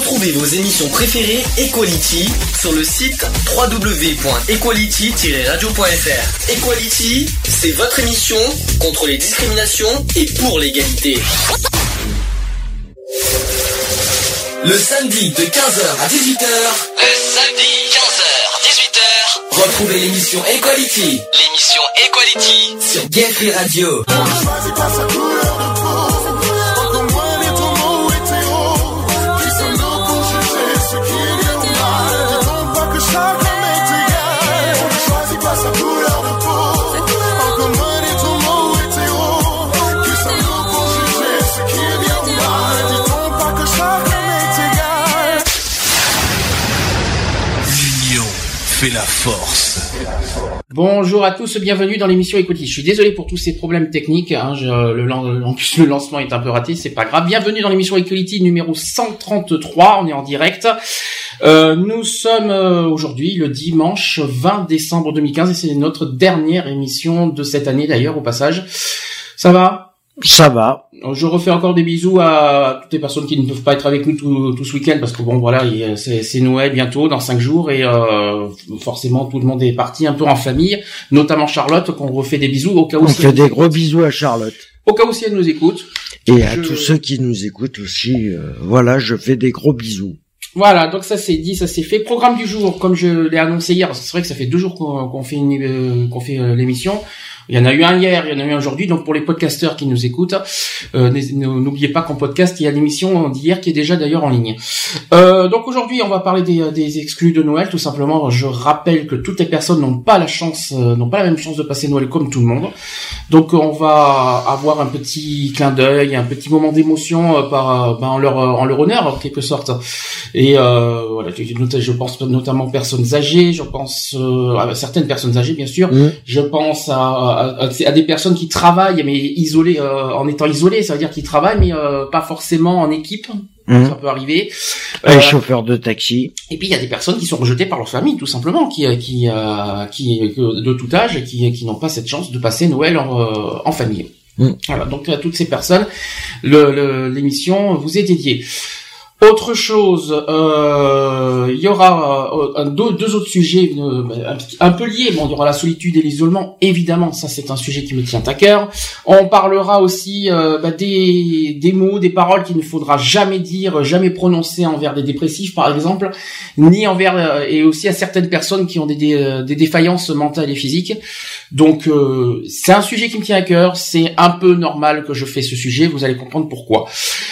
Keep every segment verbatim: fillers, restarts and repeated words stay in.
Retrouvez vos émissions préférées Equality sur le site w w w point equality tiret radio point f r. Equality, c'est votre émission contre les discriminations et pour l'égalité. Le samedi de quinze heures à dix-huit heures. Le samedi quinze heures dix-huit heures. Retrouvez l'émission Equality. L'émission Equality sur Gay Free Radio. La force. Bonjour à tous, bienvenue dans l'émission Equality. Je suis désolé pour tous ces problèmes techniques, hein, je, le, en plus le lancement est un peu raté, c'est pas grave. Bienvenue dans l'émission Equality numéro cent trente-trois, on est en direct. Euh, nous sommes euh, aujourd'hui le dimanche vingt décembre deux mille quinze et c'est notre dernière émission de cette année d'ailleurs au passage. Ça va ? Ça va. Je refais encore des bisous à toutes les personnes qui ne peuvent pas être avec nous tout, tout ce week-end parce que bon voilà, c'est, c'est Noël bientôt dans cinq jours et euh, forcément tout le monde est parti un peu en famille, notamment Charlotte qu'on refait des bisous au cas où. On fait des gros bisous à Charlotte. Au cas où si elle nous écoute. Et à je... tous ceux qui nous écoutent aussi. Euh, voilà, je fais des gros bisous. Voilà, donc ça c'est dit, ça c'est fait. Programme du jour, comme je l'ai annoncé hier, c'est vrai que ça fait deux jours qu'on, qu'on fait une, euh, qu'on fait euh, l'émission. Il y en a eu un hier, il y en a eu un aujourd'hui. Donc pour les podcasteurs qui nous écoutent, euh, n'oubliez pas qu'en podcast il y a l'émission d'hier qui est déjà d'ailleurs en ligne. Euh, donc aujourd'hui on va parler des, des exclus de Noël. Tout simplement, je rappelle que toutes les personnes n'ont pas la chance, euh, n'ont pas la même chance de passer Noël comme tout le monde. Donc on va avoir un petit clin d'œil, un petit moment d'émotion euh, par ben, en leur en leur honneur en quelque sorte. Et euh, voilà, je pense notamment aux personnes âgées, je pense euh, à certaines personnes âgées bien sûr. Mmh. Je pense à À, à des personnes qui travaillent mais isolées euh, en étant isolées, ça veut dire qu'ils travaillent mais euh, pas forcément en équipe. Mmh. Ça peut arriver. Les euh, chauffeurs de taxi. Et puis il y a des personnes qui sont rejetées par leur famille tout simplement, qui qui euh, qui de tout âge et qui qui n'ont pas cette chance de passer Noël en, euh, en famille. Mmh. Voilà, donc à toutes ces personnes, le, le l'émission vous est dédiée. Autre chose, euh, il y aura euh, deux, deux autres sujets euh, un, un peu liés. Bon, il y aura la solitude et l'isolement, évidemment, ça c'est un sujet qui me tient à cœur. On parlera aussi euh, bah, des, des mots, des paroles qu'il ne faudra jamais dire, jamais prononcer envers des dépressifs, par exemple, ni envers euh, et aussi à certaines personnes qui ont des, des, des défaillances mentales et physiques. Donc, euh, c'est un sujet qui me tient à cœur. C'est un peu normal que je fais ce sujet. Vous allez comprendre pourquoi.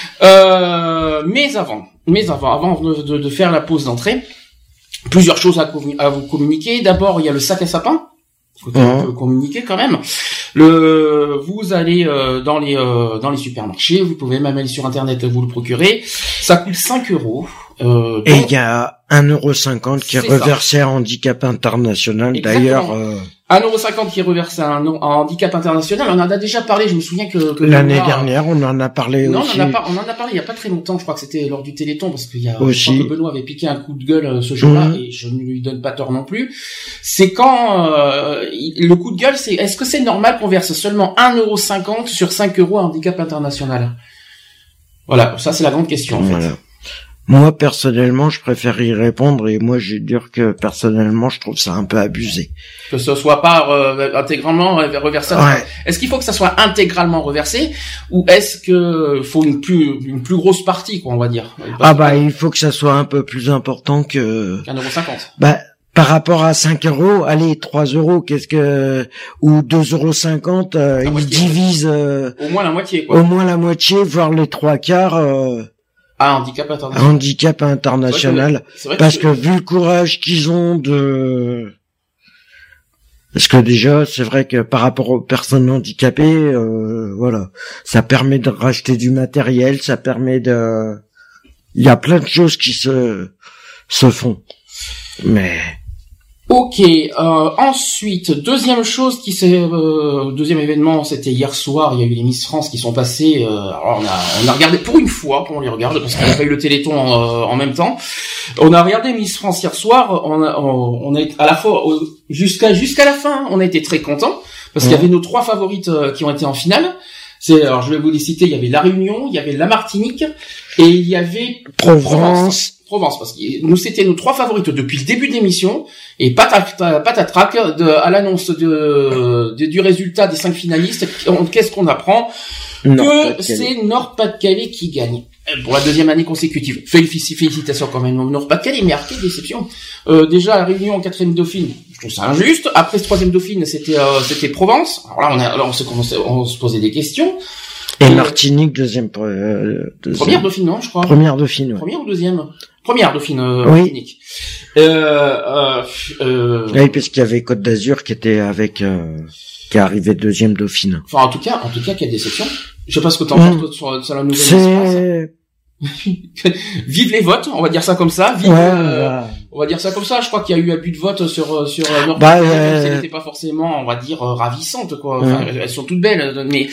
Euh, mais avant. Mais avant, avant de, de, de faire la pause d'entrée, plusieurs choses à, à vous communiquer. D'abord, il y a le sac à sapin. Faut mmh. communiquer quand même. Le, vous allez euh, dans les euh, dans les supermarchés, vous pouvez même aller sur internet vous le procurer. Ça coûte cinq euros. Euh, Et il y a un euro cinquante qui est, est reversé ça. à Handicap International. Exactement. D'ailleurs, euh... un euro cinquante qui est reversé à un Handicap International. On en a déjà parlé. Je me souviens que, que l'année a... dernière, on en a parlé non, aussi. Non, on, en a on en a parlé il y a pas très longtemps. Je crois que c'était lors du Téléthon parce qu'il y a aussi. Je crois que Benoît avait piqué un coup de gueule ce jour-là mmh. et je ne lui donne pas tort non plus. C'est quand euh, le coup de gueule, c'est est-ce que c'est normal qu'on verse seulement un euro cinquante sur cinq euros à Handicap International? Voilà, ça c'est la grande question en voilà. fait. Moi, personnellement, je préfère y répondre et moi, je vais dire que personnellement, je trouve ça un peu abusé. Que ce soit pas euh, intégralement reversé. Ouais. Est-ce qu'il faut que ça soit intégralement reversé ou est-ce que faut une plus une plus grosse partie, quoi, on va dire? Ah bah, il faut que ça soit un peu plus important que qu'un euro cinquante. Bah, par rapport à cinq euros, allez, trois euros, qu'est-ce que, ou deux euros cinquante, euh, ils divisent, euh, au moins la moitié, quoi. Au moins la moitié, voire les trois quarts, euh, à Handicap International. Handicap International. C'est vrai que, parce que, que vu le courage qu'ils ont de, parce que déjà, c'est vrai que par rapport aux personnes handicapées, euh, voilà, ça permet de racheter du matériel, ça permet de, il y a plein de choses qui se, se font. Mais, Ok. Euh, ensuite, deuxième chose qui s'est, euh, deuxième événement, c'était hier soir. Il y a eu les Miss France qui sont passées. Euh, alors on a, on a regardé pour une fois, on les regarde parce qu'on a pas eu le Téléthon en, euh, en même temps. On a regardé Miss France hier soir. On a, on, on a à la fois jusqu'à jusqu'à la fin, on a été très contents parce qu'il y avait nos trois favorites euh, qui ont été en finale. C'est, alors je vais vous les citer, il y avait La Réunion, il y avait la Martinique, et il y avait Provence. Provence. Provence, parce que nous, c'était nos trois favorites depuis le début de l'émission, et patatrac, de, à l'annonce de, de, du résultat des cinq finalistes, qu'est-ce qu'on apprend? Que c'est Nord-Pas-de-Calais qui gagne. Pour la deuxième année consécutive. Félicitations quand même au Nord-Pas-de-Calais, mais quelle déception. Euh, déjà, la Réunion en quatrième Dauphine, je trouve ça injuste. Après ce troisième Dauphine, c'était, euh, c'était Provence. Alors là, on a, alors on se commençait, on se posait des questions. Et euh, Martinique, deuxième, euh, deuxième. Première Dauphine, non, je crois. Première Dauphine, ouais. Première ou deuxième? Première Dauphine, euh, oui. Martinique. Euh, euh, euh, oui, parce qu'il y avait Côte d'Azur qui était avec, euh, qui est arrivé deuxième Dauphine. Enfin, en tout cas, en tout cas, quelle déception. Je sais pas ce que t'en penses, mmh. sur, sur la nouvelle C'est... Vive les votes, on va dire ça comme ça. Vive, ouais, euh, ouais. On va dire ça comme ça. Je crois qu'il y a eu abus de vote sur sur Nord. Bah, euh... Elle n'était pas forcément, on va dire, ravissante quoi. Enfin, ouais. Elles sont toutes belles, mais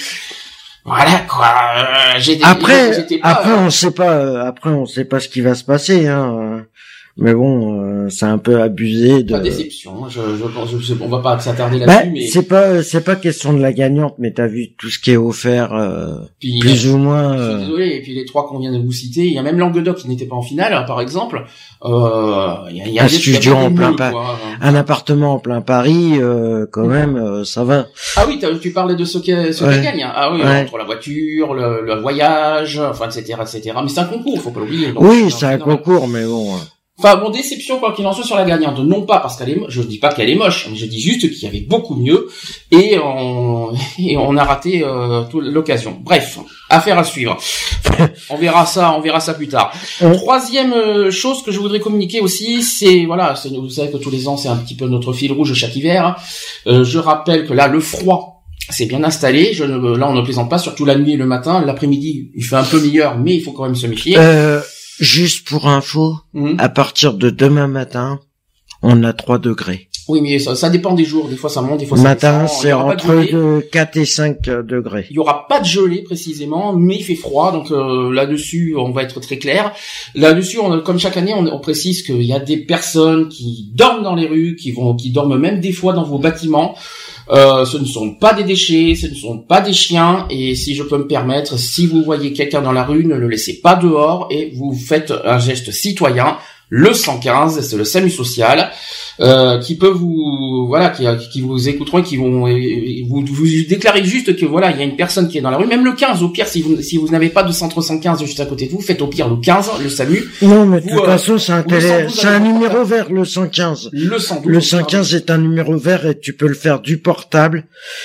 voilà quoi. J'ai après, pas, après euh... on sait pas. Après, on sait pas ce qui va se passer. Hein. Mais bon, euh, c'est un peu abusé de. Pas déception. Je, je pense, je, on va pas s'attarder bah, là-dessus, mais c'est pas, c'est pas question de la gagnante, mais t'as vu tout ce qui est offert, euh, puis, plus euh, ou moins. Je suis euh... désolé. Et puis les trois qu'on vient de vous citer, il y a même Languedoc qui n'était pas en finale, hein, par exemple. Euh, il y a, il y a un des, studio en plein Paris, un appartement en plein Paris, euh, quand mmh. même, euh, ça va. Ah oui, tu parlais de ceux qui, ceux ouais. qui gagnent. Hein. Ah oui, ouais. Entre la voiture, le, le voyage, enfin, et cetera, et cetera. Mais c'est un concours, faut pas l'oublier. Donc, oui, c'est un concours, mais bon. Enfin, bon, déception quoi qu'il en soit sur la gagnante. Non pas parce qu'elle est, je dis pas qu'elle est moche, mais je dis juste qu'il y avait beaucoup mieux et on, et on a raté euh, toute l'occasion. Bref, affaire à suivre. On verra ça, on verra ça plus tard. Ouais. Troisième euh, chose que je voudrais communiquer aussi, c'est voilà, c'est, vous savez que tous les ans c'est un petit peu notre fil rouge chaque hiver. Euh, je rappelle que là, le froid c'est bien installé. Je ne, là, on ne plaisante pas, surtout la nuit et le matin. L'après-midi, il fait un peu meilleur, mais il faut quand même se méfier. Euh... Juste pour info, mmh. à partir de demain matin, on a trois degrés. Oui, mais ça, ça dépend des jours. Des fois, ça monte, des fois, ça matin, descend. c'est entre de quatre et cinq degrés. Il y aura pas de gelée, précisément, mais il fait froid. Donc, euh, là-dessus, on va être très clair. Là-dessus, on, comme chaque année, on, on précise qu'il y a des personnes qui dorment dans les rues, qui vont, qui dorment même des fois dans vos bâtiments. Euh, ce ne sont pas des déchets, ce ne sont pas des chiens, et si je peux me permettre, si vous voyez quelqu'un dans la rue, ne le laissez pas dehors et vous faites un geste citoyen. Le cent quinze, c'est le SAMU social, euh, qui peut vous, voilà, qui, qui vous écouteront et qui vont, et vous, vous déclarez juste que voilà, il y a une personne qui est dans la rue, même le quinze, au pire, si vous, si vous n'avez pas de centre cent quinze juste à côté de vous, faites au pire le quinze, le SAMU. Non, mais de toute façon, c'est un télé, c'est un numéro vert, le cent quinze. Le cent douze. Le cent quinze est un numéro vert et tu peux le faire du portable,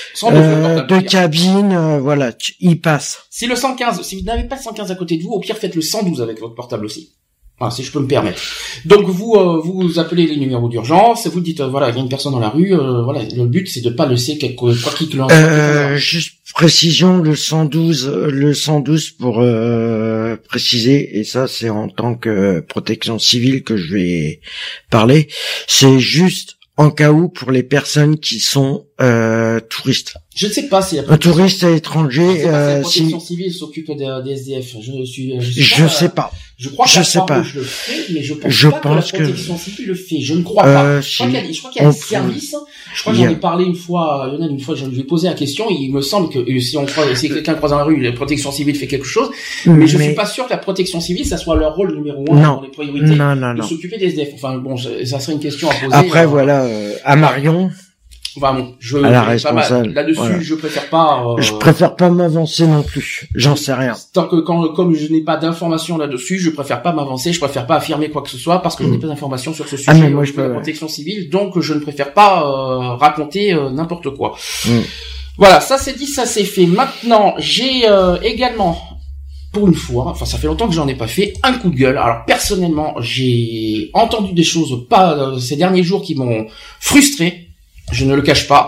euh, de cabine, euh, voilà, tu, il passe. Si le cent quinze, si vous n'avez pas le cent quinze à côté de vous, au pire, faites le cent douze avec votre portable aussi. Voilà, si je peux me permettre. Donc vous euh, vous appelez les numéros d'urgence, vous dites euh, voilà, il y a une personne dans la rue, euh, voilà, le but c'est de pas laisser quelque quoi qu'il en soit. Euh, juste précision, le cent douze, le cent douze pour euh, préciser, et ça c'est en tant que protection civile que je vais parler, c'est juste en cas où pour les personnes qui sont euh, touristes. Je ne sais pas si un touriste étranger, si la euh, protection si civile s'occupe des, des S D F. Je suis, je sais je pas. Sais pas. Je crois que je la sais pas. Je le fais, mais je pense je pas pense que la protection que... civile le fait. Je ne crois pas. Euh, je, crois qu'il y a, je crois qu'il y a un service. Je crois que j'en ai parlé une fois, Lionel, une fois, je lui ai posé la question. Il me semble que si on croise, si quelqu'un croise dans la rue, la protection civile fait quelque chose. Mais, mais je suis pas sûr que la protection civile, ça soit leur rôle numéro un non. dans les priorités. Non, non, non. De s'occuper des S D F. Enfin bon, ça serait une question à poser. Après, euh, voilà, euh, à Marion. Enfin bon, je à la responsable. Là-dessus, voilà. Je préfère pas. Euh, je préfère pas m'avancer non plus. J'en sais rien. Tant que quand comme je n'ai pas d'informations là-dessus, je préfère pas m'avancer. Je préfère pas affirmer quoi que ce soit parce que mmh. je n'ai pas d'informations sur ce sujet. Ah mais moi je peux la ouais. protection civile, donc je ne préfère pas euh, raconter euh, n'importe quoi. Mmh. Voilà, ça c'est dit, ça c'est fait. Maintenant, j'ai euh, également. Pour une fois, enfin ça fait longtemps que j'en ai pas fait, un coup de gueule. Alors personnellement, j'ai entendu des choses pas euh, ces derniers jours qui m'ont frustré. Je ne le cache pas,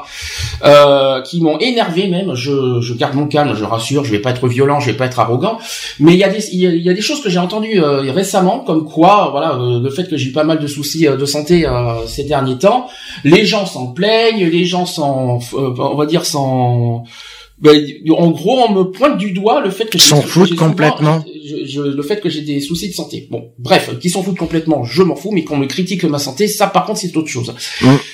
euh, qui m'ont énervé même. Je, je garde mon calme, je rassure, je vais pas être violent, je vais pas être arrogant. Mais il y a des, il y a, il y a des choses que j'ai entendues euh, récemment, comme quoi, voilà, euh, le fait que j'ai eu pas mal de soucis euh, de santé euh, ces derniers temps. Les gens s'en plaignent, les gens s'en, euh, on va dire s'en. Ben, en gros, on me pointe du doigt le fait que s'en foutent complètement. Je, je, le fait que j'ai des soucis de santé. Bon, bref, qui s'en foutent complètement, je m'en fous, mais qu'on me critique ma santé, ça par contre c'est autre chose. Mmh.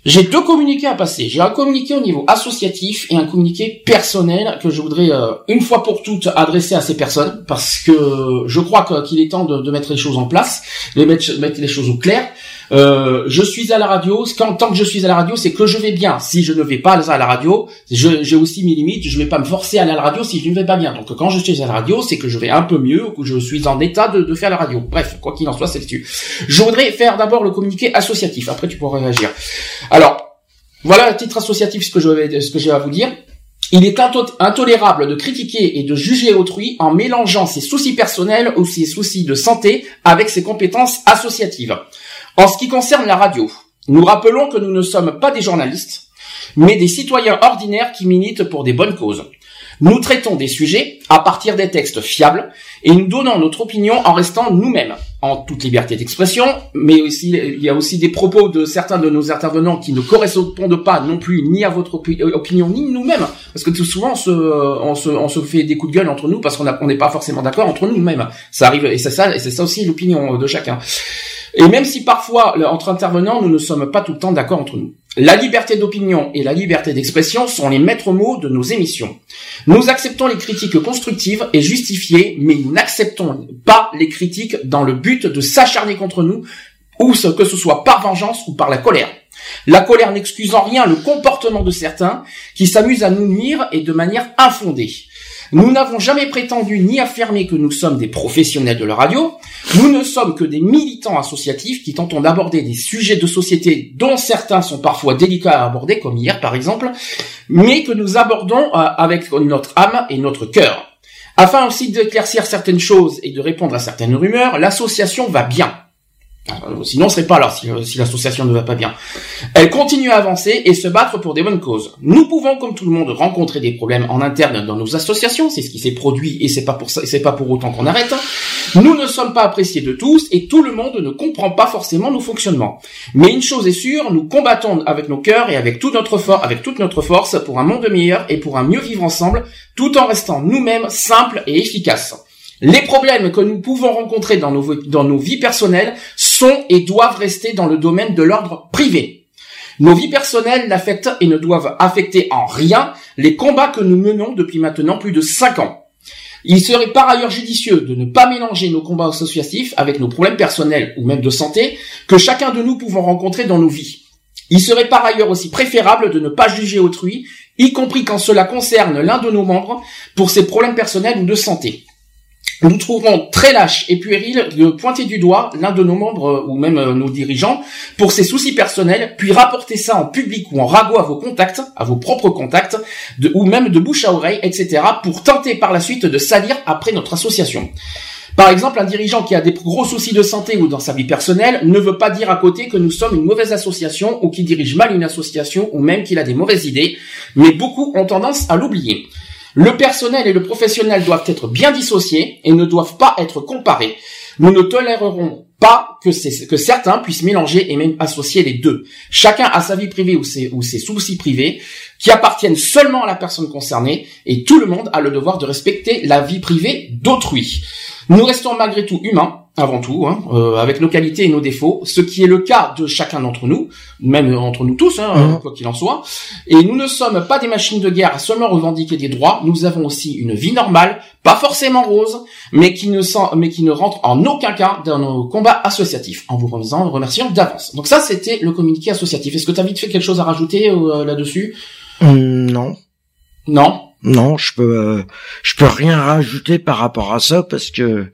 J'ai deux communiqués à passer. J'ai un communiqué au niveau associatif et un communiqué personnel que je voudrais euh, une fois pour toutes adresser à ces personnes, parce que je crois que, qu'il est temps de, de mettre les choses en place, de mettre, mettre les choses au clair. Euh, je suis à la radio. Quand, tant que je suis à la radio, c'est que je vais bien. Si je ne vais pas à la radio, je, j'ai aussi mes limites. Je vais pas me forcer à aller à la radio si je ne vais pas bien. Donc quand je suis à la radio, c'est que je vais un peu mieux, ou que je suis en état de, de faire la radio. Bref, quoi qu'il en soit, c'est dessus. Je voudrais faire d'abord le communiqué associatif. Après, tu pourras réagir. Alors, voilà à titre associatif ce que je vais, ce que j'ai à vous dire. Il est intolérable de critiquer et de juger autrui en mélangeant ses soucis personnels ou ses soucis de santé avec ses compétences associatives. En ce qui concerne la radio, nous rappelons que nous ne sommes pas des journalistes, mais des citoyens ordinaires qui militent pour des bonnes causes. Nous traitons des sujets à partir des textes fiables et nous donnons notre opinion en restant nous-mêmes, en toute liberté d'expression, mais aussi il y a aussi des propos de certains de nos intervenants qui ne correspondent pas non plus ni à votre opi- opinion ni nous-mêmes, parce que tout souvent on se, on se, on se fait des coups de gueule entre nous parce qu'on a, on n'est pas forcément d'accord entre nous-mêmes. Ça arrive et c'est ça, et c'est ça aussi l'opinion de chacun. Et même si parfois, entre intervenants, nous ne sommes pas tout le temps d'accord entre nous. La liberté d'opinion et la liberté d'expression sont les maîtres mots de nos émissions. Nous acceptons les critiques constructives et justifiées, mais nous n'acceptons pas les critiques dans le but de s'acharner contre nous, ou que ce soit par vengeance ou par la colère. La colère n'excuse en rien le comportement de certains qui s'amusent à nous nuire et de manière infondée. Nous n'avons jamais prétendu ni affirmé que nous sommes des professionnels de la radio. Nous ne sommes que des militants associatifs qui tentons d'aborder des sujets de société dont certains sont parfois délicats à aborder, comme hier par exemple, mais que nous abordons avec notre âme et notre cœur. Afin aussi d'éclaircir certaines choses et de répondre à certaines rumeurs, l'association va bien. Sinon, on serait pas là si, si l'association ne va pas bien. Elle continue à avancer et se battre pour des bonnes causes. Nous pouvons, comme tout le monde, rencontrer des problèmes en interne dans nos associations. C'est ce qui s'est produit et c'est pas pour ça, c'est pas pour autant qu'on arrête. Nous ne sommes pas appréciés de tous et tout le monde ne comprend pas forcément nos fonctionnements. Mais une chose est sûre, nous combattons avec nos cœurs et avec toute notre force, avec toute notre force pour un monde meilleur et pour un mieux vivre ensemble, tout en restant nous-mêmes simples et efficaces. Les problèmes que nous pouvons rencontrer dans nos, dans nos vies personnelles sont et doivent rester dans le domaine de l'ordre privé. Nos vies personnelles n'affectent et ne doivent affecter en rien les combats que nous menons depuis maintenant plus de cinq ans. Il serait par ailleurs judicieux de ne pas mélanger nos combats associatifs avec nos problèmes personnels ou même de santé que chacun de nous pouvons rencontrer dans nos vies. Il serait par ailleurs aussi préférable de ne pas juger autrui, y compris quand cela concerne l'un de nos membres, pour ses problèmes personnels ou de santé. Nous trouverons très lâche et puéril de pointer du doigt l'un de nos membres ou même nos dirigeants pour ses soucis personnels, puis rapporter ça en public ou en ragot à vos contacts, à vos propres contacts, de, ou même de bouche à oreille, et cetera, pour tenter par la suite de salir après notre association. Par exemple, un dirigeant qui a des gros soucis de santé ou dans sa vie personnelle ne veut pas dire à côté que nous sommes une mauvaise association ou qu'il dirige mal une association ou même qu'il a des mauvaises idées, mais beaucoup ont tendance à l'oublier. Le personnel et le professionnel doivent être bien dissociés et ne doivent pas être comparés. Nous ne tolérerons pas que, c'est, que certains puissent mélanger et même associer les deux. Chacun a sa vie privée ou ses, ou ses soucis privés qui appartiennent seulement à la personne concernée et tout le monde a le devoir de respecter la vie privée d'autrui. Nous restons malgré tout humains, avant tout, hein, euh, avec nos qualités et nos défauts, ce qui est le cas de chacun d'entre nous, même entre nous tous, hein, mmh. quoi qu'il en soit. Et nous ne sommes pas des machines de guerre à seulement revendiquer des droits. Nous avons aussi une vie normale, pas forcément rose, mais qui ne sent, mais qui ne rentre en aucun cas dans nos combats associatifs. En vous remerciant d'avance. Donc ça, c'était le communiqué associatif. Est-ce que tu as vite fait quelque chose à rajouter euh, là-dessus ? mmh, Non. Non. Non, je peux, euh, je peux rien rajouter par rapport à ça parce que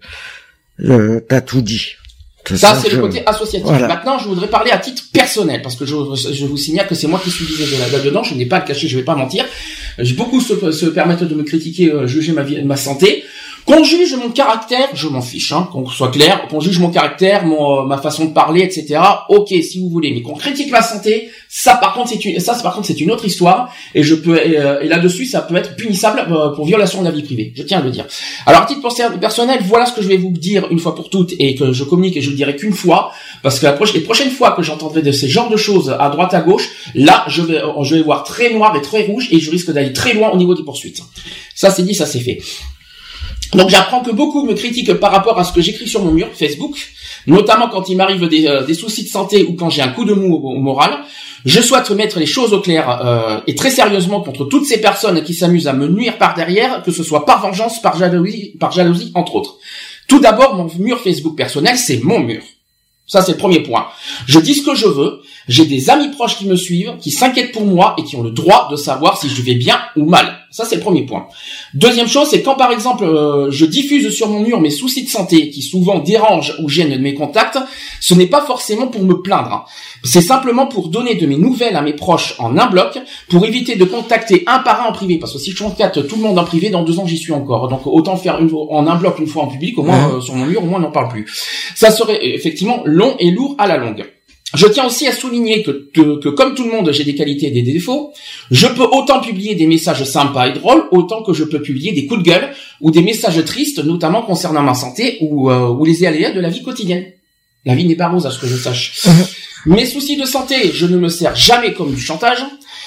euh, t'as tout dit. Ça, ça, c'est je... le côté associatif. Voilà. Maintenant, je voudrais parler à titre personnel parce que je, je vous signale que c'est moi qui suis visé de là-dedans. Je n'ai pas à le cacher, je vais pas mentir. Beaucoup se, se permettent de me critiquer, euh, juger ma vie, ma santé. Qu'on juge mon caractère, je m'en fiche, hein, qu'on soit clair, qu'on juge mon caractère, mon, euh, ma façon de parler, et cetera. Ok, si vous voulez, mais qu'on critique ma santé, ça par contre c'est une, ça par contre c'est une autre histoire, et je peux, et, euh, et là-dessus ça peut être punissable euh, pour violation de la vie privée. Je tiens à le dire. Alors à titre personnel, voilà ce que je vais vous dire une fois pour toutes et que je communique et je le dirai qu'une fois, parce que la prochaine, les prochaines fois que j'entendrai de ces genres de choses à droite à gauche, là je vais, je vais voir très noir et très rouge et je risque d'aller très loin au niveau des poursuites. Ça c'est dit, ça c'est fait. Donc j'apprends que beaucoup me critiquent par rapport à ce que j'écris sur mon mur Facebook, notamment quand il m'arrive des, euh, des soucis de santé ou quand j'ai un coup de mou au, au moral. Je souhaite mettre les choses au clair euh, et très sérieusement contre toutes ces personnes qui s'amusent à me nuire par derrière, que ce soit par vengeance, par jalousie, par jalousie entre autres. Tout d'abord, mon mur Facebook personnel, c'est mon mur. Ça, c'est le premier point. Je dis ce que je veux. J'ai des amis proches qui me suivent, qui s'inquiètent pour moi et qui ont le droit de savoir si je vais bien ou mal. Ça, c'est le premier point. Deuxième chose, c'est quand, par exemple, euh, je diffuse sur mon mur mes soucis de santé qui souvent dérangent ou gênent mes contacts, ce n'est pas forcément pour me plaindre. Hein. C'est simplement pour donner de mes nouvelles à mes proches en un bloc, pour éviter de contacter un par un en privé. Parce que si je contacte tout le monde en privé, dans deux ans, j'y suis encore. Donc, autant faire une, en un bloc une fois en public, au moins, euh, sur mon mur, au moins, on n'en parle plus. Ça serait effectivement long et lourd à la longue. Je tiens aussi à souligner que, que, que comme tout le monde, j'ai des qualités et des défauts. Je peux autant publier des messages sympas et drôles, autant que je peux publier des coups de gueule ou des messages tristes, notamment concernant ma santé ou, euh, ou les aléas de la vie quotidienne. La vie n'est pas rose, à ce que je sache. Mes soucis de santé, je ne me sers jamais comme du chantage,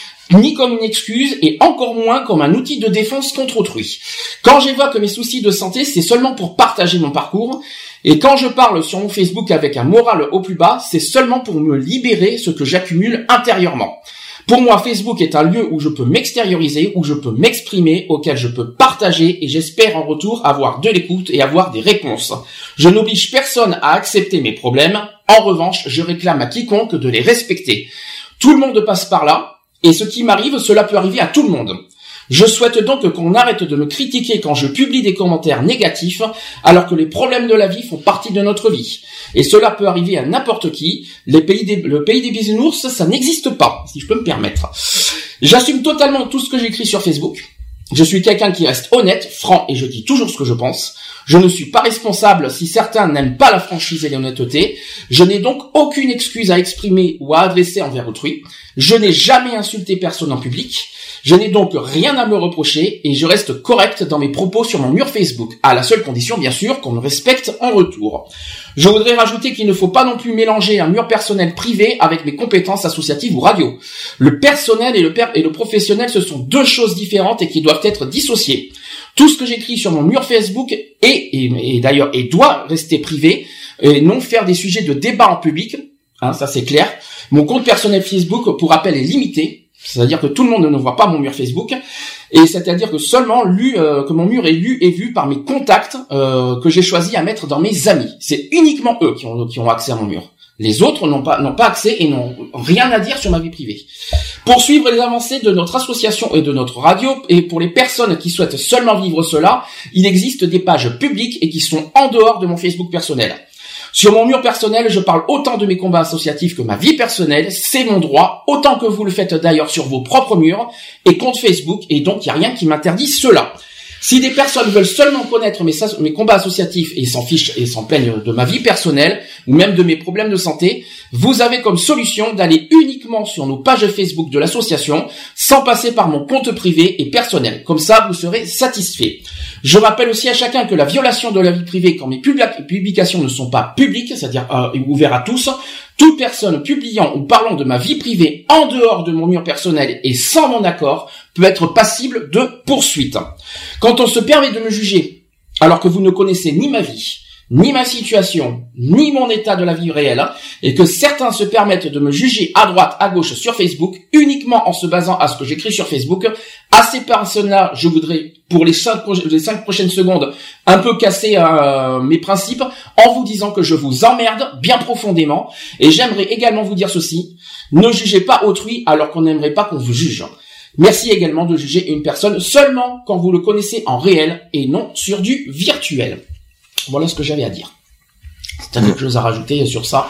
ni comme une excuse, et encore moins comme un outil de défense contre autrui. Quand j'évoque mes soucis de santé, c'est seulement pour partager mon parcours, et quand je parle sur mon Facebook avec un moral au plus bas, c'est seulement pour me libérer ce que j'accumule intérieurement. Pour moi, Facebook est un lieu où je peux m'extérioriser, où je peux m'exprimer, auquel je peux partager, et j'espère en retour avoir de l'écoute et avoir des réponses. Je n'oblige personne à accepter mes problèmes, en revanche, je réclame à quiconque de les respecter. Tout le monde passe par là, et ce qui m'arrive, cela peut arriver à tout le monde. Je souhaite donc qu'on arrête de me critiquer quand je publie des commentaires négatifs, alors que les problèmes de la vie font partie de notre vie. Et cela peut arriver à n'importe qui. Les pays des, le pays des bisounours, ça n'existe pas, si je peux me permettre. J'assume totalement tout ce que j'écris sur Facebook. Je suis quelqu'un qui reste honnête, franc, et je dis toujours ce que je pense. Je ne suis pas responsable si certains n'aiment pas la franchise et l'honnêteté. Je n'ai donc aucune excuse à exprimer ou à adresser envers autrui. Je n'ai jamais insulté personne en public. Je n'ai donc rien à me reprocher et je reste correct dans mes propos sur mon mur Facebook, à la seule condition bien sûr qu'on me respecte en retour. Je voudrais rajouter qu'il ne faut pas non plus mélanger un mur personnel privé avec mes compétences associatives ou radio. Le personnel et le, per- et le professionnel, ce sont deux choses différentes et qui doivent être dissociées. Tout ce que j'écris sur mon mur Facebook est, et, et d'ailleurs, et doit rester privé et non faire des sujets de débat en public, hein, ça c'est clair. Mon compte personnel Facebook, pour rappel, est limité. C'est-à-dire que tout le monde ne voit pas mon mur Facebook, et c'est-à-dire que seulement lu, euh, que mon mur est lu et vu par mes contacts euh, que j'ai choisi à mettre dans mes amis. C'est uniquement eux qui ont, qui ont accès à mon mur. Les autres n'ont pas, n'ont pas accès et n'ont rien à dire sur ma vie privée. Pour suivre les avancées de notre association et de notre radio, et pour les personnes qui souhaitent seulement vivre cela, il existe des pages publiques et qui sont en dehors de mon Facebook personnel. Sur mon mur personnel, je parle autant de mes combats associatifs que ma vie personnelle, c'est mon droit, autant que vous le faites d'ailleurs sur vos propres murs et comptes Facebook, et donc il n'y a rien qui m'interdit cela. Si des personnes veulent seulement connaître mes, mes combats associatifs et s'en fichent et s'en plaignent de ma vie personnelle, ou même de mes problèmes de santé, vous avez comme solution d'aller uniquement sur nos pages Facebook de l'association, sans passer par mon compte privé et personnel. Comme ça, vous serez satisfait. Je rappelle aussi à chacun que la violation de la vie privée, quand mes publications ne sont pas publiques, c'est-à-dire euh, ouvertes à tous, toute personne publiant ou parlant de ma vie privée en dehors de mon mur personnel et sans mon accord peut être passible de poursuite. Quand on se permet de me juger alors que vous ne connaissez ni ma vie, ni ma situation, ni mon état de la vie réelle, et que certains se permettent de me juger à droite, à gauche sur Facebook, uniquement en se basant à ce que j'écris sur Facebook, à ces personnes-là, je voudrais, pour les cinq, les cinq prochaines secondes, un peu casser euh, mes principes, en vous disant que je vous emmerde bien profondément, et j'aimerais également vous dire ceci, ne jugez pas autrui alors qu'on n'aimerait pas qu'on vous juge. Merci également de juger une personne seulement quand vous le connaissez en réel, et non sur du virtuel. Voilà ce que j'avais à dire. C'est quelque chose à rajouter sur ça.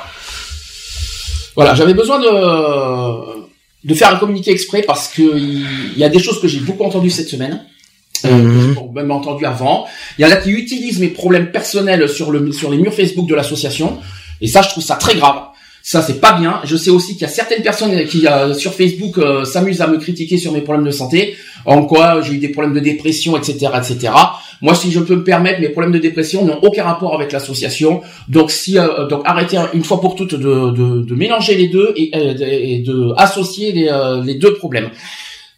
Voilà, j'avais besoin de de faire un communiqué exprès parce que il y a des choses que j'ai beaucoup entendues cette semaine, euh, mmh. que j'ai même entendu avant. Il y en a qui utilisent mes problèmes personnels sur le sur les murs Facebook de l'association, et ça, je trouve ça très grave. Ça, c'est pas bien. Je sais aussi qu'il y a certaines personnes qui, euh, sur Facebook, euh, s'amusent à me critiquer sur mes problèmes de santé. En quoi j'ai eu des problèmes de dépression, et cetera, et cetera. Moi, si je peux me permettre, mes problèmes de dépression n'ont aucun rapport avec l'association. Donc, si, euh, donc, arrêtez une fois pour toutes de, de, de mélanger les deux et, et, de, et de associer les, euh, les deux problèmes.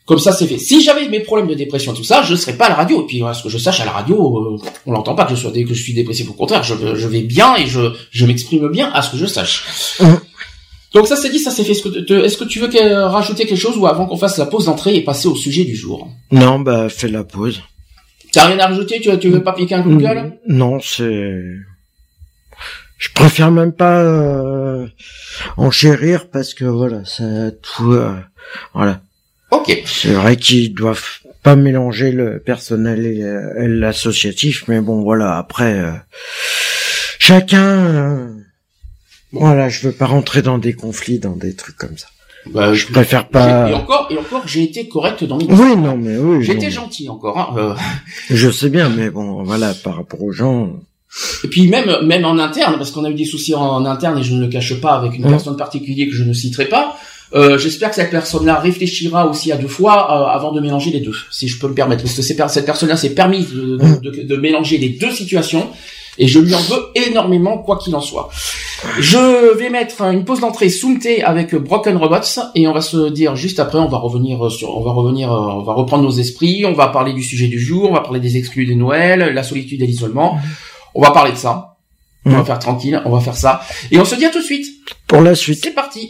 Comme ça, c'est fait. Si j'avais mes problèmes de dépression et tout ça, je serais pas à la radio. Et puis, à ce que je sache, à la radio, euh, on l'entend pas que je sois, que je suis dépressif. Au contraire, je, je vais bien et je, je m'exprime bien à ce que je sache. Mmh. Donc ça c'est dit, ça c'est fait. Est-ce que, est-ce que tu veux que, rajouter quelque chose ou avant qu'on fasse la pause d'entrée et passer au sujet du jour? Non, bah, fais la pause. T'as rien à rajouter? Tu, tu veux pas piquer un coup de gueule? Non, c'est... Je préfère même pas euh, enchérir parce que voilà, ça tout euh, voilà. Ok. C'est vrai qu'ils doivent pas mélanger le personnel et, et l'associatif, mais bon voilà, après euh, chacun euh, bon. Voilà, je veux pas rentrer dans des conflits, dans des trucs comme ça. Bah, je préfère pas. Et encore, et encore, j'ai été correct dans mes. Oui, non, mais oui. J'étais gentil encore. Hein, euh... Je sais bien, mais bon, voilà, par rapport aux gens. Et puis même même en interne, parce qu'on a eu des soucis en, en interne et je ne le cache pas avec une mmh. personne particulière que je ne citerai pas. Euh, j'espère que cette personne-là réfléchira aussi à deux fois euh, avant de mélanger les deux, si je peux me permettre, parce que c'est, cette personne-là s'est permis de, de, de, de mélanger les deux situations et je lui en veux énormément, quoi qu'il en soit. Je vais mettre une pause d'entrée Soumte avec Broken Robots et on va se dire juste après, on va revenir sur, on va revenir, on va reprendre nos esprits, on va parler du sujet du jour, on va parler des exclus de Noël, la solitude et l'isolement. On va parler de ça. On mmh. va faire tranquille, on va faire ça. Et on se dit à tout de suite. Pour la suite. C'est parti.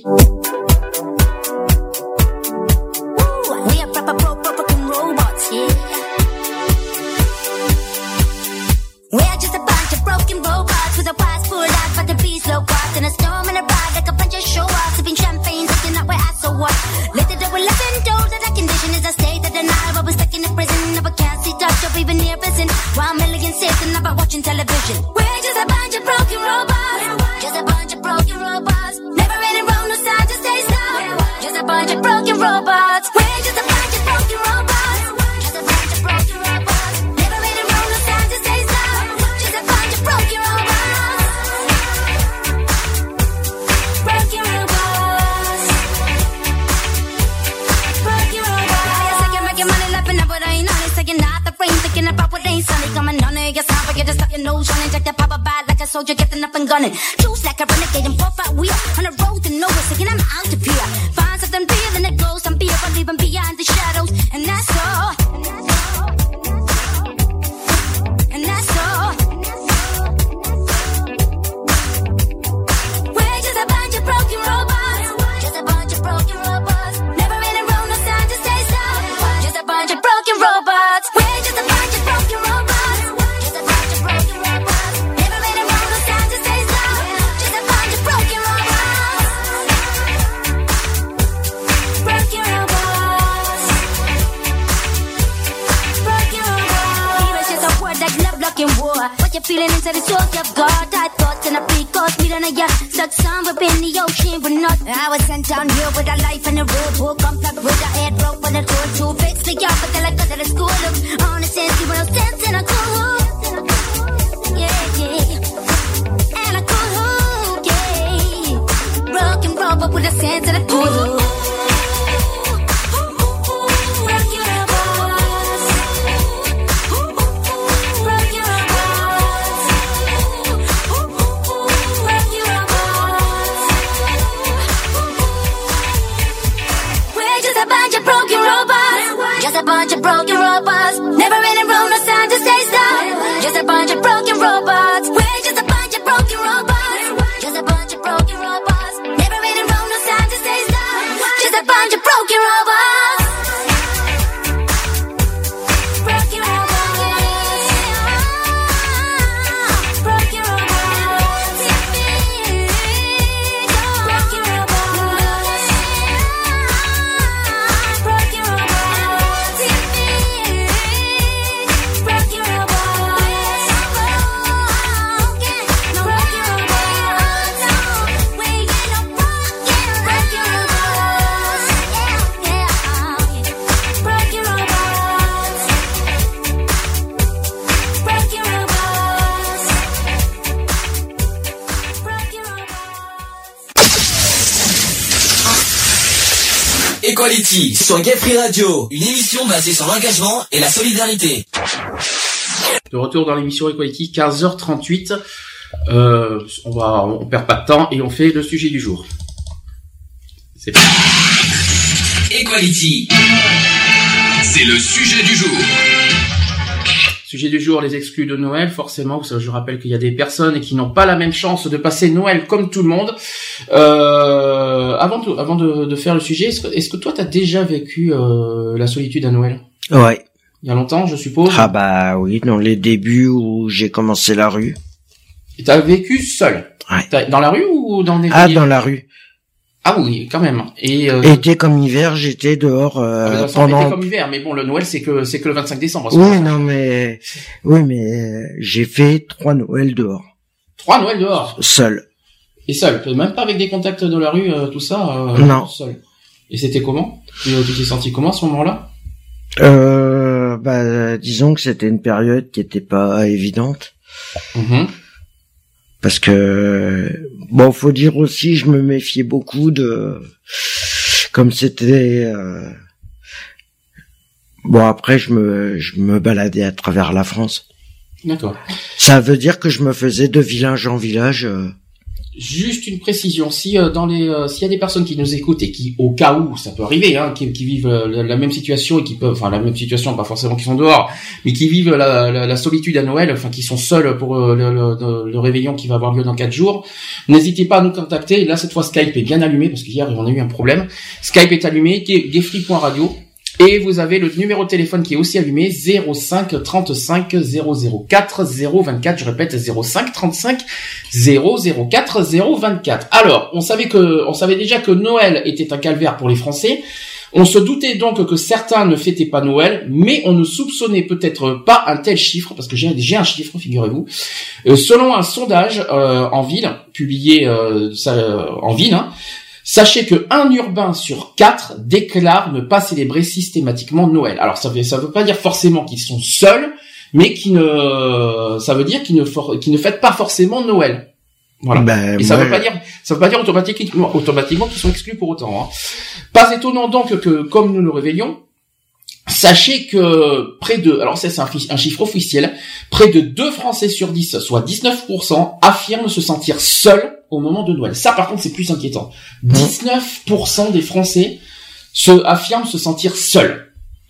Television. We're just a bunch of broken robots. Just a bunch of broken robots. Never any wrong, no sign to stay stuck. Just a bunch of broken robots. We're just a bunch of broken robots. Just a bunch of broken robots. Never any wrong, no sign to stay stuck. Just a bunch of broken robots. Broken robots. Broken robots. You're second making money, laughing at what ain't honest. Taking out the frame, thinking about what ain't sunny. Coming on it, yes, I'm forget to stop your nose. Running, check that papa bad like a soldier, getting up and gunning. Choose like a renegade and profile wheel. On the road to nowhere, saying I'm out to peer. Find something real and it goes. I'm beer, but leaving beyond the shadows. And that's all. And that's all. We're just a bunch of broken robots. Just a bunch of broken robots. Never in a row, no sign to stay stuck. Just a bunch of broken robots. We're just a bunch of broken robots. What you feeling inside the soul of God? I thought in a pre-course meeting a yacht. Stuck somewhere in the ocean with not. I was sent down here with a life and a road. Woke up like with a head broke when I told to fix the yard. But then I got to the school of honest sense. You were sense in a cool. Yeah, yeah. And a cool, yeah. Broken robot with a sense and a cool. Just a bunch of broken robots. Never in a row, no sign to stay stuck. Just a bunch of broken robots. We're just a bunch of broken robots. Just a bunch of broken robots. Never in a row, no sign to stay stuck. Just a bunch of broken robots. Broken robots. Broken robots. Broken robots. Broken robots. Equality sur Gay Free Radio, une émission basée sur l'engagement et la solidarité. De retour dans l'émission Equality, quinze heures trente-huit. Euh, on va, on perd pas de temps et on fait le sujet du jour. C'est parti. Equality c'est le sujet du jour. Sujet du jour, les exclus de Noël, forcément, parce que je rappelle qu'il y a des personnes qui n'ont pas la même chance de passer Noël comme tout le monde. Euh, avant de, avant de, de faire le sujet, est-ce que, est-ce que toi t'as déjà vécu euh, la solitude à Noël? Ouais. Il y a longtemps, je suppose. Ah bah oui, dans les débuts où j'ai commencé la rue. Et t'as vécu seul? Ouais. T'as, dans la rue ou dans des Ah, dans la rue. Ah oui, quand même. Et euh... été comme hiver, j'étais dehors euh, ah, pendant. Été comme hiver, mais bon, le Noël c'est que c'est que le vingt-cinq décembre. Oui, non mais oui, mais j'ai fait trois Noëls dehors. Trois Noëls dehors. Seul. Et seul, même pas avec des contacts de la rue, euh, tout ça. Euh, non. Seul. Et c'était comment? Tu, tu t'es senti comment à ce moment-là? Euh, bah, disons que c'était une période qui était pas évidente. Mmh. Parce que, bon, faut dire aussi, je me méfiais beaucoup de, comme c'était, euh... bon, après, je me, je me baladais à travers la France. D'accord. Ça veut dire que je me faisais de village en village. Euh... Juste une précision, si euh, dans les, euh, s'il y a des personnes qui nous écoutent et qui, au cas où, ça peut arriver, hein, qui, qui vivent euh, la, la même situation et qui peuvent, enfin la même situation, pas forcément qui sont dehors, mais qui vivent la, la, la solitude à Noël, enfin qui sont seuls pour euh, le, le, le réveillon qui va avoir lieu dans quatre jours, n'hésitez pas à nous contacter. Là cette fois Skype est bien allumé parce qu'hier on a eu un problème. Skype est allumé, gayfree point radio. Et vous avez le numéro de téléphone qui est aussi allumé, zéro cinq trente-cinq zéro zéro quatre zéro vingt-quatre, je répète, zéro cinq trente-cinq zéro zéro quatre zéro vingt-quatre. Alors, on savait que, on savait déjà que Noël était un calvaire pour les Français. On se doutait donc que certains ne fêtaient pas Noël, mais on ne soupçonnait peut-être pas un tel chiffre, parce que j'ai, j'ai un chiffre, figurez-vous. Euh, selon un sondage euh, en ville, publié euh, ça, euh, en ville, hein, sachez que un urbain sur quatre déclare ne pas célébrer systématiquement Noël. Alors ça veut ça veut pas dire forcément qu'ils sont seuls, mais qui ne ça veut dire qu'ils ne for, qu'ils ne fêtent pas forcément Noël. Voilà. Ben, et ça ouais. veut pas dire ça veut pas dire automatiquement automatiquement qu'ils sont exclus pour autant. Hein. Pas étonnant donc que comme nous nous réveillons, sachez que près de, alors ça c'est un, un chiffre officiel, près de deux Français sur dix, soit dix-neuf pour cent, affirment se sentir seuls au moment de Noël. Ça par contre c'est plus inquiétant. dix-neuf pour cent des Français se affirment se sentir seuls.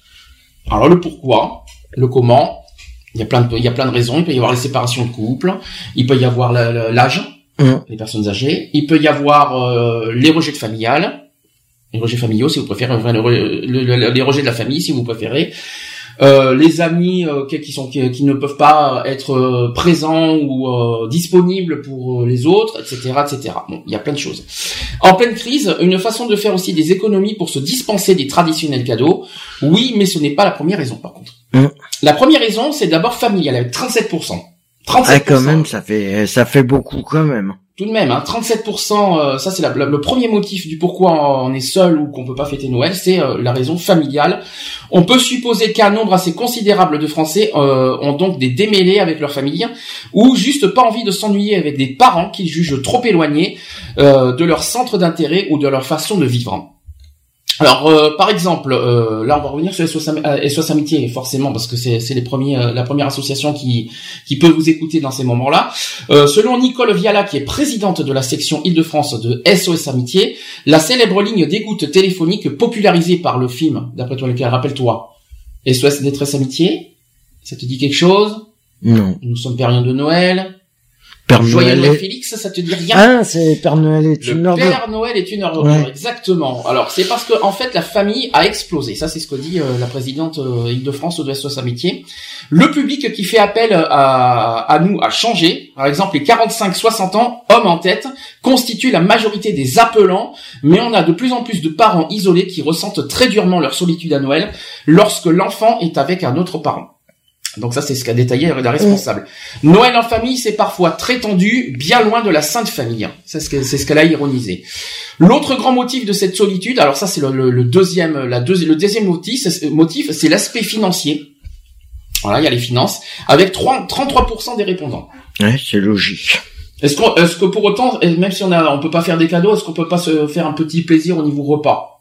Alors le pourquoi, le comment, il y a plein de, il y a plein de raisons. Il peut y avoir les séparations de couple, il peut y avoir la, la, l'âge, mmh. les personnes âgées, il peut y avoir euh, les rejets de familiales. Les rejets familiaux, si vous préférez, enfin, le, le, le, les rejets de la famille, si vous préférez, euh, les amis euh, qui sont qui, qui ne peuvent pas être euh, présents ou euh, disponibles pour euh, les autres, et cetera, et cetera. Bon, il y a plein de choses. En pleine crise, une façon de faire aussi des économies pour se dispenser des traditionnels cadeaux. Oui, mais ce n'est pas la première raison, par contre. Mmh. La première raison, c'est d'abord familial, avec trente-sept pour cent. trente-sept pour cent. Ah, quand même, ça fait ça fait beaucoup quand même. Tout de même, hein, trente-sept pour cent, euh, ça c'est la, la, le premier motif du pourquoi on est seul ou qu'on peut pas fêter Noël, c'est euh, la raison familiale. On peut supposer qu'un nombre assez considérable de Français euh, ont donc des démêlés avec leur famille ou juste pas envie de s'ennuyer avec des parents qu'ils jugent trop éloignés euh, de leur centre d'intérêt ou de leur façon de vivre. Alors, euh, par exemple, euh, là on va revenir sur S O S Amitié, forcément, parce que c'est, c'est les premiers, euh, la première association qui qui peut vous écouter dans ces moments-là. Euh, selon Nicole Viala, qui est présidente de la section Île-de-France de S O S Amitié, la célèbre ligne d'écoute téléphonique popularisée par le film, d'après toi, lequel, rappelle-toi, S O S Détresse Amitié, ça te dit quelque chose? Non. Nous sommes période de Noël. Père Joyeux Noël Noël Félix, ça te dit rien? Ah, c'est Père Noël est une ordure. Le Père Noël est une ordure, ouais. Exactement. Alors, c'est parce que, en fait, la famille a explosé. Ça, c'est ce que dit euh, la présidente euh, Île-de-France de S O S Amitié. Le public qui fait appel à, à nous a changé. Par exemple, les quarante-cinq soixante ans, hommes en tête, constituent la majorité des appelants, mais on a de plus en plus de parents isolés qui ressentent très durement leur solitude à Noël lorsque l'enfant est avec un autre parent. Donc ça, c'est ce qu'a détaillé la responsable. Mmh. Noël en famille, c'est parfois très tendu, bien loin de la sainte famille. C'est ce que, c'est ce qu'elle a ironisé. L'autre grand motif de cette solitude, alors ça, c'est le, le, le deuxième, la deuxi- le deuxième motif, c'est, motif, c'est l'aspect financier. Voilà, il y a les finances, avec trente-trois pour cent des répondants. Ouais, c'est logique. Est-ce qu'on, est-ce que pour autant, même si on a, on peut pas faire des cadeaux, est-ce qu'on peut pas se faire un petit plaisir au niveau repas?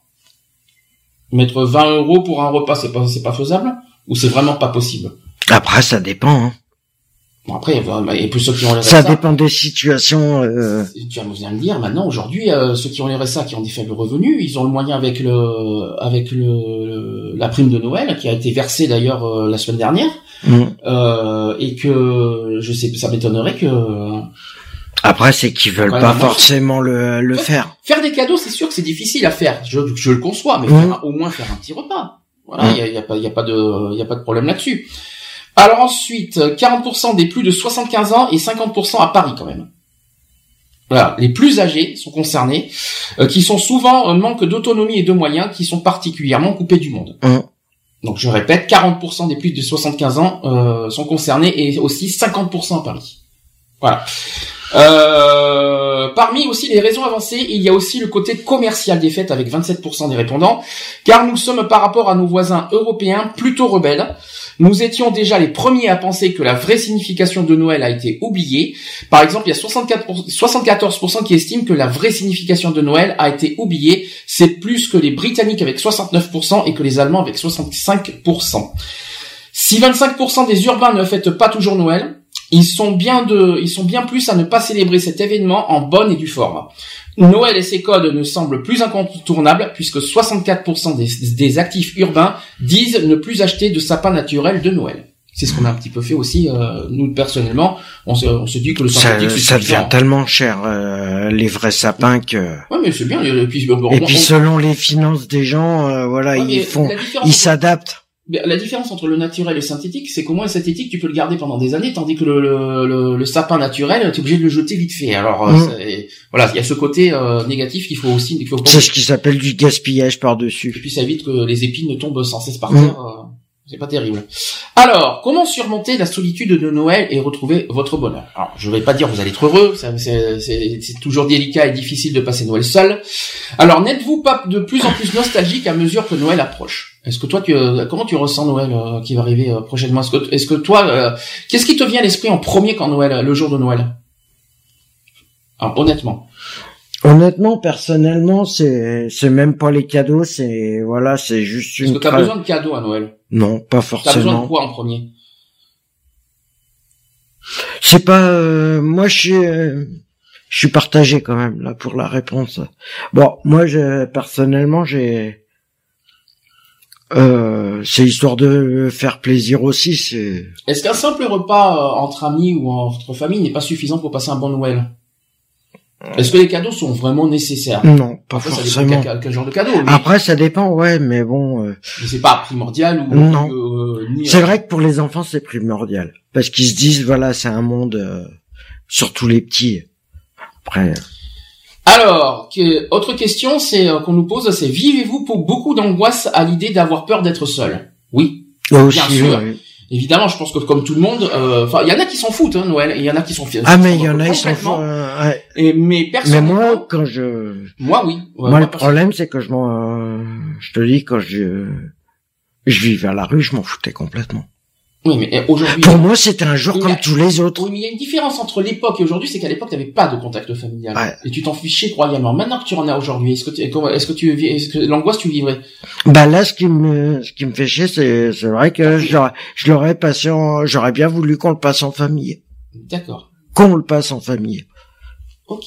Mettre vingt euros pour un repas, c'est pas, c'est pas faisable? Ou c'est vraiment pas possible? Après, ça dépend. Hein. Bon après, et puis ceux qui ont les ça R S A, dépend des situations. Euh... Tu vas me dire maintenant aujourd'hui, euh, ceux qui ont les R S A, qui ont des faibles revenus, ils ont le moyen avec le avec le, le la prime de Noël qui a été versée d'ailleurs euh, la semaine dernière, mmh. euh, et que je sais, ça m'étonnerait que. Après, c'est qu'ils veulent ouais, pas forcément le le faire, faire. Faire des cadeaux, c'est sûr que c'est difficile à faire. Je je le conçois, mais mmh. faire, au moins faire un petit repas. Voilà, il mmh. y a, y a pas y a pas de il y a pas de problème là-dessus. Alors ensuite, quarante pour cent des plus de soixante-quinze ans et cinquante pour cent à Paris quand même. Voilà, les plus âgés sont concernés, euh, qui sont souvent en manque d'autonomie et de moyens, qui sont particulièrement coupés du monde. Mmh. Donc je répète, quarante pour cent des plus de soixante-quinze ans euh, sont concernés et aussi cinquante pour cent à Paris. Voilà. Euh, parmi aussi les raisons avancées, il y a aussi le côté commercial des fêtes avec vingt-sept pour cent des répondants, car nous sommes par rapport à nos voisins européens plutôt rebelles. Nous étions déjà les premiers à penser que la vraie signification de Noël a été oubliée. Par exemple, il y a soixante-quatre pour cent, soixante-quatorze pour cent qui estiment que la vraie signification de Noël a été oubliée. C'est plus que les Britanniques avec soixante-neuf pour cent et que les Allemands avec soixante-cinq pour cent. Si vingt-cinq pour cent des urbains ne fêtent pas toujours Noël, ils sont bien de, ils sont bien plus à ne pas célébrer cet événement en bonne et due forme. Noël et ses codes ne semblent plus incontournables puisque soixante-quatre pour cent des, des actifs urbains disent ne plus acheter de sapin naturel de Noël. C'est ce qu'on a un petit peu fait aussi, euh, nous personnellement. On se, on se dit que le synthétique ça, ça devient tellement cher euh, les vrais sapins que. Ouais, mais c'est bien. Et puis, bon, et puis on... selon les finances des gens, euh, voilà, ouais, ils font, ils s'adaptent. La différence entre le naturel et le synthétique, c'est qu'au moins le synthétique, tu peux le garder pendant des années, tandis que le, le, le, le sapin naturel, tu es obligé de le jeter vite fait. Alors mmh. voilà, il y a ce côté euh, négatif qu'il faut aussi. Qu'il faut c'est ce qui s'appelle du gaspillage par-dessus. Et puis ça évite que les épines ne tombent sans cesse par terre. Mmh. Euh, c'est pas terrible. Alors, comment surmonter la solitude de Noël et retrouver votre bonheur? Alors, je vais pas dire vous allez être heureux, c'est, c'est, c'est, c'est toujours délicat et difficile de passer Noël seul. Alors, n'êtes-vous pas de plus en plus nostalgique à mesure que Noël approche? Est-ce que toi, tu, comment tu ressens Noël euh, qui va arriver euh, prochainement? Est-ce que, est-ce que toi, euh, qu'est-ce qui te vient à l'esprit en premier quand Noël, le jour de Noël? Alors, honnêtement. Honnêtement, personnellement, c'est c'est même pas les cadeaux, c'est voilà, c'est juste une. Est-ce que t'as tra... besoin de cadeaux à Noël? Non, pas forcément. T'as besoin de quoi en premier? C'est pas euh, moi, je suis euh, je suis partagé quand même là pour la réponse. Bon, moi, je personnellement, j'ai euh, c'est histoire de faire plaisir aussi. C'est. Est-ce qu'un simple repas euh, entre amis ou entre famille n'est pas suffisant pour passer un bon Noël? Est-ce que les cadeaux sont vraiment nécessaires? Non, pas Après, forcément. Ça dépend quel, quel genre de cadeau. Mais... Après, ça dépend, ouais, mais bon. Euh... Mais c'est pas primordial ou. Non. Euh, ni, c'est euh... vrai que pour les enfants, c'est primordial parce qu'ils se disent, voilà, c'est un monde, euh, surtout les petits. Après. Alors, que, autre question, c'est euh, qu'on nous pose, c'est vivez-vous pour beaucoup d'angoisse à l'idée d'avoir peur d'être seul? Oui. Bien aussi, sûr. Oui. Évidemment, je pense que comme tout le monde, enfin, euh, il y en a qui s'en foutent, hein, Noël, et il y en a qui sont fiers. Ah, mais il y en a qui s'en foutent. Euh, ouais. Et mais personnellement. Mais moi, quand je. Moi, oui. Ouais, moi, moi, le problème, c'est que je m'en, euh, je te dis, quand je, je vivais à la rue, je m'en foutais complètement. Oui, mais aujourd'hui. Pour moi, c'était un jour comme a... tous les autres. Oui, mais il y a une différence entre l'époque et aujourd'hui, c'est qu'à l'époque, t'avais pas de contact familial. Ouais. Et tu t'en fichais royalement. Maintenant que tu en as aujourd'hui, est-ce que tu, est-ce que tu, est-ce que l'angoisse tu vivrais? Bah là, ce qui me, ce qui me fait chier, c'est, c'est vrai que je l'aurais, je l'aurais passé en, j'aurais bien voulu qu'on le passe en famille. D'accord. Qu'on le passe en famille. Ok.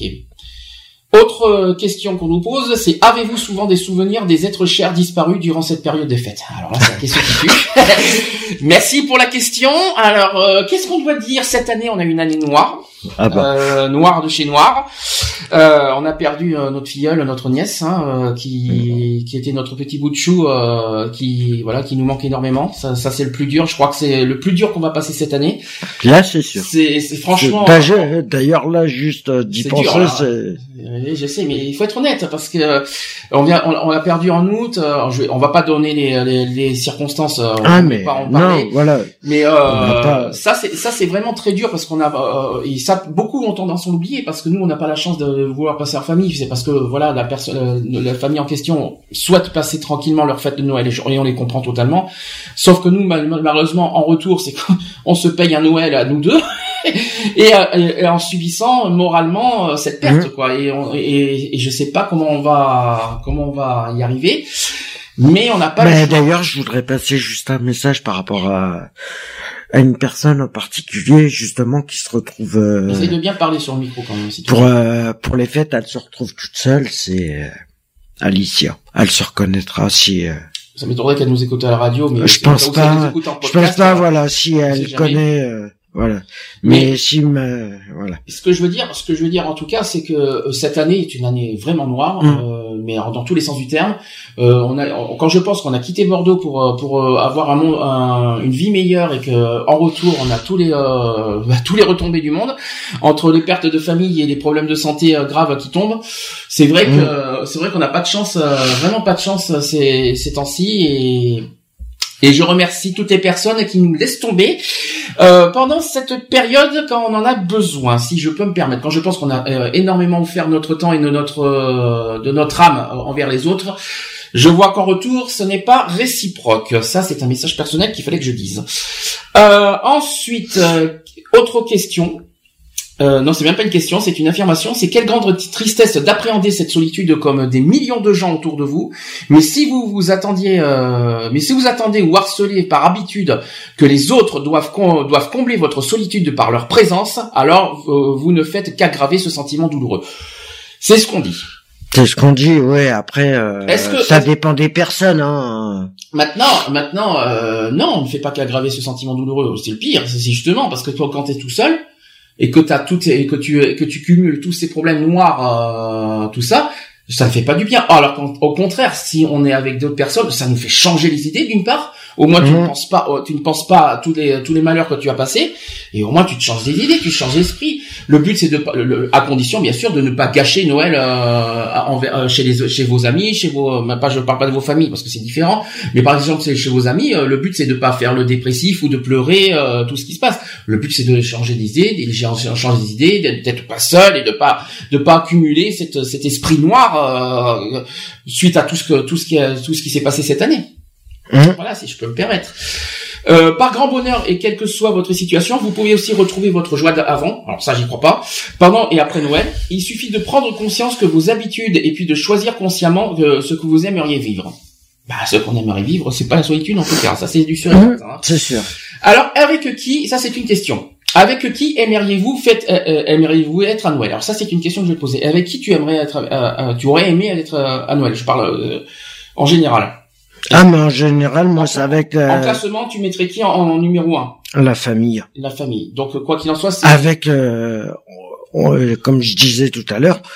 Autre question qu'on nous pose, c'est avez-vous souvent des souvenirs des êtres chers disparus durant cette période des fêtes? Alors là, c'est la question qui tue. Merci pour la question. Alors, euh, qu'est-ce qu'on doit dire? Cette année, on a une année noire. Ah bah. euh, noire de chez noir. Euh, on a perdu euh, notre filleule, notre nièce, hein, euh, qui qui était notre petit bout de chou, euh, qui voilà, qui nous manque énormément. Ça, ça c'est le plus dur. Je crois que c'est le plus dur qu'on va passer cette année. Là, c'est sûr. C'est, c'est franchement. Bah, je, d'ailleurs, là, juste euh, d'y c'est penser, dur, c'est. Je sais, mais il faut être honnête parce que euh, on vient, on, on l'a perdu en août. Euh, je vais, on va pas donner les, les, les circonstances. Euh, ah on mais peut pas en parler. Non, voilà. Mais euh, pas... ça, c'est ça, c'est vraiment très dur parce qu'on a, euh, et ça, beaucoup ont tendance à l'oublier parce que nous, on n'a pas la chance de vouloir passer en famille. C'est parce que voilà, la personne, la famille en question souhaite passer tranquillement leur fête de Noël et on les comprend totalement. Sauf que nous, malheureusement, en retour, c'est qu'on se paye un Noël à nous deux. Et, et, et en subissant moralement cette perte, mmh. quoi. Et, on, et, et je sais pas comment on va comment on va y arriver, mais on n'a pas. Mais d'ailleurs, je voudrais passer juste un message par rapport à à une personne en particulier, justement, qui se retrouve... Euh, Essaye de bien parler sur le micro quand même. Si tu pour euh, pour les fêtes, elle se retrouve toute seule, c'est euh, Alicia. Elle se reconnaîtra si... Euh, Ça m'étonnerait qu'elle nous écoute à la radio, mais... Je pense pas, podcast, je pense pas, voilà, si elle connaît... Euh, Voilà. Mais, mais si, me, voilà. Ce que je veux dire, ce que je veux dire en tout cas, c'est que euh, cette année est une année vraiment noire, mmh. euh, mais dans tous les sens du terme. Euh, on a, on, quand je pense qu'on a quitté Bordeaux pour pour euh, avoir un, monde, un une vie meilleure et que en retour on a tous les euh, tous les retombées du monde, entre les pertes de famille et les problèmes de santé euh, graves qui tombent, c'est vrai mmh. que euh, c'est vrai qu'on n'a pas de chance, euh, vraiment pas de chance euh, ces ces temps-ci et Et je remercie toutes les personnes qui nous laissent tomber euh, pendant cette période quand on en a besoin, si je peux me permettre. Quand je pense qu'on a euh, énormément offert notre temps et de notre euh, de notre âme envers les autres, je vois qu'en retour, ce n'est pas réciproque. Ça, c'est un message personnel qu'il fallait que je dise. Euh, ensuite, euh, autre question. Euh, non, c'est même pas une question, c'est une affirmation. C'est quelle grande tristesse d'appréhender cette solitude comme des millions de gens autour de vous. Mais si vous vous attendiez, euh, mais si vous attendez ou harcelez par habitude que les autres doivent com- doivent combler votre solitude par leur présence, alors euh, vous ne faites qu'aggraver ce sentiment douloureux. C'est ce qu'on dit. C'est ce qu'on dit, ouais. Après, euh, est-ce que, ça est-ce... dépend des personnes. Hein. Maintenant, maintenant, euh, non, on ne fait pas qu'aggraver ce sentiment douloureux. C'est le pire, c'est justement parce que toi, quand t'es tout seul. Et que t'as tout et que tu que tu cumules tous ces problèmes noirs, euh, tout ça, ça ne fait pas du bien. Alors qu'au contraire, si on est avec d'autres personnes, ça nous fait changer les idées d'une part. Au moins, mmh. tu ne penses pas, tu ne penses pas à tous les tous les malheurs que tu as passés, et au moins tu te changes des idées, tu changes d'esprit. Le but, c'est de, le, à condition bien sûr de ne pas gâcher Noël euh, envers, euh, chez les chez vos amis, chez vos, même pas, je parle pas de vos familles parce que c'est différent, mais par exemple c'est chez vos amis, euh, le but c'est de pas faire le dépressif ou de pleurer euh, tout ce qui se passe. Le but c'est de changer des idées, de changer des idées, d'être pas seul et de pas de pas accumuler cette cet esprit noir euh, suite à tout ce que tout ce qui a, tout ce qui s'est passé cette année. Mmh. Voilà, si je peux me permettre. Euh, par grand bonheur et quelle que soit votre situation, vous pouvez aussi retrouver votre joie d'avant. Alors ça, j'y crois pas. Pendant et après Noël, il suffit de prendre conscience que vos habitudes et puis de choisir consciemment euh, ce que vous aimeriez vivre. Bah, ce qu'on aimerait vivre, c'est pas la solitude en tout cas. Ça, c'est du sûr. Mmh, hein. C'est sûr. Alors, avec qui? Ça, c'est une question. Avec qui aimeriez-vous faites, euh, euh, aimeriez-vous être à Noël? Alors ça, c'est une question que je vais te poser. Avec qui tu aimerais être, euh, euh, tu aurais aimé être euh, à Noël? Je parle euh, en général. Ah, mais en général, moi, en, c'est avec... Euh, en classement, tu mettrais qui en, en numéro un? La famille. La famille. Donc, quoi qu'il en soit, c'est... Avec, euh, on, comme je disais tout à l'heure,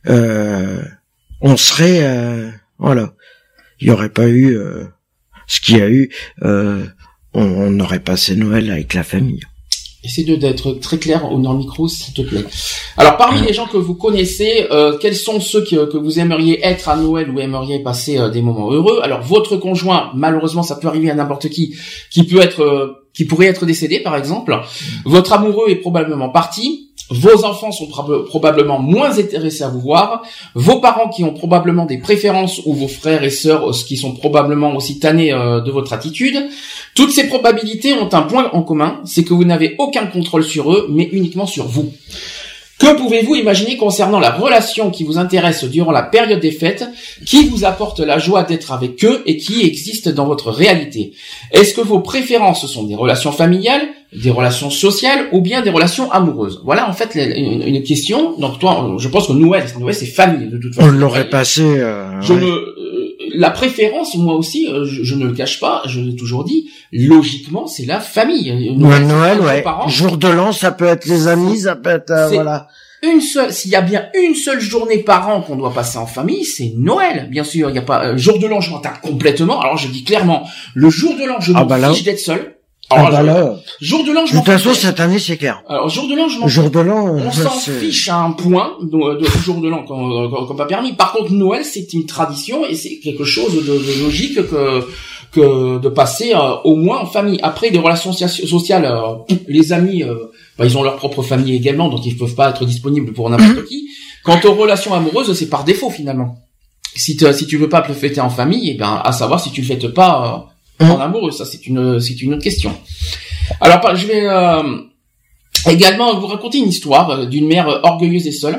euh, on serait... Euh, voilà. Il n'y aurait pas eu euh, ce qu'il y a eu. Euh, on, on aurait passé Noël avec la famille. Essaie de d'être très clair au dans le micro, s'il te plaît. Alors, parmi les gens que vous connaissez, euh, quels sont ceux que, que vous aimeriez être à Noël ou aimeriez passer euh, des moments heureux? Alors, votre conjoint, malheureusement, ça peut arriver à n'importe qui, qui peut être, euh, qui pourrait être décédé, par exemple. Votre amoureux est probablement parti. Vos enfants sont prob- probablement moins intéressés à vous voir. Vos parents qui ont probablement des préférences ou vos frères et sœurs qui sont probablement aussi tannés euh, de votre attitude. Toutes ces probabilités ont un point en commun, c'est que vous n'avez aucun contrôle sur eux, mais uniquement sur vous. Que pouvez-vous imaginer concernant la relation qui vous intéresse durant la période des fêtes, qui vous apporte la joie d'être avec eux et qui existe dans votre réalité? Est-ce que vos préférences sont des relations familiales, des relations sociales ou bien des relations amoureuses? Voilà en fait une, une question. Donc toi, je pense que Noël, Noël c'est famille de toute façon. On l'aurait passé. Euh, je ouais. me, euh, la préférence, moi aussi, euh, je, je ne le cache pas, je l'ai toujours dit. Logiquement, c'est la famille. Noël, Noël, ouais. Jour de l'an, ça peut être les amis, ça peut être euh, voilà. Une seule, s'il y a bien une seule journée par an qu'on doit passer en famille, c'est Noël. Bien sûr, il y a pas euh, jour de l'an, je m'en tape complètement. Alors je dis clairement, le jour de l'an, je ah m'en bah fiche d'être seul. Alors, ah bah là. Jour de l'an, je m'en fiche. De toute façon, fiche. cette année, c'est clair. Alors jour de l'an, je m'en jour de l'an, on s'en c'est... fiche à un point de, de jour de l'an comme, comme pas permis. Par contre, Noël, c'est une tradition et c'est quelque chose de, de logique que que de passer euh, au moins en famille. Après, des relations sociales, euh, les amis, euh, bah, ils ont leur propre famille également, donc ils peuvent pas être disponibles pour n'importe qui. Quant aux relations amoureuses, c'est par défaut finalement. Si tu si tu veux pas le fêter en famille, et ben à savoir si tu le fêtes pas euh, en amoureux, ça c'est une c'est une autre question. Alors je vais euh, également vous raconter une histoire d'une mère orgueilleuse et seule.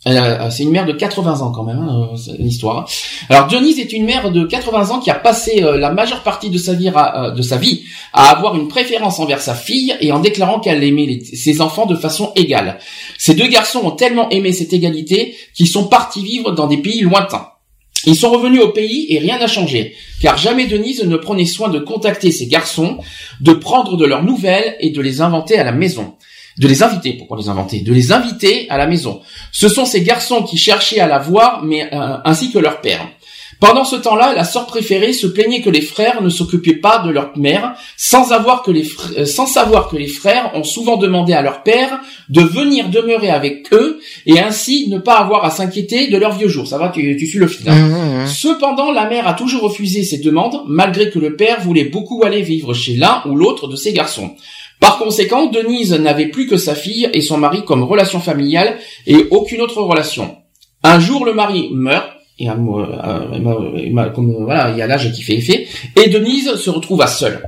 Elle a, c'est une mère de quatre-vingts ans quand même, hein, c'est l'histoire. Alors Denise est une mère de quatre-vingts ans qui a passé euh, la majeure partie de sa vie à, euh, de sa vie à avoir une préférence envers sa fille et en déclarant qu'elle aimait les, ses enfants de façon égale. Ces deux garçons ont tellement aimé cette égalité qu'ils sont partis vivre dans des pays lointains. Ils sont revenus au pays et rien n'a changé, car jamais Denise ne prenait soin de contacter ces garçons, de prendre de leurs nouvelles et de les inventer à la maison. De les inviter, pourquoi les inventer? De les inviter à la maison. Ce sont ces garçons qui cherchaient à la voir, mais euh, ainsi que leur père. Pendant ce temps-là, la sœur préférée se plaignait que les frères ne s'occupaient pas de leur mère, sans avoir que les frères, sans savoir que les frères ont souvent demandé à leur père de venir demeurer avec eux et ainsi ne pas avoir à s'inquiéter de leurs vieux jours. Ça va, tu, tu suis le fil. Hein. Mmh, mmh. Cependant, la mère a toujours refusé ces demandes, malgré que le père voulait beaucoup aller vivre chez l'un ou l'autre de ses garçons. Par conséquent, Denise n'avait plus que sa fille et son mari comme relation familiale et aucune autre relation. Un jour, le mari meurt, et euh, euh, comme voilà, il y a l'âge qui fait effet, et Denise se retrouve seule.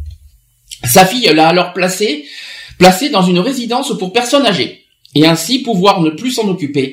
Sa fille l'a alors placée, placée dans une résidence pour personnes âgées, et ainsi pouvoir ne plus s'en occuper,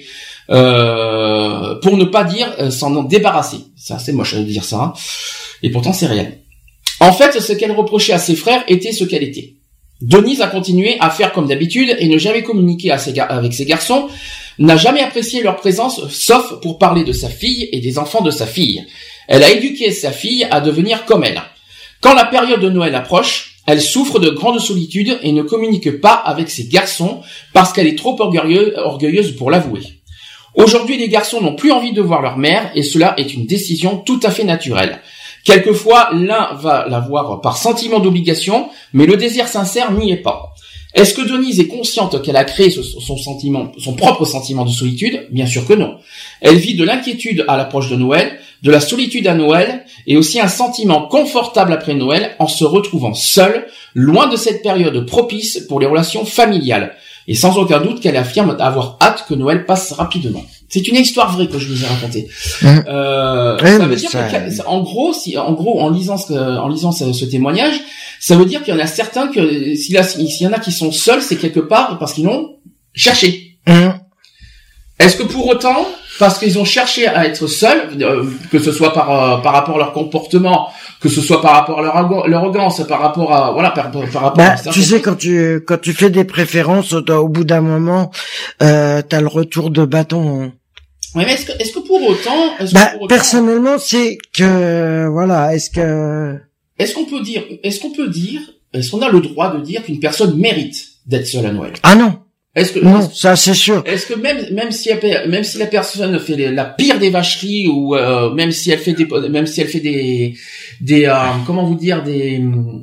euh, pour ne pas dire euh, s'en débarrasser. C'est assez moche de dire ça, hein. Et pourtant c'est réel. En fait, ce qu'elle reprochait à ses frères était ce qu'elle était. Denise a continué à faire comme d'habitude et ne jamais communiquer à ses gar- avec ses garçons, n'a jamais apprécié leur présence, sauf pour parler de sa fille et des enfants de sa fille. Elle a éduqué sa fille à devenir comme elle. Quand la période de Noël approche, elle souffre de grande solitude et ne communique pas avec ses garçons parce qu'elle est trop orgueilleuse, orgueilleuse pour l'avouer. Aujourd'hui, les garçons n'ont plus envie de voir leur mère et cela est une décision tout à fait naturelle. Quelquefois, l'un va la voir par sentiment d'obligation, mais le désir sincère n'y est pas. Est-ce que Denise est consciente qu'elle a créé ce, son sentiment, son propre sentiment de solitude? Bien sûr que non. Elle vit de l'inquiétude à l'approche de Noël, de la solitude à Noël, et aussi un sentiment confortable après Noël en se retrouvant seule, loin de cette période propice pour les relations familiales. Et sans aucun doute qu'elle affirme avoir hâte que Noël passe rapidement. C'est une histoire vraie que je vous ai racontée. Mmh. Euh, ouais, ça veut dire ça... que, en gros, si, en gros, en lisant ce, en lisant ce, ce témoignage, ça veut dire qu'il y en a certains que, s'il y, a, s'il y en a qui sont seuls, c'est quelque part parce qu'ils l'ont cherché. Mmh. Est-ce que pour autant, parce qu'ils ont cherché à être seuls, euh, que ce soit par, euh, par rapport à leur comportement, que ce soit par rapport à leur, leur arrogance, par rapport à, voilà, par, par rapport bah, à ça. Tu sais, quand tu, quand tu fais des préférences, au, au bout d'un moment, euh, t'as le retour de bâton. Ouais, mais est-ce que, est-ce que pour autant, est-ce bah, que pour autant, personnellement, c'est que, voilà, est-ce que, est-ce qu'on peut dire, est-ce qu'on peut dire, est-ce qu'on a le droit de dire qu'une personne mérite d'être seule à Noël? Ah non. Est-ce que non, ça c'est sûr. Est-ce que même même si elle, même si la personne fait les, la pire des vacheries ou euh, même si elle fait des même si elle fait des des euh, comment vous dire des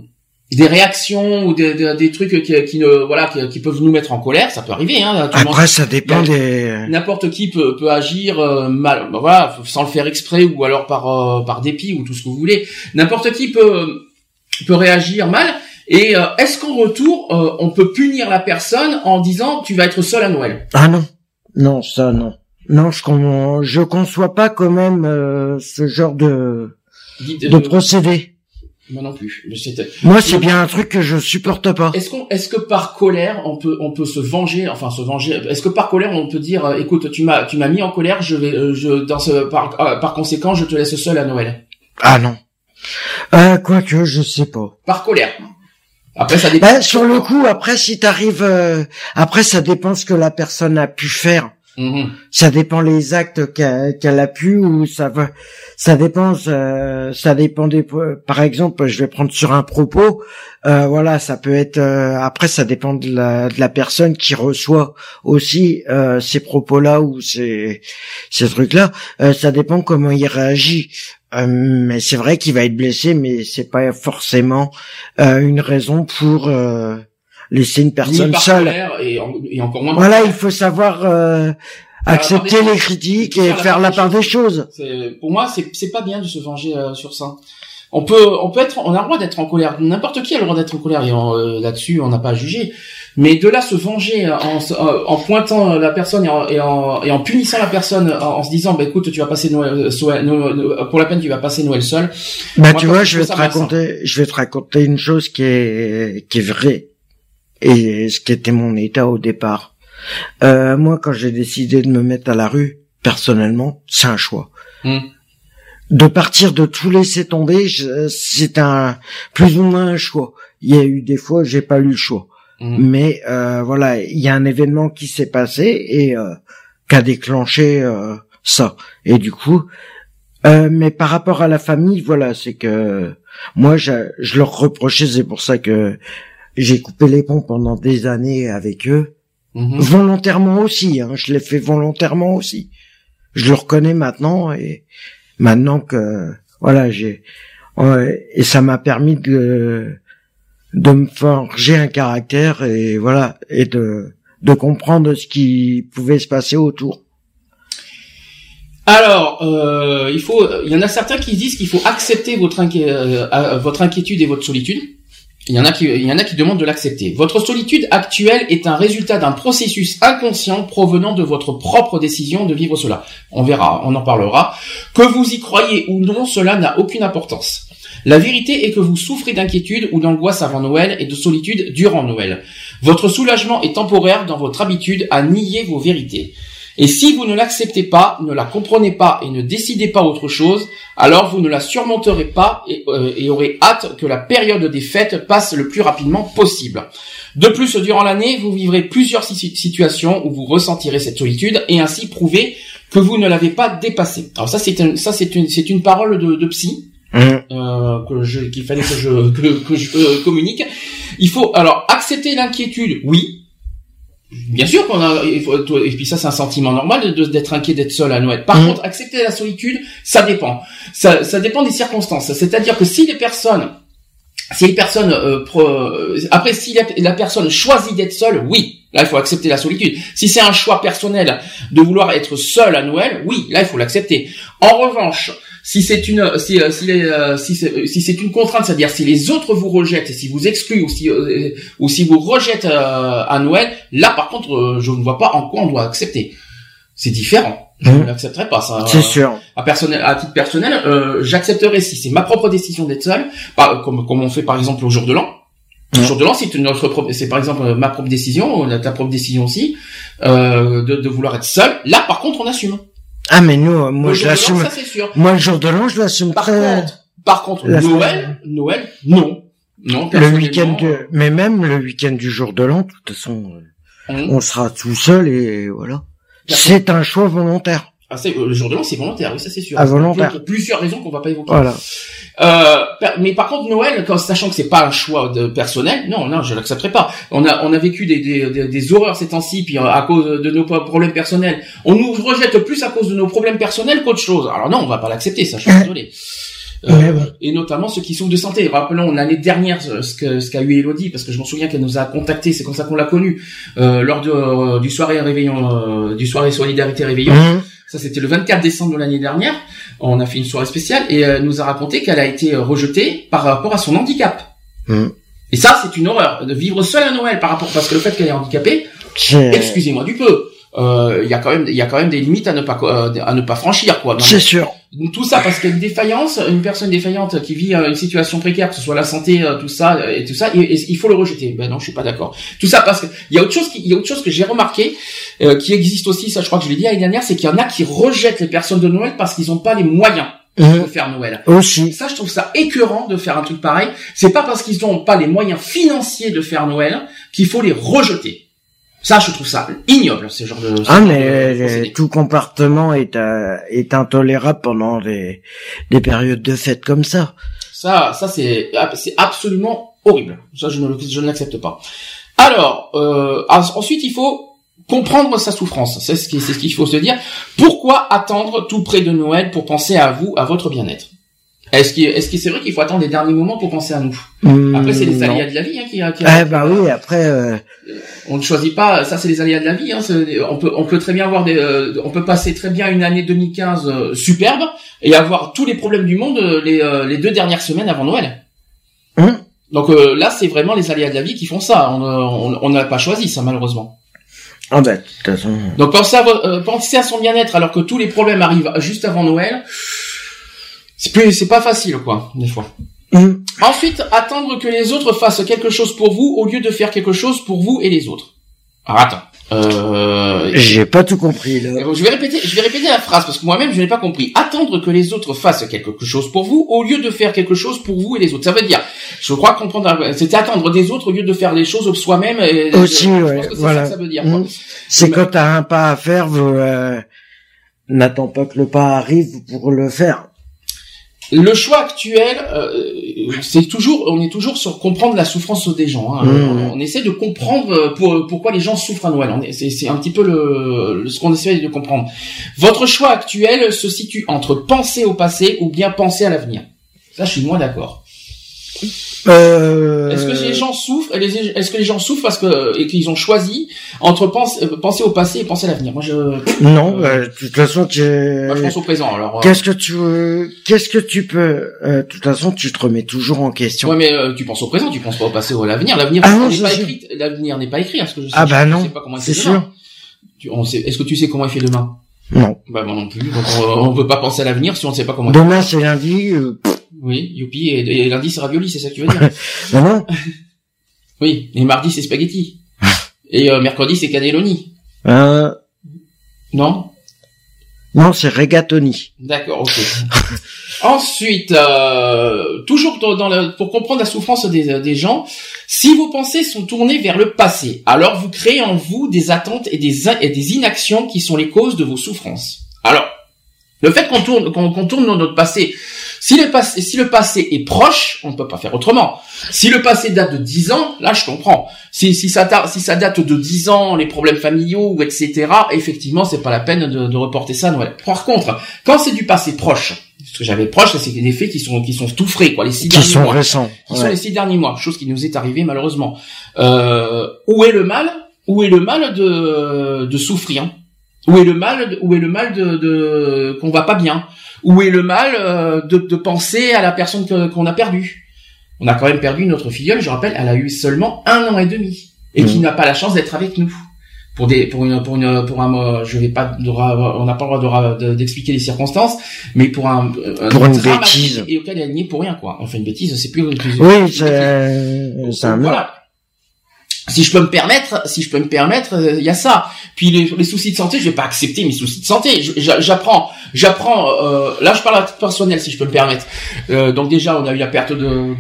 des réactions ou des, des, des trucs qui, qui ne voilà qui, qui peuvent nous mettre en colère, ça peut arriver hein. Tout Après monde, ça dépend des n'importe qui peut peut agir euh, mal, bah, voilà, sans le faire exprès ou alors par euh, par dépit ou tout ce que vous voulez. N'importe qui peut peut réagir mal. Et euh, est-ce qu'en retour, euh, on peut punir la personne en disant tu vas être seul à Noël? Ah non, non ça non, non je con... je conçois pas quand même euh, ce genre de de, de procédé. Moi non plus. Moi c'est bien un truc que je supporte pas. Est-ce qu'on, est-ce que par colère on peut on peut se venger, enfin se venger. Est-ce que par colère on peut dire euh, écoute tu m'as tu m'as mis en colère, je vais euh, je dans ce par euh, par conséquent je te laisse seul à Noël? Ah non. Euh, quoique je sais pas. Par colère. Après ça dépend. Ben, sur le coup, après si t'arrives, euh, après ça dépend ce que la personne a pu faire. Mmh. Ça dépend les actes qu'elle, qu'elle a pu ou ça va, ça dépend, euh, ça dépend des. Par exemple, je vais prendre sur un propos. Euh, voilà, ça peut être. Euh, après, ça dépend de la, de la personne qui reçoit aussi euh, ces propos-là ou ces ces trucs-là. Euh, ça dépend comment il réagit. Euh, mais c'est vrai qu'il va être blessé, mais c'est pas forcément euh, une raison pour euh, laisser une personne seule. Et, en, et encore moins. Voilà, il faut savoir euh, accepter les critiques et faire la part des choses. C'est, pour moi, c'est c'est pas bien de se venger euh, sur ça. On peut, on peut être, on a le droit d'être en colère. N'importe qui a le droit d'être en colère. Et en, euh, là-dessus, on n'a pas à juger. Mais de là se venger en, en pointant la personne et en, et en, et en punissant la personne en, en se disant bah écoute tu vas passer Noël, Noël pour la peine tu vas passer Noël seul. Bah moi, tu vois je vais te raconter je vais te raconter une chose qui est qui est vraie et ce qui était mon état au départ. Euh, moi, quand j'ai décidé de me mettre à la rue, personnellement, c'est un choix. Mmh. De partir, de tout laisser tomber, je, c'est un plus ou moins un choix. Il y a eu des fois où j'ai pas eu le choix, mmh. mais euh, voilà, il y a un événement qui s'est passé et euh, qui a déclenché euh, ça. Et du coup, euh, mais par rapport à la famille, voilà, c'est que moi, je, je leur reprochais, c'est pour ça que j'ai coupé les ponts pendant des années avec eux, mmh. volontairement aussi. Hein, je l'ai fait volontairement aussi. Je le reconnais maintenant et maintenant que voilà, j'ai ouais, et ça m'a permis de de me forger un caractère et voilà et de de comprendre ce qui pouvait se passer autour. Alors, euh, il faut, il y en a certains qui disent qu'il faut accepter votre inqui- euh, votre inquiétude et votre solitude. Il y en a qui, il y en a qui demandent de l'accepter. Votre solitude actuelle est un résultat d'un processus inconscient provenant de votre propre décision de vivre cela. On verra, on en parlera. Que vous y croyez ou non, cela n'a aucune importance. La vérité est que vous souffrez d'inquiétude ou d'angoisse avant Noël et de solitude durant Noël. Votre soulagement est temporaire dans votre habitude à nier vos vérités. Et si vous ne l'acceptez pas, ne la comprenez pas et ne décidez pas autre chose, alors vous ne la surmonterez pas et, euh, et aurez hâte que la période des fêtes passe le plus rapidement possible. De plus, durant l'année, vous vivrez plusieurs situations où vous ressentirez cette solitude et ainsi prouver que vous ne l'avez pas dépassée. Alors ça, c'est un, ça c'est une, c'est une parole de, de psy. Mmh. Euh, que je, qu'il fallait que je, que, que je euh, communique. Il faut alors accepter l'inquiétude, oui. Bien sûr qu'on a, il faut, et puis ça c'est un sentiment normal de, d'être inquiet, d'être seul à Noël. Par mmh. contre, accepter la solitude, ça dépend. Ça, ça dépend des circonstances. C'est-à-dire que si les personnes, si les personnes, euh, pro, euh, après si la, la personne choisit d'être seule, oui, là il faut accepter la solitude. Si c'est un choix personnel de vouloir être seul à Noël, oui, là il faut l'accepter. En revanche, si c'est une, si, si, les, si, c'est, si c'est une contrainte, c'est-à-dire si les autres vous rejettent, si vous excluent ou si, euh, ou si vous rejettent euh, à Noël, là par contre, euh, je ne vois pas en quoi on doit accepter. C'est différent. Je mmh. ne l'accepterai pas. Ça, c'est euh, sûr. À, personnel, à titre personnel, euh, j'accepterai si c'est ma propre décision d'être seul, par, comme, comme on fait par exemple au jour de l'an. Mmh. Le jour de l'an, c'est une autre propre, c'est par exemple ma propre décision, ta propre décision aussi, euh, de, de vouloir être seul. Là, par contre, on assume. Ah mais nous, moi le je l'assume. Ça, c'est sûr. Moi le jour de l'an, je l'assume par très. Contre, par contre, la Noël, Noël, non, non. Le week-end, de... mais même le week-end du jour de l'an, de toute façon, mmh. on sera tout seul et voilà. C'est un choix volontaire. Ah, c'est, le jour de l'an, c'est volontaire, oui, ça c'est sûr. Ah, volontaire. Pour plusieurs raisons qu'on va pas évoquer. Voilà. Euh, mais par contre, Noël, quand, sachant que c'est pas un choix de personnel, non, non, je l'accepterai pas. On a, on a vécu des, des, des, des horreurs ces temps-ci, puis à cause de nos problèmes personnels. On nous rejette plus à cause de nos problèmes personnels qu'autre chose. Alors non, on va pas l'accepter, ça, je suis désolé. Euh, ouais, ouais. Et notamment ceux qui souffrent de santé. Rappelons l'année dernière ce que ce qu'a eu Elodie, parce que je m'en souviens qu'elle nous a contacté, c'est comme ça qu'on l'a connue, euh, lors de, euh, du soirée réveillon, euh, du soirée solidarité réveillon. Mmh. Ça, c'était le vingt-quatre décembre de l'année dernière. On a fait une soirée spéciale et elle nous a raconté qu'elle a été rejetée par rapport à son handicap. Mmh. Et ça, c'est une horreur de vivre seule à Noël par rapport, parce que le fait qu'elle est handicapée, c'est... excusez-moi du peu. Euh, il y a quand même, il y a quand même des limites à ne pas, euh, à ne pas franchir, quoi. Donc, c'est sûr. Tout ça parce qu'il y a une défaillance, une personne défaillante qui vit euh, une situation précaire, que ce soit la santé, euh, tout ça et tout ça, et, et il faut le rejeter. Ben non, je suis pas d'accord. Tout ça parce que il y a autre chose qui, il y a autre chose que j'ai remarqué, euh, qui existe aussi. Ça, je crois que je l'ai dit l'année dernière, c'est qu'il y en a qui rejettent les personnes de Noël parce qu'ils n'ont pas les moyens mmh. de faire Noël. Aussi. Ça, je trouve ça écœurant de faire un truc pareil. C'est pas parce qu'ils n'ont pas les moyens financiers de faire Noël qu'il faut les rejeter. Ça, je trouve ça ignoble, ce genre de... Ah, mais de tout comportement est euh, est intolérable pendant des des périodes de fête comme ça. Ça, ça c'est c'est absolument horrible. Ça, je ne je ne l'accepte pas. Alors, euh, ensuite, il faut comprendre sa souffrance. C'est ce qui c'est ce qu'il faut se dire. Pourquoi attendre tout près de Noël pour penser à vous, à votre bien-être? Est-ce qu'il est-ce que c'est vrai qu'il faut attendre les derniers moments pour penser à nous? Mmh, après, c'est les aléas de la vie, hein, qui, qui Ah, bah oui, après, euh... on ne choisit pas, ça c'est les aléas de la vie, hein, on peut, on peut très bien avoir des, euh, on peut passer très bien une année deux mille quinze euh, superbe et avoir tous les problèmes du monde euh, les, euh, les deux dernières semaines avant Noël. Mmh. Donc euh, là, c'est vraiment les aléas de la vie qui font ça. On n'a pas choisi ça, malheureusement. Ah ben, de toute façon. Donc penser à, euh, penser à son bien-être alors que tous les problèmes arrivent juste avant Noël, c'est plus, c'est pas facile, quoi, des fois. Mmh. Ensuite, attendre que les autres fassent quelque chose pour vous au lieu de faire quelque chose pour vous et les autres. Alors attends, Euh, J'ai pas tout compris là. Je vais répéter, je vais répéter la phrase parce que moi-même je n'ai pas compris. Attendre que les autres fassent quelque chose pour vous au lieu de faire quelque chose pour vous et les autres. Ça veut dire, je crois comprendre, c'était attendre des autres au lieu de faire les choses soi-même. Et, Aussi, je, ouais, je pense que c'est voilà. ça que ça veut dire. Mmh. C'est quand t'as un pas à faire, vous, euh, n'attends pas que le pas arrive pour le faire. Le choix actuel, euh, c'est toujours, on est toujours sur comprendre la souffrance des gens. Hein. Mmh. On, on essaie de comprendre pour, pourquoi les gens souffrent à Noël. On est, c'est, c'est un petit peu le, le ce qu'on essaie de comprendre. Votre choix actuel se situe entre penser au passé ou bien penser à l'avenir. Ça, je suis moins d'accord. Euh... Est-ce que les gens souffrent Est-ce que les gens souffrent parce que et qu'ils ont choisi entre penser, penser au passé et penser à l'avenir? Moi, je non. Euh, de toute façon, tu. Moi, je pense au présent. Alors. Qu'est-ce que tu veux Qu'est-ce que tu peux euh, De toute façon, tu te remets toujours en question. Ouais, mais euh, tu penses au présent, tu penses pas au passé ou à l'avenir. L'avenir ah non, n'est pas sûr. écrit. L'avenir n'est pas écrit. Parce que je sais, ah bah je non. sais pas comment il c'est fait sûr. Demain. Tu, on sait. Est-ce que tu sais comment il fait demain? Non. Bah moi non plus. Donc on, on peut pas penser à l'avenir si on ne sait pas comment. Demain c'est lundi. Euh... Oui, youpi, et, et lundi c'est ravioli, c'est ça que tu veux dire? Non, non. Oui, et mardi c'est spaghetti. Et euh, mercredi c'est cannelloni. Euh... Non? Non, c'est rigatoni. D'accord, ok. Ensuite, euh, toujours dans le, pour comprendre la souffrance des, des gens, si vos pensées sont tournées vers le passé, alors vous créez en vous des attentes et des, et des inactions qui sont les causes de vos souffrances. Alors, le fait qu'on tourne, qu'on, qu'on tourne dans notre passé, si le passé, si le passé est proche, on ne peut pas faire autrement. Si le passé date de dix ans, là, je comprends. Si, si ça, si ça date de dix ans, les problèmes familiaux, et cetera, effectivement, c'est pas la peine de, de reporter ça à Noël. Par contre, quand c'est du passé proche, ce que j'avais proche, c'est des faits qui sont, qui sont tout frais, quoi, les six qui derniers sont mois. récents. Qui ouais. sont les six derniers mois. Chose qui nous est arrivée, malheureusement. Euh, où est le mal? Où est le mal de, de souffrir? Où est le mal, de, où est le mal de, de, qu'on va pas bien? Où est le mal euh, de, de penser à la personne que, qu'on a perdue? On a quand même perdu notre filleule, je rappelle, elle a eu seulement un an et demi et mmh. qui n'a pas la chance d'être avec nous. Pour des, pour une, pour une, pour un, je vais pas, on n'a pas le droit de, de, d'expliquer les circonstances, mais pour un, un pour une bêtise et auquel elle n'y est pour rien, quoi. Enfin, une bêtise, c'est plus, plus oui, c'est, c'est un voilà. Si je peux me permettre, si je peux me permettre, il euh, y a ça. Puis les, les soucis de santé, je vais pas accepter mes soucis de santé. Je, j'apprends, j'apprends. Euh, là, je parle à titre personnel, si je peux me permettre. Euh, donc déjà, on a eu la perte de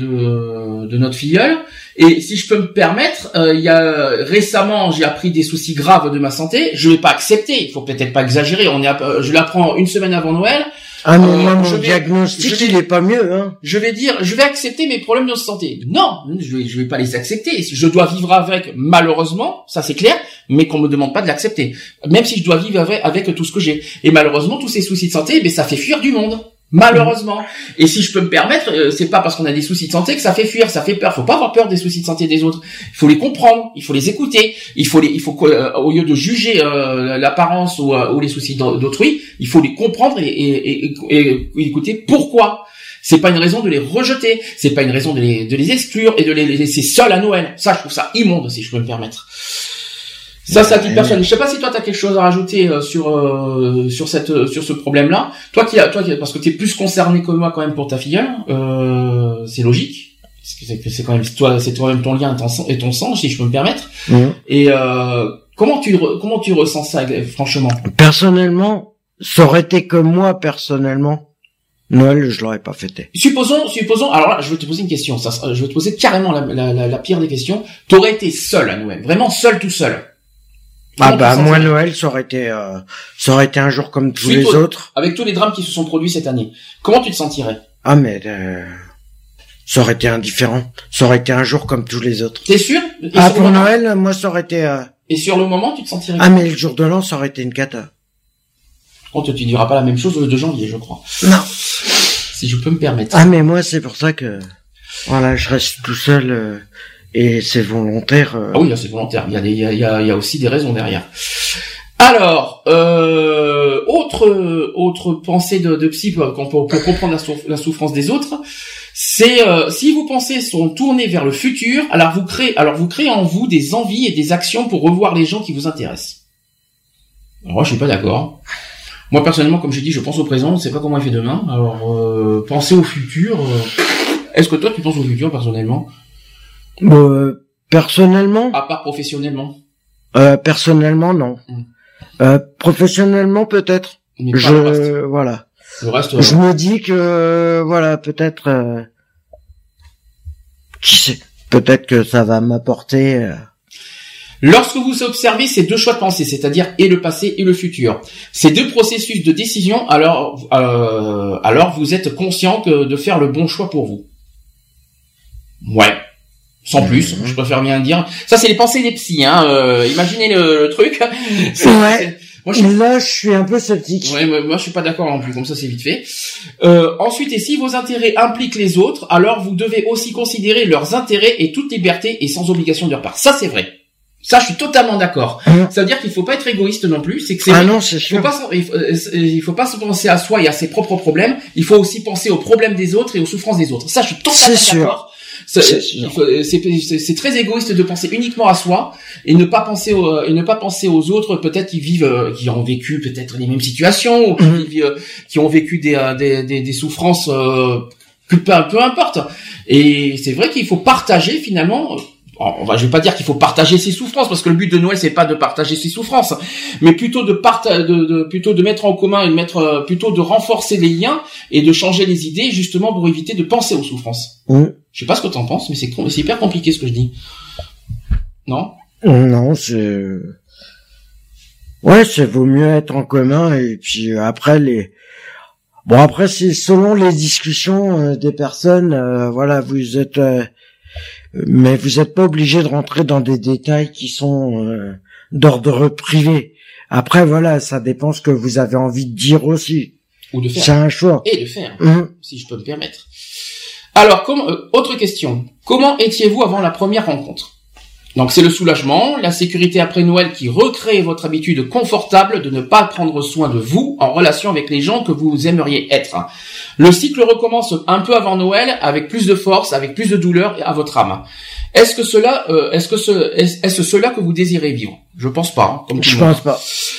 de, de notre filleule. Et si je peux me permettre, il euh, y a récemment, j'ai appris des soucis graves de ma santé. Je vais pas accepter. Il faut peut-être pas exagérer. On est, à, je l'apprends une semaine avant Noël. Ah non, moi, euh, mon je vais, diagnostic, je vais, il est pas mieux, hein. Je vais dire, je vais accepter mes problèmes de santé. Non, je vais, je vais pas les accepter. Je dois vivre avec, malheureusement, ça c'est clair, mais qu'on me demande pas de l'accepter. Même si je dois vivre avec, avec tout ce que j'ai. Et malheureusement, tous ces soucis de santé, ben, ça fait fuir du monde. Malheureusement. Mmh. Et si je peux me permettre, euh, c'est pas parce qu'on a des soucis de santé que ça fait fuir, ça fait peur. Faut pas avoir peur des soucis de santé des autres. Il faut les comprendre, il faut les écouter, il faut les, il faut euh, au lieu de juger euh, l'apparence ou, euh, ou les soucis d'autrui, il faut les comprendre et, et, et, et, et écouter pourquoi. C'est pas une raison de les rejeter, c'est pas une raison de les, de les exclure et de les laisser seuls à Noël. Ça, je trouve ça immonde, si je peux me permettre. Ça, c'est à titre personnel. Je sais pas si toi t'as quelque chose à rajouter euh, sur euh, sur cette euh, sur ce problème-là. Toi qui toi qui, parce que t'es plus concerné que moi quand même pour ta filleule, euh, c'est logique. C'est, c'est quand même toi, c'est toi-même ton lien et ton sang, et ton sang, si je peux me permettre. Mmh. Et euh, comment tu comment tu ressens ça, franchement? Personnellement, ça aurait été que moi personnellement. Noël, je l'aurais pas fêté. Supposons, supposons. Alors là, je vais te poser une question. Ça, je vais te poser carrément la, la, la, la pire des questions. T'aurais été seul à Noël, vraiment seul, tout seul. Comment ah bah moi Noël ça aurait été euh, ça aurait été un jour comme tous Suite les au, autres. Avec tous les drames qui se sont produits cette année, comment tu te sentirais? Ah mais euh, ça aurait été indifférent. Ça aurait été un jour comme tous les autres. T'es sûr? Et ah pour Noël, moi ça aurait été. Euh... Et sur le moment, tu te sentirais? Ah mais le jour de l'an, ça aurait été une cata. Oh, tu diras pas la même chose le deux janvier, je crois. Non. Si je peux me permettre. Ah mais moi c'est pour ça que voilà, je reste tout seul. Euh... Et c'est volontaire. Euh... Ah oui, là c'est volontaire. Il y a des, il y a, il y a, il y a aussi des raisons derrière. Alors, euh, autre, autre pensée de, de psy pour, pour, pour comprendre la, souf, la souffrance des autres, c'est euh, si vos pensées sont tournées vers le futur, alors vous créez, alors vous créez en vous des envies et des actions pour revoir les gens qui vous intéressent. Alors moi, je suis pas d'accord. Moi personnellement, comme j'ai dit, je pense au présent. On ne sait pas comment il fait demain. Alors, euh, penser au futur. Euh... Est-ce que toi, tu penses au futur personnellement? Euh, personnellement, à part professionnellement. Euh, personnellement, non. Mmh. Euh, professionnellement, peut-être. Mais pas je, le reste. Voilà. Le reste, je euh... me dis que, voilà, peut-être, euh... qui sait, peut-être que ça va m'apporter. Euh... Lorsque vous observez ces deux choix de pensée, c'est-à-dire et le passé et le futur, ces deux processus de décision, alors, euh, alors vous êtes conscient que de faire le bon choix pour vous. Ouais. Sans mmh. plus, je préfère bien dire. Ça, c'est les pensées des psys, hein. Euh, imaginez le, le truc. C'est, ouais. C'est... Moi, je... Là, je suis un peu sceptique. Ouais, moi, moi, je suis pas d'accord non plus. Comme ça, c'est vite fait. Euh, ensuite, et si vos intérêts impliquent les autres, alors vous devez aussi considérer leurs intérêts et toute liberté et sans obligation de leur part. Ça, c'est vrai. Ça, je suis totalement d'accord. Mmh. Ça veut dire qu'il faut pas être égoïste non plus. C'est que c'est. Ah non, c'est sûr. Faut pas, il, faut, il faut pas se penser à soi et à ses propres problèmes. Il faut aussi penser aux problèmes des autres et aux souffrances des autres. Ça, je suis totalement c'est d'accord. C'est, c'est, c'est, c'est, c'est très égoïste de penser uniquement à soi et ne pas penser aux, et ne pas penser aux autres, peut-être qui vivent, qui ont vécu peut-être les mêmes situations ou qui, mmh. vivent, qui ont vécu des, des, des, des souffrances, euh, peu, peu importe. Et c'est vrai qu'il faut partager finalement. On va, je vais pas dire qu'il faut partager ses souffrances parce que le but de Noël c'est pas de partager ses souffrances, mais plutôt de parta- de, de plutôt de mettre en commun et de mettre plutôt de renforcer les liens et de changer les idées justement pour éviter de penser aux souffrances. Mmh. Je sais pas ce que t'en penses, mais c'est c'est hyper compliqué ce que je dis. Non ? Non, c'est ouais, c'est vaut mieux être en commun et puis après les bon après c'est selon les discussions euh, des personnes, euh, voilà, vous êtes euh... mais vous n'êtes pas obligé de rentrer dans des détails qui sont euh, d'ordre privé. Après, voilà, ça dépend ce que vous avez envie de dire aussi. Ou de faire. C'est un choix. Et de faire, mmh. si je peux me permettre. Alors, comme, euh, autre question. Comment étiez-vous avant la première rencontre ? Donc, c'est le soulagement, la sécurité après Noël qui recrée votre habitude confortable de ne pas prendre soin de vous en relation avec les gens que vous aimeriez être. Le cycle recommence un peu avant Noël avec plus de force, avec plus de douleur à votre âme. Est-ce que cela, euh, est-ce que ce, est-ce, est-ce cela que vous désirez vivre ? Je pense pas. Hein, comme Je pense pas.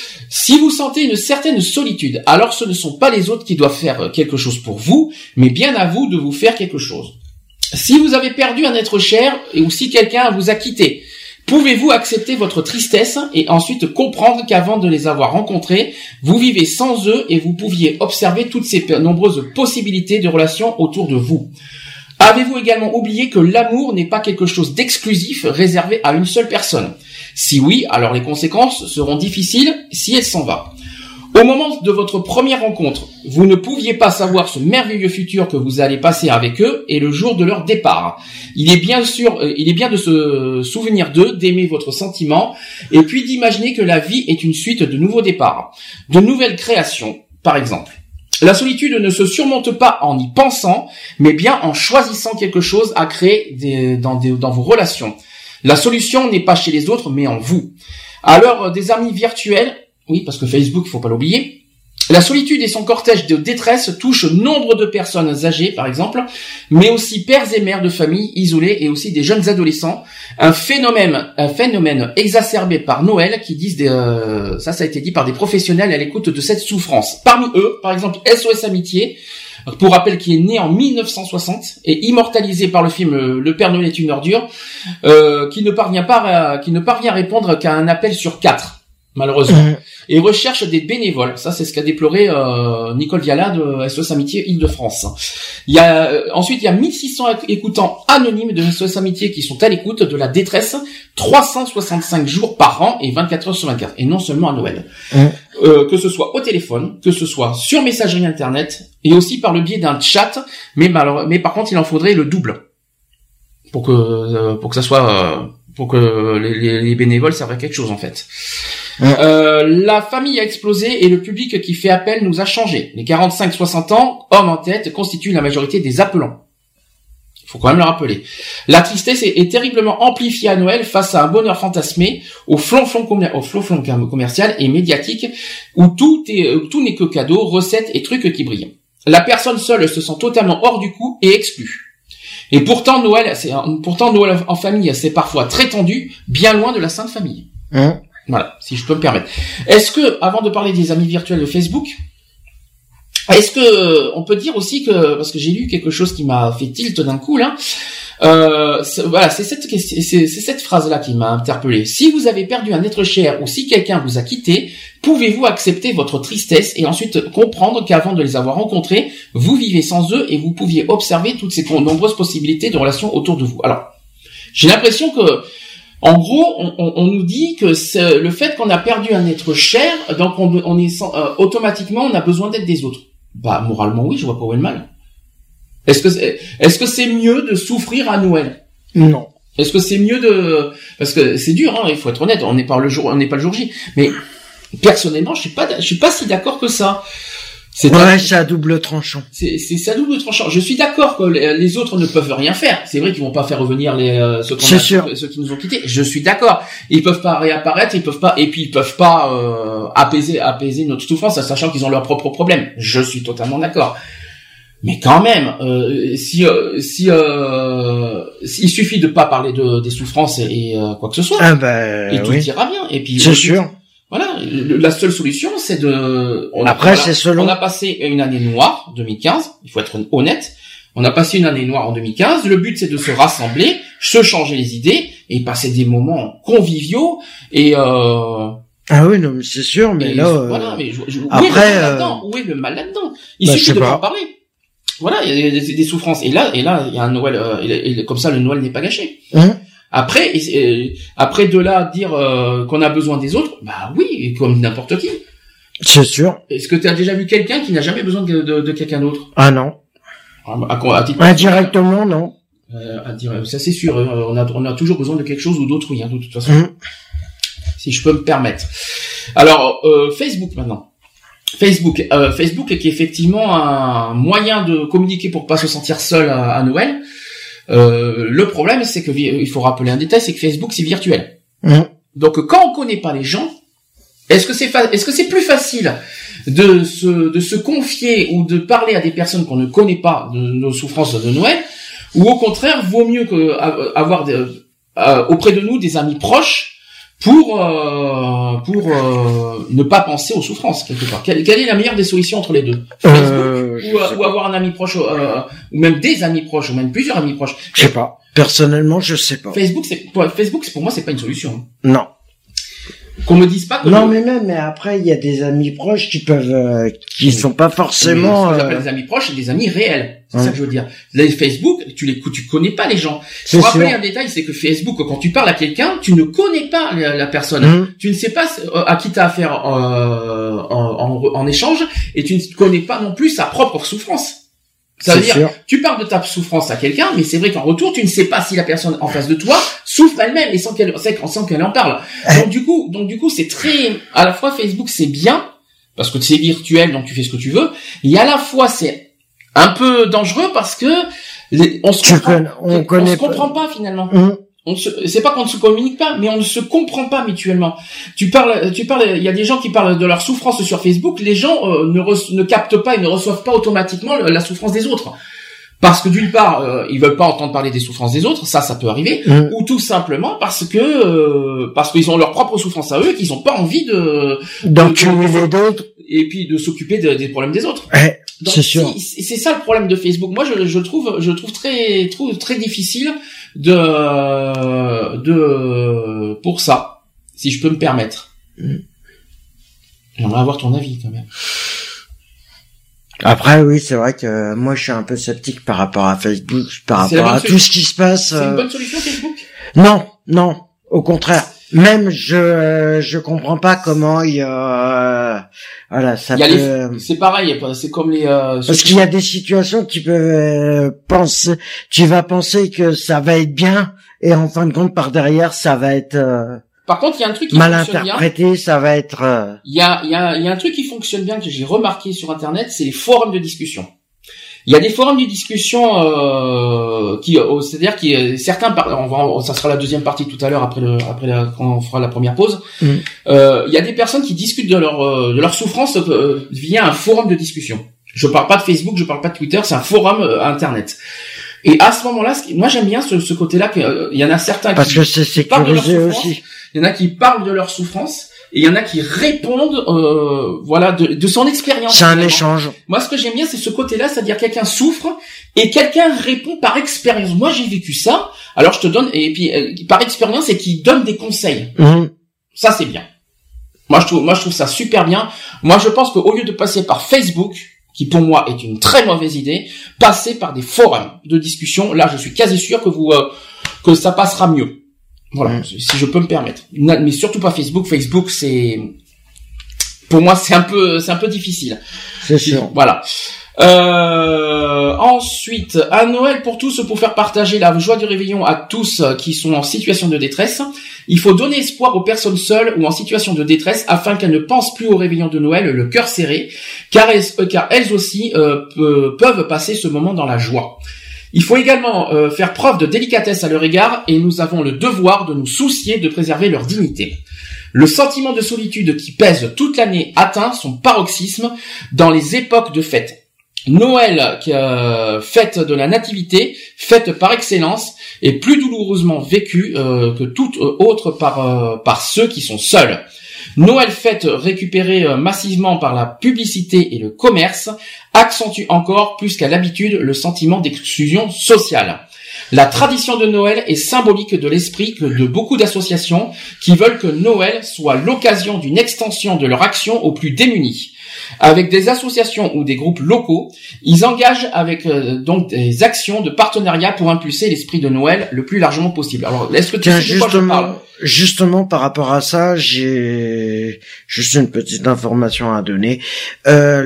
Si vous sentez une certaine solitude, alors ce ne sont pas les autres qui doivent faire quelque chose pour vous, mais bien à vous de vous faire quelque chose. Si vous avez perdu un être cher ou si quelqu'un vous a quitté, pouvez-vous accepter votre tristesse et ensuite comprendre qu'avant de les avoir rencontrés, vous vivez sans eux et vous pouviez observer toutes ces nombreuses possibilités de relations autour de vous. Avez-vous également oublié que l'amour n'est pas quelque chose d'exclusif réservé à une seule personne ? Si oui, alors les conséquences seront difficiles si elle s'en va. Au moment de votre première rencontre, vous ne pouviez pas savoir ce merveilleux futur que vous allez passer avec eux et le jour de leur départ. Il est bien sûr, il est bien de se souvenir d'eux, d'aimer votre sentiment et puis d'imaginer que la vie est une suite de nouveaux départs, de nouvelles créations, par exemple. La solitude ne se surmonte pas en y pensant, mais bien en choisissant quelque chose à créer des, dans, des, dans vos relations. La solution n'est pas chez les autres, mais en vous. À l'heure des amis virtuels, oui, parce que Facebook, il faut pas l'oublier, la solitude et son cortège de détresse touchent nombre de personnes âgées, par exemple, mais aussi pères et mères de familles isolées et aussi des jeunes adolescents. Un phénomène, un phénomène exacerbé par Noël qui disent, des, euh, ça, ça a été dit par des professionnels à l'écoute de cette souffrance. Parmi eux, par exemple, S O S Amitié, pour rappel, qui est né en mille neuf cent soixante et immortalisé par le film Le Père Noël est une ordure, euh, qui ne parvient pas, à, qui ne parvient à répondre qu'à un appel sur quatre. Malheureusement, mmh. et recherche des bénévoles. Ça, c'est ce qu'a déploré euh, Nicole Viala de S O S Amitié Île-de-France. Il y a euh, ensuite il y a mille six cents écoutants anonymes de S O S Amitié qui sont à l'écoute de la détresse trois cent soixante-cinq jours par an et vingt-quatre heures sur vingt-quatre, et non seulement à Noël. Mmh. Euh, que ce soit au téléphone, que ce soit sur messagerie internet, et aussi par le biais d'un chat. Mais malheureusement, mais par contre, il en faudrait le double pour que euh, pour que ça soit euh, pour que les, les bénévoles servent à quelque chose en fait. Ouais. Euh, la famille a explosé et le public qui fait appel nous a changé. Les quarante-cinq soixante ans, hommes en tête, constituent la majorité des appelants. Il faut quand même le rappeler. La tristesse est, est terriblement amplifiée à Noël face à un bonheur fantasmé, au flonflon commer- au flonflon commercial et médiatique, où tout est, où tout n'est que cadeaux, recettes et trucs qui brillent. La personne seule se sent totalement hors du coup et exclue. Et pourtant Noël, c'est, pourtant Noël en famille, c'est parfois très tendu, bien loin de la sainte famille. Hein? Voilà, si je peux me permettre. Est-ce que, avant de parler des amis virtuels de Facebook, est-ce que on peut dire aussi que, parce que j'ai lu quelque chose qui m'a fait tilt d'un coup là, Euh, c'est, voilà, c'est cette, c'est, c'est cette phrase-là qui m'a interpellé. Si vous avez perdu un être cher ou si quelqu'un vous a quitté, pouvez-vous accepter votre tristesse et ensuite comprendre qu'avant de les avoir rencontrés, vous vivez sans eux et vous pouviez observer toutes ces nombreuses possibilités de relations autour de vous. Alors, j'ai l'impression que, en gros, on, on, on nous dit que c'est le fait qu'on a perdu un être cher, donc on, on est sans, euh, automatiquement on a besoin d'être des autres. Bah, moralement oui, je vois pas où est le mal. Est-ce que c'est, est-ce que c'est mieux de souffrir à Noël? Non. Est-ce que c'est mieux de, parce que c'est dur, hein, il faut être honnête, on n'est pas le jour, on n'est pas le jour J. Mais, personnellement, je suis pas, je suis pas si d'accord que ça. C'est ouais, à, c'est à double tranchant. C'est, c'est, c'est à double tranchant. Je suis d'accord que les, les autres ne peuvent rien faire. C'est vrai qu'ils vont pas faire revenir les, euh, ceux, qu'on a, ceux, ceux qui nous ont quittés. Je suis d'accord. Ils peuvent pas réapparaître, ils peuvent pas, et puis ils peuvent pas, euh, apaiser, apaiser notre souffrance, sachant qu'ils ont leurs propres problèmes. Je suis totalement d'accord. Mais quand même, euh, si euh, si euh, il suffit de pas parler de des souffrances et, et euh, quoi que ce soit, ah bah, et tout oui. ira bien. Et puis c'est sûr. Voilà, la seule solution, c'est de. On Après, a, voilà, c'est selon. On a passé une année noire, deux mille quinze. Il faut être honnête. On a passé une année noire en deux mille quinze. Le but, c'est de se rassembler, se changer les idées et passer des moments conviviaux et. Euh, Ah oui, non, mais c'est sûr, mais là. Euh, voilà, mais je, je, où après, est le mal là-dedans euh... Où est le mal là-dedans? Il bah, suffit de pas en parler. Voilà, il y a des, des souffrances. Et là, et là, il y a un Noël. Euh, et, et, comme ça, le Noël n'est pas gâché. Hum. Après, et, et, après de là dire euh, qu'on a besoin des autres, bah oui, comme n'importe qui. C'est sûr. Est-ce que tu as déjà vu quelqu'un qui n'a jamais besoin de, de, de quelqu'un d'autre? Ah non. À, à, à titre Indirectement, non. Euh, à dire, ça c'est sûr. Hein, on a on a toujours besoin de quelque chose ou d'autrui, hein, de toute façon. Mmh. Si je peux me permettre. Alors euh, Facebook maintenant. Facebook, euh, Facebook qui est effectivement un moyen de communiquer pour pas se sentir seul à, à Noël. Euh, le problème, c'est que il faut rappeler un détail, c'est que Facebook c'est virtuel. Mmh. Donc quand on connaît pas les gens, est-ce que c'est fa- est-ce que c'est plus facile de se de se confier ou de parler à des personnes qu'on ne connaît pas de nos souffrances de Noël, ou au contraire vaut mieux que avoir des, euh, auprès de nous des amis proches pour euh, pour euh, ne pas penser aux souffrances quelque part. Quelle, quelle est la meilleure des solutions entre les deux? Facebook euh, ou, ou avoir un ami proche euh, ou même des amis proches ou même plusieurs amis proches? Je sais pas. Personnellement, je sais pas. Facebook c'est pour, Facebook c'est pour moi c'est pas une solution. Non. Qu'on me dise pas que non le... mais même mais après il y a des amis proches qui peuvent euh, qui oui. sont pas forcément oui, ce que j'appelle des amis proches et des amis réels. C'est ouais. ça que je veux dire. Les Facebook, tu les tu connais pas les gens. Pour rappeler un détail, c'est que Facebook, quand tu parles à quelqu'un, tu ne connais pas la, la personne. Mmh. Tu ne sais pas à qui tu as affaire euh, en, en, en échange et tu ne connais pas non plus sa propre souffrance. Ça veut c'est dire, sûr. Tu parles de ta souffrance à quelqu'un, mais c'est vrai qu'en retour, tu ne sais pas si la personne en face de toi souffre elle-même et sans qu'elle, sans qu'elle en parle. Donc du coup, donc du coup, c'est très, à la fois Facebook c'est bien parce que c'est virtuel, donc tu fais ce que tu veux, et à la fois c'est un peu dangereux parce que les, on se comprend, connais, on, on se comprend pas, pas finalement. Mmh. On se, c'est pas qu'on ne se communique pas, mais on ne se comprend pas mutuellement. Tu parles, tu parles, il y a des gens qui parlent de leur souffrance sur Facebook, les gens euh, ne, re, ne captent pas et ne reçoivent pas automatiquement la souffrance des autres. Parce que d'une part, euh, ils veulent pas entendre parler des souffrances des autres, ça, ça peut arriver, mmh. ou tout simplement parce que euh, parce qu'ils ont leur propre souffrance à eux, qu'ils ont pas envie de d'enculer les autres et puis de s'occuper de, des problèmes des autres. Ouais, donc, c'est sûr. C'est, c'est ça le problème de Facebook. Moi, je, je trouve, je trouve très, trouve très difficile de, de, pour ça, si je peux me permettre. Mmh. J'aimerais avoir ton avis quand même. Après, oui, c'est vrai que moi, je suis un peu sceptique par rapport à Facebook, par c'est rapport à tout ce qui se passe. C'est une bonne solution, Facebook? Non, non, au contraire. Même je je comprends pas comment il y a euh, voilà ça il y a peut les, c'est pareil c'est comme les euh, parce qu'il y a des situations qui peuvent euh, penser tu vas penser que ça va être bien et en fin de compte par derrière ça va être euh, par contre il y a un truc qui mal interprété bien. Ça va être euh... il y a il y a il y a un truc qui fonctionne bien que j'ai remarqué sur internet, c'est les forums de discussion. Il y a des forums de discussion euh, qui, euh, c'est-à-dire qui certains, on va, ça sera la deuxième partie tout à l'heure après le, après la, quand on fera la première pause. Mm. Euh, il y a des personnes qui discutent de leur, euh, de leur souffrance euh, via un forum de discussion. Je parle pas de Facebook, je parle pas de Twitter, c'est un forum euh, internet. Et à ce moment-là, moi j'aime bien ce, ce côté-là. Il euh, y en a certains parce qui que c'est sécurisé aussi. Il y en a qui parlent de leur souffrance. et il y en a qui répondent, euh, voilà, de, de son expérience. C'est un échange. Moi, ce que j'aime bien, c'est ce côté-là, c'est-à-dire quelqu'un souffre et quelqu'un répond par expérience. Moi, j'ai vécu ça. Alors, je te donne, et puis euh, par expérience, et qui donne des conseils. Mmh. Ça, c'est bien. Moi, je trouve, moi, je trouve ça super bien. Moi, je pense qu'au lieu de passer par Facebook, qui pour moi est une très mauvaise idée, passer par des forums de discussion. Là, je suis quasi sûr que vous euh, que ça passera mieux. Voilà, mmh. si je peux me permettre. Mais surtout pas Facebook. Facebook, c'est pour moi, c'est un peu, c'est un peu difficile. C'est sûr. Voilà. Euh, ensuite, à Noël pour tous, pour faire partager la joie du réveillon à tous qui sont en situation de détresse, il faut donner espoir aux personnes seules ou en situation de détresse afin qu'elles ne pensent plus au réveillon de Noël le cœur serré, car elles, euh, car elles aussi euh, pe- peuvent passer ce moment dans la joie. Il faut également euh, faire preuve de délicatesse à leur égard et nous avons le devoir de nous soucier de préserver leur dignité. Le sentiment de solitude qui pèse toute l'année atteint son paroxysme dans les époques de fête. Noël, euh, fête de la nativité, fête par excellence, est plus douloureusement vécue euh, que toute autre par euh, par ceux qui sont seuls. Noël, fête récupérée euh, massivement par la publicité et le commerce, accentue encore plus qu'à l'habitude le sentiment d'exclusion sociale. La tradition de Noël est symbolique de l'esprit de beaucoup d'associations qui veulent que Noël soit l'occasion d'une extension de leur action aux plus démunis. Avec des associations ou des groupes locaux, ils engagent avec euh, donc des actions de partenariat pour impulser l'esprit de Noël le plus largement possible. Alors, est-ce que tu Tiens, sais de quoi je parle ? Justement, par rapport à ça, j'ai juste une petite information à donner. Euh,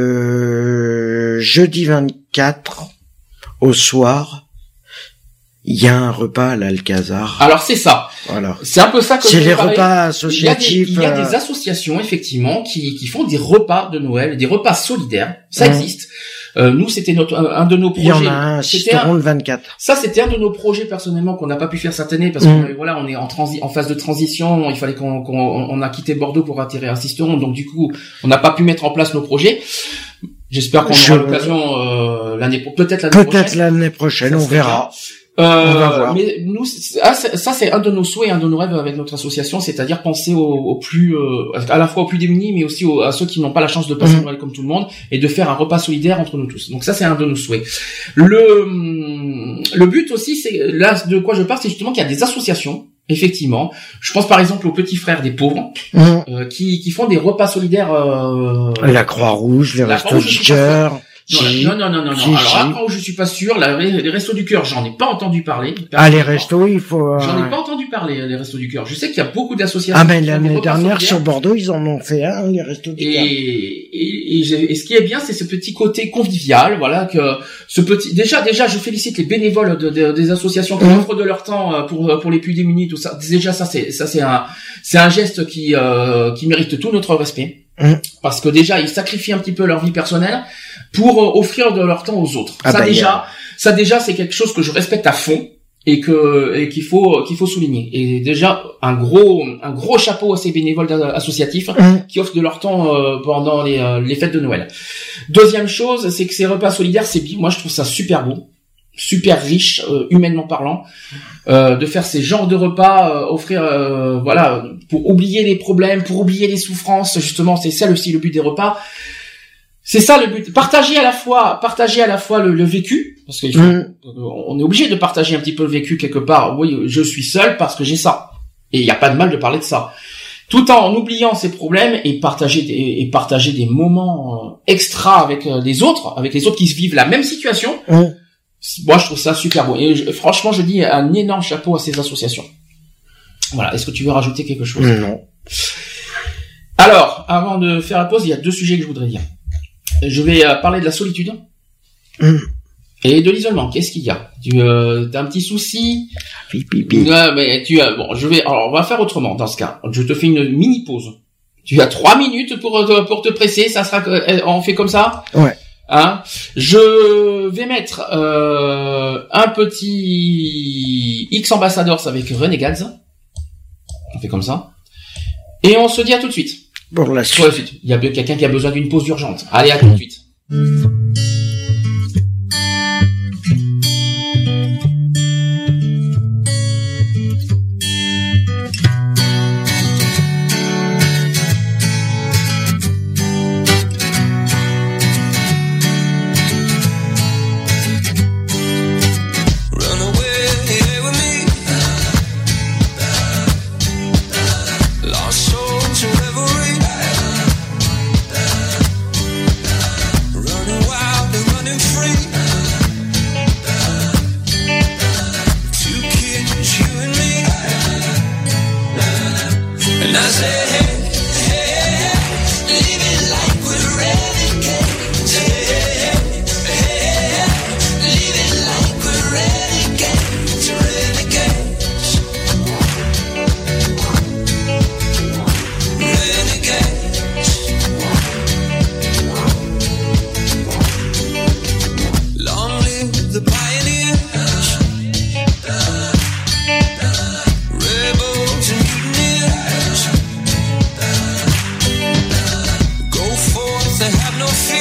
le jeudi vingt-quatre au soir, il y a un repas à l'Alcazar. Alors c'est ça. Voilà. C'est un peu ça que c'est je les parlais. repas associatifs. Il y a des, il y a des associations effectivement qui qui font des repas de Noël, des repas solidaires. Ça mmh. existe. Euh, nous, c'était notre un de nos projets. Il y en a un, Sisteron le vingt-quatre. Ça, c'était un de nos projets personnellement qu'on n'a pas pu faire cette année parce mmh. que voilà, on est en transi en phase de transition. Il fallait qu'on qu'on on a quitté Bordeaux pour atterrir à Sisteron, donc du coup, on n'a pas pu mettre en place nos projets. J'espère qu'on Je... aura l'occasion euh, l'année peut-être l'année peut-être prochaine. Peut-être l'année prochaine, on verra. Euh, mais nous, ça c'est un de nos souhaits, un de nos rêves avec notre association, c'est-à-dire penser aux, aux plus, euh, à la fois aux plus démunis, mais aussi aux, à ceux qui n'ont pas la chance de passer mmh. Noël comme tout le monde, et de faire un repas solidaire entre nous tous. Donc ça, c'est un de nos souhaits. Le, le but aussi, c'est là de quoi je parle, c'est justement qu'il y a des associations. Effectivement, je pense par exemple aux petits frères des pauvres mmh. euh, qui, qui font des repas solidaires. Euh, la Croix-Rouge, les Restos du Cœur. Non, non, non, non, non. Si, Alors là, si. Où je suis pas sûr, la, les restos du cœur, j'en ai pas entendu parler. Ah, les restos, il faut... Euh... J'en ai pas entendu parler, les restos du cœur. Je sais qu'il y a beaucoup d'associations. Ah, mais l'année dernière, sur Bordeaux, ils en ont fait un, les restos du et, cœur. Et, et, et ce qui est bien, c'est ce petit côté convivial, voilà, que ce petit, déjà, déjà, je félicite les bénévoles de, de, des associations qui mmh. offrent de leur temps pour, pour les plus démunis, tout ça. Déjà, ça, c'est, ça, c'est un, c'est un geste qui, euh, qui mérite tout notre respect. Mmh. Parce que déjà, ils sacrifient un petit peu leur vie personnelle pour euh, offrir de leur temps aux autres. Ah ça bah déjà, yeah. ça déjà, c'est quelque chose que je respecte à fond et que et qu'il faut qu'il faut souligner. Et déjà, un gros un gros chapeau à ces bénévoles associatifs mmh. qui offrent de leur temps euh, pendant les euh, les fêtes de Noël. Deuxième chose, c'est que ces repas solidaires, c'est bien. Moi, je trouve ça super beau, super riche, euh, humainement parlant. Euh, de faire ces genres de repas, euh, offrir, euh, voilà, pour oublier les problèmes, pour oublier les souffrances, justement, c'est ça aussi le but des repas. C'est ça le but, partager à la fois, partager à la fois le, le vécu, parce qu'il faut, mmh. on est obligé de partager un petit peu le vécu quelque part. Oui, je suis seul parce que j'ai ça, et il n'y a pas de mal de parler de ça, tout en oubliant ces problèmes et partager des, et partager des moments extra avec les autres, avec les autres qui vivent la même situation. Mmh. Moi, je trouve ça super beau. Et je, franchement, je dis un énorme chapeau à ces associations. Voilà. Est-ce que tu veux rajouter quelque chose ? Non. Alors, avant de faire la pause, il y a deux sujets que je voudrais dire. Je vais euh, parler de la solitude mmh. et de l'isolement. Qu'est-ce qu'il y a ? Tu euh, as un petit souci ? Pipi. Ouais, mais tu as. Bon, je vais. Alors, on va faire autrement dans ce cas. Je te fais une mini pause. Tu as trois minutes pour pour te presser. Ça sera. On fait comme ça ? Ouais. Hein, je vais mettre euh, un petit X Ambassadors avec Renegades. On fait comme ça. Et on se dit à tout de suite. Pour la suite. Pour la suite. Il y a bien quelqu'un qui a besoin d'une pause urgente. Allez, à tout de suite.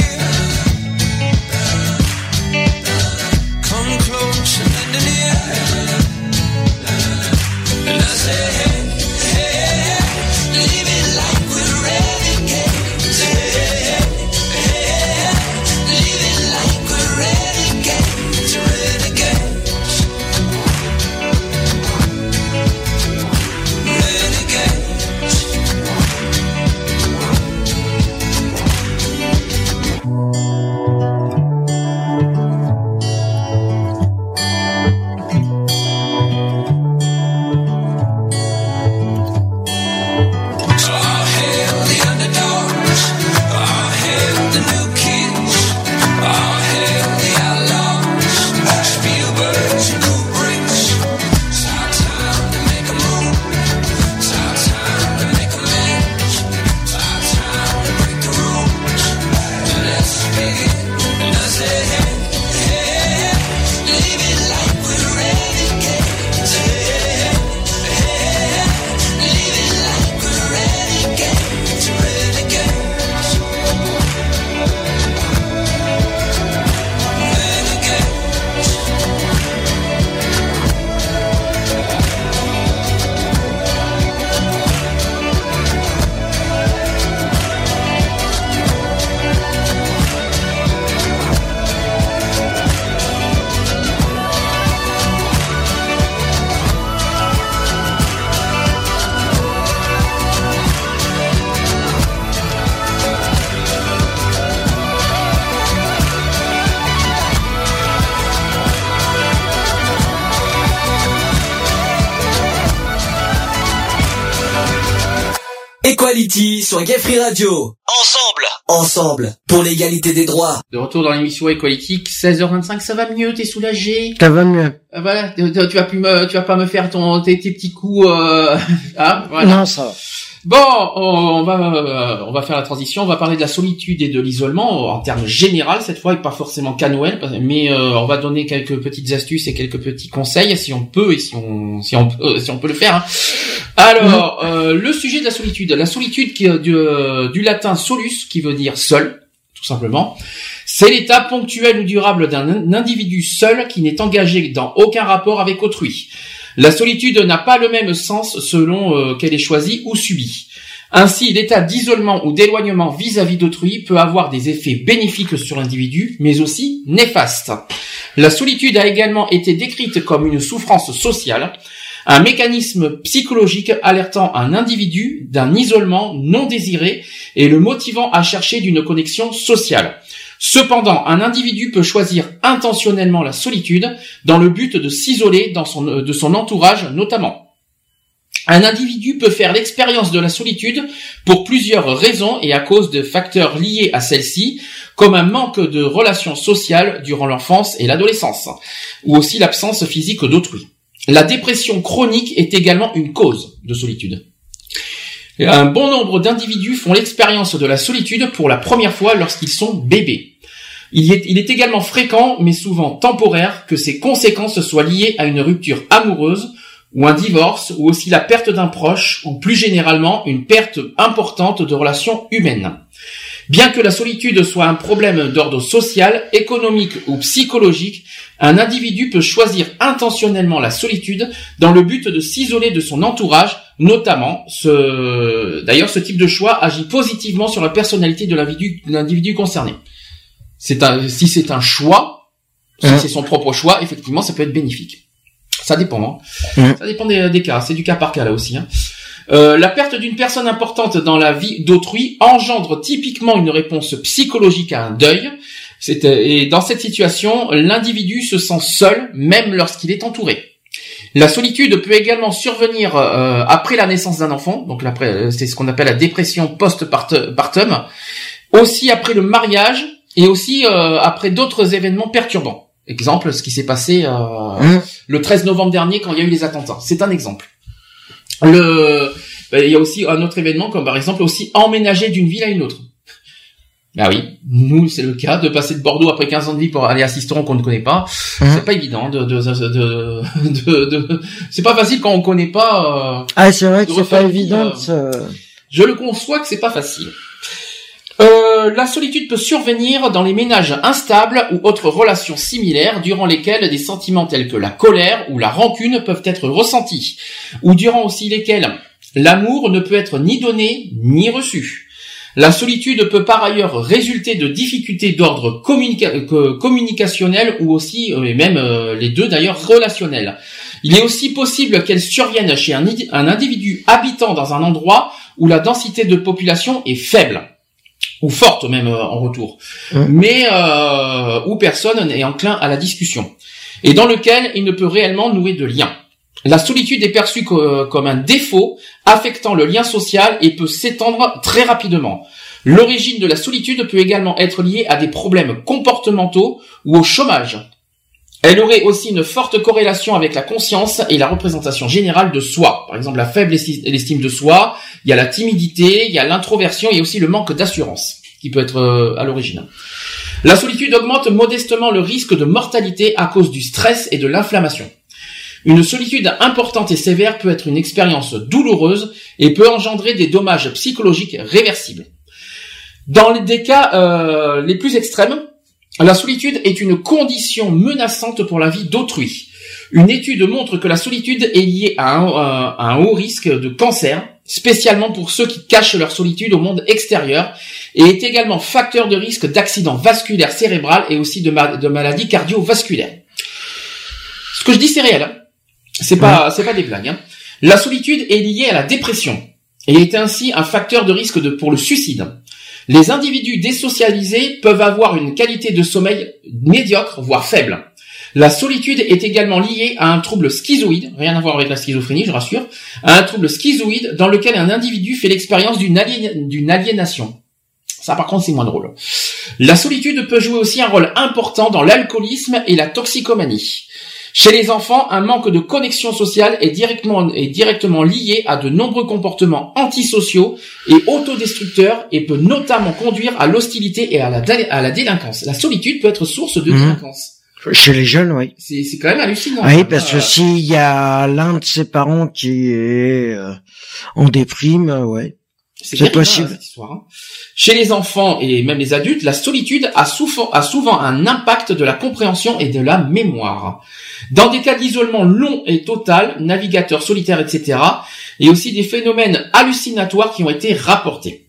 Equality sur Gay Free Radio. Ensemble. Ensemble. Pour l'égalité des droits. De retour dans l'émission Equality, seize heures vingt-cinq, ça va mieux, t'es soulagé? Ça va mieux. Ah, voilà, tu vas plus me, tu vas pas me faire ton, tes, tes petits coups, euh, hein, voilà. Non, ça va. Bon, on va euh, on va faire la transition. On va parler de la solitude et de l'isolement en termes généraux cette fois, et pas forcément qu'à Noël, mais euh, on va donner quelques petites astuces et quelques petits conseils si on peut et si on si on peut si on peut le faire. Hein. Alors, euh, le sujet de la solitude, la solitude qui du, euh, du latin solus, qui veut dire seul, tout simplement. C'est l'état ponctuel ou durable d'un individu seul qui n'est engagé dans aucun rapport avec autrui. La solitude n'a pas le même sens selon euh, qu'elle est choisie ou subie. Ainsi, l'état d'isolement ou d'éloignement vis-à-vis d'autrui peut avoir des effets bénéfiques sur l'individu, mais aussi néfastes. La solitude a également été décrite comme une souffrance sociale, un mécanisme psychologique alertant un individu d'un isolement non désiré et le motivant à chercher d'une connexion sociale. Cependant, un individu peut choisir intentionnellement la solitude dans le but de s'isoler dans son, de son entourage notamment. Un individu peut faire l'expérience de la solitude pour plusieurs raisons et à cause de facteurs liés à celle-ci, comme un manque de relations sociales durant l'enfance et l'adolescence, ou aussi l'absence physique d'autrui. La dépression chronique est également une cause de solitude. Un bon nombre d'individus font l'expérience de la solitude pour la première fois lorsqu'ils sont bébés. Il est, il est également fréquent, mais souvent temporaire, que ces conséquences soient liées à une rupture amoureuse ou un divorce, ou aussi la perte d'un proche, ou plus généralement une perte importante de relations humaines. Bien que la solitude soit un problème d'ordre social, économique ou psychologique, un individu peut choisir intentionnellement la solitude dans le but de s'isoler de son entourage, notamment. Ce... D'ailleurs, ce type de choix agit positivement sur la personnalité de l'individu, de l'individu concerné. C'est un, si c'est un choix, si mmh. c'est son propre choix, effectivement, ça peut être bénéfique. Ça dépend. Hein. Mmh. Ça dépend des, des cas. C'est du cas par cas là aussi. Hein. Euh, la perte d'une personne importante dans la vie d'autrui engendre typiquement une réponse psychologique à un deuil. C'est, et dans cette situation, l'individu se sent seul, même lorsqu'il est entouré. La solitude peut également survenir euh, après la naissance d'un enfant, donc après, c'est ce qu'on appelle la dépression post-partum, aussi après le mariage et aussi euh, après d'autres événements perturbants. Exemple, ce qui s'est passé euh, mmh. le treize novembre dernier quand il y a eu les attentats. C'est un exemple. Le, ben, il y a aussi un autre événement comme par exemple aussi emménager d'une ville à une autre. Ah oui, nous c'est le cas de passer de Bordeaux après quinze ans de vie pour aller à Sisteron qu'on ne connaît pas. Mmh. C'est pas évident de de, de de de de c'est pas facile quand on connaît pas. Euh, ah c'est vrai que c'est pas évident. Euh, je le conçois que c'est pas facile. Euh, euh, la solitude peut survenir dans les ménages instables ou autres relations similaires durant lesquelles des sentiments tels que la colère ou la rancune peuvent être ressentis, ou durant aussi lesquels l'amour ne peut être ni donné ni reçu. La solitude peut par ailleurs résulter de difficultés d'ordre communica- communicationnel ou aussi, et même euh, les deux d'ailleurs, relationnels. Il est aussi possible qu'elle survienne chez un, un individu habitant dans un endroit où la densité de population est faible, ou forte même euh, en retour, mmh. mais euh, où personne n'est enclin à la discussion, et dans lequel il ne peut réellement nouer de lien. La solitude est perçue co- comme un défaut affectant le lien social et peut s'étendre très rapidement. L'origine de la solitude peut également être liée à des problèmes comportementaux ou au chômage. Elle aurait aussi une forte corrélation avec la conscience et la représentation générale de soi. Par exemple, la faible estime de soi, il y a la timidité, il y a l'introversion et aussi le manque d'assurance qui peut être à l'origine. La solitude augmente modestement le risque de mortalité à cause du stress et de l'inflammation. Une solitude importante et sévère peut être une expérience douloureuse et peut engendrer des dommages psychologiques réversibles. Dans des cas euh, les plus extrêmes, la solitude est une condition menaçante pour la vie d'autrui. Une étude montre que la solitude est liée à un, à un haut risque de cancer, spécialement pour ceux qui cachent leur solitude au monde extérieur, et est également facteur de risque d'accident vasculaire cérébral et aussi de, ma- de maladies cardiovasculaires. Ce que je dis, c'est réel. Hein. C'est pas, c'est pas des blagues. Hein. La solitude est liée à la dépression et est ainsi un facteur de risque de, pour le suicide. Les individus désocialisés peuvent avoir une qualité de sommeil médiocre, voire faible. La solitude est également liée à un trouble schizoïde, rien à voir avec la schizophrénie, je rassure, à un trouble schizoïde dans lequel un individu fait l'expérience d'une, alien, d'une aliénation. Ça, par contre, c'est moins drôle. La solitude peut jouer aussi un rôle important dans l'alcoolisme et la toxicomanie. Chez les enfants, un manque de connexion sociale est directement, est directement lié à de nombreux comportements antisociaux et autodestructeurs et peut notamment conduire à l'hostilité et à la, à la délinquance. La solitude peut être source de mmh. délinquance. Chez les jeunes, oui. C'est, c'est quand même hallucinant. Oui, parce que s'il y a l'un de ses parents qui est euh, en déprime, ouais. C'est, c'est possible. Cette histoire, hein. Chez les enfants et même les adultes, la solitude a souvent, a souvent un impact de la compréhension et de la mémoire. Dans des cas d'isolement long et total, navigateurs solitaires, et cetera, et aussi des phénomènes hallucinatoires qui ont été rapportés.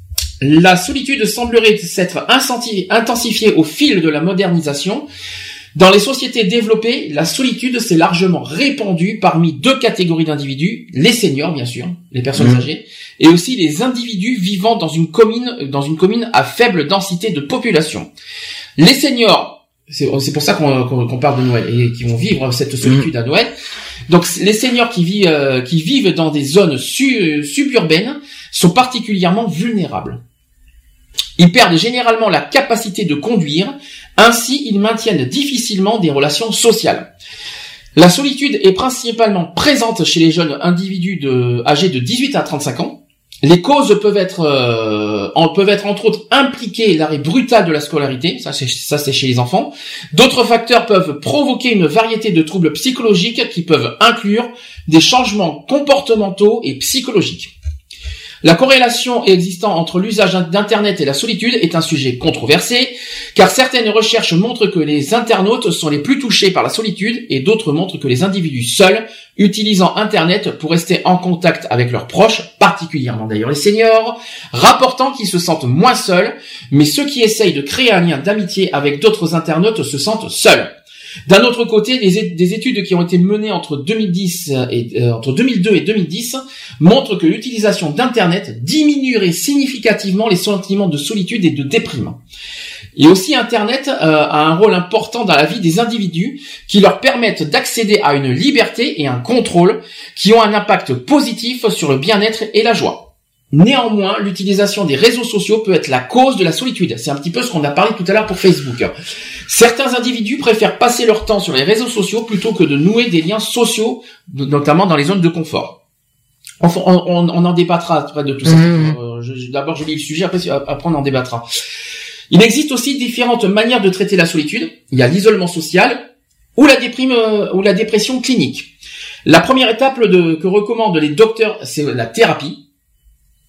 La solitude semblerait s'être intensifiée au fil de la modernisation. Dans les sociétés développées, la solitude s'est largement répandue parmi deux catégories d'individus, les seniors bien sûr, les personnes mmh. âgées, et aussi les individus vivant dans une commune, dans une commune à faible densité de population. Les seniors, c'est, c'est pour ça qu'on, qu'on, qu'on parle de Noël et qui vont vivre cette solitude mmh. à Noël. Donc les seniors qui vivent, euh, qui vivent dans des zones su, suburbaines sont particulièrement vulnérables. Ils perdent généralement la capacité de conduire, ainsi ils maintiennent difficilement des relations sociales. La solitude est principalement présente chez les jeunes individus de, âgés de dix-huit à trente-cinq ans. Les causes peuvent être, euh, en, peuvent être entre autres impliquer l'arrêt brutal de la scolarité, ça c'est, ça c'est chez les enfants. D'autres facteurs peuvent provoquer une variété de troubles psychologiques qui peuvent inclure des changements comportementaux et psychologiques. La corrélation existant entre l'usage d'Internet et la solitude est un sujet controversé, car certaines recherches montrent que les internautes sont les plus touchés par la solitude et d'autres montrent que les individus seuls, utilisant Internet pour rester en contact avec leurs proches, particulièrement d'ailleurs les seniors, rapportant qu'ils se sentent moins seuls, mais ceux qui essayent de créer un lien d'amitié avec d'autres internautes se sentent seuls. D'un autre côté, des études qui ont été menées entre deux mille dix et euh, entre deux mille deux et deux mille dix montrent que l'utilisation d'Internet diminuerait significativement les sentiments de solitude et de déprime. Et aussi, Internet euh, a un rôle important dans la vie des individus qui leur permettent d'accéder à une liberté et un contrôle qui ont un impact positif sur le bien-être et la joie. Néanmoins, l'utilisation des réseaux sociaux peut être la cause de la solitude. C'est un petit peu ce qu'on a parlé tout à l'heure pour Facebook. Certains individus préfèrent passer leur temps sur les réseaux sociaux plutôt que de nouer des liens sociaux, notamment dans les zones de confort. On, on, on en débattra après de tout ça. Mmh. Euh, je, d'abord, je lis le sujet, après, après on en débattra. Il existe aussi différentes manières de traiter la solitude. Il y a l'isolement social ou la déprime euh, ou la dépression clinique. La première étape de, que recommandent les docteurs, c'est la thérapie.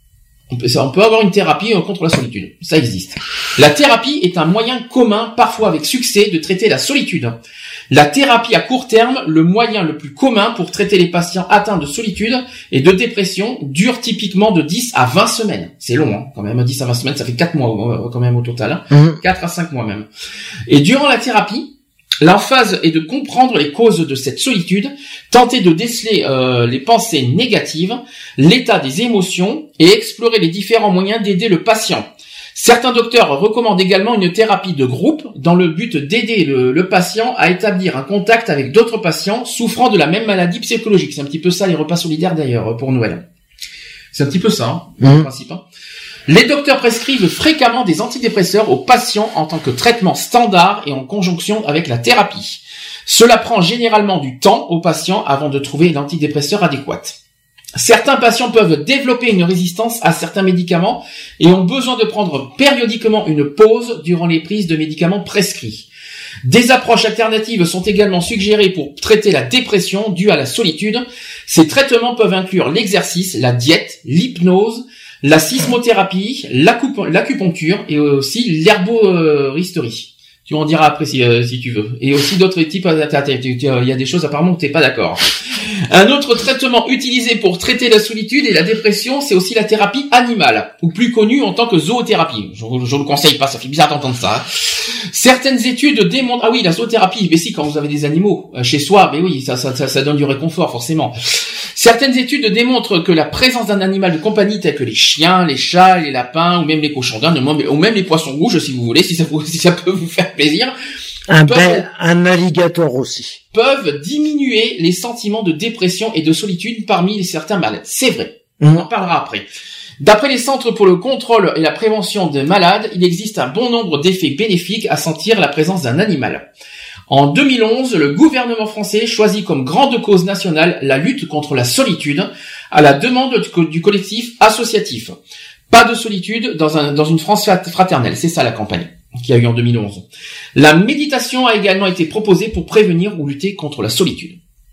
On peut, on peut avoir une thérapie contre la solitude. Ça existe. La thérapie est un moyen commun, parfois avec succès, de traiter la solitude. La thérapie à court terme, le moyen le plus commun pour traiter les patients atteints de solitude et de dépression, dure typiquement de dix à vingt semaines. C'est long, hein, quand même. dix à vingt semaines, ça fait quatre mois, quand même, au total. Hein. Mmh. quatre à cinq mois même. Et durant la thérapie, l'emphase est de comprendre les causes de cette solitude, tenter de déceler euh, les pensées négatives, l'état des émotions et explorer les différents moyens d'aider le patient. Certains docteurs recommandent également une thérapie de groupe dans le but d'aider le, le patient à établir un contact avec d'autres patients souffrant de la même maladie psychologique. C'est un petit peu ça les repas solidaires d'ailleurs pour Noël. C'est un petit peu ça, hein, mmh. le principe. Hein. Les docteurs prescrivent fréquemment des antidépresseurs aux patients en tant que traitement standard et en conjonction avec la thérapie. Cela prend généralement du temps aux patients avant de trouver l'antidépresseur adéquat. Certains patients peuvent développer une résistance à certains médicaments et ont besoin de prendre périodiquement une pause durant les prises de médicaments prescrits. Des approches alternatives sont également suggérées pour traiter la dépression due à la solitude. Ces traitements peuvent inclure l'exercice, la diète, l'hypnose, la sismothérapie, l'acupuncture et aussi l'herboristerie. Tu en diras après si, euh, si tu veux. Et aussi d'autres types, il y a des choses apparemment où t'es pas d'accord. Un autre traitement utilisé pour traiter la solitude et la dépression, c'est aussi la thérapie animale, ou plus connue en tant que zoothérapie. Je ne le conseille pas, ça fait bizarre d'entendre ça. Hein. Certaines études démontrent, ah oui, la zoothérapie, mais si, quand vous avez des animaux euh, chez soi, mais oui, ça, ça, ça, ça donne du réconfort, forcément. Certaines études démontrent que la présence d'un animal de compagnie tel que les chiens, les chats, les lapins, ou même les cochons d'Inde, ou même les poissons rouges, si vous voulez, si ça, vous, si ça peut vous faire plaisir. Un peuvent, bel, un alligator aussi. Peuvent diminuer les sentiments de dépression et de solitude parmi certains malades. C'est vrai. Mmh. On en parlera après. D'après les centres pour le contrôle et la prévention des malades, il existe un bon nombre d'effets bénéfiques à sentir la présence d'un animal. En deux mille onze, le gouvernement français choisit comme grande cause nationale la lutte contre la solitude à la demande du collectif associatif. Pas de solitude dans, un, dans une France fraternelle. C'est ça la campagne qui a eu en deux mille onze. La méditation a également été proposée pour prévenir ou lutter contre la solitude.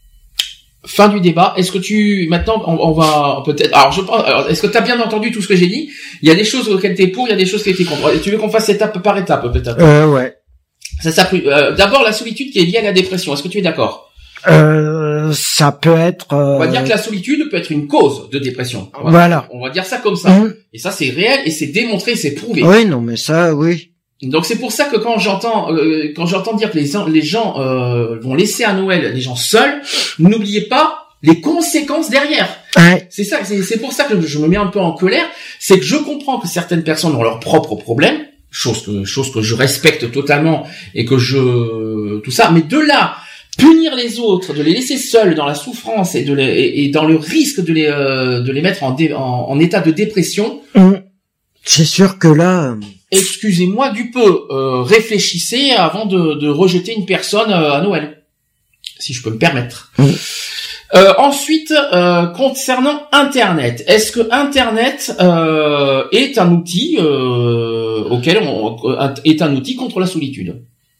Fin du débat. Est-ce que tu maintenant on, on va peut-être alors je pense alors est-ce que tu as bien entendu tout ce que j'ai dit? Il y a des choses auxquelles tu es pour, il y a des choses qui étaient contre. Tu veux qu'on fasse étape par étape peut-être? Euh ouais. Ça s'appelle euh, d'abord la solitude qui est liée à la dépression. Est-ce que tu es d'accord? Euh ça peut être euh... On va dire que la solitude peut être une cause de dépression. On va, voilà. On va dire ça comme ça. Mmh. Et ça c'est réel et c'est démontré, c'est prouvé. Oui, non mais ça oui. Donc c'est pour ça que quand j'entends euh, quand j'entends dire que les les gens euh, vont laisser à Noël les gens seuls, n'oubliez pas les conséquences derrière. Ouais. C'est ça, c'est, c'est pour ça que je me mets un peu en colère, c'est que je comprends que certaines personnes ont leurs propres problèmes, chose que chose que je respecte totalement et que je tout ça, mais de là punir les autres, de les laisser seuls dans la souffrance et de les, et, et dans le risque de les euh, de les mettre en, dé, en en état de dépression. Mmh. C'est sûr que là. Excusez-moi du peu, euh, réfléchissez avant de, de rejeter une personne euh, à Noël, si je peux me permettre. Mmh. Euh, ensuite, euh, concernant Internet, est-ce que Internet euh, est un outil euh, auquel on est un outil contre la solitude?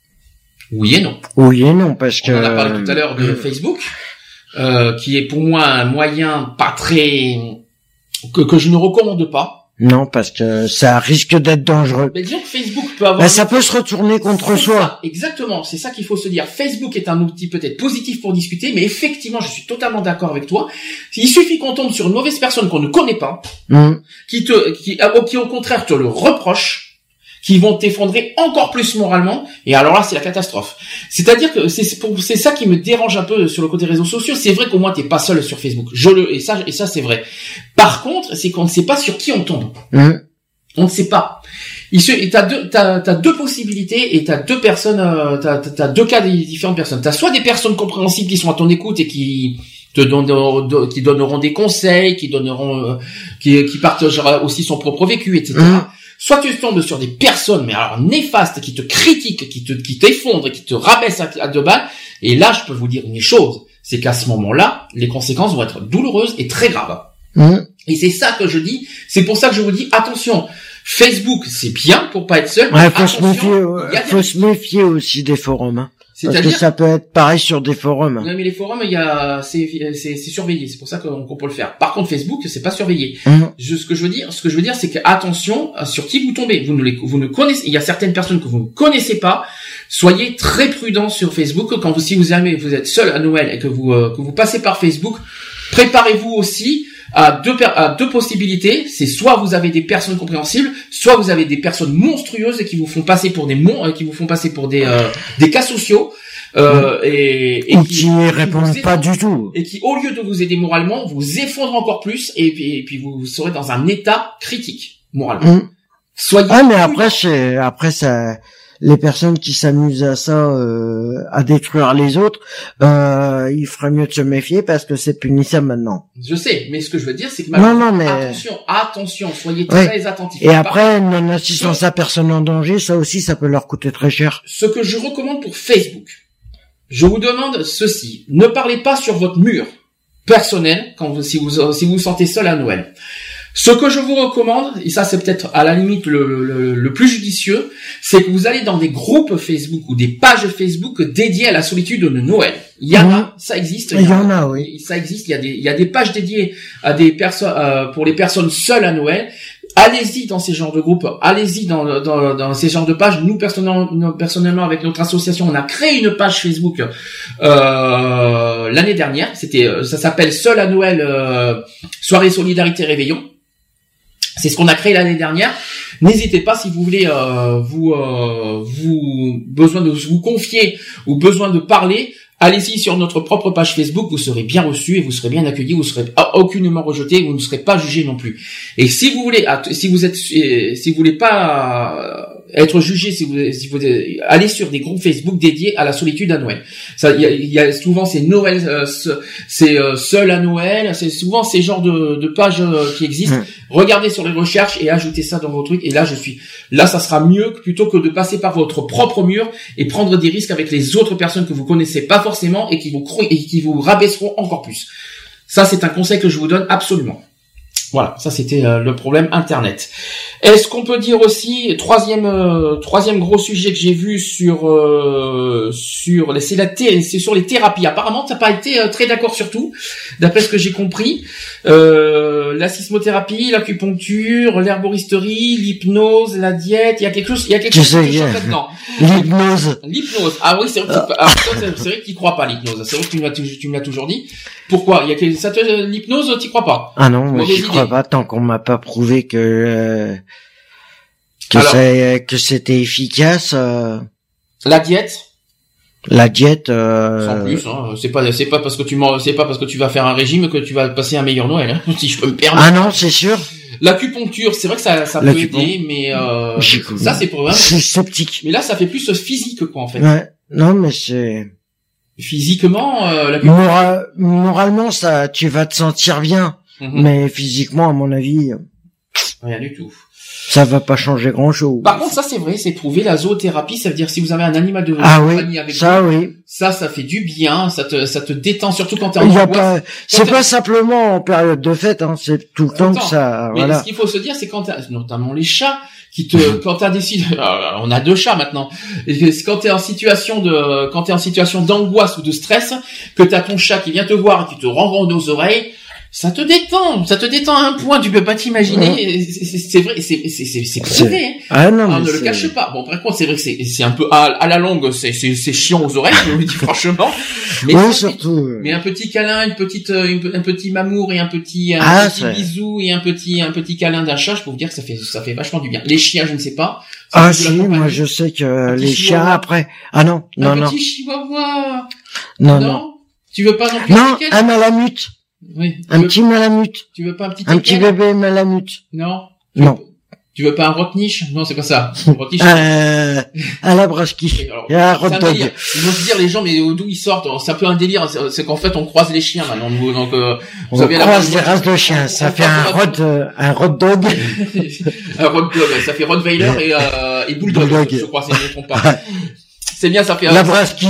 Oui et non. Oui et non, parce que on en a parlé tout à l'heure de mmh. Facebook, euh, qui est pour moi un moyen pas très que que je ne recommande pas. Non, parce que ça risque d'être dangereux. Mais disons que Facebook peut avoir... Ben, ça peut se retourner contre c'est soi. Ça, exactement, c'est ça qu'il faut se dire. Facebook est un outil peut-être positif pour discuter, mais effectivement, je suis totalement d'accord avec toi. Il suffit qu'on tombe sur une mauvaise personne qu'on ne connaît pas, mmh. qui te, qui, qui au contraire te le reproche, qui vont t'effondrer encore plus moralement, et alors là, c'est la catastrophe. C'est-à-dire que c'est, pour, c'est ça qui me dérange un peu sur le côté réseaux sociaux. C'est vrai qu'au moins t'es pas seul sur Facebook. Je le, et ça, et ça c'est vrai. Par contre, c'est qu'on ne sait pas sur qui on tombe. Mmh. On ne sait pas. Il se, et t'as deux, t'as, t'as deux possibilités et t'as deux personnes, euh, t'as, t'as deux cas de différentes personnes. T'as soit des personnes compréhensibles qui sont à ton écoute et qui te donneront, qui donneront des conseils, qui donneront, euh, qui, qui partagera aussi son propre vécu, et cetera. Mmh. Soit tu tombes sur des personnes, mais alors néfastes, qui te critiquent, qui te, qui t'effondrent, qui te rabaissent à, à deux balles. Et là, je peux vous dire une chose, c'est qu'à ce moment-là, les conséquences vont être douloureuses et très graves. Mmh. Et c'est ça que je dis. C'est pour ça que je vous dis attention. Facebook, c'est bien pour pas être seul. Ouais, faut se méfier. Faut des... se méfier aussi des forums. Hein. Parce que ça peut être pareil sur des forums. Non, mais les forums, il y a, c'est, c'est, c'est surveillé. C'est pour ça qu'on, qu'on peut le faire. Par contre, Facebook, c'est pas surveillé. Mmh. Je, ce que je veux dire, ce que je veux dire, c'est que attention sur qui vous tombez. Vous ne les, vous ne connaissez, il y a certaines personnes que vous ne connaissez pas. Soyez très prudents sur Facebook quand vous, si vous aimez, vous êtes seul à Noël et que vous, euh, que vous passez par Facebook, préparez-vous aussi à deux, à deux possibilités. C'est soit vous avez des personnes compréhensibles, soit vous avez des personnes monstrueuses qui vous font passer pour des mon, qui vous font passer pour des, euh, des cas sociaux. Euh, et, et ou qui, qui répondent pas du tout, et qui, au lieu de vous aider moralement, vous effondrent encore plus, et puis, et puis vous, vous serez dans un état critique moralement. Mmh. Soyez. Ah, mais après, c'est après ça. Les personnes qui s'amusent à ça, euh, à détruire les autres, euh, il ferait mieux de se méfier parce que c'est punissable maintenant. Je sais, mais ce que je veux dire, c'est que non, non, mais... attention, attention, soyez très ouais. attentifs. Et après, non-assistance à personne en danger, ça aussi, ça peut leur coûter très cher. Ce que je recommande pour Facebook, je vous demande ceci. Ne parlez pas sur votre mur personnel quand vous, si vous, si vous vous sentez seul à Noël. Ce que je vous recommande, et ça c'est peut-être à la limite le, le, le plus judicieux, c'est que vous allez dans des groupes Facebook ou des pages Facebook dédiées à la solitude de Noël. Il y en a, ça existe. Il y en a, oui. Ça existe. Il y a des, il y a des pages dédiées à des personnes, euh, pour les personnes seules à Noël. Allez-y dans ces genres de groupes. Allez-y dans, dans, dans ces genres de pages. Nous personnellement, personnellement, avec notre association, on a créé une page Facebook euh, l'année dernière. C'était, ça s'appelle Seul à Noël, euh, soirée solidarité réveillon. C'est ce qu'on a créé l'année dernière. N'hésitez pas si vous voulez euh, vous euh, vous besoin de vous confier ou besoin de parler, allez-y sur notre propre page Facebook, vous serez bien reçus et vous serez bien accueillis, vous serez aucunement rejetés, vous ne serez pas jugés non plus. Et si vous voulez si vous êtes si vous voulez pas être jugé, si vous si vous allez sur des groupes Facebook dédiés à la solitude à Noël. Ça il y a, il y a souvent c'est Noël euh, c'est euh, seul à Noël, c'est souvent ces genres de de pages euh, qui existent. Mmh. Regardez sur les recherches et ajoutez ça dans vos trucs et là je suis là ça sera mieux plutôt que de passer par votre propre mur et prendre des risques avec les autres personnes que vous connaissez pas forcément et qui vous et qui vous rabaisseront encore plus. Ça c'est un conseil que je vous donne absolument. Voilà, ça c'était euh, le problème Internet. Est-ce qu'on peut dire aussi troisième euh, troisième gros sujet que j'ai vu sur euh, sur les c'est la thé, c'est sur les thérapies. Apparemment, t'as pas été euh, très d'accord sur tout, d'après ce que j'ai compris. Euh, la sismothérapie, l'acupuncture, l'herboristerie, l'hypnose, la diète. Il y a quelque chose, il y a quelque chose qui change là-dedans. L'hypnose. L'hypnose. Ah oui, c'est vrai. Que ah, c'est vrai que t'y crois pas l'hypnose. C'est vrai que tu me l'as tu me l'as toujours dit. Pourquoi? Il y a ça te, l'hypnose, t'y crois pas? Ah non, moi j'y crois pas tant qu'on m'a pas prouvé que euh, que Alors, c'est que c'était efficace. Euh... La diète. La diète. Euh... Sans plus, hein. C'est pas c'est pas parce que tu c'est pas parce que tu vas faire un régime que tu vas passer un meilleur Noël. Hein, si je peux me permettre. Ah non, c'est sûr. L'acupuncture, c'est vrai que ça ça peut aider, mais euh, ça c'est pour vraiment. C'est sceptique. Mais là, ça fait plus physique quoi en fait. Ouais. Non, mais c'est. Physiquement, euh, la Moral, moralement, ça, tu vas te sentir bien, mm-hmm. mais physiquement, à mon avis, rien du tout. Ça va pas changer grand-chose. Par contre, ça c'est vrai, c'est prouvé. La zoothérapie, ça veut dire si vous avez un animal de ah compagnie oui, avec ça vous, oui, ça, ça fait du bien, ça te, ça te détend, surtout quand t'es en angoisse. Pas, c'est pas simplement en période de fête, hein, c'est tout le temps que ça. Mais voilà. Ce qu'il faut se dire, c'est quand t'as, notamment les chats, qui te, quand t'as décidé, on a deux chats maintenant. Et quand t'es en situation de, quand t'es en situation d'angoisse ou de stress, que t'as ton chat qui vient te voir et qui te renvoie aux oreilles, ça te détend, ça te détend à un point, tu peux pas t'imaginer. Ouais. C'est, c'est vrai, c'est, c'est, c'est, c'est prouvé. Hein. Ah non, on mais ne c'est... le cache pas. Bon, par contre, c'est vrai que c'est, c'est un peu à, à la longue, c'est, c'est, c'est chiant aux oreilles, je vous le dis franchement. Mais oui, surtout. Mais un petit câlin, une petite, une, un petit mamour et un petit, un ah, petit bisou et un petit, un petit câlin d'un chat, je peux vous dire que ça fait, ça fait vachement du bien. Les chiens, je ne sais pas. Ah si, moi je sais que les chiens chihuahua. Après. Ah non, non, un non. Un petit chihuahua. Non, non, non. Tu veux pas non plus? Non, un malamute. Oui. Un petit veux... malamute. Tu veux pas un petit Un petit bébé malamute. Non. Non. Tu veux pas un rotniche? Non, c'est pas ça. Rotniche. euh, un labraski. Il y a un hot dog. Ils vont se dire, les gens, mais d'où ils sortent? C'est un peu un délire. C'est, c'est qu'en fait, on croise les chiens, maintenant. Donc, euh, vous on avez croise la... des races de chiens. Ça fait un rot, euh, un hot dog. Un hot dog. Ça fait Rottweiler et, euh, et Bulldog. Bulldog. Je crois, si je ne me trompe pas. C'est bien, ça fait Labraski.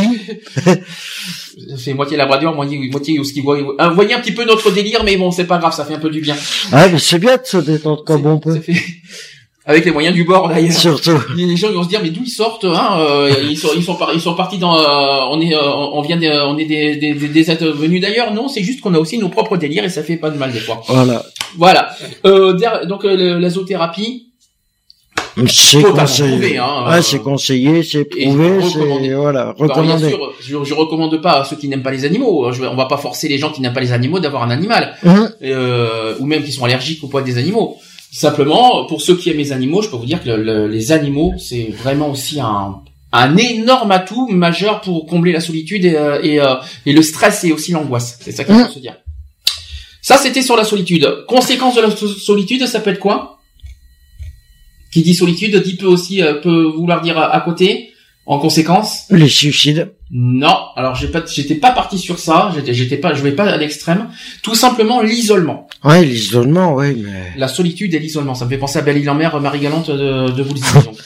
Ça fait moitié labrador, moitié, moitié husky. Vous voyez un petit peu notre délire, mais bon, c'est pas grave, ça fait un peu du bien. Ah, mais c'est bien de se détendre comme on peut. Ça fait... Avec les moyens du bord d'ailleurs. Surtout. Les gens ils vont se dire mais d'où ils sortent hein euh, ils sont ils sont par, ils sont partis dans euh, on est euh, on vient des, on est des des des êtres venus d'ailleurs. Non, c'est juste qu'on a aussi nos propres délires et ça fait pas de mal des fois. Voilà. Voilà. Euh, der, donc euh, la zoothérapie c'est conseillé. Prouvé, hein, ouais, euh, c'est conseillé, c'est prouvé, c'est voilà, recommandé. Alors, bien sûr, je, je recommande pas à ceux qui n'aiment pas les animaux. Je, on va pas forcer les gens qui n'aiment pas les animaux d'avoir un animal, mmh. euh, ou même qui sont allergiques au poids des animaux. Simplement, pour ceux qui aiment les animaux, je peux vous dire que le, le, les animaux, c'est vraiment aussi un, un énorme atout majeur pour combler la solitude et, et, et le stress et aussi l'angoisse. C'est ça qu'il faut mmh. se dire. Ça, c'était sur la solitude. Conséquence de la solitude, ça peut être quoi? Qui dit solitude, dit peut aussi euh, peut vouloir dire à, à côté. En conséquence, les suicides. Non, alors j'ai pas, j'étais pas parti sur ça. J'étais, j'étais pas, je vais pas à l'extrême. Tout simplement l'isolement. Ouais, l'isolement, ouais, mais la solitude et l'isolement. Ça me fait penser à Belle Île en Mer, Marie Galante de, de Woolsey. donc.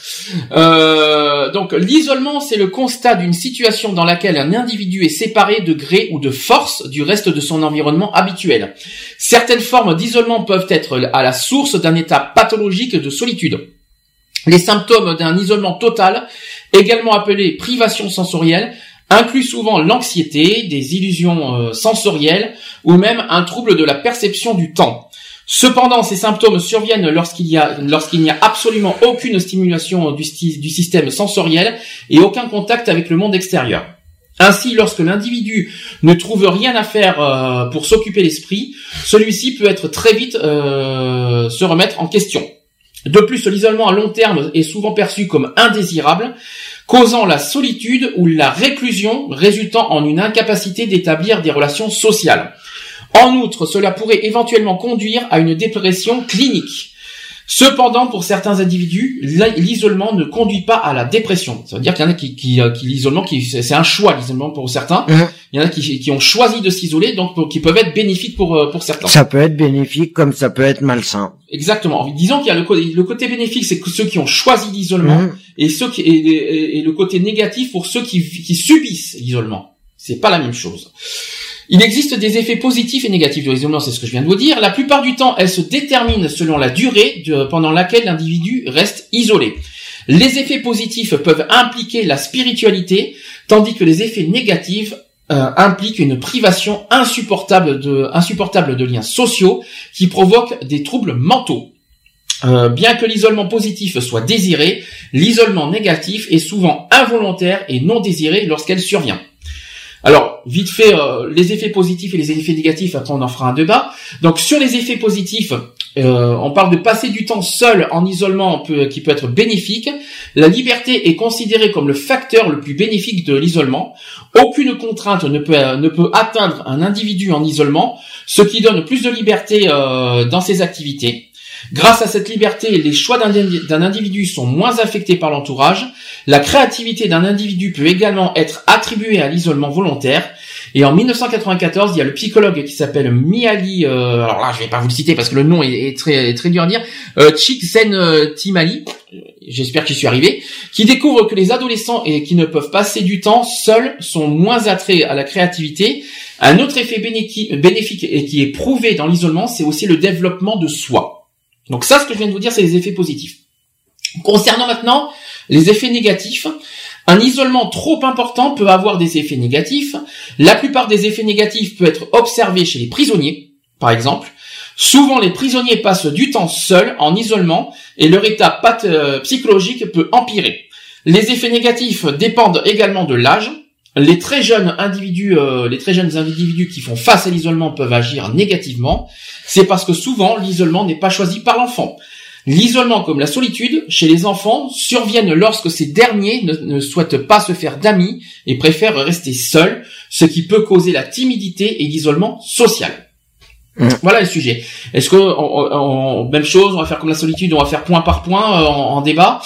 Euh, donc l'isolement, c'est le constat d'une situation dans laquelle un individu est séparé de gré ou de force du reste de son environnement habituel. Certaines formes d'isolement peuvent être à la source d'un état pathologique de solitude. Les symptômes d'un isolement total, également appelé privation sensorielle, incluent souvent l'anxiété, des illusions euh, sensorielles ou même un trouble de la perception du temps. Cependant, ces symptômes surviennent lorsqu'il y a lorsqu'il n'y a absolument aucune stimulation du, du système sensoriel et aucun contact avec le monde extérieur. Ainsi, lorsque l'individu ne trouve rien à faire euh, pour s'occuper l'esprit, celui-ci peut être très vite euh, se remettre en question. De plus, l'isolement à long terme est souvent perçu comme indésirable, causant la solitude ou la réclusion, résultant en une incapacité d'établir des relations sociales. En outre, cela pourrait éventuellement conduire à une dépression clinique. Cependant, pour certains individus, l'isolement ne conduit pas à la dépression. Ça veut dire qu'il y en a qui, qui, qui l'isolement, qui, c'est un choix, l'isolement pour certains. Mmh. Il y en a qui, qui ont choisi de s'isoler, donc qui peuvent être bénéfiques pour, pour certains. Ça peut être bénéfique comme ça peut être malsain. Exactement. Disons qu'il y a le côté, le côté bénéfique, c'est que ceux qui ont choisi l'isolement, mmh. et ceux qui, et, et, et le côté négatif pour ceux qui, qui subissent l'isolement. C'est pas la même chose. Il existe des effets positifs et négatifs de l'isolement, c'est ce que je viens de vous dire. La plupart du temps, elles se déterminent selon la durée de, pendant laquelle l'individu reste isolé. Les effets positifs peuvent impliquer la spiritualité, tandis que les effets négatifs euh, impliquent une privation insupportable de, insupportable de liens sociaux qui provoquent des troubles mentaux. Euh, bien que l'isolement positif soit désiré, l'isolement négatif est souvent involontaire et non désiré lorsqu'elle survient. Alors, vite fait, euh, les effets positifs et les effets négatifs, après on en fera un débat. Donc, sur les effets positifs, euh, on parle de passer du temps seul en isolement peut, qui peut être bénéfique. La liberté est considérée comme le facteur le plus bénéfique de l'isolement. Aucune contrainte ne peut, ne peut atteindre un individu en isolement, ce qui donne plus de liberté euh, dans ses activités. Grâce à cette liberté, les choix d'un individu sont moins affectés par l'entourage. La créativité d'un individu peut également être attribuée à l'isolement volontaire. Et en mille neuf cent quatre-vingt-quatorze, il y a le psychologue qui s'appelle Mihaly, euh, alors là je vais pas vous le citer parce que le nom est, est très est très dur à dire, euh, Csikszentmihalyi, j'espère que j'y suis arrivé, qui découvre que les adolescents et qui ne peuvent passer du temps seuls sont moins attraits à la créativité. Un autre effet bénéfique et qui est prouvé dans l'isolement, c'est aussi le développement de soi. Donc ça, ce que je viens de vous dire, c'est les effets positifs. Concernant maintenant les effets négatifs, un isolement trop important peut avoir des effets négatifs. La plupart des effets négatifs peuvent être observés chez les prisonniers, par exemple. Souvent, les prisonniers passent du temps seuls, en isolement, et leur état psychologique peut empirer. Les effets négatifs dépendent également de l'âge. Les très jeunes individus, euh, les très jeunes individus qui font face à l'isolement peuvent agir négativement. C'est parce que souvent l'isolement n'est pas choisi par l'enfant. L'isolement comme la solitude chez les enfants surviennent lorsque ces derniers ne, ne souhaitent pas se faire d'amis et préfèrent rester seuls, ce qui peut causer la timidité et l'isolement social. Mmh. Voilà le sujet. Est-ce que on, on, même chose, on va faire comme la solitude, on va faire point par point euh, en, en débat.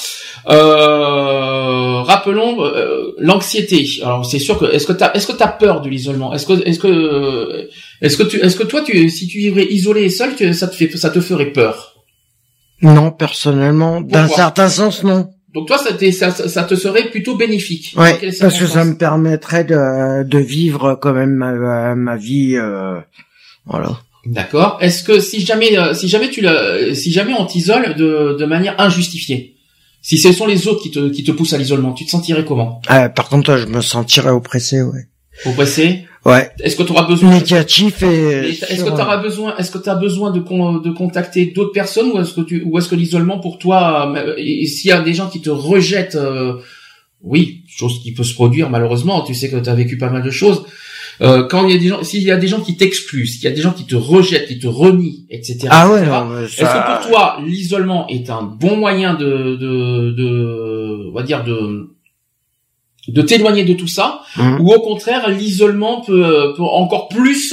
Euh, rappelons euh, l'anxiété. Alors c'est sûr que est-ce que t'as est-ce que t'as peur de l'isolement? Est-ce que est-ce que est-ce que tu est-ce que toi tu si tu vivrais isolé et seul, tu, ça te fait ça te ferait peur? Non, personnellement, d'un certain sens, non. Donc toi, ça, ça, ça te serait plutôt bénéfique. Ouais, parce que ça me permettrait de, de vivre quand même ma, ma vie, euh, voilà. D'accord. Est-ce que si jamais, euh, si jamais tu le, si jamais on t'isole de, de manière injustifiée, si ce sont les autres qui te, qui te poussent à l'isolement, tu te sentirais comment? euh, Par contre, je me sentirais oppressé, ouais. Oppressé? Ouais. Est-ce que tu auras besoin négatif et est-ce que tu auras besoin est-ce que tu as besoin de con, de contacter d'autres personnes ou est-ce que tu ou est-ce que l'isolement pour toi euh, s'il y a des gens qui te rejettent euh, oui, chose qui peut se produire malheureusement, tu sais que tu as vécu pas mal de choses. Euh, quand il y a des gens s'il y a des gens qui t'excluent, s'il y a des gens qui te rejettent, qui te renient, et cetera. Ah ouais, et cetera. non, ça... Est-ce que pour toi l'isolement est un bon moyen de de de on va dire de de t'éloigner de tout ça, mmh. ou au contraire l'isolement peut, peut encore plus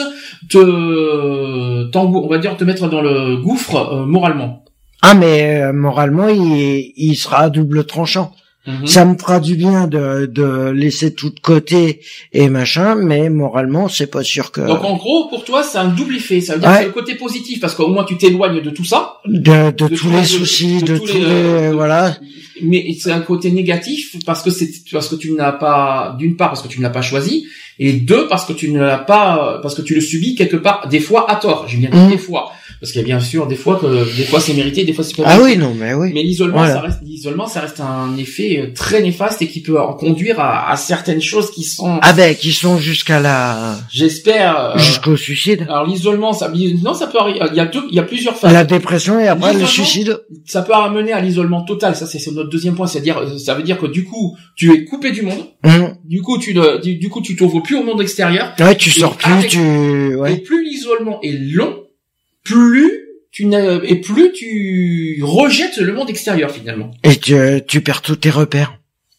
te, on va dire te mettre dans le gouffre euh, moralement. Ah mais euh, moralement il, il sera à double tranchant. Mmh. Ça me fera du bien de, de laisser tout de côté et machin, mais moralement c'est pas sûr que. Donc en gros pour toi c'est un double effet, ça veut dire ouais. que c'est le côté positif parce qu'au moins tu t'éloignes de tout ça, de, de, de tous les soucis, de, de, de tous les, les euh, voilà. Mais c'est un côté négatif parce que c'est parce que tu n'as pas d'une part parce que tu ne l'as pas choisi et deux parce que tu ne l'as pas parce que tu le subis quelque part des fois à tort. J'ai bien dit mmh. des fois parce qu'il y a bien sûr des fois que des fois c'est mérité, des fois c'est pas ah mérité. oui non mais oui. Mais l'isolement voilà. ça reste l'isolement ça reste un effet très néfaste et qui peut en conduire à, à certaines choses qui sont ah ben qui sont jusqu'à la j'espère euh... jusqu'au suicide. Alors l'isolement ça non ça peut arriver il y a deux, il y a plusieurs phases. La dépression et après le suicide. Ça peut amener à l'isolement total, ça c'est, c'est notre deuxième point, c'est-à-dire ça veut dire que du coup tu es coupé du monde. Mmh. Du coup tu ne, du, du coup tu t'ouvres plus au monde extérieur. Ouais, tu sors plus, avec, tu ouais. Et plus l'isolement est long, plus tu n'as, et plus tu rejettes le monde extérieur finalement. Et tu, tu perds tous tes repères.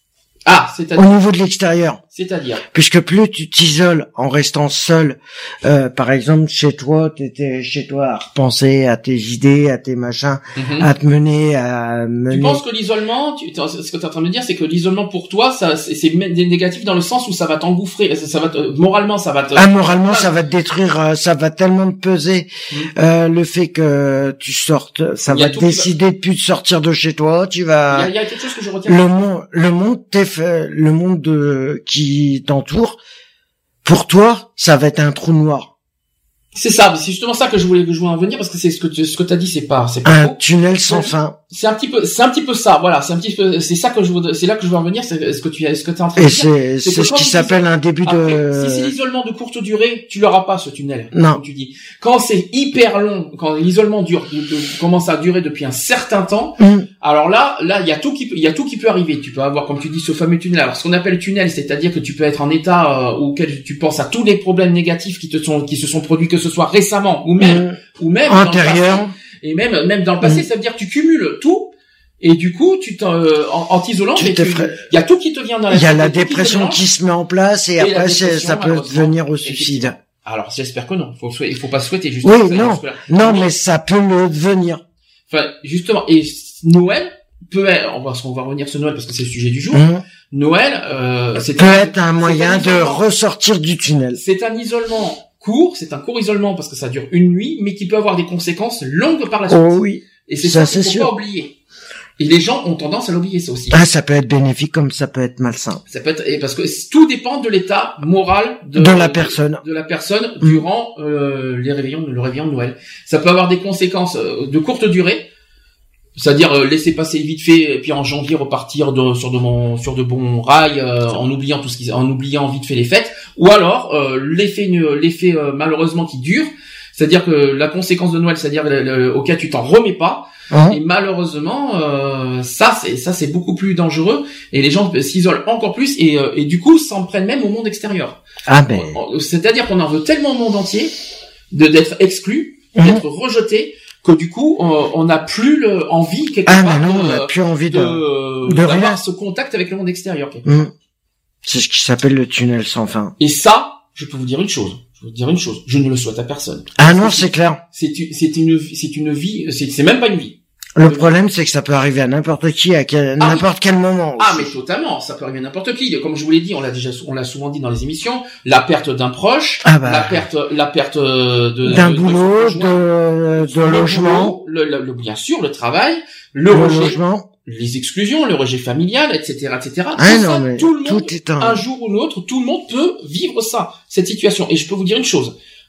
Ah, c'est-à-dire au niveau de l'extérieur. C'est-à-dire puisque plus tu t'isoles en restant seul, euh, par exemple chez toi, t'étais chez toi à repenser à tes idées, à tes machins, mm-hmm. à te mener, à mener. Tu penses que l'isolement, tu, ce que tu es en train de me dire, c'est que l'isolement pour toi, ça, c'est, c'est négatif dans le sens où ça va t'engouffrer, ça, ça va te, moralement, ça va te. Ah, moralement, ça va te détruire, ça va tellement te peser, mm. euh, le fait que tu sortes, ça va te décider va... de plus de sortir de chez toi, tu vas. Il y a, il y a quelque chose que je retiens. Le monde, le monde t'est fait, le monde de, qui t'entoure, pour toi, ça va être un trou noir. C'est ça, c'est justement ça que je voulais que je voulais en venir parce que c'est ce que tu, ce que t'as dit, c'est pas, c'est pas un faux. Tunnel sans c'est, fin. C'est un petit peu, c'est un petit peu ça, voilà, c'est un petit peu, c'est ça que je veux, c'est là que je veux en venir, c'est ce que tu, ce que t'es en train de et dire. Et c'est, c'est ce qui s'appelle un début après, de. Si c'est l'isolement de courte durée, tu l'auras pas ce tunnel. Non. Comme tu dis. Quand c'est hyper long, quand l'isolement dure, de, de, commence à durer depuis un certain temps, mm. alors là, là, il y a tout qui, il y a tout qui peut arriver. Tu peux avoir, comme tu dis, ce fameux tunnel. Alors, ce qu'on appelle tunnel, c'est-à-dire que tu peux être en état euh, auquel tu penses à tous les problèmes négatifs qui te sont, qui se sont produits, que ce soit récemment ou même, mmh. ou même antérieur, dans le passé, et même, même dans le passé, mmh. ça veut dire que tu cumules tout, et du coup, tu t'en, euh, en, en t'isolant, il y a tout qui te vient dans la tête. Il y a la dépression qui, qui se met en place, et, et après, ça peut venir au suicide. Alors, j'espère que non. Faut, il faut pas souhaiter, justement. Oui, non. Non, mais ça peut le devenir. Enfin, justement, et Noël peut être, on va, on va revenir sur Noël parce que c'est le sujet du jour. Mmh. Noël, euh, c'est peut un, être un moyen de ressortir du tunnel. C'est un isolement court, c'est un court isolement parce que ça dure une nuit, mais qui peut avoir des conséquences longues par la suite. Oh oui. Et c'est ça, ça qu'il faut pas oublier. Et les gens ont tendance à l'oublier, ça aussi. Ah, ça peut être bénéfique comme ça peut être malsain. Ça peut être, et parce que tout dépend de l'état moral de, de la personne, de, de la personne mmh. durant euh, les réveillons, le réveillon de Noël. Ça peut avoir des conséquences euh, de courte durée. C'est-à-dire euh, laisser passer vite fait et puis en janvier repartir de, sur de mon sur de bons rails euh, en oubliant tout ce qui en oubliant vite fait les fêtes, ou alors euh, l'effet l'effet euh, malheureusement qui dure, c'est-à-dire que la conséquence de Noël, c'est-à-dire le, le, auquel tu t'en remets pas, hein? Et malheureusement euh, ça c'est ça c'est beaucoup plus dangereux et les gens s'isolent encore plus et euh, et du coup s'en prennent même au monde extérieur. Ah ben c'est-à-dire qu'on en veut tellement au monde entier de d'être exclu, mmh. d'être rejeté, que du coup on n'a plus le, envie quelque ah, part non, de, on n'a plus envie de, de, de d'avoir rien. ce contact avec le monde extérieur. Mmh. C'est ce qui s'appelle le tunnel sans fin. Et ça, je peux vous dire une chose. Je peux vous dire une chose. Je ne le souhaite à personne. Ah non, c'est, c'est clair. C'est, c'est une, c'est une vie. C'est, c'est même pas une vie. Le problème, c'est que ça peut arriver à n'importe qui, à quel, ah, n'importe oui. quel moment. Aussi. Ah, mais totalement. Ça peut arriver à n'importe qui. Comme je vous l'ai dit, on l'a déjà, on l'a souvent dit dans les émissions. La perte d'un proche. Ah bah. La perte, la perte de, d'un de, boulot, de, de, de, de logement. Le, le, le, bien sûr, le travail, le, le rejet, logement. Les exclusions, le rejet familial, et cetera, et cetera. Ah tout non, ça, mais tout le monde, tout est un... un jour ou l'autre, tout le monde peut vivre ça, cette situation. Et je peux vous dire une chose.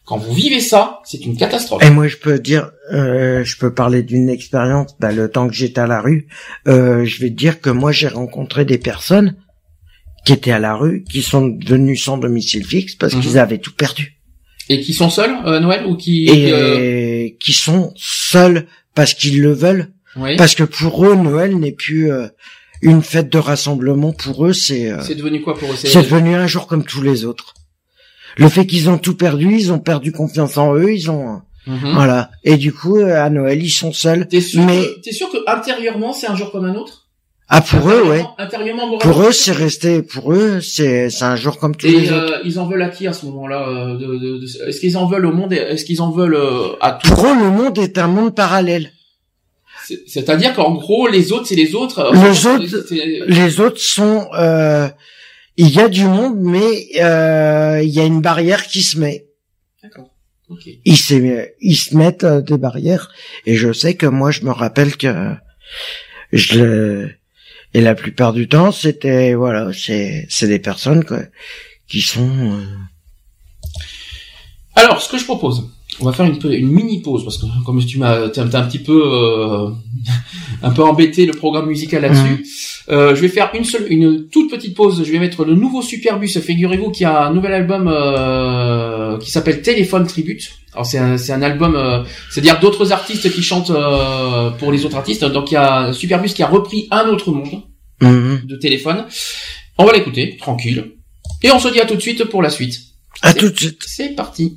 Quand vous vivez ça, c'est une catastrophe. Et moi, je peux dire, euh, je peux parler d'une expérience. Bah, le temps que j'étais à la rue, euh, je vais te dire que moi, j'ai rencontré des personnes qui étaient à la rue, qui sont devenues sans domicile fixe parce mmh. qu'ils avaient tout perdu. Et qui sont seuls, euh, Noël, ou qui et euh... qui sont seuls parce qu'ils le veulent. Oui. Parce que pour eux, Noël n'est plus euh, une fête de rassemblement. Pour eux, c'est. Euh, c'est devenu quoi pour eux? C'est, c'est devenu un jour comme tous les autres. Le fait qu'ils ont tout perdu, ils ont perdu confiance en eux, ils ont mm-hmm. voilà. Et du coup, à Noël, ils sont seuls. T'es sûr mais que, t'es sûr que intérieurement, c'est un jour comme un autre? Ah, pour eux, ouais. Intérieurement, pour eux, c'est resté. Pour eux, c'est c'est un jour comme tous et les euh, autres. Ils en veulent à qui à ce moment-là euh, de, de, de, Est-ce qu'ils en veulent au monde? Est-ce qu'ils en veulent euh, à tout? Pour eux, le monde est un monde parallèle. C'est, c'est-à-dire qu'en gros, les autres, c'est les autres. Les euh, autres, c'est... les autres sont. Euh, il y a du monde, mais euh, il y a une barrière qui se met. D'accord. Ok. Ils se, ils se mettent euh, des barrières, et je sais que moi, je me rappelle que je le. Et la plupart du temps, c'était voilà, c'est c'est des personnes quoi, qui sont. Euh... Alors, ce que je propose, on va faire une, une mini pause parce que comme tu m'as t'es un, t'es un petit peu euh, un peu embêté le programme musical là-dessus. Mmh. Euh, je vais faire une seule, une toute petite pause. Je vais mettre le nouveau Superbus. Figurez-vous qu'il y a un nouvel album euh, qui s'appelle Téléphone Tribute. Alors c'est un, c'est un album, euh, c'est-à-dire d'autres artistes qui chantent euh, pour les autres artistes. Donc il y a Superbus qui a repris Un autre monde mmh. de Téléphone. On va l'écouter, tranquille. Et on se dit à tout de suite pour la suite. À c'est, tout de suite. C'est parti.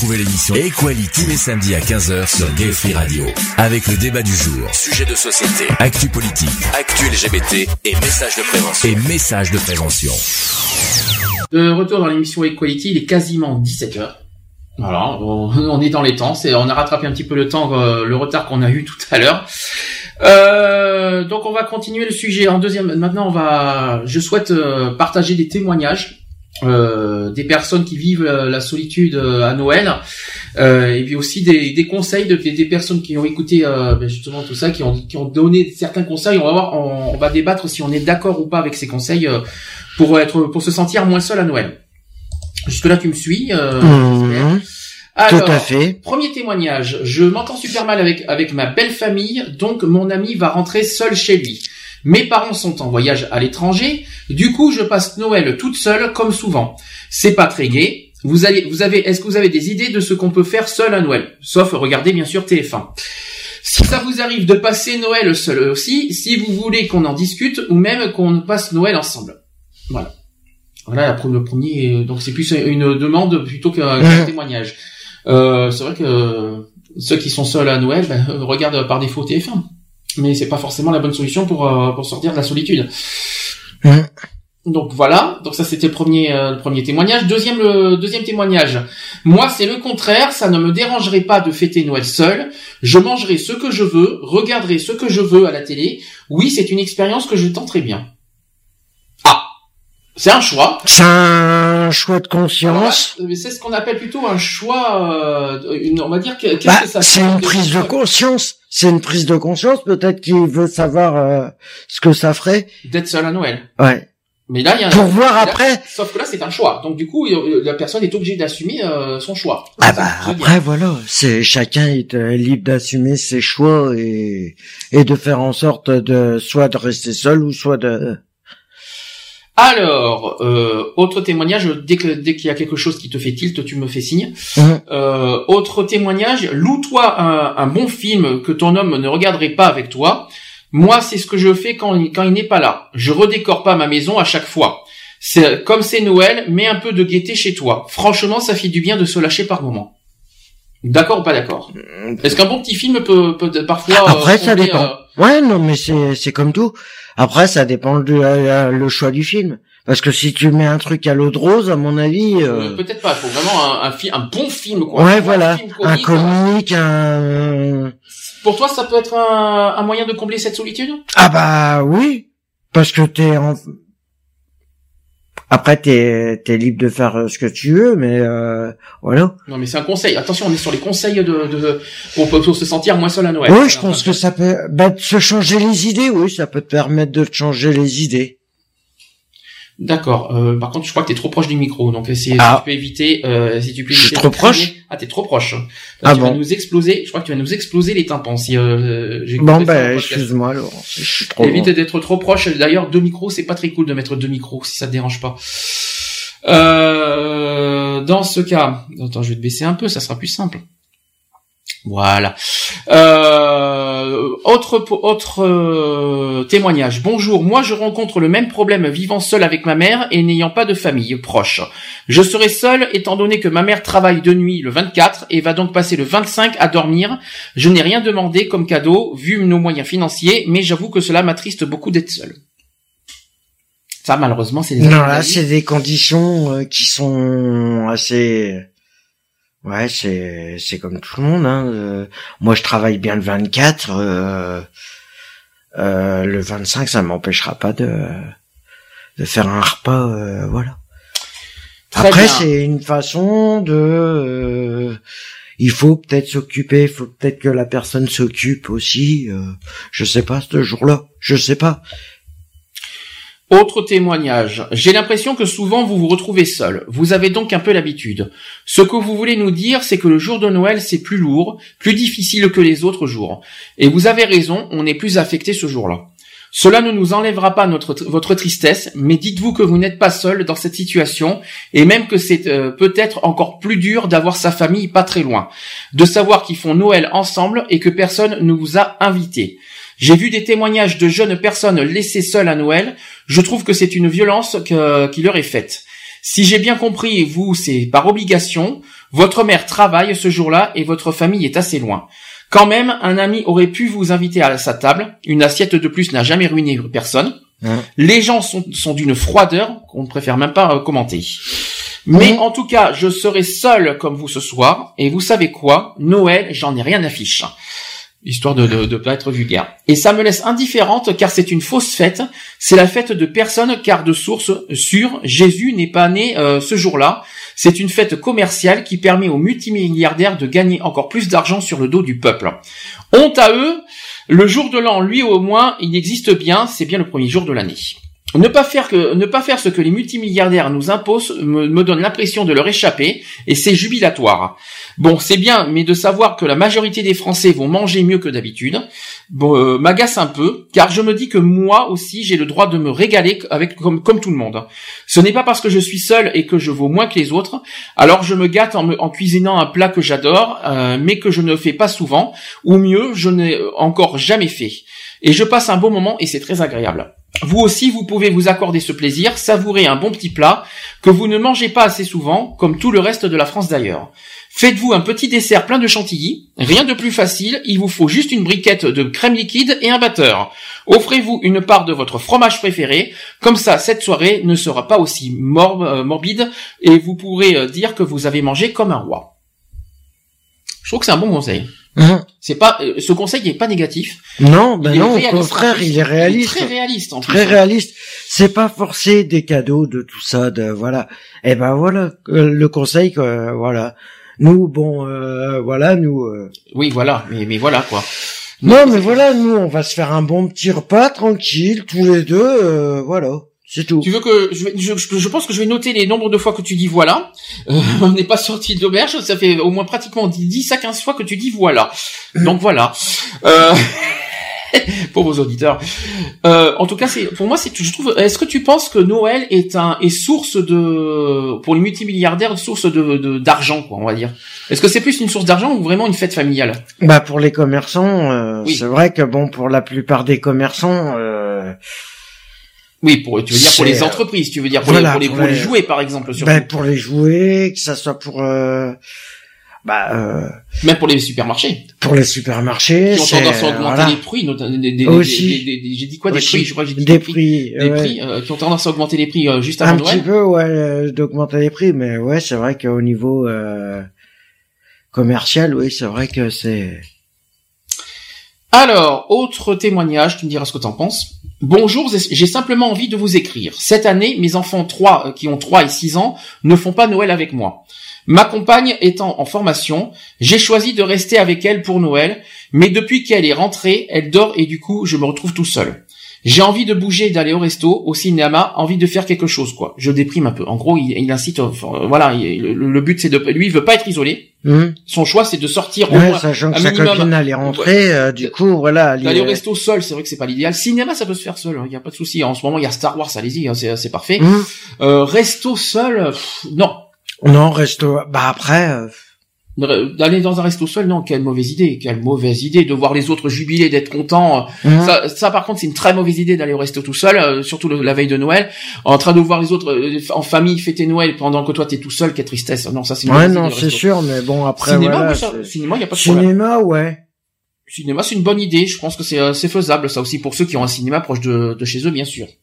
Retrouvez l'émission Equality tous les samedis à quinze heures sur Gay Free Radio. Avec le débat du jour, sujet de société, actu politique, actu L G B T et messages de prévention. Et messages de prévention. De retour dans l'émission Equality, il est quasiment dix-sept heures. Voilà, on, on est dans les temps, c'est, on a rattrapé un petit peu le temps, euh, le retard qu'on a eu tout à l'heure. Euh, donc on va continuer le sujet en deuxième. Maintenant, on va, je souhaite euh, partager des témoignages euh, des personnes qui vivent la, la solitude euh, à Noël, euh, et puis aussi des, des conseils de des, des personnes qui ont écouté euh, justement tout ça, qui ont qui ont donné certains conseils. On va voir, on, on va débattre si on est d'accord ou pas avec ces conseils euh, pour être, pour se sentir moins seul à Noël. Jusque là, tu me suis. Euh, mmh. Alors, tout à fait. Premier témoignage. Je m'entends super mal avec avec ma belle famille, donc mon ami va rentrer seul chez lui. Mes parents sont en voyage à l'étranger, du coup je passe Noël toute seule comme souvent. C'est pas très gai. Vous allez, vous avez, est-ce que vous avez des idées de ce qu'on peut faire seul à Noël? Sauf regarder bien sûr T F un. Si ça vous arrive de passer Noël seul aussi, si vous voulez qu'on en discute ou même qu'on passe Noël ensemble. Voilà. Voilà le premier. Donc c'est plus une demande plutôt qu'un mmh. témoignage. Euh, c'est vrai que ceux qui sont seuls à Noël ben, regardent par défaut T F un, mais c'est pas forcément la bonne solution pour euh, pour sortir de la solitude. Mmh. Donc voilà, donc ça c'était le premier euh, le premier témoignage. Deuxième le deuxième témoignage. Moi c'est le contraire, ça ne me dérangerait pas de fêter Noël seul. Je mangerai ce que je veux, regarderai ce que je veux à la télé. Oui, c'est une expérience que je tenterai bien. Ah. C'est un choix. C'est un choix de conscience. Alors, c'est ce qu'on appelle plutôt un choix, euh, une, on va dire, qu'est-ce bah, que ça c'est une prise de conscience. C'est une prise de conscience. Peut-être qu'il veut savoir euh, ce que ça ferait. D'être seul à Noël. Ouais. Mais là, il y a un... Pour voir là, après. Sauf que là, c'est un choix. Donc, du coup, la personne est obligée d'assumer euh, son choix. Ah bah, après, voilà. C'est, chacun est euh, libre d'assumer ses choix et, et de faire en sorte de, soit de rester seul ou soit de... Alors, euh, autre témoignage, dès que dès qu'il y a quelque chose qui te fait tilt, tu me fais signe. Mmh. Euh, autre témoignage, loue-toi un, un bon film que ton homme ne regarderait pas avec toi. Moi, c'est ce que je fais quand, quand il n'est pas là. Je redécore pas ma maison à chaque fois. C'est comme c'est Noël, mets un peu de gaieté chez toi. Franchement, ça fait du bien de se lâcher par moment. D'accord ou pas d'accord? Est-ce qu'un bon petit film peut, peut parfois... Après, euh, ça compter, dépend. Euh... Ouais, non, mais c'est, c'est comme tout. Après, ça dépend du euh, le choix du film. Parce que si tu mets un truc à l'eau de rose, à mon avis... Euh... Peut-être pas, il faut vraiment un, un, fi- un bon film, quoi. Ouais, un voilà. Film comique, un comique, un... Pour toi, ça peut être un, un moyen de combler cette solitude? Ah bah oui. Parce que t'es en... Après, t'es, t'es libre de faire ce que tu veux, mais euh, voilà. Non, mais c'est un conseil. Attention, on est sur les conseils de, de pour, pour se sentir moins seul à Noël. Oui, je pense que ça peut, bah, de se changer les idées. Oui, ça peut te permettre de te changer les idées. D'accord. Euh, par contre, je crois que t'es trop proche du micro, donc si, ah. si tu peux éviter, euh, si tu peux éviter. Je suis trop proche. Ah, t'es trop proche. Là, ah tu bon. vas nous exploser. Je crois que tu vas nous exploser les tympans. Si euh, j'ai bon ben, excuse-moi, Laurent. Je suis trop. Évite bon. d'être trop proche. D'ailleurs, deux micros, c'est pas très cool de mettre deux micros si ça te dérange pas. Euh, dans ce cas, attends, je vais te baisser un peu, ça sera plus simple. Voilà. Euh, autre autre euh, témoignage. Bonjour, moi je rencontre le même problème vivant seul avec ma mère et n'ayant pas de famille proche. Je serai seul étant donné que ma mère travaille de nuit le vingt-quatre et va donc passer le vingt-cinq à dormir. Je n'ai rien demandé comme cadeau vu nos moyens financiers, mais j'avoue que cela m'attriste beaucoup d'être seul. Ça, malheureusement, c'est des... Non, là, c'est des conditions euh, qui sont assez... Ouais, c'est c'est comme tout le monde. Hein. Euh, moi, je travaille bien le vingt-quatre. Euh, euh, le vingt-cinq, ça m'empêchera pas de de faire un repas. Euh, voilà. Très Après, bien. C'est une façon de... Euh, il faut peut-être s'occuper. Il faut peut-être que la personne s'occupe aussi. Euh, je sais pas, ce jour-là. Je sais pas. Autre témoignage. J'ai l'impression que souvent vous vous retrouvez seul. Vous avez donc un peu l'habitude. Ce que vous voulez nous dire, c'est que le jour de Noël, c'est plus lourd, plus difficile que les autres jours. Et vous avez raison, on est plus affecté ce jour-là. Cela ne nous enlèvera pas notre, votre tristesse, mais dites-vous que vous n'êtes pas seul dans cette situation, et même que c'est euh, peut-être encore plus dur d'avoir sa famille pas très loin, de savoir qu'ils font Noël ensemble et que personne ne vous a invité. J'ai vu des témoignages de jeunes personnes laissées seules à Noël. Je trouve que c'est une violence que, qui leur est faite. Si j'ai bien compris, vous, c'est par obligation. Votre mère travaille ce jour-là et votre famille est assez loin. Quand même, un ami aurait pu vous inviter à sa table. Une assiette de plus n'a jamais ruiné personne. Mmh. Les gens sont, sont d'une froideur qu'on ne préfère même pas euh, commenter. Mais mmh. en tout cas, je serai seul comme vous ce soir. Et vous savez quoi ? Noël, j'en ai rien à fiche. Histoire de, de, de pas être vulgaire. Et ça me laisse indifférente car c'est une fausse fête. C'est la fête de personne car de source sûre, Jésus n'est pas né euh, ce jour-là. C'est une fête commerciale qui permet aux multimilliardaires de gagner encore plus d'argent sur le dos du peuple. Honte à eux, le jour de l'an, lui au moins, il existe bien, c'est bien le premier jour de l'année. Ne pas faire que, ne pas faire ce que les multimilliardaires nous imposent me, me donne l'impression de leur échapper et c'est jubilatoire. Bon, c'est bien, mais de savoir que la majorité des Français vont manger mieux que d'habitude, bon, euh, m'agace un peu, car je me dis que moi aussi j'ai le droit de me régaler avec comme comme tout le monde. Ce n'est pas parce que je suis seul et que je vaux moins que les autres, alors je me gâte en, me, en cuisinant un plat que j'adore, euh, mais que je ne fais pas souvent, ou mieux, je n'ai encore jamais fait. Et je passe un bon moment et c'est très agréable. Vous aussi, vous pouvez vous accorder ce plaisir, savourer un bon petit plat que vous ne mangez pas assez souvent, comme tout le reste de la France d'ailleurs. Faites-vous un petit dessert plein de chantilly, rien de plus facile, il vous faut juste une briquette de crème liquide et un batteur. Offrez-vous une part de votre fromage préféré, comme ça cette soirée ne sera pas aussi mor- euh, morbide et vous pourrez euh, dire que vous avez mangé comme un roi. Je trouve que c'est un bon conseil. Mmh. C'est pas, euh, ce conseil n'est pas négatif. Non, ben non, au contraire, il est réaliste. Il est très réaliste, en Très plus. réaliste. C'est pas forcer des cadeaux de tout ça, de, voilà. Et ben voilà, le conseil, que, voilà. Nous, bon, euh, voilà, nous, euh... Oui, voilà, mais, mais voilà, quoi. Non, mais voilà, nous, on va se faire un bon petit repas, tranquille, tous les deux, euh, voilà. C'est tout. Tu veux que je, vais, je je pense que je vais noter les nombres de fois que tu dis voilà. Euh, on n'est pas sorti de l'auberge, ça fait au moins pratiquement dix à quinze fois que tu dis voilà. Donc voilà. Euh... pour vos auditeurs. Euh, en tout cas, c'est pour moi, c'est je trouve. Est-ce que tu penses que Noël est un est source de pour les multimilliardaires source de, de d'argent, quoi, on va dire. Est-ce que c'est plus une source d'argent ou vraiment une fête familiale? Bah pour les commerçants, euh, oui. C'est vrai que bon pour la plupart des commerçants. Euh... Oui, pour tu veux dire pour les entreprises, tu veux dire pour, voilà, les, pour, les, pour les les jouets par exemple surtout. Ben pour les jouets, que ça soit pour euh, bah euh, même pour les supermarchés. Pour les supermarchés, qui ont tendance à augmenter voilà. les prix, notamment des, des, aussi. Des, des, des, j'ai dit quoi des aussi. prix, je crois que j'ai dit des, des prix, prix, des ouais. prix euh, qui ont tendance à augmenter les prix euh, juste avant un Noël. Un petit peu, ouais, euh, d'augmenter les prix, mais ouais, c'est vrai qu'au niveau euh, commercial, oui, c'est vrai que c'est. Alors, autre témoignage, tu me diras ce que t'en penses. Bonjour, j'ai simplement envie de vous écrire. Cette année, mes enfants trois, qui ont trois et six ans ne font pas Noël avec moi. Ma compagne étant en formation, j'ai choisi de rester avec elle pour Noël, mais depuis qu'elle est rentrée, elle dort et du coup, je me retrouve tout seul. J'ai envie de bouger, d'aller au resto, au cinéma, envie de faire quelque chose, quoi. Je déprime un peu. En gros, il, il incite, euh, voilà, il, le, le but c'est de, lui, il veut pas être isolé. Mmh. Son choix, c'est de sortir au ouais, moins sachant un que sa minimum. Copine allait rentrer, euh, du coup, voilà. D'aller au resto seul, c'est vrai que c'est pas l'idéal. Cinéma, ça peut se faire seul, il hein, y a pas de souci. En ce moment, il y a Star Wars, allez-y, hein, c'est, c'est parfait. Mmh. Euh, resto seul, pff, non. Non, resto, bah après. Euh... D'aller dans un resto seul, non, quelle mauvaise idée, quelle mauvaise idée de voir les autres jubiler, d'être contents. Mmh. Ça, ça, par contre, c'est une très mauvaise idée d'aller au resto tout seul, euh, surtout le, la veille de Noël, en train de voir les autres euh, en famille fêter Noël pendant que toi t'es tout seul, quelle tristesse. Non, ça c'est une ouais, mauvaise non, idée. c'est sûr, mais bon après. Cinéma, voilà, oui, ça, cinéma, y a pas de cinéma, problème. ouais. Cinéma, c'est une bonne idée. Je pense que c'est, euh, c'est faisable, ça aussi pour ceux qui ont un cinéma proche de, de chez eux, bien sûr.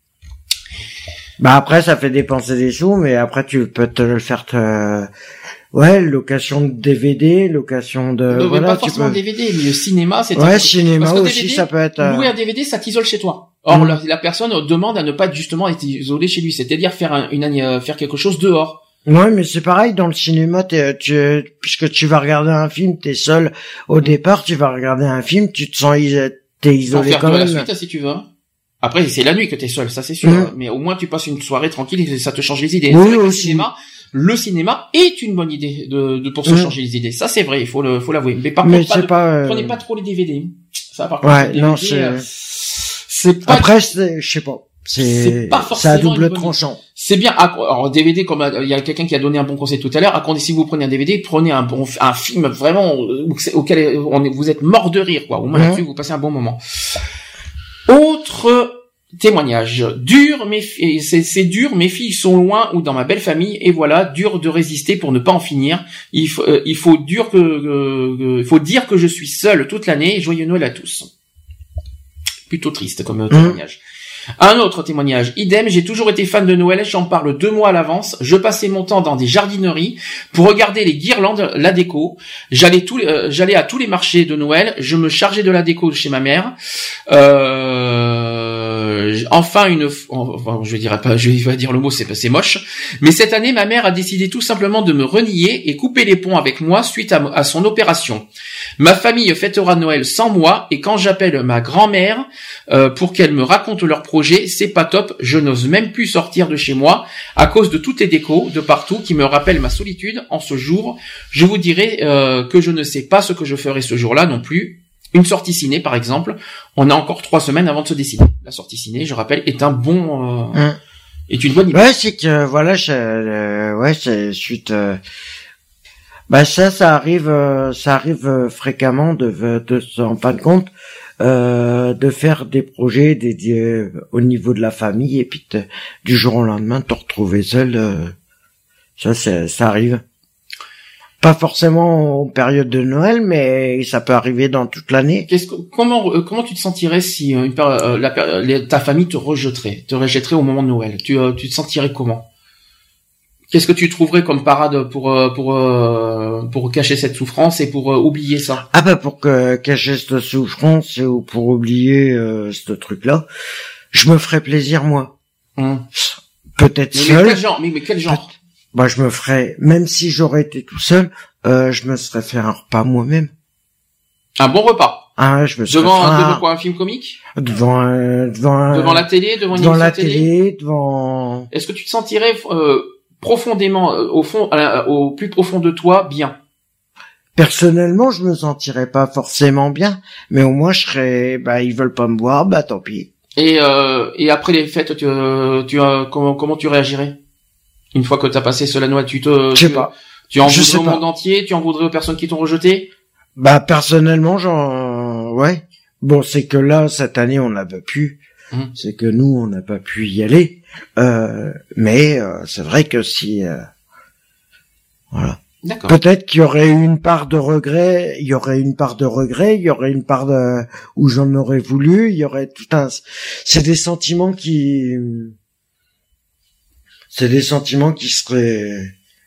Bah après, ça fait dépenser des sous, mais après tu peux te le faire. Te... Ouais, location de D V D, location de. Non, voilà, pas tu forcément peux... D V D, mais le cinéma, c'est. Ouais, cinéma Parce que aussi, D V D, ça peut être. Euh... Louer un D V D, ça t'isole chez toi. Or, mmh. la, la personne demande à ne pas justement être isolée chez lui, c'est-à-dire faire un, une, une faire quelque chose dehors. Ouais, mais c'est pareil dans le cinéma, t'es, tu, puisque tu vas regarder un film, t'es seul au départ, tu vas regarder un film, tu te sens t'es isolé quand même. La suite, si tu veux. Après, c'est la nuit que t'es seul, ça c'est sûr. Mmh. Mais au moins, tu passes une soirée tranquille et ça te change les idées. Oui, c'est vrai que aussi. le cinéma, le cinéma est une bonne idée de, de pour se mmh. changer les idées. Ça c'est vrai, il faut le, faut l'avouer. Mais par mais contre, pas, c'est de, pas euh... prenez pas trop les D V D. Ça, par contre, ouais, les D V D, non, c'est. Euh, c'est pas. Après, c'est, je sais pas. C'est, c'est pas forcément. C'est à double tranchant. C'est bien. Alors D V D, comme il y a quelqu'un qui a donné un bon conseil tout à l'heure. À si vous prenez un D V D, prenez un bon, un film vraiment auquel on est, vous êtes mort de rire, quoi. Au moins mmh. là-dessus, vous passez un bon moment. Autre témoignage. Dur, mes fi- c'est, c'est dur, mes filles sont loin ou dans ma belle famille, et voilà, dur de résister pour ne pas en finir. Il faut, euh, il faut dur que, que, que, il faut dire que je suis seul toute l'année. Joyeux Noël à tous. Plutôt triste comme témoignage. Mmh. Un autre témoignage. Idem, j'ai toujours été fan de Noël, j'en parle deux mois à l'avance. Je passais mon temps dans des jardineries pour regarder les guirlandes, la déco. J'allais tous, euh, j'allais à tous les marchés de Noël. Je me chargeais de la déco chez ma mère. Euh, enfin une, enfin, je dirais pas, je vais dire le mot, c'est, c'est moche. Mais cette année, ma mère a décidé tout simplement de me renier et couper les ponts avec moi suite à, à son opération. Ma famille fêtera Noël sans moi et quand j'appelle ma grand-mère euh, pour qu'elle me raconte leur projet, c'est pas top, je n'ose même plus sortir de chez moi à cause de toutes les décos de partout qui me rappellent ma solitude en ce jour. Je vous dirai euh, que je ne sais pas ce que je ferai ce jour-là non plus. Une sortie ciné par exemple, on a encore trois semaines avant de se décider. La sortie ciné, je rappelle, est un bon, euh, mmh. est une bonne idée. Ouais, c'est que voilà, je, euh, ouais, c'est suite. Euh... Bah ça, ça arrive, euh, ça arrive euh, fréquemment de, de, de, en fin de compte, euh, de faire des projets dédiés euh, au niveau de la famille et puis de, du jour au lendemain de te retrouver seul. Euh, ça, c'est, ça arrive. Pas forcément en période de Noël, mais ça peut arriver dans toute l'année. Qu'est-ce que, comment, euh, comment tu te sentirais si euh, une, euh, la, la, ta famille te rejetterait, te rejetterait au moment de Noël? Tu, euh, tu te sentirais comment? Qu'est-ce que tu trouverais comme parade pour pour pour cacher cette souffrance et pour oublier ça? Ah bah pour que cacher cette souffrance et pour oublier euh, ce truc-là, je me ferais plaisir moi. Hum. Peut-être mais seul. Mais quel genre? Mais, mais quel genre? Bah je me ferais, même si j'aurais été tout seul, euh, je me serais fait un repas moi-même. Un bon repas. Ah, je me serais devant fait un, un... devant quoi, un film comique? Devant un, devant un... devant la télé, devant une devant la télé, télé, devant. Est-ce que tu te sentirais euh, profondément, euh, au fond, à, au plus profond de toi, bien? Personnellement, je me sentirais pas forcément bien, mais au moins je serais, bah ils veulent pas me voir, bah tant pis. Et euh, et après les fêtes, tu, tu euh, comment comment tu réagirais? Une fois que t'as passé cela Noël, tu te, je sais tu, pas. Tu en voudrais au monde entier, tu en voudrais aux personnes qui t'ont rejeté? Bah personnellement, j'en, ouais. Bon, c'est que là cette année on n'a pas pu. Mmh. C'est que nous on n'a pas pu y aller. Euh, mais euh, c'est vrai que si, euh, voilà. D'accord. Peut-être qu'il y aurait une part de regret, il y aurait une part de regret, il y aurait une part de où j'en aurais voulu, il y aurait tout un. C'est des sentiments qui, c'est des sentiments qui seraient,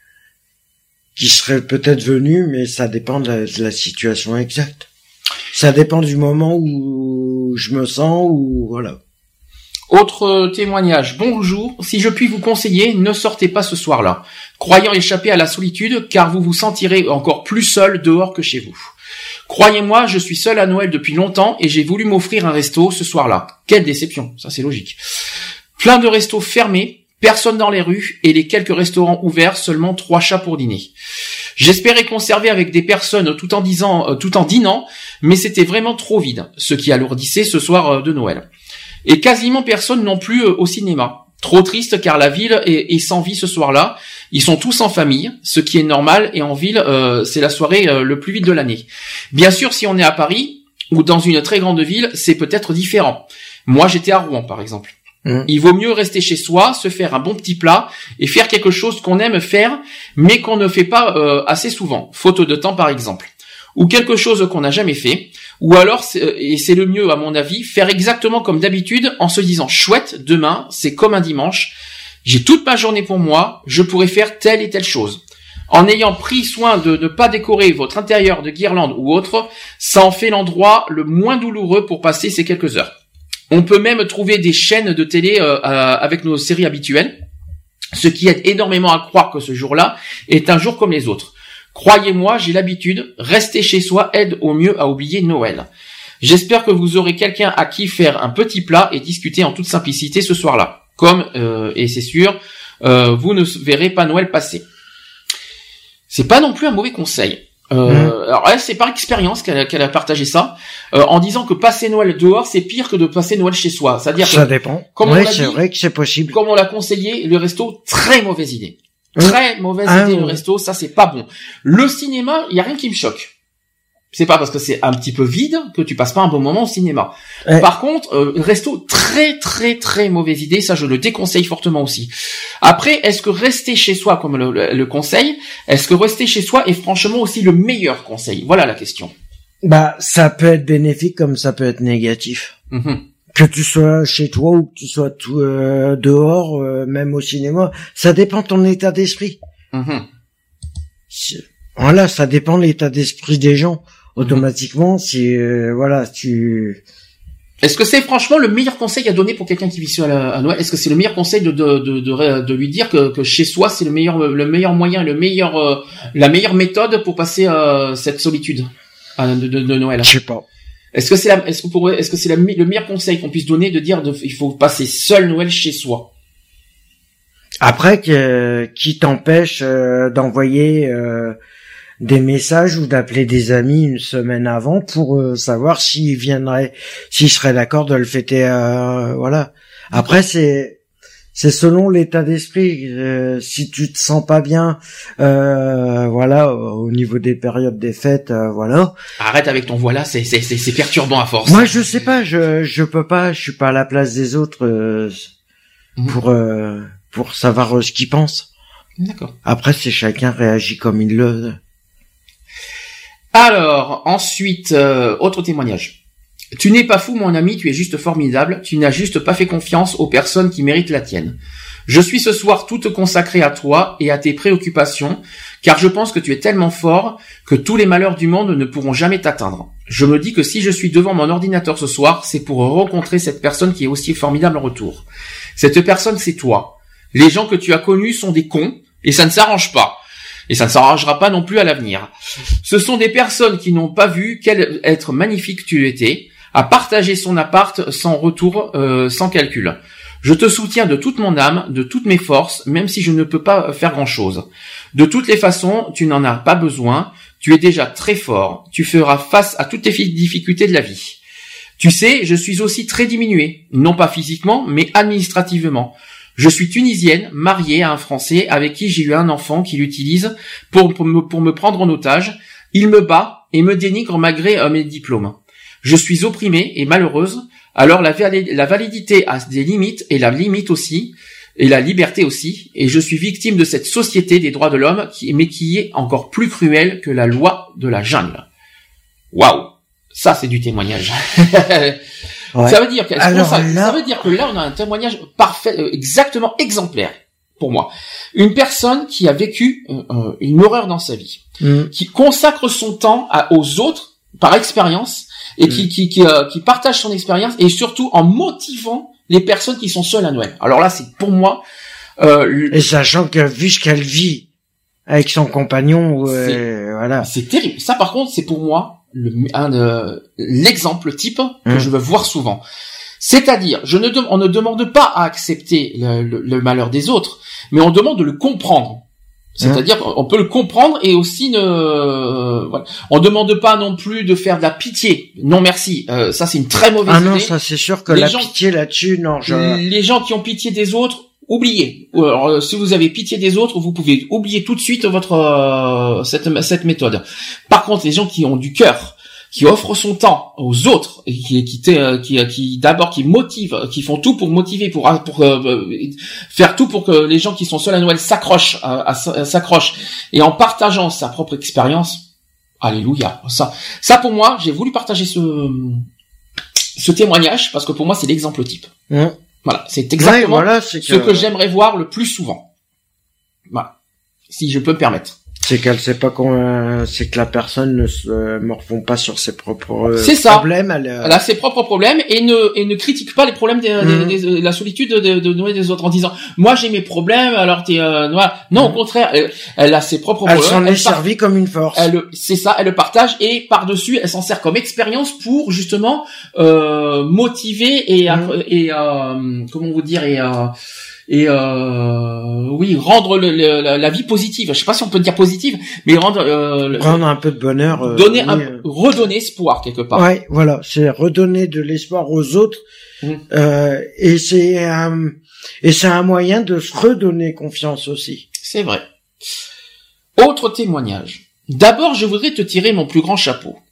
qui seraient peut-être venus, mais ça dépend de la, de la situation exacte. Ça dépend du moment où je me sens, ou voilà. Autre témoignage. Bonjour. Si je puis vous conseiller, ne sortez pas ce soir-là, croyant échapper à la solitude, car vous vous sentirez encore plus seul dehors que chez vous. Croyez-moi, je suis seul à Noël depuis longtemps et j'ai voulu m'offrir un resto ce soir-là. Quelle déception. Ça, c'est logique. Plein de restos fermés, personne dans les rues et les quelques restaurants ouverts, seulement trois chats pour dîner. J'espérais conserver avec des personnes tout en disant, euh, tout en dînant, mais c'était vraiment trop vide, ce qui alourdissait ce soir euh, de Noël. Et quasiment personne non plus au cinéma. Trop triste car la ville est, est sans vie ce soir-là. Ils sont tous en famille, ce qui est normal, et en ville, euh, c'est la soirée euh, le plus vite de l'année. Bien sûr, si on est à Paris ou dans une très grande ville, c'est peut-être différent. Moi, j'étais à Rouen, par exemple. Mmh. Il vaut mieux rester chez soi, se faire un bon petit plat et faire quelque chose qu'on aime faire, mais qu'on ne fait pas euh, assez souvent. Faute de temps, par exemple. Ou quelque chose qu'on n'a jamais fait. Ou alors, et c'est le mieux à mon avis, faire exactement comme d'habitude en se disant « Chouette, demain, c'est comme un dimanche. J'ai toute ma journée pour moi, je pourrais faire telle et telle chose. » En ayant pris soin de ne pas décorer votre intérieur de guirlandes ou autre, ça en fait l'endroit le moins douloureux pour passer ces quelques heures. On peut même trouver des chaînes de télé euh, avec nos séries habituelles, ce qui aide énormément à croire que ce jour-là est un jour comme les autres. Croyez-moi, j'ai l'habitude, rester chez soi aide au mieux à oublier Noël. J'espère que vous aurez quelqu'un à qui faire un petit plat et discuter en toute simplicité ce soir-là. Comme, euh, et c'est sûr, euh, vous ne verrez pas Noël passer. C'est pas non plus un mauvais conseil. Euh, mmh. Alors elle, c'est par expérience qu'elle a, qu'elle a partagé ça, euh, en disant que passer Noël dehors, c'est pire que de passer Noël chez soi. C'est-à-dire ça que, dépend. Comme oui, on l'a c'est dit, vrai que c'est possible. Comme on l'a conseillé, le resto, très mauvaise idée. Très mauvaise ah, idée, oui. le resto, ça c'est pas bon. Le cinéma, il y a rien qui me choque. C'est pas parce que c'est un petit peu vide que tu passes pas un bon moment au cinéma. Ouais. Par contre, euh, resto, très très très mauvaise idée, ça je le déconseille fortement aussi. Après, est-ce que rester chez soi, comme le, le, le conseil, est-ce que rester chez soi est franchement aussi le meilleur conseil? Voilà la question. Bah, ça peut être bénéfique comme ça peut être négatif. Mmh. Que tu sois chez toi ou que tu sois tout, euh, dehors, euh, même au cinéma, ça dépend de ton état d'esprit. Mmh. Voilà, ça dépend de l'état d'esprit des gens. Automatiquement, si euh, voilà, tu. Est-ce que c'est franchement le meilleur conseil à donner pour quelqu'un qui vit seul à, à Noël? Est-ce que c'est le meilleur conseil de de de de, de lui dire que, que chez soi c'est le meilleur le meilleur moyen, le meilleur euh, la meilleure méthode pour passer euh, cette solitude euh, de, de, de Noël? Je sais pas. Est-ce que c'est la est-ce que pour est-ce que c'est la, le meilleur conseil qu'on puisse donner de dire de, il faut passer seul Noël chez soi? Après, que, qui t'empêche euh, d'envoyer euh, des messages ou d'appeler des amis une semaine avant pour euh, savoir s'ils viendraient, s'ils seraient d'accord de le fêter, euh, voilà. Après, c'est c'est selon l'état d'esprit. Euh, si tu te sens pas bien, euh, voilà, au niveau des périodes des fêtes, euh, voilà. Arrête avec ton voilà, c'est c'est c'est, c'est perturbant à force. Moi, je sais pas, je je peux pas, je suis pas à la place des autres euh, mmh. pour euh, pour savoir euh, ce qu'ils pensent. D'accord. Après, c'est chacun réagit comme il le. Alors, ensuite, euh, autre témoignage. Tu n'es pas fou, mon ami, tu es juste formidable. Tu n'as juste pas fait confiance aux personnes qui méritent la tienne. Je suis ce soir toute consacrée à toi et à tes préoccupations, car je pense que tu es tellement fort que tous les malheurs du monde ne pourront jamais t'atteindre. Je me dis que si je suis devant mon ordinateur ce soir, c'est pour rencontrer cette personne qui est aussi formidable en retour. Cette personne, c'est toi. Les gens que tu as connus sont des cons, et ça ne s'arrange pas. Et ça ne s'arrangera pas non plus à l'avenir. Ce sont des personnes qui n'ont pas vu quel être magnifique tu étais, à partager son appart sans retour, euh, sans calcul. Je te soutiens de toute mon âme, de toutes mes forces, même si je ne peux pas faire grand-chose. De toutes les façons, tu n'en as pas besoin, tu es déjà très fort, tu feras face à toutes les difficultés de la vie. Tu sais, je suis aussi très diminué, non pas physiquement, mais administrativement. Je suis tunisienne, mariée à un Français avec qui j'ai eu un enfant qui l'utilise pour, pour, me, pour me prendre en otage. Il me bat et me dénigre malgré euh, mes diplômes. Je suis opprimée et malheureuse, alors la, la validité a des limites et la limite aussi, et la liberté aussi, et je suis victime de cette société des droits de l'homme, qui, mais qui est encore plus cruelle que la loi de la jungle. Waouh, ça c'est du témoignage. Ouais. Ça veut dire que, Alors, ça, là... ça veut dire que là, on a un témoignage parfait, euh, exactement exemplaire pour moi. Une personne qui a vécu euh, une horreur dans sa vie, mmh. qui consacre son temps à, aux autres par expérience et mmh. qui qui qui, euh, qui partage son expérience et surtout en motivant les personnes qui sont seules à Noël. Alors là, c'est pour moi. Euh, et sachant que vu ce qu'elle vit avec son compagnon, euh, voilà. C'est terrible. Ça, par contre, c'est pour moi. Le, un, euh, l'exemple type que mmh. je veux voir souvent. C'est-à-dire, je ne, on ne demande pas à accepter le, le, le malheur des autres, mais on demande de le comprendre. C'est-à-dire, mmh. on peut le comprendre et aussi ne, euh, voilà. On demande pas non plus de faire de la pitié. Non merci. Euh, ça c'est une très mauvaise ah idée. Ah non, ça c'est sûr que les la gens, pitié là-dessus, non. Je... Les gens qui ont pitié des autres, oubliez. Alors, si vous avez pitié des autres, vous pouvez oublier tout de suite votre euh, cette cette méthode. Par contre, les gens qui ont du cœur, qui offrent son temps aux autres, et qui qui qui, qui d'abord qui motivent, qui font tout pour motiver, pour pour euh, faire tout pour que les gens qui sont seuls à Noël s'accrochent, à, à, à, s'accrochent, et en partageant sa propre expérience. Alléluia. Ça, ça pour moi, j'ai voulu partager ce ce témoignage parce que pour moi c'est l'exemple type. Mmh. Voilà, c'est exactement ouais, voilà, c'est que... ce que j'aimerais voir le plus souvent. Voilà, si je peux me permettre. C'est qu'elle sait pas qu'on, c'est que la personne ne se euh, morfond pas sur ses propres euh, c'est ça. problèmes. Elle, euh... elle a ses propres problèmes et ne et ne critique pas les problèmes des, mmh. des, des, la solitude de, de Noël des autres en disant moi j'ai mes problèmes alors t'es euh, voilà. Non, mmh. au contraire, elle, elle a ses propres elle problèmes. Elle s'en est servie comme une force. Elle, c'est ça, elle le partage et par dessus elle s'en sert comme expérience pour justement euh, motiver et mmh. et euh, comment vous dire et euh, et euh, oui rendre le, le, la, la vie positive. Je sais pas si on peut dire positive, mais rendre euh, rendre un peu de bonheur, euh, donner oui, un, euh... redonner espoir quelque part. Ouais, voilà, c'est redonner de l'espoir aux autres, mmh. euh, et c'est un et c'est un moyen de se redonner confiance aussi. C'est vrai. Autre témoignage. D'abord, je voudrais te tirer mon plus grand chapeau.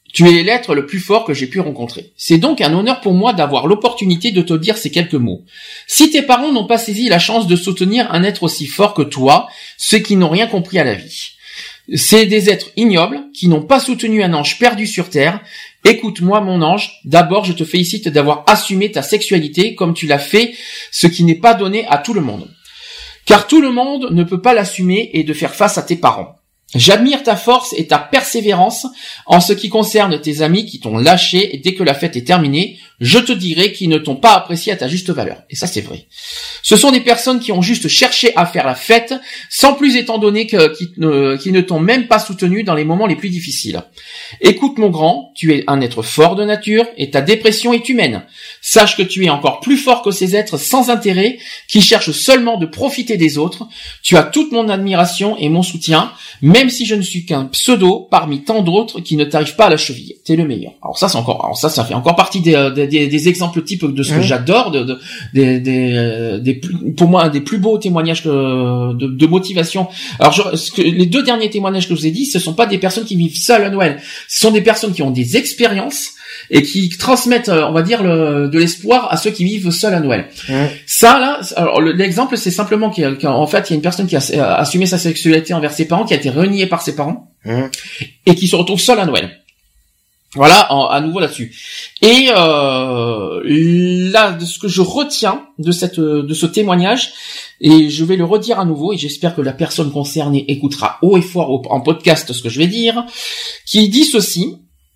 Tu es l'être le plus fort que j'ai pu rencontrer. C'est donc un honneur pour moi d'avoir l'opportunité de te dire ces quelques mots. Si tes parents n'ont pas saisi la chance de soutenir un être aussi fort que toi, ceux qui n'ont rien compris à la vie. C'est des êtres ignobles qui n'ont pas soutenu un ange perdu sur terre. Écoute-moi mon ange, d'abord je te félicite d'avoir assumé ta sexualité comme tu l'as fait, ce qui n'est pas donné à tout le monde. Car tout le monde ne peut pas l'assumer et de faire face à tes parents. J'admire ta force et ta persévérance en ce qui concerne tes amis qui t'ont lâché et dès que la fête est terminée, je te dirai qu'ils ne t'ont pas apprécié à ta juste valeur. Et ça, c'est vrai. Ce sont des personnes qui ont juste cherché à faire la fête, sans plus étant donné que, qui, ne, qui ne t'ont même pas soutenu dans les moments les plus difficiles. Écoute mon grand, tu es un être fort de nature et ta dépression est humaine. Sache que tu es encore plus fort que ces êtres sans intérêt qui cherchent seulement de profiter des autres. Tu as toute mon admiration et mon soutien, même si je ne suis qu'un pseudo parmi tant d'autres qui ne t'arrivent pas à la cheville. T'es le meilleur. Alors ça, c'est encore, alors ça, ça fait encore partie des, des, des, des exemples types de ce que mmh. j'adore, de, de, des, des, des, pour moi, un des plus beaux témoignages que, de, de motivation. Alors, je, ce que, les deux derniers témoignages que je vous ai dit, ce sont pas des personnes qui vivent seules à Noël. Ce sont des personnes qui ont des expériences et qui transmettent, on va dire, le, de l'espoir à ceux qui vivent seuls à Noël. Mmh. Ça, là, alors, l'exemple, c'est simplement qu'en fait, il y a une personne qui a assumé sa sexualité envers ses parents, qui a été reniée par ses parents, mmh. et qui se retrouve seule à Noël. Voilà, en, à nouveau là-dessus. Et euh, là, de ce que je retiens de cette, de ce témoignage, et je vais le redire à nouveau, et j'espère que la personne concernée écoutera haut et fort au, en podcast ce que je vais dire, qui dit ceci.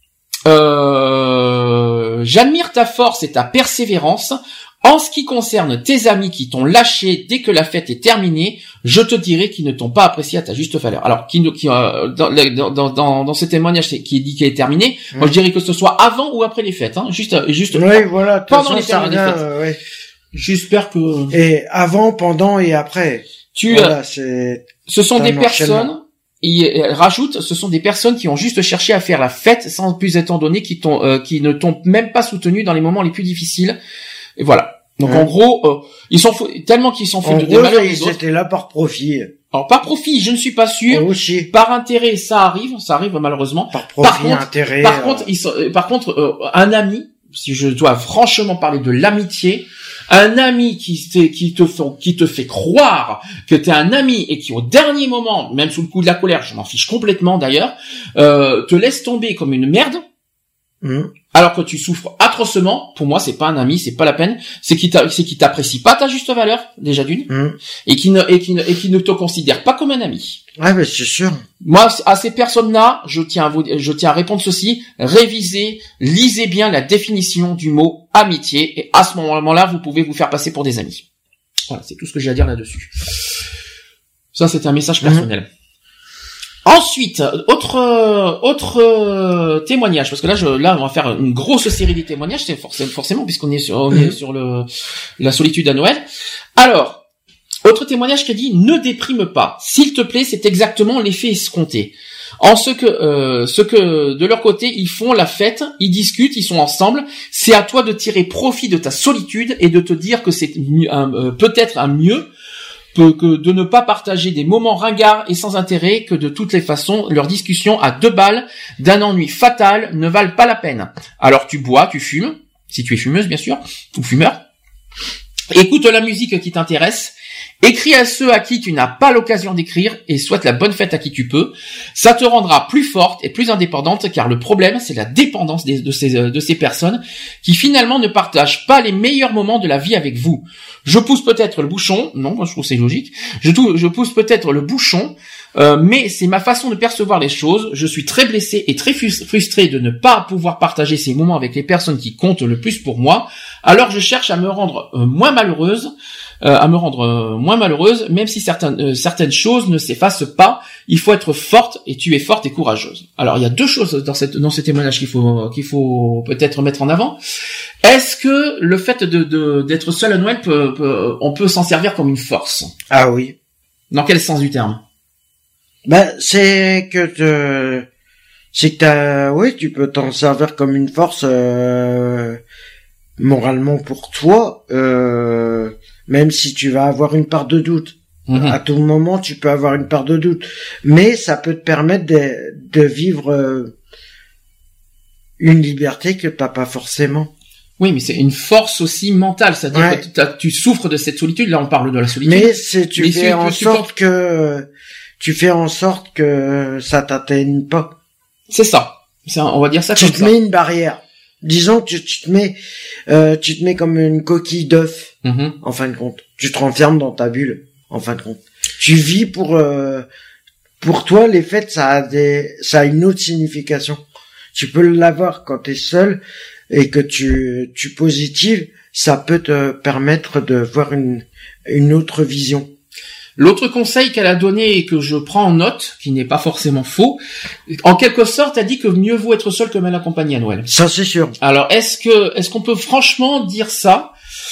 Euh, j'admire ta force et ta persévérance. En ce qui concerne tes amis qui t'ont lâché dès que la fête est terminée, je te dirai qu'ils ne t'ont pas apprécié à ta juste valeur. Alors, qui, qui euh, dans, dans, dans, dans ce témoignage qui dit qu'il est terminé, mmh. moi je dirais que ce soit avant ou après les fêtes, hein, juste, juste oui, voilà, pendant les fêtes. Euh, ouais. J'espère que. Et avant, pendant et après. Tu, voilà, euh, c'est. Ce sont des personnes. Il rajoute, ce sont des personnes qui ont juste cherché à faire la fête sans plus étant donné qui t'ont, euh, qui ne t'ont même pas soutenu dans les moments les plus difficiles. Et voilà. Donc mmh. en gros, euh, ils sont tellement qu'ils s'en foutent de des malheurs des autres. Ils étaient là par profit. Alors par profit, je ne suis pas sûr. Aussi. Par intérêt, ça arrive, ça arrive malheureusement. Par profit, par contre, intérêt. Par euh... contre, ils sont, euh, par contre, euh, un ami, si je dois franchement parler de l'amitié, un ami qui te, qui te fait, qui te fait croire que t'es un ami et qui au dernier moment, même sous le coup de la colère, je m'en fiche complètement d'ailleurs, euh, te laisse tomber comme une merde. Mmh. Alors que tu souffres atrocement, pour moi c'est pas un ami, c'est pas la peine, c'est qu'il t'a, c'est qu'il t'apprécie pas ta juste valeur déjà d'une, mmh. et qui ne et qui ne et qui ne te considère pas comme un ami. Ah mais c'est sûr. Moi à ces personnes-là, je tiens à vous, je tiens à répondre ceci, révisez, lisez bien la définition du mot amitié et à ce moment-là vous pouvez vous faire passer pour des amis. Voilà, c'est tout ce que j'ai à dire là-dessus. Ça c'est un message personnel. Mmh. Ensuite, autre autre euh, témoignage, parce que là, je, là, on va faire une grosse série de témoignages, c'est forcément, forcément puisqu'on est sur, on est sur le la solitude à Noël. Alors, autre témoignage qui dit ne déprime pas, s'il te plaît, c'est exactement l'effet escompté. En ce que euh, ce que de leur côté ils font la fête, ils discutent, ils sont ensemble. C'est à toi de tirer profit de ta solitude et de te dire que c'est un, euh, peut-être un mieux. Que de ne pas partager des moments ringards et sans intérêt, que de toutes les façons, leurs discussions à deux balles d'un ennui fatal ne valent pas la peine. Alors tu bois, tu fumes, si tu es fumeuse bien sûr, ou fumeur, écoute la musique qui t'intéresse, écris à ceux à qui tu n'as pas l'occasion d'écrire et souhaite la bonne fête à qui tu peux. Ça te rendra plus forte et plus indépendante car le problème c'est la dépendance de ces, de ces personnes qui finalement ne partagent pas les meilleurs moments de la vie avec vous. Je pousse peut-être le bouchon, non, moi je trouve c'est logique, je, je pousse peut-être le bouchon, euh, mais c'est ma façon de percevoir les choses. Je suis très blessé et très frustré de ne pas pouvoir partager ces moments avec les personnes qui comptent le plus pour moi. Alors je cherche à me rendre euh, moins malheureuse, euh, à me rendre euh, moins malheureuse, même si certaines euh, certaines choses ne s'effacent pas. Il faut être forte et tu es forte et courageuse. Alors il y a deux choses dans cette dans ce témoignage qu'il faut qu'il faut peut-être mettre en avant. Est-ce que le fait de, de d'être seul à Noël peut, peut on peut s'en servir comme une force? Ah oui. Dans quel sens du terme? Ben c'est que te... c'est que t'as... oui tu peux t'en servir comme une force euh... moralement pour toi, euh... même si tu vas avoir une part de doute. Mmh. À tout moment tu peux avoir une part de doute, mais ça peut te permettre de, de vivre euh... une liberté que t'as pas forcément. Oui, mais c'est une force aussi mentale, c'est-à-dire ouais. que tu, tu souffres de cette solitude. Là, on parle de la solitude. Mais c'est tu mais fais c'est en que sorte tu... que tu fais en sorte que ça t'atteigne pas. C'est ça. C'est un, on va dire ça tu comme te ça. mets une barrière. Disons que tu, tu te mets, euh, tu te mets comme une coquille d'œuf. Mm-hmm. En fin de compte, tu te renfermes dans ta bulle. En fin de compte, tu vis pour, euh, pour toi les fêtes, ça a des, ça a une autre signification. Tu peux l'avoir quand t'es seul et que tu, tu positives, ça peut te permettre de voir une, une autre vision. L'autre conseil qu'elle a donné et que je prends en note, qui n'est pas forcément faux, en quelque sorte, elle dit que mieux vaut être seul que mal accompagné à Noël. Ça, c'est sûr. Alors, est-ce que, est-ce qu'on peut franchement dire ça?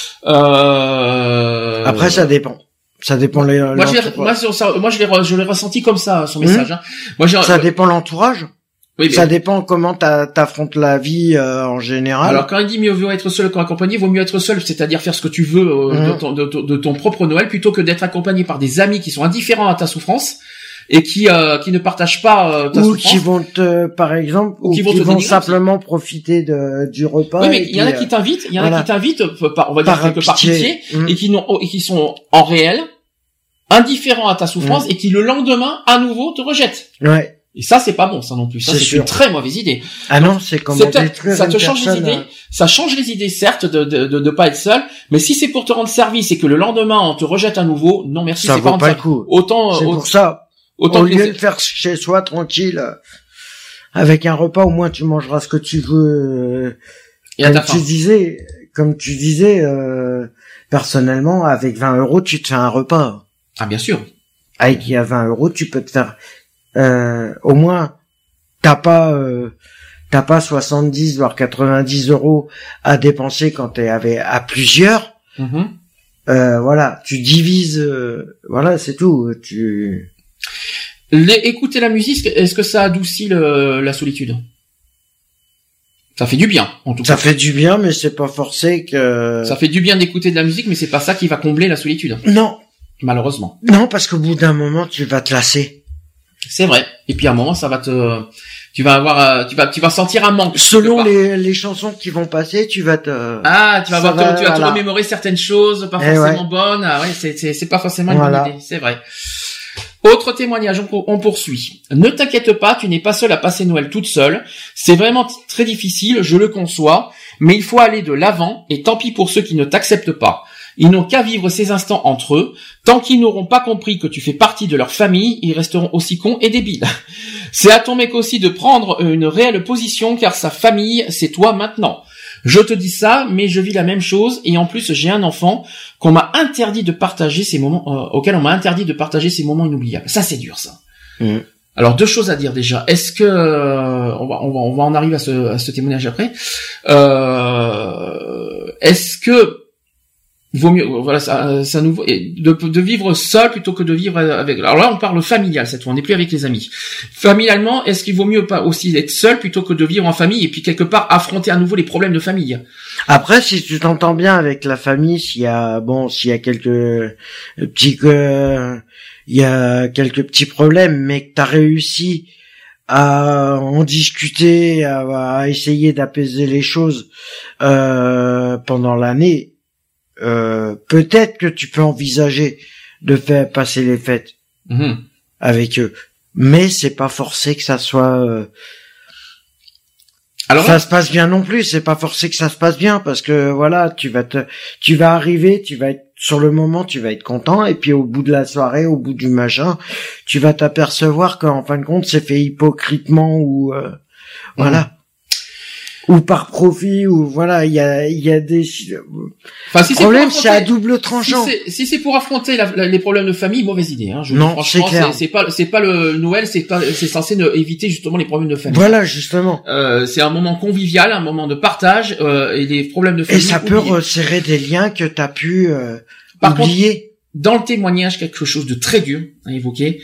Euh... Après, ça dépend. Ça dépend les. Moi, je l'ai, moi, ça, moi, je l'ai, je l'ai ressenti comme ça, son message. Mmh. Hein. Moi, j'ai, ça dépend l'entourage. Oui, mais... Ça dépend comment t'affrontes la vie euh, en général. Alors quand il dit mieux vaut être seul qu'accompagné, vaut mieux être seul, c'est-à-dire faire ce que tu veux euh, mmh. de, ton, de, de ton propre Noël, plutôt que d'être accompagné par des amis qui sont indifférents à ta souffrance et qui euh, qui ne partagent pas euh, ta ou souffrance. Qui vont te, par exemple, ou, ou qui vont, qui vont simplement aussi. profiter de, du repas. Oui, mais il y en a qui t'invitent, il y en a qui t'invitent, on va dire par quelque part pitié, mmh. et qui n'ont et qui sont en réel indifférents à ta souffrance mmh. et qui le lendemain à nouveau te rejettent. Ouais. Et ça, c'est pas bon, ça non plus. Ça, c'est, c'est une très mauvaise idée. Ah non, c'est comment détruire ça te change personne, les idées. Ça change les idées, certes, de, de, de, de pas être seul. Mais si c'est pour te rendre service et que le lendemain, on te rejette à nouveau, non, merci, ça c'est vaut pas, pas le coup. Autant, c'est autant, pour ça. Autant au lieu de faire chez soi, tranquille, avec un repas, au moins, tu mangeras ce que tu veux. Et comme tu disais, comme tu disais, euh, personnellement, avec vingt euros, tu te fais un repas. Ah, bien sûr. Avec, il y a vingt euros, tu peux te faire, euh, au moins, T'as pas, euh, t'as pas soixante-dix voire quatre-vingt-dix euros à dépenser quand t'es avec à plusieurs. Mm-hmm. Euh, voilà, tu divises. Euh, voilà, c'est tout. Tu. Les, écouter la musique, est-ce que ça adoucit le, la solitude? Ça fait du bien, en tout cas. Ça fait du bien, mais c'est pas forcé que. Ça fait du bien d'écouter de la musique, mais c'est pas ça qui va combler la solitude. Non. Malheureusement. Non, parce qu'au bout d'un moment, tu vas te lasser. C'est vrai. Et puis à un moment, ça va te, tu vas avoir, tu vas, tu vas sentir un manque. Selon les, les chansons qui vont passer, tu vas te. Ah, tu vas avoir, va, tu vas voilà. te remémorer certaines choses, pas Et forcément ouais. bonnes. Ah ouais, c'est, c'est, c'est pas forcément une voilà. bonne idée. C'est vrai. Autre témoignage, on, on poursuit. Ne t'inquiète pas, tu n'es pas seule à passer Noël toute seule. C'est vraiment t- très difficile, je le conçois, mais il faut aller de l'avant, et tant pis pour ceux qui ne t'acceptent pas. Ils n'ont qu'à vivre ces instants entre eux. Tant qu'ils n'auront pas compris que tu fais partie de leur famille, ils resteront aussi cons et débiles. C'est à ton mec aussi de prendre une réelle position, car sa famille, c'est toi maintenant. Je te dis ça, mais je vis la même chose, et en plus j'ai un enfant qu'on m'a interdit de partager ces moments, euh, auquel on m'a interdit de partager ces moments inoubliables. Ça c'est dur, ça. Mmh. Alors deux choses à dire déjà. Est-ce que euh, on va on va on va en arriver à ce à ce témoignage après. Euh, est-ce que vaut mieux, voilà, ça, ça nous, de, de vivre seul plutôt que de vivre avec. Alors là, on parle familial cette fois, on n'est plus avec les amis. Familialement, est-ce qu'il vaut mieux pas aussi être seul plutôt que de vivre en famille et puis quelque part affronter à nouveau les problèmes de famille? Après, si tu t'entends bien avec la famille, s'il y a, bon, s'il y a quelques petits, euh, il y a quelques petits problèmes, mais que t'as réussi à en discuter, à, à essayer d'apaiser les choses euh, pendant l'année. Euh, peut-être que tu peux envisager de faire passer les fêtes mmh. avec eux, mais c'est pas forcé que ça soit. Euh... Alors ça là... se passe bien non plus. C'est pas forcé que ça se passe bien parce que voilà, tu vas te, tu vas arriver, tu vas être sur le moment, tu vas être content et puis au bout de la soirée, au bout du machin, tu vas t'apercevoir qu'en fin de compte c'est fait hypocritement ou euh... mmh. voilà. Ou par profit, ou voilà, il y a, il y a des. Enfin, si le problème, c'est à double tranchant. Si c'est, si c'est pour affronter la, la, les problèmes de famille, mauvaise idée. Hein. Je non, franchement, c'est clair. C'est, c'est pas, c'est pas le Noël, c'est pas, c'est censé ne, éviter justement les problèmes de famille. Voilà, justement. Euh, c'est un moment convivial, un moment de partage, euh, et les problèmes de famille. Et ça peut oubliés. resserrer des liens que t'as pu euh, par oublier. Contre, dans le témoignage, quelque chose de très dur à évoquer.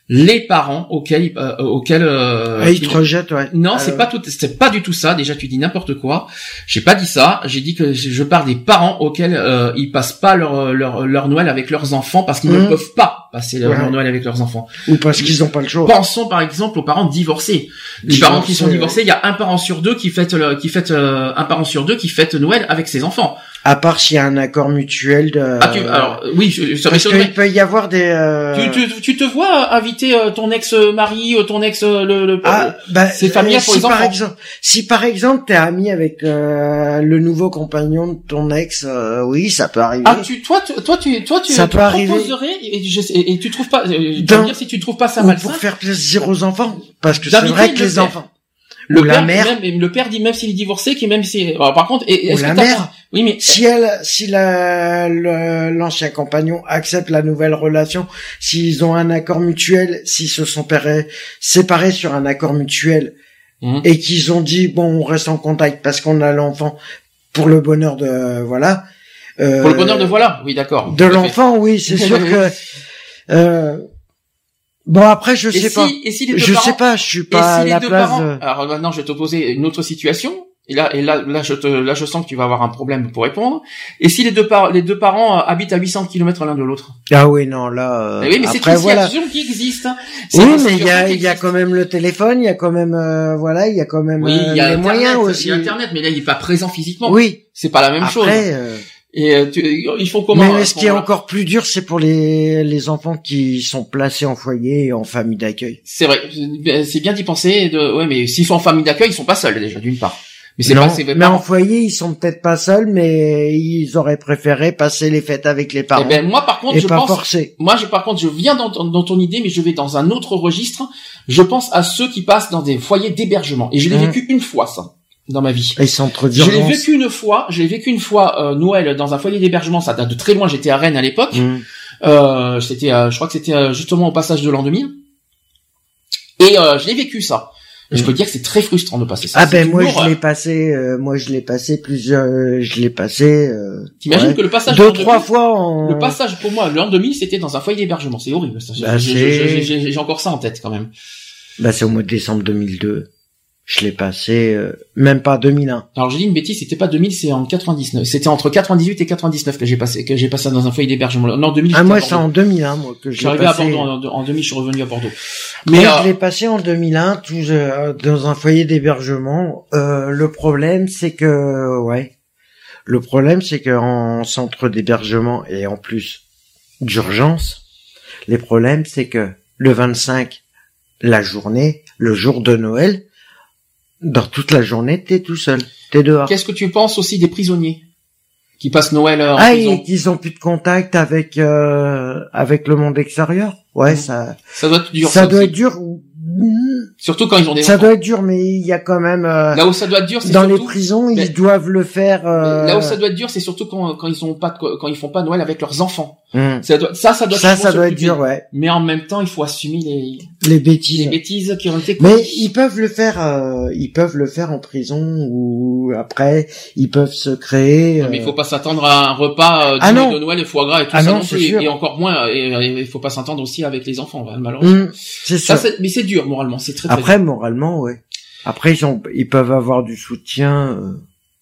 les parents auxquels euh, auxquels euh, ah, ils te rejettent, ouais. Non, Alors... c'est pas tout, c'est pas du tout ça. Déjà, tu dis n'importe quoi. J'ai pas dit ça. J'ai dit que je parle des parents auxquels euh, ils passent pas leur leur leur Noël avec leurs enfants parce qu'ils mmh. ne peuvent pas passer leur, ouais. leur Noël avec leurs enfants. Ou parce qu'ils ont pas le choix. Pensons par exemple aux parents divorcés. Les divorcés, parents qui sont divorcés, il y a un parent sur deux qui fête le, qui fête euh, un parent sur deux qui fête Noël avec ses enfants. À part s'il y a un accord mutuel de. Ah, tu, alors oui, ça parce qu'il peut y avoir des. Euh... Tu, tu, tu te vois inviter euh, ton ex-mari, euh, ton ex euh, le, le ah, bah, c'est familial pour si les enfants. Par exemple, si par exemple t'es ami avec euh, le nouveau compagnon de ton ex, euh, oui, ça peut arriver. Ah, tu, toi, tu, toi, tu, toi, tu, ça tu peut arriver. proposerais et, je, et, et tu trouves pas, je Dans, veux dire si tu trouves pas ça ou malsain. Pour faire plaisir aux enfants, parce que c'est vrai que les père. enfants. Le ou père, la mère, même, le père dit même s'il est divorcé, qui même si, alors, par contre, et, ou est-ce la que mère, oui mais si elle, si la, le, l'ancien compagnon accepte la nouvelle relation, s'ils ont un accord mutuel, s'ils se sont péré, séparés sur un accord mutuel mmh. et qu'ils ont dit bon on reste en contact parce qu'on a l'enfant pour le bonheur de voilà. Euh, pour le bonheur de voilà, oui d'accord. De l'enfant, oui, c'est sûr que. Euh, Bon après je sais et pas, si, et si les deux je parents, sais pas, je suis pas si à la place. Parents, de... Alors maintenant je vais te poser une autre situation. Et là, et là, là, je te, là, je sens que tu vas avoir un problème pour répondre. Et si les deux parents, les deux parents euh, habitent à huit cents kilomètres l'un de l'autre? Ah oui, non, là. Euh, mais oui, mais après, c'est une voilà. situation qui existe. Oui, mais il y a, il y a quand même le téléphone, il y a quand même, euh, voilà, il y a quand même oui, euh, y a les Internet, moyens aussi. Il y a Internet, mais là, il est pas présent physiquement. Oui. C'est pas la même après, chose. Euh... Et euh, tu, il faut comment? Mais ce qui est encore plus dur, c'est pour les les enfants qui sont placés en foyer et en famille d'accueil. C'est vrai, c'est bien d'y penser. De, ouais, mais s'ils sont en famille d'accueil, ils sont pas seuls déjà, d'une part. Mais c'est non, pas, c'est mais en foyer, ils sont peut-être pas seuls, mais ils auraient préféré passer les fêtes avec les parents. Eh ben moi, par contre, et je pas pense. Forcer. Moi, je, par contre, je viens dans, dans ton idée, mais je vais dans un autre registre. Je pense à ceux qui passent dans des foyers d'hébergement, et je l'ai mmh. vécu une fois ça. Dans ma vie. Les centres d'urgence. Je l'ai vécu une fois, je l'ai vécu une fois euh, Noël dans un foyer d'hébergement, ça date de très loin, j'étais à Rennes à l'époque. Mmh. Euh c'était euh, je crois que c'était euh, justement au passage de l'an deux mille. Et euh, je l'ai vécu ça. Et mmh. je peux dire que c'est très frustrant de passer ça. Ah ben moi je l'ai passé euh, moi je l'ai passé plusieurs euh, je l'ai passé euh, T'imagines ouais, que le passage deux trois fois en... le passage pour moi l'an deux mille c'était dans un foyer d'hébergement, c'est horrible ça. Bah, j'ai, j'ai, j'ai, j'ai encore ça en tête quand même. Bah c'est au mois de décembre deux mille deux. Je l'ai passé euh, même pas deux mille un. Alors j'ai dit une bêtise, c'était pas deux mille, c'est en quatre-vingt-dix-neuf. C'était entre quatre-vingt-dix-huit et quatre-vingt-dix-neuf que j'ai passé que j'ai passé dans un foyer d'hébergement. Non, deux mille. Ah moi c'est en deux mille un moi que j'ai passé. Arrivé à Bordeaux en, en deux mille, je suis revenu à Bordeaux. Mais moi, euh... je l'ai passé en deux mille un tout euh, dans un foyer d'hébergement. Euh, le problème c'est que ouais. Le problème c'est que en centre d'hébergement et en plus d'urgence, les problèmes c'est que le vingt-cinq la journée, le jour de Noël, dans toute la journée, t'es tout seul, t'es dehors. Qu'est-ce que tu penses aussi des prisonniers qui passent Noël en ah, prison? Ah, ils ont plus de contact avec euh, avec le monde extérieur. Ouais, mmh. ça. Ça doit être dur. Ça, ça doit aussi. être dur. Surtout quand ils ont des ça enfants. doit être dur, mais il y a quand même euh, là où ça doit être dur, c'est dans surtout... les prisons, mais... ils doivent le faire. Euh... Là où ça doit être dur, c'est surtout quand quand ils ont pas de... quand ils font pas Noël avec leurs enfants. Mmh. Ça doit ça ça doit ça ça doit être dur, ouais. Mais en même temps, il faut assumer les les bêtises, les bêtises qui ont été. Mais ils peuvent le faire, euh, ils peuvent le faire en prison ou après ils peuvent se créer. Euh... Mais il faut pas s'attendre à un repas euh, ah de Noël et foie gras et tout ah ça non, non plus. Sûr. Et encore moins, il faut pas s'attendre aussi avec les enfants, malheureusement. Mmh, c'est ça, sûr. C'est... mais c'est dur moralement, c'est très. très après dur. moralement, ouais. Après ils ont, ils peuvent avoir du soutien. Euh...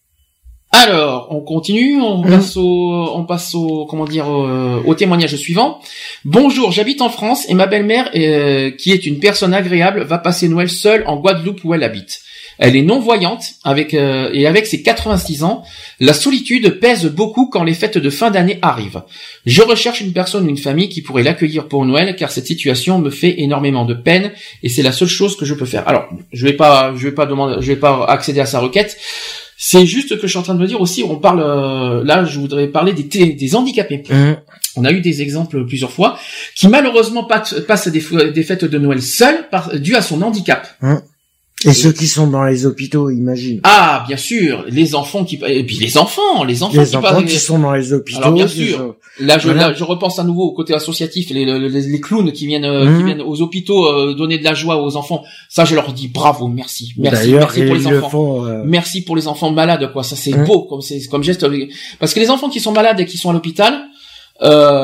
Alors, on continue, on mmh. passe au, on passe au, comment dire, au, au témoignage suivant. Bonjour, j'habite en France et ma belle-mère, euh, qui est une personne agréable, va passer Noël seule en Guadeloupe où elle habite. Elle est non-voyante avec euh, et avec ses quatre-vingt-six ans, la solitude pèse beaucoup quand les fêtes de fin d'année arrivent. Je recherche une personne ou une famille qui pourrait l'accueillir pour Noël car cette situation me fait énormément de peine et c'est la seule chose que je peux faire. Alors, je vais pas je vais pas demander je vais pas accéder à sa requête. C'est juste que je suis en train de me dire aussi, on parle euh, là, je voudrais parler des t- des handicapés. Mmh. On a eu des exemples plusieurs fois qui malheureusement passent des, des fêtes de Noël seuls par dû à son handicap. Mmh. Et ceux qui sont dans les hôpitaux, imagine. Ah, bien sûr, les enfants qui et puis les enfants, les enfants les qui, enfants passent... qui sont dans les hôpitaux. Alors bien sûr. Sont... Là, je voilà. là, je repense à nouveau au côté associatif, les les, les clowns qui viennent mmh. qui viennent aux hôpitaux euh, donner de la joie aux enfants. Ça, je leur dis bravo, merci, merci, D'ailleurs, merci pour les enfants. Font, euh... Merci pour les enfants malades, quoi. Ça, c'est mmh. beau comme c'est comme geste. Parce que les enfants qui sont malades et qui sont à l'hôpital. Euh,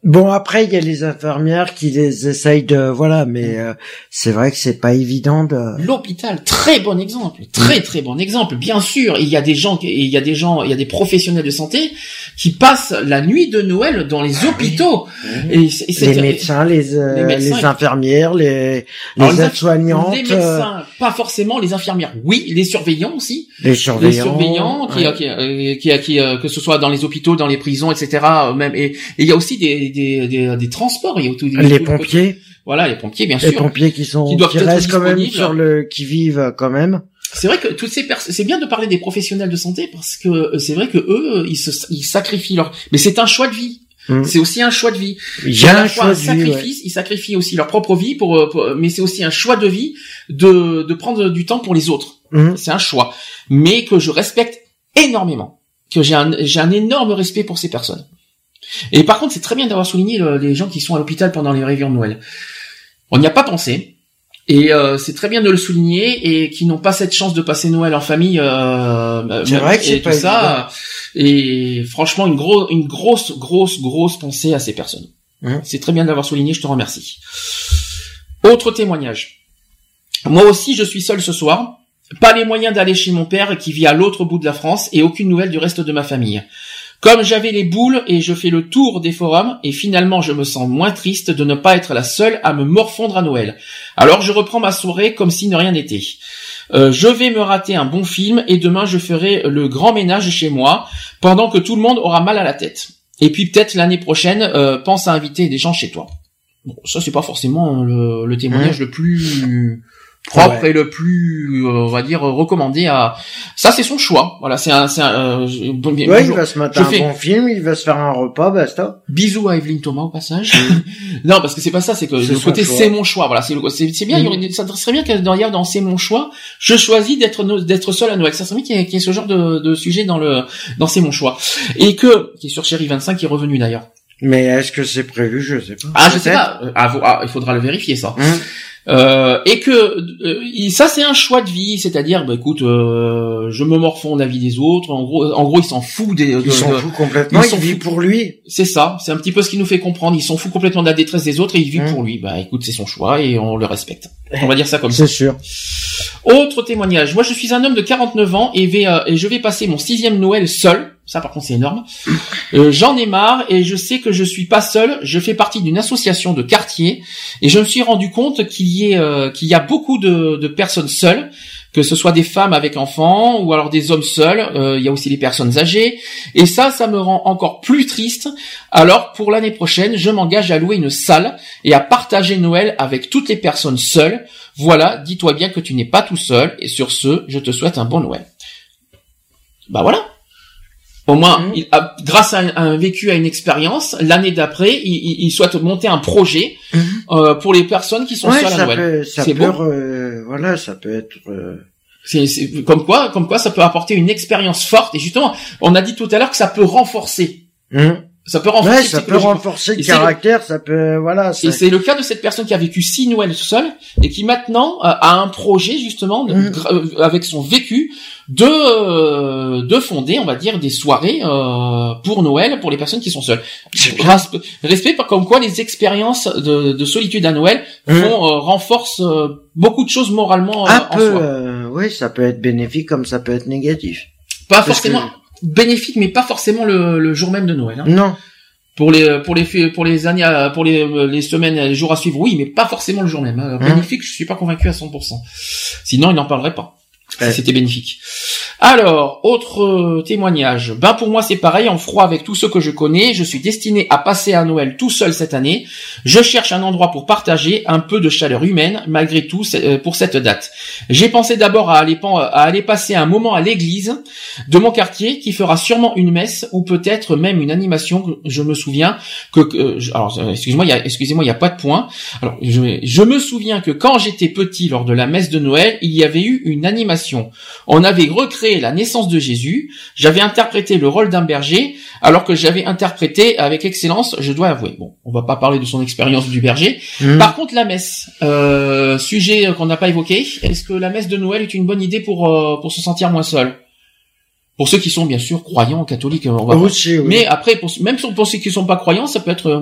Bon, après, il y a les infirmières qui les essayent de, voilà, mais euh, c'est vrai que c'est pas évident de... L'hôpital, très bon exemple, très très bon exemple. Bien sûr, il y a des gens, il y a des gens, il y a des professionnels de santé qui passent la nuit de Noël dans les hôpitaux. Oui. Et, et c'est, les médecins, les, euh, les, médecins, les infirmières, les, les aides-soignantes. Les médecins, pas forcément les infirmières. Oui, les surveillants aussi. Les surveillants. Les surveillants, qui, ouais. qui, qui, qui, qui, que ce soit dans les hôpitaux, dans les prisons, et cetera. Même, et, et il y a aussi des Des, des, des transports, il y a tout, les pompiers. Côté. Voilà, les pompiers, bien les sûr. Les pompiers qui sont, qui, qui restent quand même sur le, qui vivent quand même. C'est vrai que toutes ces personnes, c'est bien de parler des professionnels de santé parce que c'est vrai que eux, ils se, ils sacrifient leur, mais c'est un choix de vie. Mmh. C'est aussi un choix de vie. Il y a un choix de vie, sacrifice, ouais. Ils sacrifient aussi leur propre vie pour, pour, mais c'est aussi un choix de vie de, de prendre du temps pour les autres. Mmh. C'est un choix. Mais que je respecte énormément. Que j'ai un, j'ai un énorme respect pour ces personnes. Et par contre, c'est très bien d'avoir souligné le, les gens qui sont à l'hôpital pendant les réveillons de Noël. On n'y a pas pensé, et euh, c'est très bien de le souligner, et qui n'ont pas cette chance de passer Noël en famille. Euh, c'est vrai que c'est et pas tout ça. Et franchement, une grosse, une grosse, grosse, grosse pensée à ces personnes. Mmh. C'est très bien d'avoir souligné. Je te remercie. Autre témoignage. Moi aussi, je suis seul ce soir. Pas les moyens d'aller chez mon père qui vit à l'autre bout de la France, et aucune nouvelle du reste de ma famille. Comme j'avais les boules et je fais le tour des forums, et finalement je me sens moins triste de ne pas être la seule à me morfondre à Noël. Alors je reprends ma soirée comme si ne rien n'était. Euh, je vais me rater un bon film et demain je ferai le grand ménage chez moi pendant que tout le monde aura mal à la tête. Et puis peut-être l'année prochaine, euh, pense à inviter des gens chez toi. Bon, ça c'est pas forcément le, le témoignage mmh. le plus... propre ouais. et le plus, euh, on va dire, recommandé à. Ça, c'est son choix. Voilà, c'est un, c'est un. Euh, je... bon, ouais, bonjour. Il va se mettre un fais... bon film, il va se faire un repas, basta. Bisous à Evelyne Thomas au passage. Non, parce que c'est pas ça, c'est que c'est le côté choix. C'est mon choix. Voilà, c'est le, c'est, c'est bien. Mmh. Il y aurait, ça serait bien qu'il y ait dans c'est mon choix. Je choisis d'être d'être seul à Noël. Ça serait bien qu'il y ait, qu'il y ait ce genre de, de sujet dans le dans c'est mon choix. Et que qui est sur Chéri vingt-cinq, qui est revenu d'ailleurs. Mais est-ce que c'est prévu? Je sais pas. Ah, je sais pas. Ah, ah, il faudra le vérifier ça. Mmh. Euh, et que euh, ça c'est un choix de vie, c'est-à-dire bah écoute, euh, je me morfonds la vie des autres. En gros, en gros, il s'en fout des. De, il s'en fout complètement. Il, il vit pour lui. C'est ça. C'est un petit peu ce qui nous fait comprendre. Il s'en fout complètement de la détresse des autres et il vit mmh. pour lui. Bah écoute, c'est son choix et on le respecte. On va dire ça comme c'est ça. C'est sûr. Autre témoignage. Moi, je suis un homme de quarante-neuf ans et, vais, euh, et je vais passer mon sixième Noël seul. Ça, par contre, c'est énorme. Euh, j'en ai marre et je sais que je suis pas seul. Je fais partie d'une association de quartier et je me suis rendu compte qu'il y ait, euh, qu'il y a beaucoup de, de personnes seules, que ce soit des femmes avec enfants ou alors des hommes seuls. Euh, il y a aussi les personnes âgées et ça, ça me rend encore plus triste. Alors, pour l'année prochaine, je m'engage à louer une salle et à partager Noël avec toutes les personnes seules. Voilà, dis-toi bien que tu n'es pas tout seul et sur ce, je te souhaite un bon Noël. Bah voilà. Au moins, mmh. il a, grâce à un, à un vécu, à une expérience, l'année d'après, il, il, il souhaite monter un projet mmh. euh, pour les personnes qui sont ouais, seules à Noël. Peut, ça c'est peut, bon. euh, voilà, ça peut être. Euh... C'est, c'est comme quoi, comme quoi, ça peut apporter une expérience forte. Et justement, on a dit tout à l'heure que ça peut renforcer. Mmh. Ça peut renforcer. Ouais, ça peut renforcer le caractère, le... ça peut, voilà. Et c'est le cas de cette personne qui a vécu six Noëls seule et qui maintenant euh, a un projet justement de, mmh. euh, avec son vécu de euh, de fonder, on va dire, des soirées euh, pour Noël pour les personnes qui sont seules. Raspe, respect comme quoi les expériences de, de solitude à Noël mmh. font euh, renforcent euh, beaucoup de choses moralement euh, un en peu, soi. Euh, oui, ça peut être bénéfique comme ça peut être négatif. Pas Parce forcément. Que... bénéfique, mais pas forcément le, le jour même de Noël. Hein. Non. Pour les pour les pour les années pour les les semaines les jours à suivre, oui, mais pas forcément le jour même. Hein. Bénéfique, je suis pas convaincu à cent pour cent. Sinon, il n'en parlerait pas. Ouais. Si c'était bénéfique. Alors, autre euh, témoignage. Ben pour moi c'est pareil, en froid avec tous ceux que je connais. Je suis destiné à passer à Noël tout seul cette année. Je cherche un endroit pour partager un peu de chaleur humaine malgré tout euh, pour cette date. J'ai pensé d'abord à aller, à aller passer un moment à l'église de mon quartier qui fera sûrement une messe ou peut-être même une animation. Je me souviens que, que alors excusez-moi, il y a, excusez-moi, il y a pas de point. Alors je, je me souviens que quand j'étais petit lors de la messe de Noël, il y avait eu une animation. On avait recréé la naissance de Jésus, j'avais interprété le rôle d'un berger, alors que j'avais interprété avec excellence, je dois avouer. Bon, on va pas parler de son expérience du berger. Mmh. Par contre, la messe, euh, sujet qu'on n'a pas évoqué, est-ce que la messe de Noël est une bonne idée pour euh, pour se sentir moins seul? Pour ceux qui sont bien sûr croyants catholiques, on va aussi, oui. Mais après, pour, même pour ceux qui sont pas croyants, ça peut être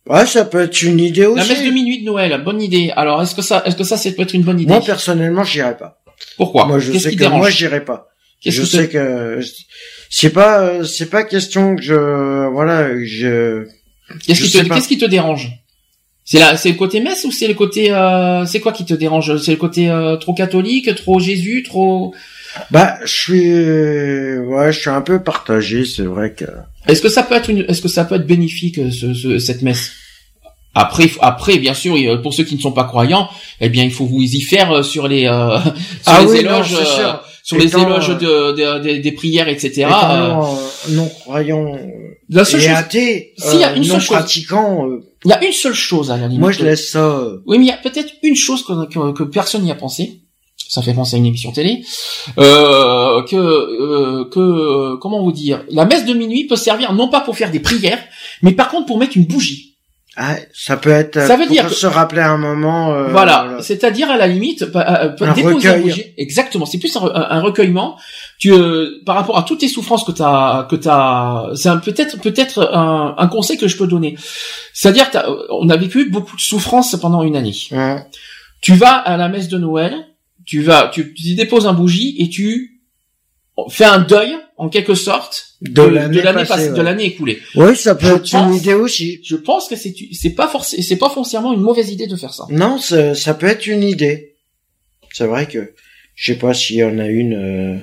Ouais, ça peut être une idée aussi. La messe de minuit de Noël, bonne idée. Alors, est-ce que ça, est-ce que ça, ça peut être une bonne idée? Moi, personnellement, j'irai pas. Pourquoi? Moi, je Qu'est-ce sais qui que dérange? moi, j'irai pas. Qu'est-ce je que sais te... que c'est pas, c'est pas question que je, voilà, je. Qu'est-ce je qui te, qu'est-ce qui te dérange? C'est là, c'est le côté messe ou c'est le côté, euh, c'est quoi qui te dérange? C'est le côté euh, trop catholique, trop Jésus, trop. Bah, je suis, ouais, je suis un peu partagé. C'est vrai que. Est-ce que ça peut être une, est-ce que ça peut être bénéfique ce, ce cette messe? Après, après, bien sûr, pour ceux qui ne sont pas croyants, eh bien, il faut vous y faire sur les, euh, sur ah les oui, éloges, non, euh, sur étant, les éloges de, de, de, des prières, et cetera. Étant, euh, non croyant la seule et chose, athée, si, il y a une non seule chose. pratiquant. Euh, il y a une seule chose à la limite. Moi, je laisse ça. Euh... Oui, mais il y a peut-être une chose que, que, que personne n'y a pensé. Ça fait penser à une émission télé. Euh, que, euh, que, euh, comment vous dire, la messe de minuit peut servir non pas pour faire des prières, mais par contre pour mettre une bougie. Ah, ça peut être ça veut pour dire se rappeler un moment. Euh, voilà, voilà. C'est-à-dire à la limite, euh, un déposer recueil. un bougie. Exactement, c'est plus un, un recueillement. Tu, euh, par rapport à toutes tes souffrances que t'as, que t'as, c'est un, peut-être, peut-être un, un conseil que je peux donner. C'est-à-dire, t'as, on a vécu beaucoup de souffrances pendant une année. Mmh. Tu vas à la messe de Noël, tu vas, tu, tu déposes un bougie et tu fais un deuil en quelque sorte. De, de l'année, de l'année passée, passée, ouais. de l'année écoulée. Oui, ça peut je être pense, une idée aussi. Je pense que c'est c'est pas forcément c'est pas foncièrement une mauvaise idée de faire ça. Non, ça, ça peut être une idée. C'est vrai que je sais pas s'il y en a une. Euh...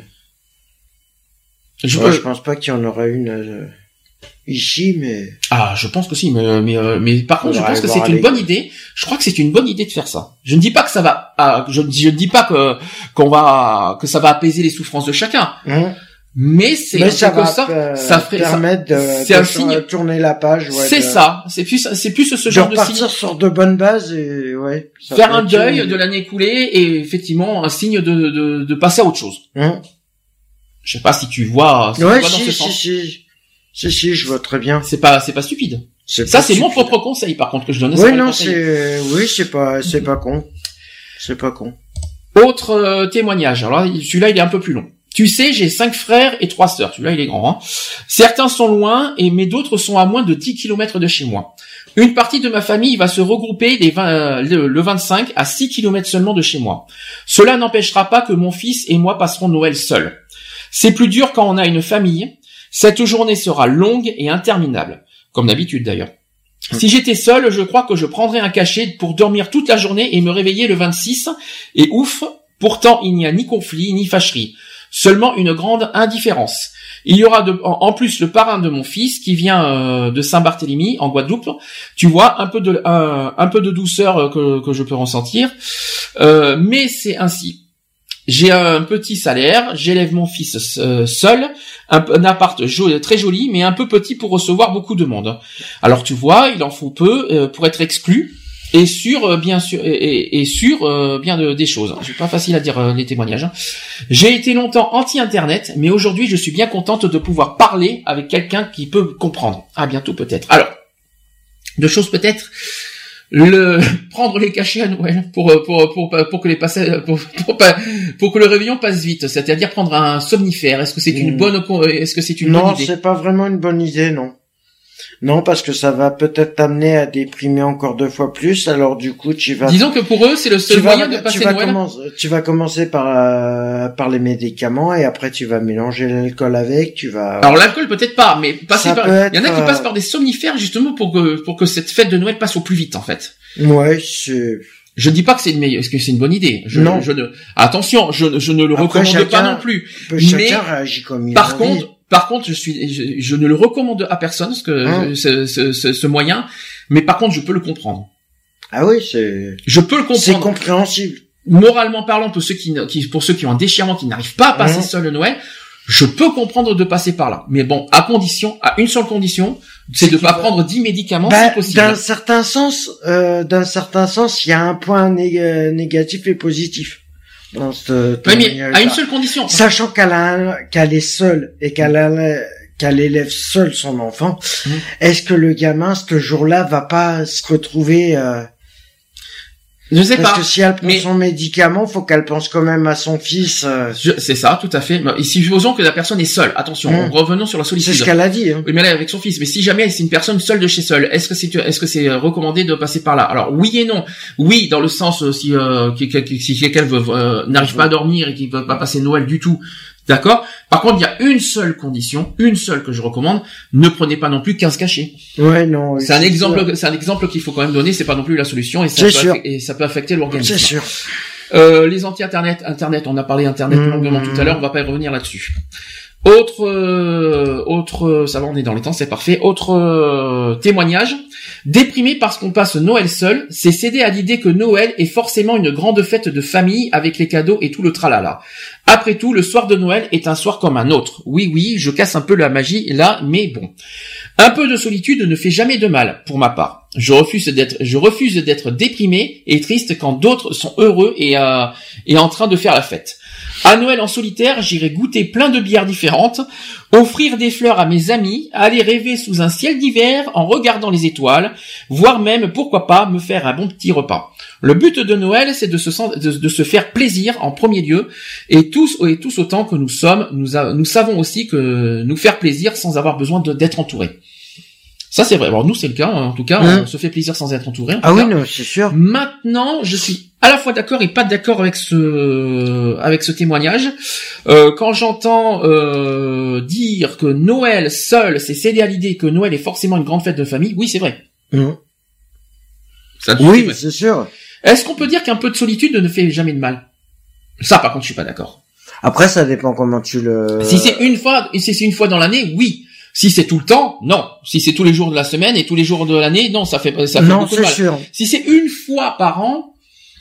Je, ouais, peux... je pense pas qu'il y en aura une euh, ici, mais. Ah, je pense que si, mais mais mais par contre, je pense que c'est une bonne idée. Je crois que c'est une bonne idée de faire ça. Je ne dis pas que ça va. Ah, je, je ne dis pas que qu'on va que ça va apaiser les souffrances de chacun. Mmh. Mais c'est mais ça va ça, euh, ça ferait permettre ça, de, c'est de un signe, tourner la page. Ouais, c'est de, ça. C'est plus c'est plus ce de genre de repartir signe. sur de bonnes bases et ouais. Faire un deuil une... de l'année écoulée et effectivement un signe de de, de passer à autre chose. Mmh. Je sais pas si tu vois. Si ouais, tu vois si, dans ce si, sens. si, si, si, je vois très bien. C'est pas c'est pas stupide. C'est ça pas c'est stupide. mon propre conseil par contre que je donne. Oui non c'est oui c'est pas c'est pas con c'est pas con. Autre euh, témoignage. Alors celui-là il est un peu plus long. Tu sais, j'ai cinq frères et trois sœurs. Celui-là, il est grand. Hein. Certains sont loin, et mais d'autres sont à moins de dix kilomètres de chez moi. Une partie de ma famille va se regrouper les vingt, euh, le, le vingt-cinq à six kilomètres seulement de chez moi. Cela n'empêchera pas que mon fils et moi passerons Noël seuls. C'est plus dur quand on a une famille. Cette journée sera longue et interminable. Comme d'habitude, d'ailleurs. Si j'étais seul, je crois que je prendrais un cachet pour dormir toute la journée et me réveiller le vingt-six. Et ouf, pourtant, il n'y a ni conflit, ni fâcherie. Seulement une grande indifférence. Il y aura de, en, en plus le parrain de mon fils qui vient euh, de Saint-Barthélemy en Guadeloupe. Tu vois un peu de un, un peu de douceur euh, que, que je peux ressentir, euh, mais c'est ainsi. J'ai un petit salaire, j'élève mon fils euh, seul, un, un appart jo- très joli, mais un peu petit pour recevoir beaucoup de monde. Alors tu vois, il en faut peu euh, pour être exclu. Et sur euh, bien sûr et, et sur euh, bien de, des choses. C'est pas facile à dire euh, les témoignages. Hein. J'ai été longtemps anti-internet, mais aujourd'hui je suis bien contente de pouvoir parler avec quelqu'un qui peut comprendre. À bientôt peut-être. Alors, deux choses peut-être. Le prendre les cachets à Noël pour pour pour pour, pour que les passages pour, pour pour que le réveillon passe vite. C'est-à-dire prendre un somnifère. Est-ce que c'est une mmh. bonne est-ce que c'est une non, bonne idée? Non, c'est pas vraiment une bonne idée, non. Non, parce que ça va peut-être t'amener à déprimer encore deux fois plus. Alors du coup, tu vas. Disons que pour eux, c'est le seul moyen vas, de passer tu vas Noël. Commencer, tu vas commencer par euh, par les médicaments et après tu vas mélanger l'alcool avec. Tu vas. Alors l'alcool peut-être pas, mais passer ça par. Il y en a qui euh... passent par des somnifères justement pour que pour que cette fête de Noël passe au plus vite en fait. Ouais, c'est. Je dis pas que c'est une meilleure, est-ce que c'est une bonne idée. Je, non. Je ne. Attention, je je ne le après, recommande chacun, pas non plus. Chacun mais réagit comme il par a contre. envie. Par contre, je suis, je, je ne le recommande à personne, ce que hein? ce, ce, ce, ce moyen. Mais par contre, je peux le comprendre. Ah oui, c'est. Je peux le comprendre. C'est compréhensible. Moralement parlant, pour ceux qui, qui, pour ceux qui ont un déchirement, qui n'arrivent pas à passer hein? seul le Noël, je peux comprendre de passer par là. Mais bon, à condition, à une seule condition, c'est de pas prendre dix médicaments bah, si possible. D'un certain sens, euh, d'un certain sens, il y a un point né- négatif et positif. Dans ce oui, mais à une seule condition. Sachant qu'elle a, qu'elle est seule et qu'elle a, qu'elle élève seule son enfant, mmh. est-ce que le gamin, ce jour-là, va pas se retrouver, euh... Je sais Parce pas. que si elle prend mais... son médicament, faut qu'elle pense quand même à son fils. Euh... Je... C'est ça, tout à fait. Ici, supposons que la personne est seule. Attention, mmh. revenons sur la solitude. C'est ce qu'elle a dit. Hein. Oui, mais elle est avec son fils. Mais si jamais c'est une personne seule de chez seule, est-ce que c'est, est-ce que c'est recommandé de passer par là? Alors oui et non. Oui, dans le sens euh, si euh, si quelqu'un veut, euh, n'arrive pas à dormir et qu'il veut pas passer Noël du tout. D'accord. Par contre, il y a une seule condition, une seule que je recommande. Ne prenez pas non plus quinze cachets. Ouais, non. C'est un exemple, sûr. c'est un exemple qu'il faut quand même donner. C'est pas non plus la solution et ça, peut, sûr. et ça peut affecter l'organisme. C'est sûr. Euh, les anti-internet, internet, on a parlé internet mmh. longuement tout à l'heure. On va pas y revenir là-dessus. Autre, euh, autre, ça va, on est dans les temps, c'est parfait. Autre euh, témoignage. Déprimé parce qu'on passe Noël seul, c'est céder à l'idée que Noël est forcément une grande fête de famille avec les cadeaux et tout le tralala. Après tout, le soir de Noël est un soir comme un autre. Oui, oui, je casse un peu la magie là, mais bon. Un peu de solitude ne fait jamais de mal, pour ma part. Je refuse d'être, je refuse d'être déprimé et triste quand d'autres sont heureux et, euh, et en train de faire la fête. À Noël en solitaire, j'irai goûter plein de bières différentes, offrir des fleurs à mes amis, aller rêver sous un ciel d'hiver en regardant les étoiles, voire même, pourquoi pas, me faire un bon petit repas. Le but de Noël, c'est de se, de, de se faire plaisir en premier lieu, et tous, et tous autant que nous sommes, nous, a, nous savons aussi que nous faire plaisir sans avoir besoin de, d'être entourés. Ça, c'est vrai. Alors, nous, c'est le cas. En tout cas, mmh. on se fait plaisir sans être entouré. Ah cas. oui, non, c'est sûr. Maintenant, je suis à la fois d'accord et pas d'accord avec ce, avec ce témoignage. Euh, quand j'entends euh, dire que Noël seul, c'est céder à l'idée que Noël est forcément une grande fête de famille, oui, c'est vrai. Mmh. Ça, oui, c'est sûr. Est-ce qu'on peut dire qu'un peu de solitude ne fait jamais de mal? Ça, par contre, je suis pas d'accord. Après, ça dépend comment tu le... Si c'est une fois, si c'est une fois dans l'année, oui. Si c'est tout le temps, non. Si c'est tous les jours de la semaine et tous les jours de l'année, non, ça fait ça fait non, beaucoup de mal. Sûr. Si c'est une fois par an,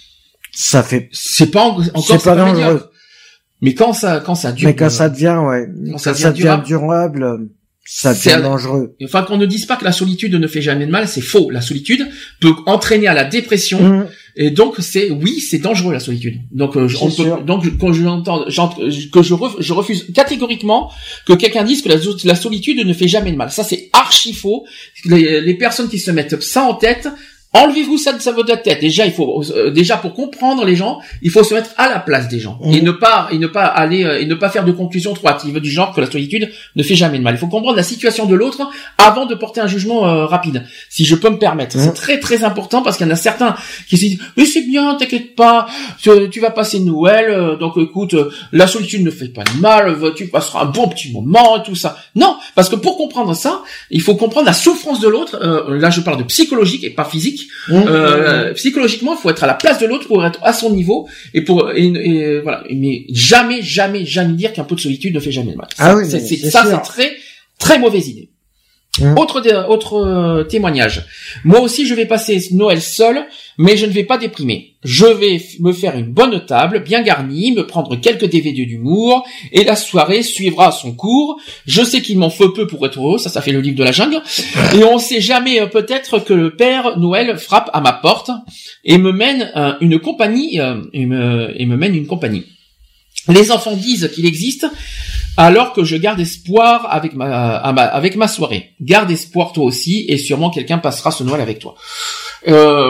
ça fait c'est pas encore c'est pas dangereux. Mais quand ça quand ça dure Mais quand euh, ça devient ouais, quand, quand ça, ça devient durable, durable ça devient dangereux. Enfin, qu'on ne dise pas que la solitude ne fait jamais de mal, c'est faux. La solitude peut entraîner à la dépression. Mmh. Et donc c'est oui, c'est dangereux la solitude. Donc euh, on peut, donc quand je entends que je refuse, je refuse catégoriquement que quelqu'un dise que la, la solitude ne fait jamais de mal. Ça c'est archi faux. Les, les personnes qui se mettent ça en tête, enlevez-vous ça de sa votre tête. Déjà, il faut euh, déjà pour comprendre les gens, il faut se mettre à la place des gens mmh. et ne pas et ne pas aller euh, et ne pas faire de conclusions trop hâtives du genre que la solitude ne fait jamais de mal. Il faut comprendre la situation de l'autre avant de porter un jugement euh, rapide. Si je peux me permettre, mmh. c'est très très important parce qu'il y en a certains qui se disent "Mais c'est bien, t'inquiète pas, tu, tu vas passer Noël, euh, donc écoute, euh, la solitude ne fait pas de mal, tu passeras un bon petit moment et tout ça." Non, parce que pour comprendre ça, il faut comprendre la souffrance de l'autre. Euh, là, je parle de psychologique et pas physique. Mmh, euh, mmh. Psychologiquement, il faut être à la place de l'autre pour être à son niveau et pour et, et voilà. Mais jamais, jamais, jamais dire qu'un peu de solitude ne fait jamais de mal. Ah ça, oui, c'est, c'est, c'est ça, c'est très, très mauvaise idée. Mmh. Autre autre euh, témoignage. Moi aussi, je vais passer Noël seul, mais je ne vais pas déprimer. Je vais f- me faire une bonne table, bien garnie, me prendre quelques D V D d'humour, et la soirée suivra son cours. Je sais qu'il m'en faut peu pour être heureux, ça, ça fait le livre de la jungle. Et on sait jamais, euh, peut-être que le Père Noël frappe à ma porte et me mène euh, une compagnie, euh, et, me, et me mène une compagnie. Les enfants disent qu'il existe, alors que je garde espoir avec ma, avec ma soirée. Garde espoir toi aussi, et sûrement quelqu'un passera ce Noël avec toi. Euh,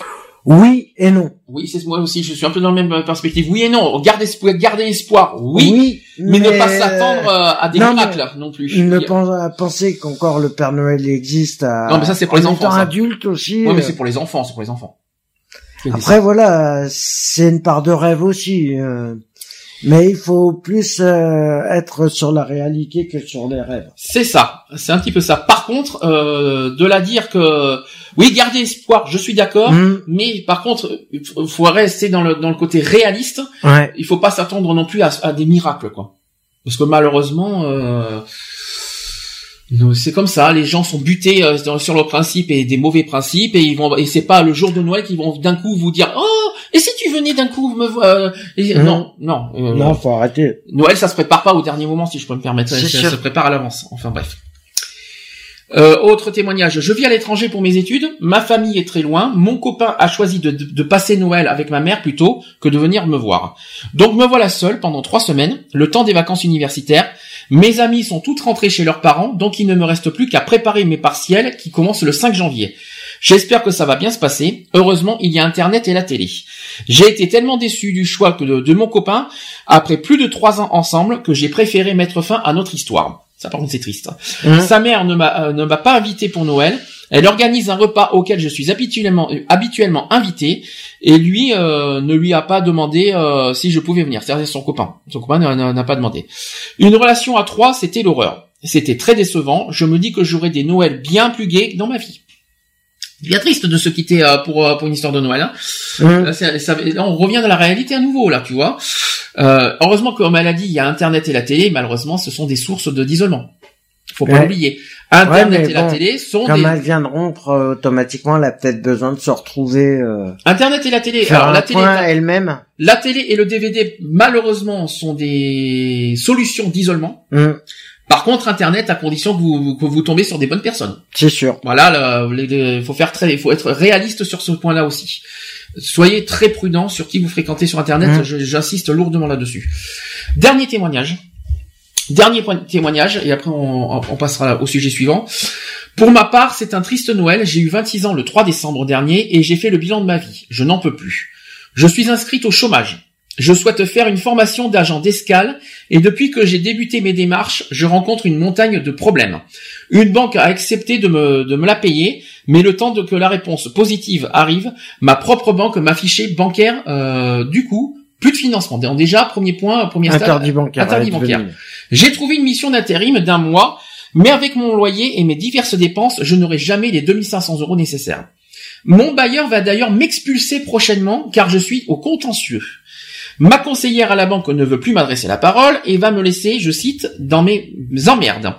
oui et non. Oui, c'est moi aussi, je suis un peu dans la même perspective. Oui et non, garde espoir, garder espoir, oui, oui mais, mais ne pas s'attendre à des non, miracles non plus. Ne pas penser qu'encore le Père Noël existe à... Non, mais ça c'est pour les enfants. En adulte aussi. Oui, mais c'est pour les enfants, c'est pour les enfants. Après voilà, c'est une part de rêve aussi. Euh... Mais il faut plus euh, être sur la réalité que sur les rêves. C'est ça, c'est un petit peu ça. Par contre, euh, de la dire que oui, garder espoir, je suis d'accord, mmh. mais par contre, il faut rester dans le dans le côté réaliste. Ouais. Il faut pas s'attendre non plus à, à des miracles, quoi. Parce que malheureusement, euh, c'est comme ça. Les gens sont butés euh, sur le principe et des mauvais principes, et ils vont et c'est pas le jour de Noël qu'ils vont d'un coup vous dire oh. Et si tu venais d'un coup me voir euh, et... mmh. Non, non. Euh, non, faut arrêter. Noël, ça se prépare pas au dernier moment, si je peux me permettre. Ça, ça se prépare à l'avance. Enfin bref. Euh, autre témoignage. Je vis à l'étranger pour mes études. Ma famille est très loin. Mon copain a choisi de, de, de passer Noël avec ma mère plutôt que de venir me voir. Donc me voilà seul pendant trois semaines, le temps des vacances universitaires. Mes amis sont toutes rentrées chez leurs parents, donc il ne me reste plus qu'à préparer mes partiels qui commencent le cinq janvier. J'espère que ça va bien se passer. Heureusement, il y a Internet et la télé. J'ai été tellement déçu du choix que de, de mon copain, après plus de trois ans ensemble, que j'ai préféré mettre fin à notre histoire. Ça, par contre, c'est triste. Mmh. Sa mère ne m'a, euh, ne m'a pas invité pour Noël. Elle organise un repas auquel je suis habituellement, euh, habituellement invité, et lui euh, ne lui a pas demandé euh, si je pouvais venir. C'est-à-dire son copain. Son copain n'a, n'a pas demandé. Une relation à trois, c'était l'horreur. C'était très décevant. Je me dis que j'aurai des Noëls bien plus gais dans ma vie. Bien triste de se quitter euh, pour pour une histoire de Noël. Hein. Mmh. Là, c'est, ça, là, on revient dans la réalité à nouveau, là, tu vois. Euh, heureusement que, comme elle a dit, il y a Internet et la télé. Malheureusement, ce sont des sources de d'isolement. Faut pas ouais. l'oublier. Internet ouais, et bon, la télé sont comme des... Comme elle vient de rompre, euh, automatiquement, elle a peut-être besoin de se retrouver... Euh... Internet et la télé. Faire Alors, un la télé, point elle-même. La télé et le D V D, malheureusement, sont des solutions d'isolement. Mmh. Par contre, Internet, à condition que vous, que vous tombez sur des bonnes personnes. C'est sûr. Voilà, il faut faire très, il faut être réaliste sur ce point-là aussi. Soyez très prudent sur qui vous fréquentez sur Internet. Mmh. Je, j'insiste lourdement là-dessus. Dernier témoignage. Dernier point, témoignage, et après on, on passera au sujet suivant. Pour ma part, c'est un triste Noël. J'ai eu vingt-six ans le trois décembre dernier et j'ai fait le bilan de ma vie. Je n'en peux plus. Je suis inscrite au chômage. Je souhaite faire une formation d'agent d'escale et depuis que j'ai débuté mes démarches, je rencontre une montagne de problèmes. Une banque a accepté de me, de me la payer, mais le temps de que la réponse positive arrive, ma propre banque m'a fiché bancaire. Euh, du coup, plus de financement. Déjà, premier point, premier stade. Interdit bancaire. Interdit bancaire. J'ai trouvé une mission d'intérim d'un mois, mais avec mon loyer et mes diverses dépenses, je n'aurai jamais les deux mille cinq cents euros nécessaires. Mon bailleur va d'ailleurs m'expulser prochainement car je suis au contentieux. Ma conseillère à la banque ne veut plus m'adresser la parole et va me laisser, je cite, dans mes emmerdes.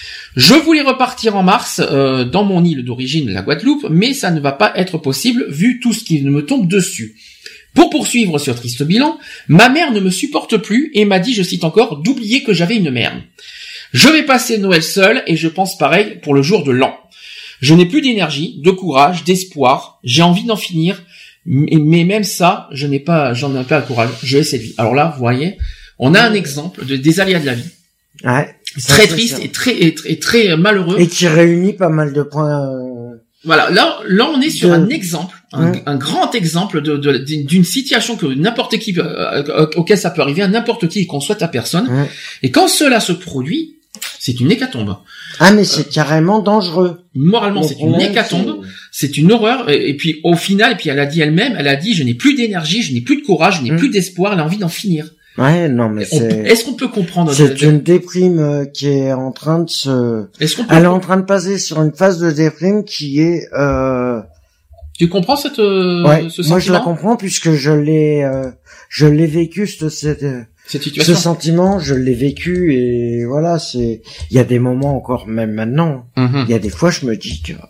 Je voulais repartir en mars euh, dans mon île d'origine, la Guadeloupe, mais ça ne va pas être possible vu tout ce qui me tombe dessus. Pour poursuivre ce triste bilan, ma mère ne me supporte plus et m'a dit, je cite encore, d'oublier que j'avais une mère. Je vais passer Noël seul et je pense pareil pour le jour de l'an. Je n'ai plus d'énergie, de courage, d'espoir, j'ai envie d'en finir. Mais même ça, je n'ai pas, j'en ai pas le courage. Je essaie de vivre. Alors là, vous voyez, on a un exemple de des aléas de la vie. Ouais. Très triste et très, et très, et très malheureux. Et qui réunit pas mal de points. Euh... Voilà. Là, là, on est sur de... un exemple, un, mmh. un grand exemple de, de, d'une situation que n'importe qui, euh, auquel ça peut arriver à n'importe qui et qu'on souhaite à personne. Mmh. Et quand cela se produit, c'est une hécatombe. Ah, mais c'est euh, carrément dangereux. Moralement, c'est une hécatombe. C'est... c'est une horreur. Et, et puis, au final, et puis elle a dit elle-même, elle a dit, je n'ai plus d'énergie, je n'ai plus de courage, je n'ai mmh. plus d'espoir, elle a envie d'en finir. Ouais, non, mais on, c'est... Est-ce qu'on peut comprendre? C'est de... une déprime euh, qui est en train de se... Est-ce qu'on peut... Elle est en train de passer sur une phase de déprime qui est, euh... Tu comprends cette, euh, ouais, ce sentiment? Moi, je la comprends puisque je l'ai, euh, je l'ai vécu, cette, cette, cette situation. Ce sentiment, je l'ai vécu et voilà, c'est, il y a des moments encore, même maintenant, il mm-hmm. y a des fois, je me dis que...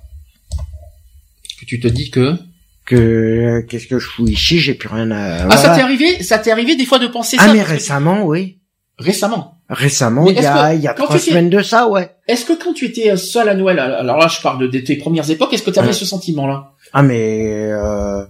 Que tu te dis que... Que qu'est-ce que je fous ici, j'ai plus rien à... Ah, voilà. ça t'est arrivé, ça t'est arrivé des fois de penser ah, ça? Ah, mais récemment, oui. Récemment? Récemment, il y a, il y a trois semaines de ça, ouais. Est-ce que quand tu étais seul à Noël, alors là, je parle de, de tes premières époques, est-ce que tu avais ouais. ce sentiment-là? Ah, mais... Euh...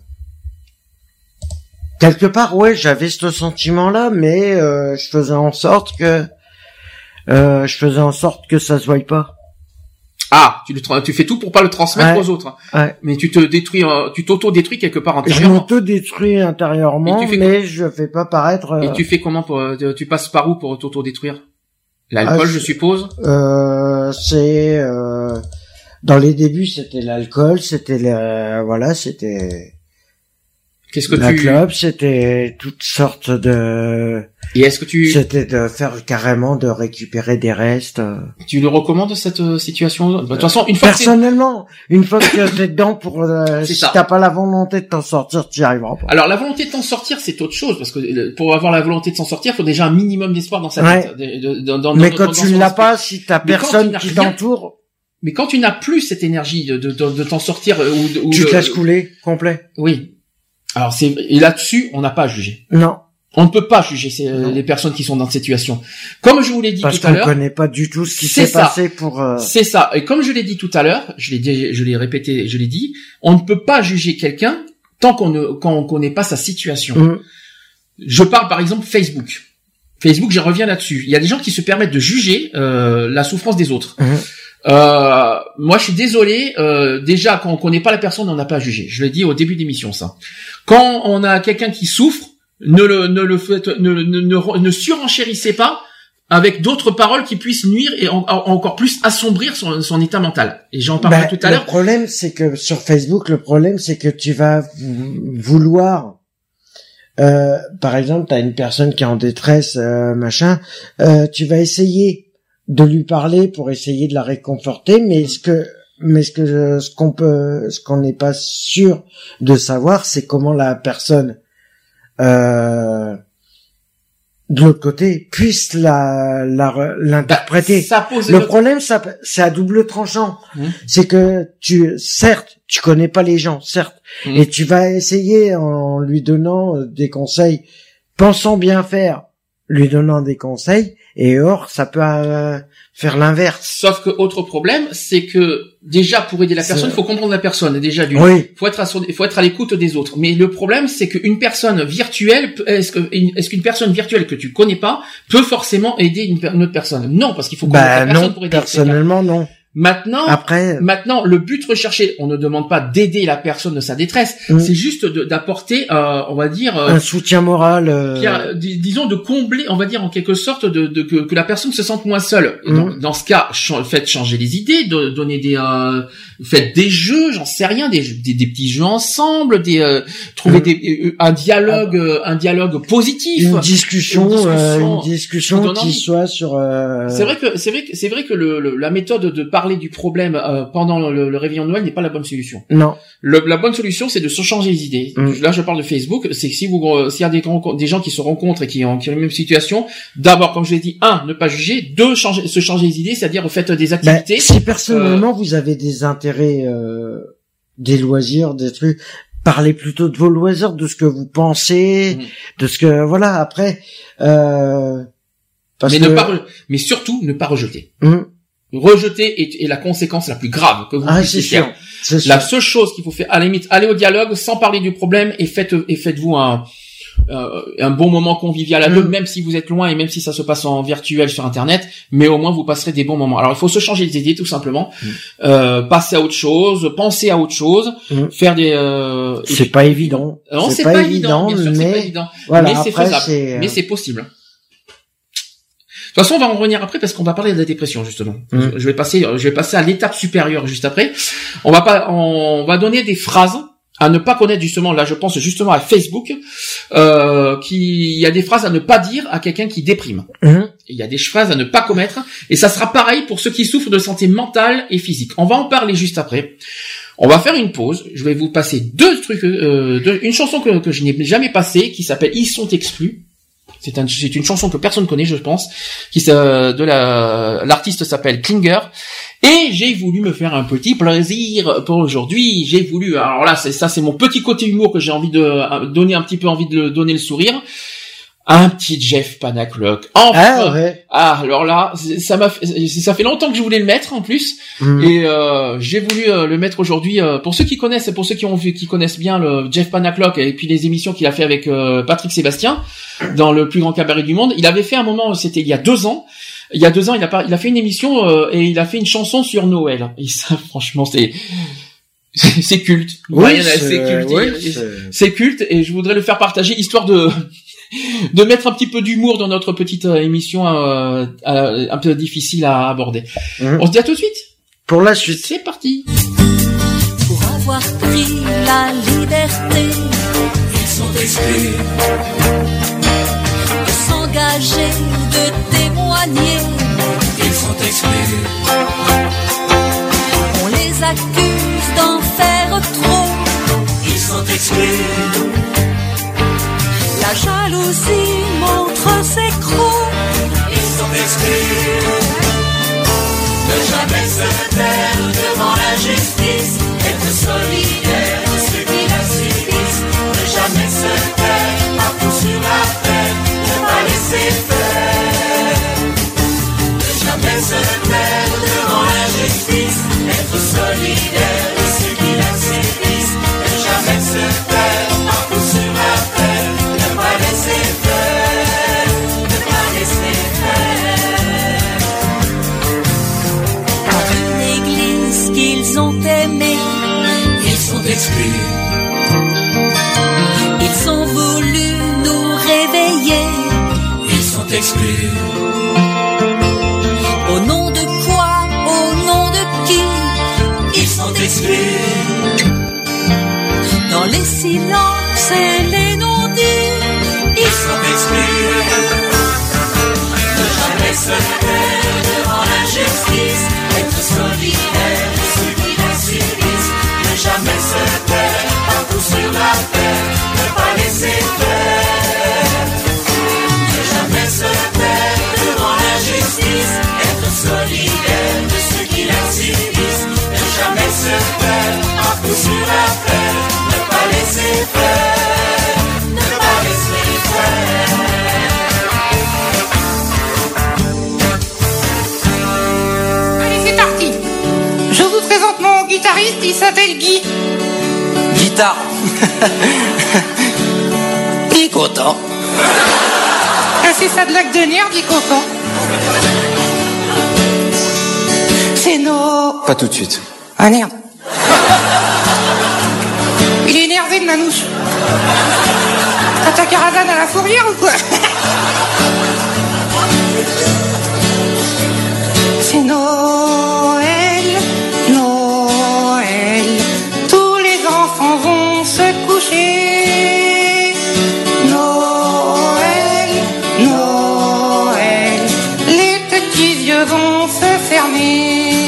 Quelque part, ouais, j'avais ce sentiment-là, mais euh, je faisais en sorte que... Euh, je faisais en sorte que ça se voie pas. Ah, tu, le, tu fais tout pour pas le transmettre ouais, aux autres. Ouais. Mais tu te détruis, tu t'auto-détruis quelque part intérieurement. Je m'auto-détruis intérieurement, fais mais co- je fais pas paraître... Euh... Et tu fais comment pour, tu passes par où pour t'auto-détruire? L'alcool, ah, je... je suppose? Euh, c'est, euh, dans les débuts, c'était l'alcool, c'était le, voilà, c'était... Qu'est-ce que la tu... clope, c'était toutes sortes de... Et est-ce que tu... C'était de faire carrément, de récupérer des restes. Tu le recommandes, cette euh, situation? De toute façon, une fois Personnellement, que une fois que t'es dedans, pour, euh, si ça. T'as pas la volonté de t'en sortir, t'y arriveras pas. Alors, la volonté de t'en sortir, c'est autre chose, parce que pour avoir la volonté de s'en sortir, il faut déjà un minimum d'espoir dans sa ouais. tête. De, de, dans, Mais dans, quand dans, tu ne l'as pas, si t'as Mais personne qui t'entoure... Mais quand tu n'as plus cette énergie de, de, de, de t'en sortir... Ou, ou tu de, te laisses couler, complet. Oui. Alors c'est et là-dessus, on n'a pas à juger. Non. On ne peut pas juger ces, les personnes qui sont dans cette situation. Comme je vous l'ai dit Parce tout à l'heure, parce qu'on connaît pas du tout ce qui s'est ça. passé pour. Euh... C'est ça. Et comme je l'ai dit tout à l'heure, je l'ai dit, je l'ai répété, je l'ai dit, on ne peut pas juger quelqu'un tant qu'on ne quand on connaît pas sa situation. Mmh. Je parle par exemple Facebook. Facebook, je reviens là-dessus. Il y a des gens qui se permettent de juger euh, la souffrance des autres. Mmh. Euh, moi, je suis désolé. Euh, déjà, quand on connaît pas la personne, on n'a pas à juger. Je l'ai dit au début de l'émission, ça. Quand on a quelqu'un qui souffre, ne le, ne le faites, ne, ne, ne, ne surenchérissez pas avec d'autres paroles qui puissent nuire et en, en, encore plus assombrir son, son état mental. Et j'en parlerai bah, tout à l'heure. Le problème, c'est que sur Facebook, le problème, c'est que tu vas vouloir, euh, par exemple, t'as une personne qui est en détresse, euh, machin, euh, tu vas essayer de lui parler pour essayer de la réconforter, mais ce que, mais ce que, ce qu'on peut, ce qu'on n'est pas sûr de savoir, c'est comment la personne, euh, de l'autre côté, puisse la, la l'interpréter. Bah, ça pose le notre... problème, ça, c'est à double tranchant. Mmh. C'est que tu, certes, tu connais pas les gens, certes, mmh. et tu vas essayer en lui donnant des conseils, pensant bien faire, lui donnant des conseils, et or, ça peut euh, faire l'inverse. Sauf que autre problème, c'est que déjà pour aider la personne, il faut comprendre la personne. Déjà, du oui. faut être à son, faut être à l'écoute des autres. Mais le problème, c'est qu'une personne virtuelle, est-ce que est-ce qu'une personne virtuelle que tu connais pas peut forcément aider une, une autre personne? Non, parce qu'il faut connaître bah, la personne non, pour aider. Personnellement, non. Maintenant, Après, maintenant, le but recherché, on ne demande pas d'aider la personne de sa détresse, mmh. c'est juste de, d'apporter, euh, on va dire, euh, un soutien moral. Euh... Pierre, dis, disons de combler, on va dire en quelque sorte, de, de que, que la personne se sente moins seule. Mmh. Dans, dans ce cas, ch- faites changer les idées, de, donner des, euh, faites des jeux, j'en sais rien, des, des, des petits jeux ensemble, des, euh, trouver mmh. des, euh, un dialogue, euh, un dialogue positif, une discussion, une discussion, euh, une discussion qui envie. soit sur. Euh... C'est vrai que c'est vrai que c'est vrai que le, le la méthode de parler du problème euh, pendant le, le réveillon de Noël n'est pas la bonne solution. Non. Le, la bonne solution, c'est de se changer les idées. Mm. Là, je parle de Facebook. C'est que si vous, euh, s'il y a des, des gens qui se rencontrent et qui ont, qui ont la même situation, d'abord, comme je l'ai dit, un, ne pas juger, deux, changer, se changer les idées, c'est-à-dire faites des activités. Ben, si personnellement euh, vous avez des intérêts, euh, des loisirs, des trucs, parlez plutôt de vos loisirs, de ce que vous pensez, mm. de ce que voilà. Après, euh, parce mais que... ne pas, re... mais surtout ne pas rejeter. Mm. Rejeter est, est la conséquence la plus grave que vous ah, puissiez c'est faire. Sûr, c'est la sûr. seule chose qu'il faut faire, à la limite, allez au dialogue sans parler du problème et faites et faites-vous un euh, un bon moment convivial à deux, mmh. même si vous êtes loin et même si ça se passe en virtuel sur Internet, mais au moins vous passerez des bons moments. Alors il faut se changer les idées tout simplement, mmh. euh, passer à autre chose, penser à autre chose, mmh. faire des. Euh, c'est pas évident. Non, c'est, c'est pas, pas évident, évident, bien sûr, mais c'est pas évident. voilà, mais c'est après, faisable, c'est... mais c'est possible. De toute façon, on va en revenir après parce qu'on va parler de la dépression justement. Mmh. Je vais passer, je vais passer à l'étape supérieure juste après. On va pas, on va donner des phrases à ne pas connaître justement. Là, je pense justement à Facebook, euh, qui il y a des phrases à ne pas dire à quelqu'un qui déprime. Mmh. Il y a des phrases à ne pas commettre et ça sera pareil pour ceux qui souffrent de santé mentale et physique. On va en parler juste après. On va faire une pause. Je vais vous passer deux trucs, euh, deux, une chanson que, que je n'ai jamais passée qui s'appelle Ils sont exclus. C'est, un, c'est une chanson que personne connaît, je pense, qui de la l'artiste s'appelle Klinger. Et j'ai voulu me faire un petit plaisir pour aujourd'hui. J'ai voulu, alors là, c'est ça, c'est mon petit côté humour que j'ai envie de donner un petit peu envie de donner le sourire. Un petit Jeff Panaclock. Enfin. Ah, ouais. Ah, alors là, ça m'a, ça fait longtemps que je voulais le mettre en plus, mmh. et euh, j'ai voulu euh, le mettre aujourd'hui. Euh, pour ceux qui connaissent, pour ceux qui ont vu, qui connaissent bien le Jeff Panaclock et puis les émissions qu'il a fait avec euh, Patrick Sébastien dans le plus grand cabaret du monde. Il avait fait un moment, c'était il y a deux ans. Il y a deux ans, il a pas, il a fait une émission euh, et il a fait une chanson sur Noël. Et ça, franchement, c'est c'est culte. Oui, Brian, c'est, c'est culte. oui, c'est... c'est culte et je voudrais le faire partager histoire de de mettre un petit peu d'humour dans notre petite euh, émission euh, euh, un peu difficile à aborder. Mmh. On se dit à tout de suite. Pour la suite. C'est parti. Pour avoir pris la liberté, ils sont exclus de s'engager, de témoigner. Ils sont exclus. On les accuse d'en faire trop. Ils sont exclus. La jalousie montre ses crocs. Ils sont exclus. Ne jamais se taire devant l'injustice. Être solidaire de ceux qui la subissent. Ne jamais se taire partout sur la terre. Ne pas laisser faire. Ne jamais se taire devant l'injustice. Être solidaire de ceux qui la subissent. Ne jamais se taire partout sur la terre. Ne pas laisser faire. Ne pas laisser faire. Quand une exclus. Ils ont voulu nous réveiller. Ils sont exclus. Au nom de quoi, au nom de qui? Ils sont exclus. Dans les silences et les non-dits, ils sont exclus. Ne jamais se taire devant l'injustice, être solidaire de ceux qui la subissent. Ne jamais se taire partout sur la terre, ne pas laisser faire. Ne jamais se taire devant l'injustice, être solidaire de ceux qui la subissent. Ne jamais se taire partout sur la terre, ne pas laisser faire, ne pas laisser faire. Allez, c'est parti. Je vous présente mon guitariste, il s'appelle Guy. Guitare. Il est content. Ah, c'est ça de l'acte de nerf, il est content. C'est nos... Pas tout de suite. Ah merde. Il est énervé de Manouche. T'as ta caravane à la fourrière ou quoi? C'est Noël, Noël. Tous les enfants vont se coucher. Noël, Noël. Les petits yeux vont se fermer.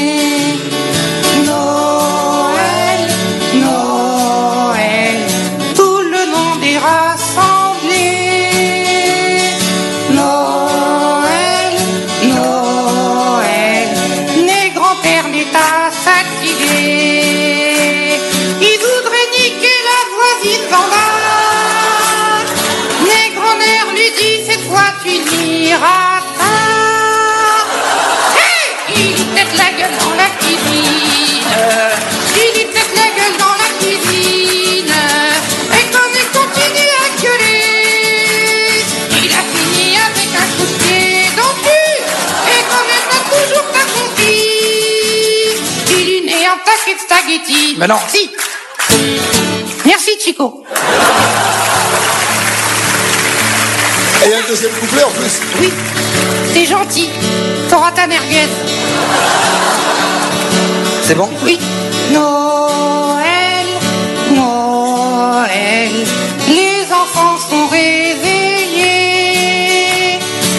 Spaghetti. Mais non. Si. Merci Chico. Et il y a un deuxième couplet en plus. Oui. T'es gentil. T'auras ta merguez. C'est bon? Oui. Noël, Noël. Les enfants sont réveillés.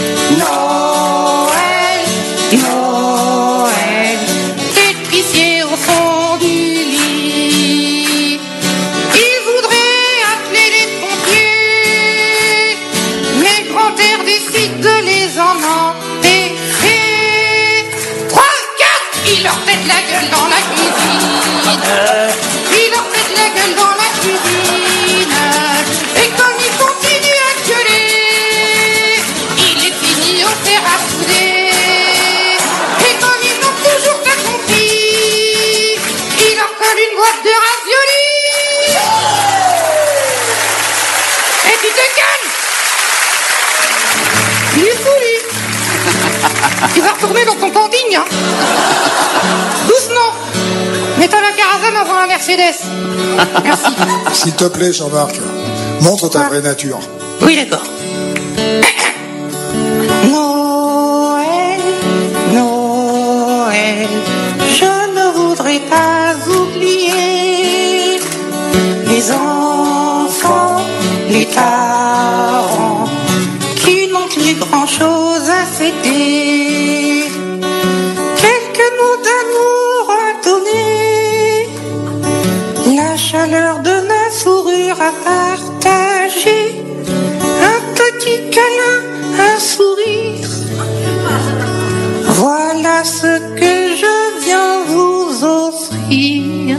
Noël, Noël. L'étrier au fond du lit. Il voudrait appeler les pompiers. Mais grand-père décide de les en empêcher. Trois, quatre, il leur pète la gueule dans la cuisine. Il leur pète la gueule dans la cuisine. Et comme il continue à gueuler, il est fini au fer à souder. Et comme ils n'ont toujours pas compris, il leur colle une boîte de raviolis. Et tu te calmes. Il est fou, lui. Tu vas retourner dans ton camping, hein. Doucement. Mets-toi la caravane avant la Mercedes. Merci. S'il te plaît, Jean-Marc, montre ta vraie nature. Oui, d'accord. Noël, Noël, je ne voudrais pas oublier les enfants, les parents qui n'ont plus grand-chose à fêter. Quelques mots d'amour à donner, la chaleur de la fourrure à partager, un petit câlin, un sourire. Voilà ce que je viens vous offrir.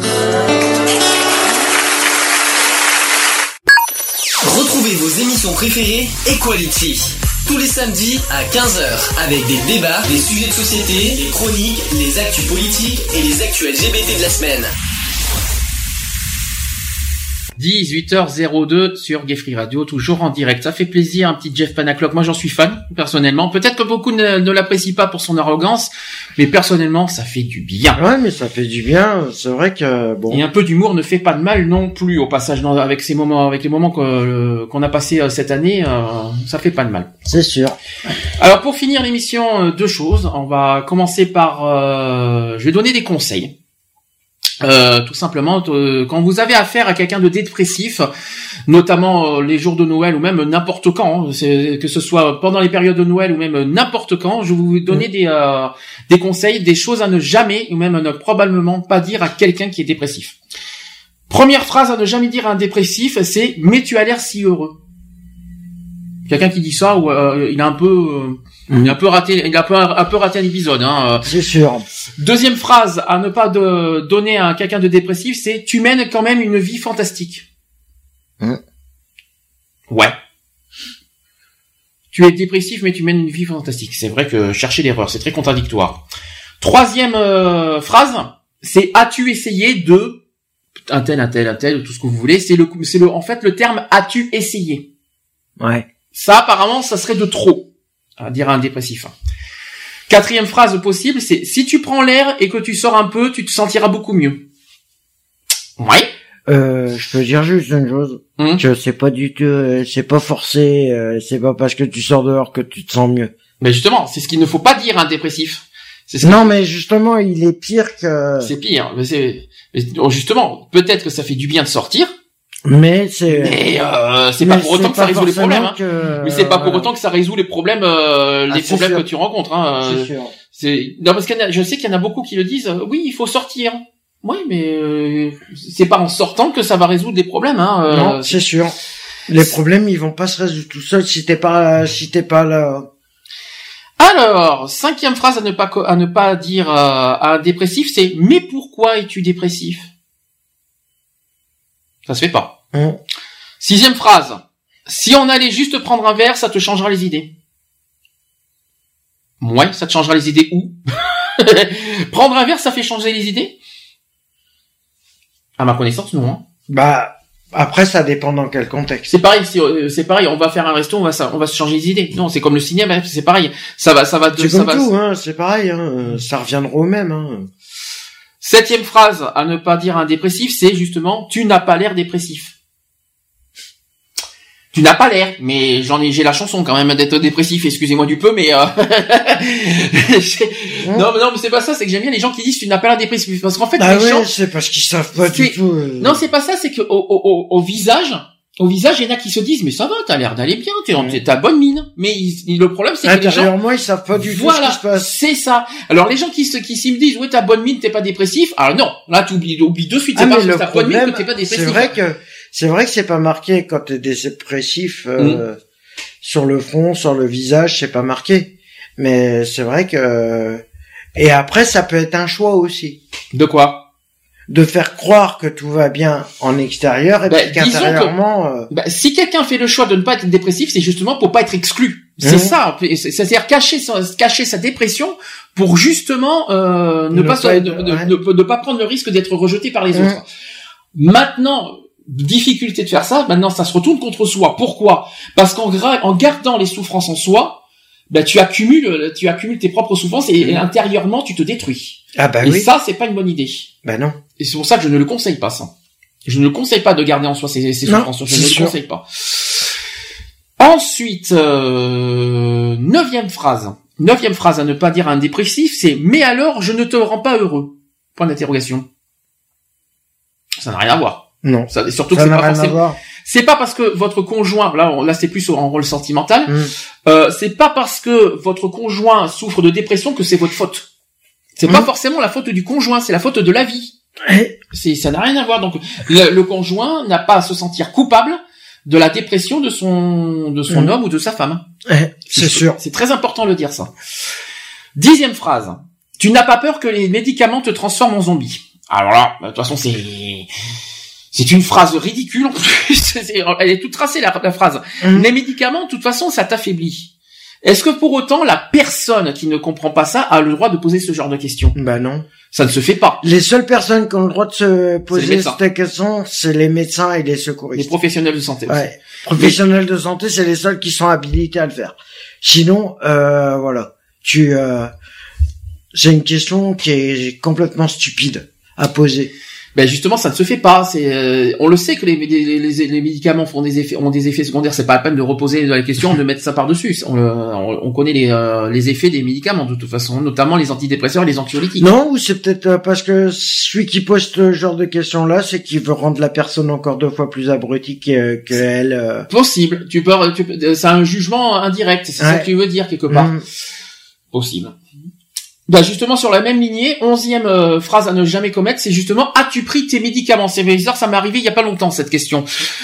Retrouvez vos émissions préférées Equality tous les samedis à quinze heures avec des débats, des sujets de société, des chroniques, les actus politiques et les actus L G B T de la semaine. dix-huit heures zéro deux sur Gay Free Radio, toujours en direct. Ça fait plaisir, un petit Jeff Panaclock. Moi, j'en suis fan, personnellement. Peut-être que beaucoup ne, ne l'apprécient pas pour son arrogance, mais personnellement, ça fait du bien. Ouais, mais ça fait du bien. C'est vrai que, bon. Et un peu d'humour ne fait pas de mal non plus, au passage, dans, avec ces moments, avec les moments que, qu'on a passés euh, cette année, euh, ça fait pas de mal. C'est sûr. Alors, pour finir l'émission, euh, deux choses. On va commencer par, euh, je vais donner des conseils. Euh, tout simplement, euh, quand vous avez affaire à quelqu'un de dépressif, notamment euh, les jours de Noël ou même n'importe quand, hein, c'est, que ce soit pendant les périodes de Noël ou même n'importe quand, je vais vous donner mmh. des euh, des conseils, des choses à ne jamais ou même à ne probablement pas dire à quelqu'un qui est dépressif. Première phrase à ne jamais dire à un dépressif, c'est « mais tu as l'air si heureux ». Quelqu'un qui dit ça, ou euh, il a un peu, euh, mmh. il a un peu raté, il a un peu, un peu raté un épisode. Hein. C'est sûr. Deuxième phrase à ne pas de, donner à quelqu'un de dépressif, c'est tu mènes quand même une vie fantastique. Mmh. Ouais. Tu es dépressif, mais tu mènes une vie fantastique. C'est vrai que chercher l'erreur, c'est très contradictoire. Troisième euh, phrase, c'est as-tu essayé de un tel, un tel, un tel, tout ce que vous voulez. C'est le, c'est le, en fait le terme as-tu essayé. Ouais. Ça, apparemment, ça serait de trop, à dire à un dépressif. Quatrième phrase possible, c'est « Si tu prends l'air et que tu sors un peu, tu te sentiras beaucoup mieux. » Ouais. Euh, je peux dire juste une chose. Hum. Que c'est pas du tout, euh, c'est pas forcé, euh, c'est pas parce que tu sors dehors que tu te sens mieux. Mais justement, c'est ce qu'il ne faut pas dire à un dépressif. C'est ce non, qui... mais justement, il est pire que... C'est pire. Mais c'est, mais justement, peut-être que ça fait du bien de sortir. Mais c'est, mais euh, c'est pas pour autant que ça résout les problèmes. Hein. Que... Mais c'est pas pour autant que ça résout les problèmes, euh, les ah, problèmes sûr. que tu rencontres. Hein. C'est sûr. C'est non parce qu'il y en a, je sais qu'il y en a beaucoup qui le disent. Euh, oui, il faut sortir. Oui, mais euh, c'est pas en sortant que ça va résoudre les problèmes. Hein. Euh, non, c'est sûr. Les problèmes, ils vont pas se résoudre tout seuls si t'es pas, si t'es pas là. Alors, cinquième phrase à ne pas à ne pas dire euh, à un dépressif, c'est mais pourquoi es-tu dépressif? Ça se fait pas. Mmh. Sixième phrase. Si on allait juste prendre un verre, ça te changera les idées. Ouais, ça te changera les idées où? Prendre un verre, ça fait changer les idées? À ma connaissance, non. Hein. Bah, après, ça dépend dans quel contexte. C'est pareil, c'est, c'est pareil. On va faire un resto, on va, on va se changer les idées. Non, c'est comme le cinéma, c'est pareil. Ça va, ça va. C'est ça comme va, tout, hein. C'est pareil. Hein. Ça reviendra au même. Hein. Septième phrase à ne pas dire à un dépressif, c'est justement tu n'as pas l'air dépressif. Tu n'as pas l'air, mais j'en ai, j'ai la chanson quand même d'être dépressif. Excusez-moi du peu, mais euh... non, mais non, mais c'est pas ça. C'est que j'aime bien les gens qui disent tu n'as pas l'air dépressif parce qu'en fait ah les ouais, gens, c'est parce qu'ils savent pas c'est... du tout. Euh... Non, c'est pas ça. C'est que au, au, au, au visage, au visage, il y en a qui se disent mais ça va, t'as l'air d'aller bien, t'es, mmh. t'as bonne mine. Mais il, le problème c'est que les gens, moi, ils savent pas du voilà, tout ce qui se passe. C'est ça. Alors les gens qui se, qui s'y me disent ouais t'as bonne mine, t'es pas dépressif. Alors non, là tu oublies, oublies de suite. C'est ah, pas parce que t'as problème, bonne mine que t'es pas dépressif. C'est vrai que c'est vrai que c'est pas marqué quand t'es dépressif. Euh... Mmh. Sur le front, sur le visage, c'est pas marqué. Mais c'est vrai que... Et après, ça peut être un choix aussi. De quoi? De faire croire que tout va bien en extérieur et bah, puis qu'intérieurement... Que, euh... bah, si quelqu'un fait le choix de ne pas être dépressif, c'est justement pour pas être exclu. C'est mmh. ça. C'est-à-dire cacher, cacher sa dépression pour justement euh, ne, ne, pas, pas, de, de, ouais. de, de, de pas prendre le risque d'être rejeté par les mmh. autres. Maintenant... difficulté de faire ça, maintenant ça se retourne contre soi. Pourquoi? Parce qu'en gra- en gardant les souffrances en soi, bah tu accumules, tu accumules tes propres souffrances et, mmh. et intérieurement tu te détruis. Ah bah et oui. ça c'est pas une bonne idée. Bah non. Et c'est pour ça que je ne le conseille pas ça. Je ne le conseille pas de garder en soi ces, ces souffrances. Je ne sûr. le conseille pas. Ensuite, euh, neuvième phrase. Neuvième phrase à ne pas dire à un dépressif, c'est mais alors je ne te rends pas heureux. Point d'interrogation. Ça n'a rien à voir. Non. Ça, surtout ça que c'est n'a pas rien forcément... à voir. C'est pas parce que votre conjoint, là, on, là c'est plus en rôle sentimental, mmh. euh, c'est pas parce que votre conjoint souffre de dépression que c'est votre faute. C'est mmh. pas forcément la faute du conjoint, c'est la faute de la vie. C'est, ça n'a rien à voir. Donc, le, le conjoint n'a pas à se sentir coupable de la dépression de son, de son mmh. homme ou de sa femme. C'est, c'est sûr. C'est très important de le dire ça. Dixième phrase. Tu n'as pas peur que les médicaments te transforment en zombie. Alors là, de toute façon, c'est, c'est une phrase ridicule en plus. C'est, elle est toute tracée la, la phrase. Mmh. Les médicaments, de toute façon, ça t'affaiblit. Est-ce que pour autant la personne qui ne comprend pas ça a le droit de poser ce genre de questions? Bah non. Ça ne se fait pas. Les seules personnes qui ont le droit de se poser cette question, c'est les médecins et les secouristes. Les professionnels de santé aussi. Ouais. Professionnels de santé, c'est les seuls qui sont habilités à le faire. Sinon, euh, voilà. Tu, euh, c'est une question qui est complètement stupide à poser. Ben justement, ça ne se fait pas. C'est, euh, on le sait que les, les, les, les médicaments font des effets, ont des effets secondaires. C'est pas la peine de reposer la question, de mettre ça par dessus. On, on, on connaît les, euh, les effets des médicaments de toute façon, notamment les antidépresseurs et les anxiolytiques. Non, ou c'est peut-être parce que celui qui pose ce genre de questions-là, c'est qu'il veut rendre la personne encore deux fois plus abrutie que, que elle. Euh... Possible. Tu peux, tu peux, c'est un jugement indirect. C'est ouais. ça que tu veux dire quelque part. Mmh. Possible. Bah justement sur la même lignée, onzième euh, phrase à ne jamais commettre, c'est justement as-tu pris tes médicaments? C'est bizarre, ça m'est arrivé il y a pas longtemps cette question.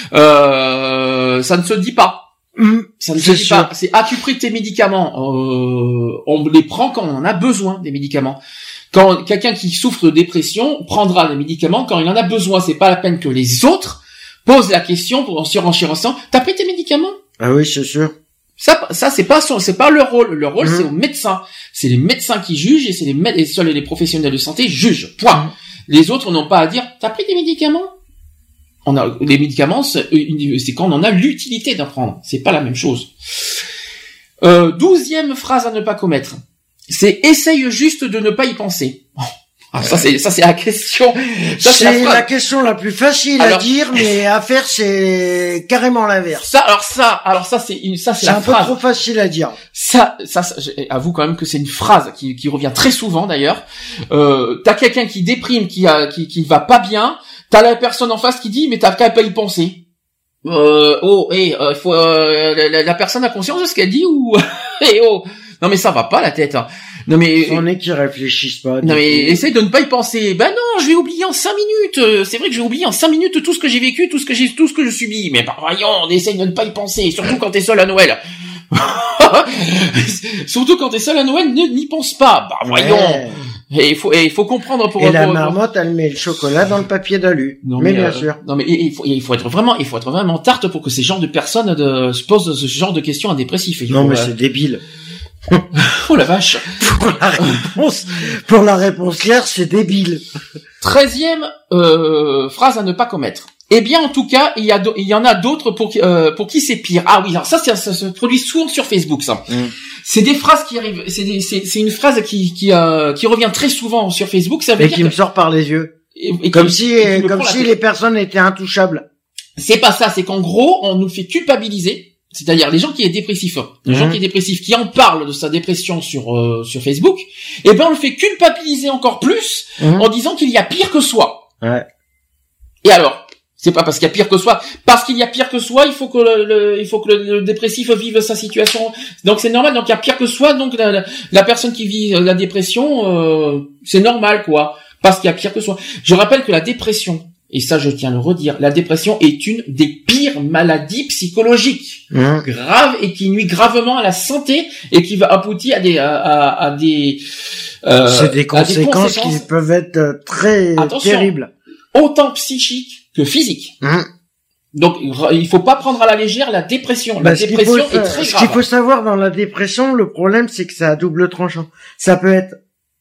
Euh, ça ne se dit pas. Mmh, ça ne se dit sûr. pas. C'est as-tu pris tes médicaments? euh, On les prend quand on en a besoin des médicaments. Quand quelqu'un qui souffre de dépression prendra des médicaments quand il en a besoin. C'est pas la peine que les autres posent la question pour en surenchérissant. T'as pris tes médicaments? Ah oui, c'est sûr. Ça, ça c'est pas son, c'est pas leur rôle. Leur rôle, mmh. c'est aux médecins. C'est les médecins qui jugent et c'est les mé- et seuls les professionnels de santé jugent. Point. Mmh. Les autres n'ont pas à dire. T'as pris des médicaments? On a les médicaments, c'est, c'est quand on en a l'utilité d'en prendre. C'est pas la même chose. Euh, douzième phrase à ne pas commettre. C'est essaye juste de ne pas y penser. Ah, ça c'est ça c'est la question. Ça, c'est, c'est la, la question la plus facile alors, à dire, mais à faire c'est carrément l'inverse. Ça alors ça alors ça c'est une ça c'est, c'est la un phrase. peu trop facile à dire. Ça ça, ça avoue quand même que c'est une phrase qui qui revient très souvent d'ailleurs. Euh, t'as quelqu'un qui déprime, qui a qui qui va pas bien, t'as la personne en face qui dit mais t'as qu'à pas y penser. Euh, oh et hey, euh, faut euh, la, la personne a conscience de ce qu'elle dit ou et oh non mais ça va pas la tête. Hein. Non mais on est qui réfléchissent pas. Non mais essaye de ne pas y penser. Ben non, je vais oublier en cinq minutes. C'est vrai que je vais oublier en cinq minutes tout ce que j'ai vécu, tout ce que j'ai, tout ce que je subis. Mais bah, voyons, on essaye de ne pas y penser, surtout quand t'es seul à Noël. Surtout quand t'es seul à Noël, ne n'y pense pas. Bah voyons. Ouais. Et il faut, et il faut comprendre pour. Et pour, la pour, marmotte, elle met le chocolat dans le papier d'alu. Non, mais, mais bien euh, sûr. Non mais il faut, il faut être vraiment, il faut être vraiment tarte pour que ces genres de personnes de, se posent ce genre de questions à dépressifs. Il non faut, mais euh, c'est débile. Oh la vache. Pour la réponse, pour la réponse claire, c'est débile. Treizième euh, phrase à ne pas commettre. Eh bien, en tout cas, il y a, do- il y en a d'autres pour qui, euh, pour qui c'est pire. Ah oui, alors ça, ça, ça se produit souvent sur Facebook, ça. Mm. C'est des phrases qui arrivent. C'est, des, c'est, c'est une phrase qui, qui, euh, qui revient très souvent sur Facebook. Ça veut et dire qui que... me sort par les yeux. Et, et comme qui, si, et comme si les personnes étaient intouchables. C'est pas ça. C'est qu'en gros, on nous fait culpabiliser. C'est-à-dire les gens qui est dépressif, les mmh. gens qui est dépressif, qui en parlent de sa dépression sur euh, sur Facebook, et ben on le fait culpabiliser encore plus mmh. en disant qu'il y a pire que soi. Ouais. Et alors, c'est pas parce qu'il y a pire que soi, parce qu'il y a pire que soi, il faut que le, le il faut que le, le dépressif vive sa situation. Donc c'est normal. Donc il y a pire que soi. Donc la, la, la personne qui vit la dépression, euh, c'est normal quoi, parce qu'il y a pire que soi. Je rappelle que la dépression, et ça je tiens à le redire, la dépression est une des pires maladies psychologiques, mmh. graves et qui nuit gravement à la santé et qui va aboutir à des à, à, à des euh, c'est des conséquences, des conséquences qui peuvent être très Attention, terribles, autant psychiques que physiques. Mmh. Donc il faut pas prendre à la légère la dépression. La bah, dépression est très grave. Ce qu'il faut savoir dans la dépression, le problème c'est que c'est à double tranchant. Ça peut être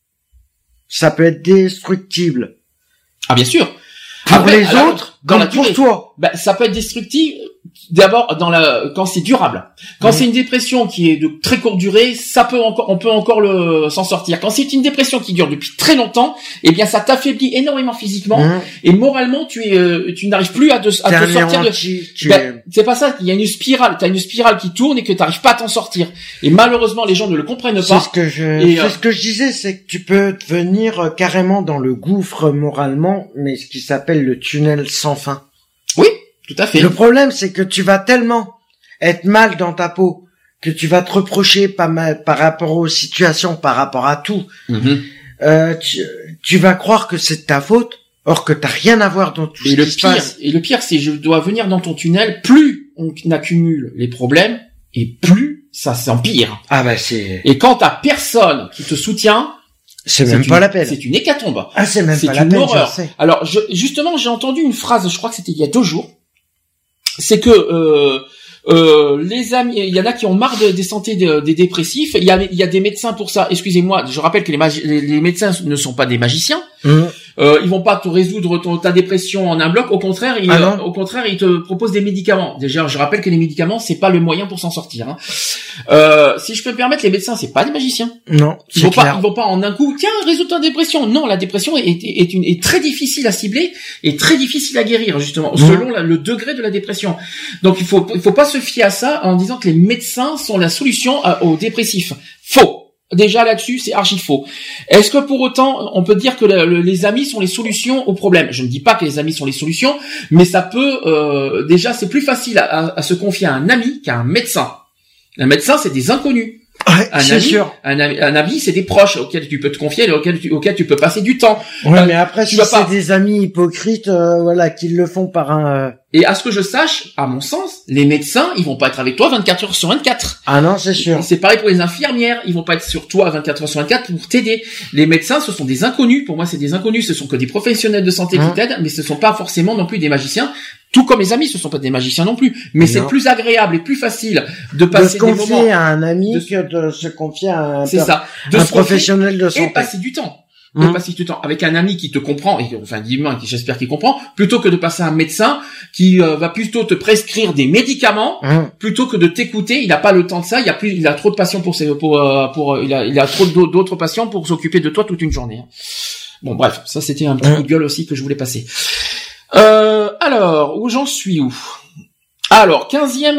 ça peut être destructible. Ah bien sûr. Pour Après, les alors, autres, dans la pour toi. Ben, ça peut être destructif. D'abord, dans la, quand c'est durable. Quand mmh. c'est une dépression qui est de très courte durée, ça peut encore, on peut encore le, s'en sortir. Quand c'est une dépression qui dure depuis très longtemps, eh bien, ça t'affaiblit énormément physiquement. Mmh. Et moralement, tu es, euh, tu n'arrives plus à, te, à te sortir de, tu ben, es... c'est pas ça. Il y a une spirale. T'as une spirale qui tourne et que t'arrives pas à t'en sortir. Et malheureusement, les gens ne le comprennent pas. C'est ce que je, et, c'est euh... ce que je disais, c'est que tu peux devenir carrément dans le gouffre moralement, mais ce qui s'appelle le tunnel sans fin. Oui. Tout à fait. Le problème, c'est que tu vas tellement être mal dans ta peau que tu vas te reprocher par, mal, par rapport aux situations, par rapport à tout. Mm-hmm. Euh, tu, tu vas croire que c'est de ta faute, or que t'as rien à voir dans tout et ce le qui pire, se passe. Et le pire, c'est je dois venir dans ton tunnel, plus on accumule les problèmes, et plus ça s'empire. Ah bah c'est... Et quand t'as personne qui te soutient, C'est, c'est même une, pas la peine. C'est une hécatombe. Ah, c'est même c'est pas la peine, horreur. je sais. Alors, je, justement, j'ai entendu une phrase, je crois que c'était il y a deux jours. C'est que, euh, Euh, les amis, il y en a qui ont marre de, des santé de, des dépressifs. Il y a, il y a des médecins pour ça. Excusez-moi, je rappelle que les, magi- les, les médecins ne sont pas des magiciens. Mmh. Euh, ils vont pas te résoudre ton, ta dépression en un bloc. Au contraire, ils, ah au contraire, ils te proposent des médicaments. Déjà, je rappelle que les médicaments, c'est pas le moyen pour s'en sortir. Hein. Euh, si je peux me permettre, les médecins, c'est pas des magiciens. Non, ils vont clair. pas, ils vont pas en un coup. Tiens, résoudre ta dépression. Non, la dépression est, est, est, une, est très difficile à cibler et très difficile à guérir justement, mmh. selon la, le degré de la dépression. Donc, il faut, il faut pas se fier à ça en disant que les médecins sont la solution à, aux dépressifs. Faux. Déjà là-dessus, c'est archi faux. Est-ce que pour autant, on peut dire que le, le, les amis sont les solutions aux problèmes? Je ne dis pas que les amis sont les solutions, mais ça peut. Euh, déjà, c'est plus facile à, à, à se confier à un ami qu'à un médecin. Un médecin, c'est des inconnus. Ouais, un c'est ami, sûr. Un ami, un ami, c'est des proches auxquels tu peux te confier, auxquels tu, auxquels tu peux passer du temps. Ouais, euh, mais après, tu si vas c'est pas... des amis hypocrites, euh, voilà, qui le font par un. Euh... Et à ce que je sache, à mon sens, les médecins, ils vont pas être avec toi vingt-quatre heures sur vingt-quatre. Ah non, c'est sûr. C'est pareil pour les infirmières, ils vont pas être sur toi vingt-quatre heures sur vingt-quatre pour t'aider. Les médecins, ce sont des inconnus. Pour moi, c'est des inconnus. Ce sont que des professionnels de santé mmh. qui t'aident, mais ce sont pas forcément non plus des magiciens. Tout comme les amis, ce sont pas des magiciens non plus. Mais non. C'est plus agréable et plus facile de passer de des moments. De se confier à un ami de... que de se confier à un, c'est ça. De un professionnel de santé. Et passer du temps. De mmh. passer du temps avec un ami qui te comprend, et enfin d'humain qui j'espère qu'il comprend, plutôt que de passer à un médecin qui euh, va plutôt te prescrire des médicaments, mmh. plutôt que de t'écouter. Il n'a pas le temps de ça. Il a plus, il a trop de patients pour ses, pour, euh, pour, il a, il a trop d'autres patients pour s'occuper de toi toute une journée. Bon bref, ça c'était un petit mmh. coup de gueule aussi que je voulais passer. Euh, alors où j'en suis où Alors quinzième.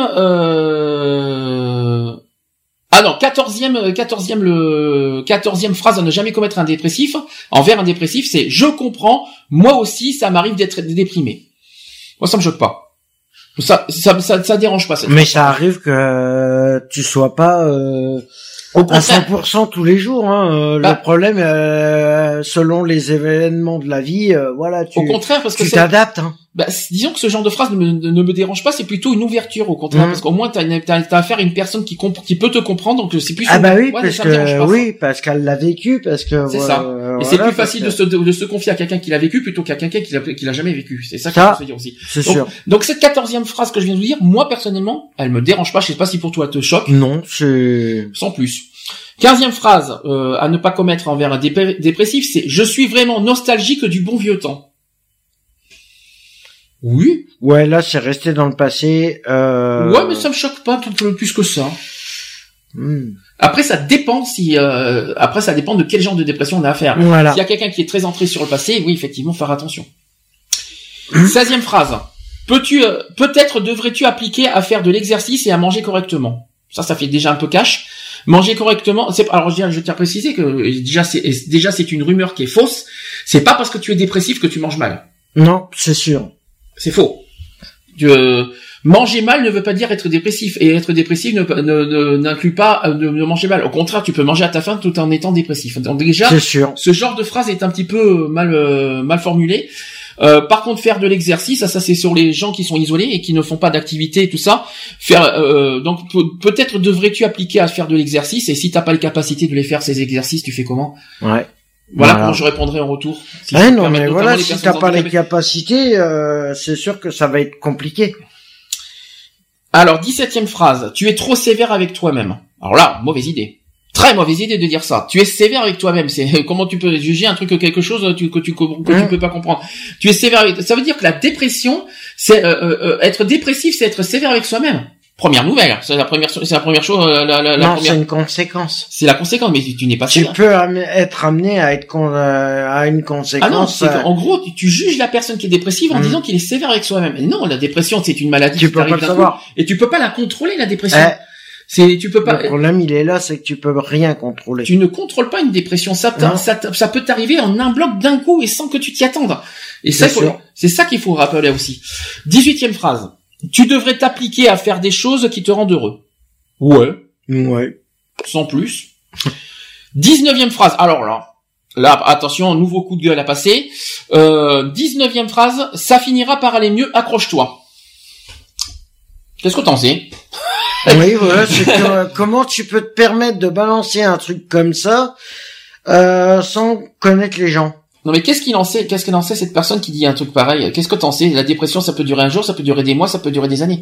Euh... Ah non, quatorzième, quatorzième, le, quatorzième phrase à ne jamais commettre un dépressif, envers un dépressif, c'est, je comprends, moi aussi, ça m'arrive d'être déprimé. Moi, ça me choque pas. Ça, ça, ça, ça dérange pas, cette Mais phrase. Ça arrive que tu sois pas, euh, à cent pour cent tous les jours, hein. Bah, le problème, euh, selon les événements de la vie, euh, voilà, tu, au contraire, parce que tu t'adaptes, hein. Bah, disons que ce genre de phrase ne me, ne me dérange pas, c'est plutôt une ouverture au contraire, mmh. parce qu'au moins t'as, t'as, t'as affaire à une personne qui comp- qui peut te comprendre, donc c'est plus. Ah bah oui, ouais, parce que pas, oui, parce qu'elle l'a vécu, parce que. C'est voilà, ça. Euh, et voilà, c'est plus facile que... de se de se confier à quelqu'un qui l'a vécu plutôt qu'à quelqu'un qui l'a qui l'a jamais vécu. C'est ça, ça qu'il faut se dire aussi. C'est donc, sûr. Donc cette quatorzième phrase que je viens de vous dire, moi personnellement, elle me dérange pas. Je sais pas si pour toi elle te choque. Non, c'est. Sans plus. Quinzième phrase euh, à ne pas commettre envers un dépr- dépressif, c'est je suis vraiment nostalgique du bon vieux temps. Oui. Ouais, là, c'est resté dans le passé. Euh... Ouais, mais ça me choque pas plus que ça. Hmm. Après, ça dépend si. Euh... Après, ça dépend de quel genre de dépression on a affaire. Voilà. S'il y a quelqu'un qui est très entré sur le passé, oui, effectivement, faire attention. Seizième phrase. Peux-tu, euh, peut-être devrais-tu appliquer à faire de l'exercice et à manger correctement. Ça, ça fait déjà un peu cash. Manger correctement, c'est, alors je tiens, je tiens à préciser que déjà c'est, déjà c'est une rumeur qui est fausse. C'est pas parce que tu es dépressif que tu manges mal. Non, c'est sûr. C'est faux. Euh, manger mal ne veut pas dire être dépressif, et être dépressif ne, ne, ne n'inclut pas de, de manger mal. Au contraire, tu peux manger à ta faim tout en étant dépressif. Donc déjà, c'est sûr. Ce genre de phrase est un petit peu mal euh, mal formulé. Euh, par contre, faire de l'exercice, ça, ça c'est sur les gens qui sont isolés et qui ne font pas d'activité et tout ça. Faire euh, donc pe- peut-être devrais-tu appliquer à faire de l'exercice, et si t'as pas les capacités de les faire ces exercices, tu fais comment? Ouais. Voilà, voilà comment je répondrai en retour. Si ouais, non, mais voilà, si t'as pas les capacités, euh, c'est sûr que ça va être compliqué. Alors, dix-septième phrase. Tu es trop sévère avec toi-même. Alors là, mauvaise idée. Très mauvaise idée de dire ça. Tu es sévère avec toi-même. C'est comment tu peux juger un truc que quelque chose que tu que tu, que mmh. tu peux pas comprendre. Tu es sévère avec. Ça veut dire que la dépression, c'est euh, euh, être dépressif, c'est être sévère avec soi-même. Première nouvelle. C'est la première. C'est la première chose. La, la, la non, première... c'est une conséquence. C'est la conséquence, mais tu, tu n'es pas. Tu sévère. peux am- être amené à être con- euh, à une conséquence. Ah non, c'est euh... en gros, tu, tu juges la personne qui est dépressive en mmh. disant qu'il est sévère avec soi-même. Et non, la dépression, c'est une maladie. Tu qui peux pas le savoir. Coup, et tu peux pas la contrôler, la dépression. Eh. C'est, tu peux pas. Le problème, il est là, c'est que tu peux rien contrôler. Tu ne contrôles pas une dépression. Ça, ça, ça peut t'arriver en un bloc d'un coup et sans que tu t'y attendes. Et ça, faut, c'est ça qu'il faut rappeler aussi. dix-huitième phrase. Tu devrais t'appliquer à faire des choses qui te rendent heureux. Ouais. Ouais. Sans plus. dix-neuvième phrase. Alors là, là, attention, nouveau coup de gueule à passer. Euh, dix-neuvième phrase. Ça finira par aller mieux, accroche-toi. Qu'est-ce que t'en sais? Oui, voilà, c'est que, euh, comment tu peux te permettre de balancer un truc comme ça euh, sans connaître les gens? Non mais qu'est-ce qu'il en sait? Qu'est-ce qu'elle en sait cette personne qui dit un truc pareil? Qu'est-ce que t'en sais? La dépression, ça peut durer un jour, ça peut durer des mois, ça peut durer des années.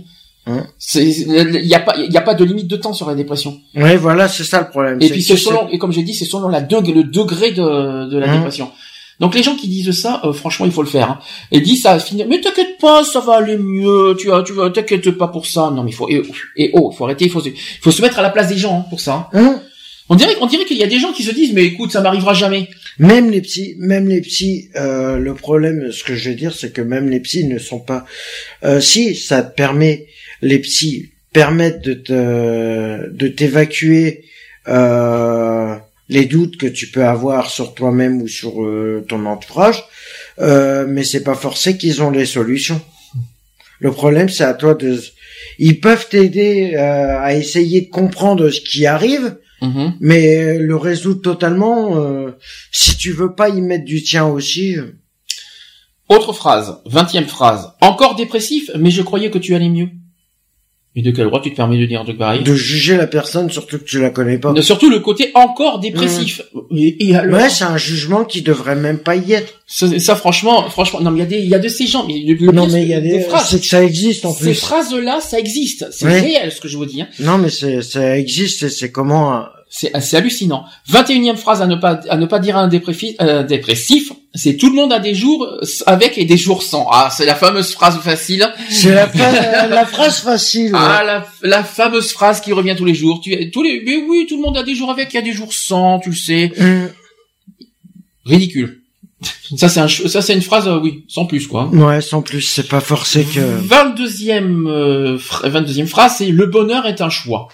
Hein. C'est, il y a pas, il y a pas de limite de temps sur la dépression. Oui, voilà, c'est ça le problème. Et c'est puis c'est selon, et comme j'ai dit, c'est selon la degré, le degré de, de la hein. dépression. Donc les gens qui disent ça, euh, franchement, il faut le faire. Hein. Et disent ça va finir. Mais t'inquiète pas, ça va aller mieux. Tu vas, tu vas, t'inquiète pas pour ça. Non, mais il faut. Et, et oh, il faut arrêter. Il faut, il faut se mettre à la place des gens hein, pour ça. Hein. On dirait, on dirait qu'il y a des gens qui se disent, mais écoute, ça m'arrivera jamais. Même les psys, même les psys, euh, le problème, ce que je veux dire, c'est que même les psys ne sont pas. Euh, si ça te permet, les psys permettent de te, de t'évacuer. Euh, les doutes que tu peux avoir sur toi-même ou sur euh, ton entourage, euh, mais c'est pas forcé qu'ils ont les solutions. Le problème, c'est à toi de... Ils peuvent t'aider euh, à essayer de comprendre ce qui arrive, mm-hmm. mais le résoudre totalement, euh, si tu veux pas y mettre du tien aussi... Euh... Autre phrase, vingtième phrase. Encore dépressif, mais je croyais que tu allais mieux. Et de quel droit tu te permets de dire un truc pareil? De juger la personne, surtout que tu la connais pas. Surtout le côté encore dépressif. Mmh. Et, et alors... Ouais, c'est un jugement qui devrait même pas y être. Ça, ça franchement, franchement, non, mais il y a des, il y a de ces gens, mais le non, mais il y a des, des phrases. C'est que ça existe en plus. Ces phrases-là, ça existe. C'est ouais. réel, ce que je vous dis. Hein. Non, mais c'est, ça existe et c'est comment, euh... C'est, c'est hallucinant. vingt et unième phrase à ne pas, à ne pas dire à un dépressif, euh, dépressif, c'est tout le monde a des jours avec et des jours sans. Ah, c'est la fameuse phrase facile. C'est la, fa- la phrase facile. Ouais. Ah, la, la fameuse phrase qui revient tous les jours. Tu, tous les, mais oui, tout le monde a des jours avec, il y a des jours sans, tu le sais. Mm. Ridicule. Ça, c'est un, ça, c'est une phrase, euh, oui, sans plus, quoi. Ouais, sans plus, c'est pas forcé que... vingt-deuxième, euh, vingt-deuxième phrase, c'est le bonheur est un choix.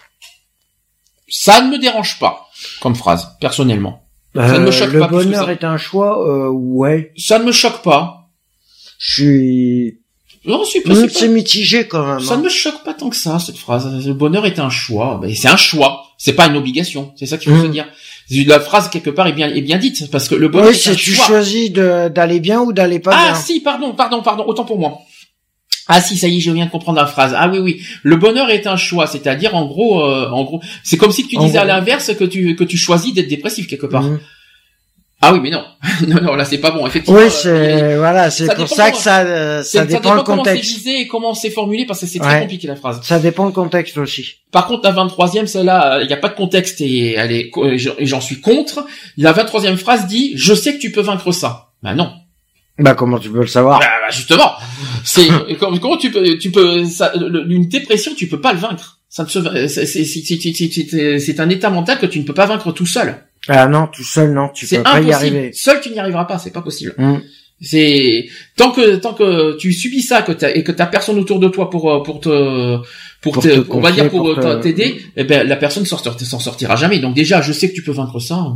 Ça ne me dérange pas, comme phrase, personnellement. Ça euh, ne me choque le pas. Le bonheur est un choix, euh, ouais. Ça ne me choque pas. Je suis... Non, c'est pas... Mmh, c'est mitigé, quand même. Ça hein. ne me choque pas tant que ça, cette phrase. Le bonheur est un choix. Ben, c'est un choix. C'est pas une obligation. C'est ça qu'il faut mmh. se dire. La phrase, quelque part, est bien, est bien dite, parce que le bonheur oui, est un choix. Oui, c'est tu choisis de, d'aller bien ou d'aller pas ah, bien. Ah, si, pardon, pardon, pardon, autant pour moi. Ah si, ça y est, je viens de comprendre la phrase. Ah oui, oui. Le bonheur est un choix, c'est-à-dire en gros, euh, en gros, c'est comme si tu disais en à gros. l'inverse que tu que tu choisis d'être dépressif quelque part. Mmh. Ah oui, mais non, non, non, là c'est pas bon. Effectivement. Oui, c'est euh, voilà, c'est pour ça que ça, euh, ça dépend, ça dépend le contexte. Comment c'est visé et comment c'est formulé parce que c'est très ouais. compliqué la phrase. Ça dépend le contexte aussi. Par contre, la vingt-troisième, celle-là, il n'y a pas de contexte et elle est, et j'en suis contre. La vingt-troisième phrase dit, je sais que tu peux vaincre ça. Ben non. Bah comment tu peux le savoir? Bah, bah justement, c'est comment tu peux tu peux ça, une dépression tu peux pas le vaincre. Ça ne se c'est c'est c'est c'est un état mental que tu ne peux pas vaincre tout seul. Ah non, tout seul non, tu peux pas y arriver. Seul tu n'y arriveras pas, c'est pas possible. Mm. C'est tant que tant que tu subis ça que t'as, et que t'as personne autour de toi pour pour te pour, pour te, te on va dire pour, pour te... t'aider, eh ben la personne s'en s'en sortira jamais. Donc déjà, je sais que tu peux vaincre ça.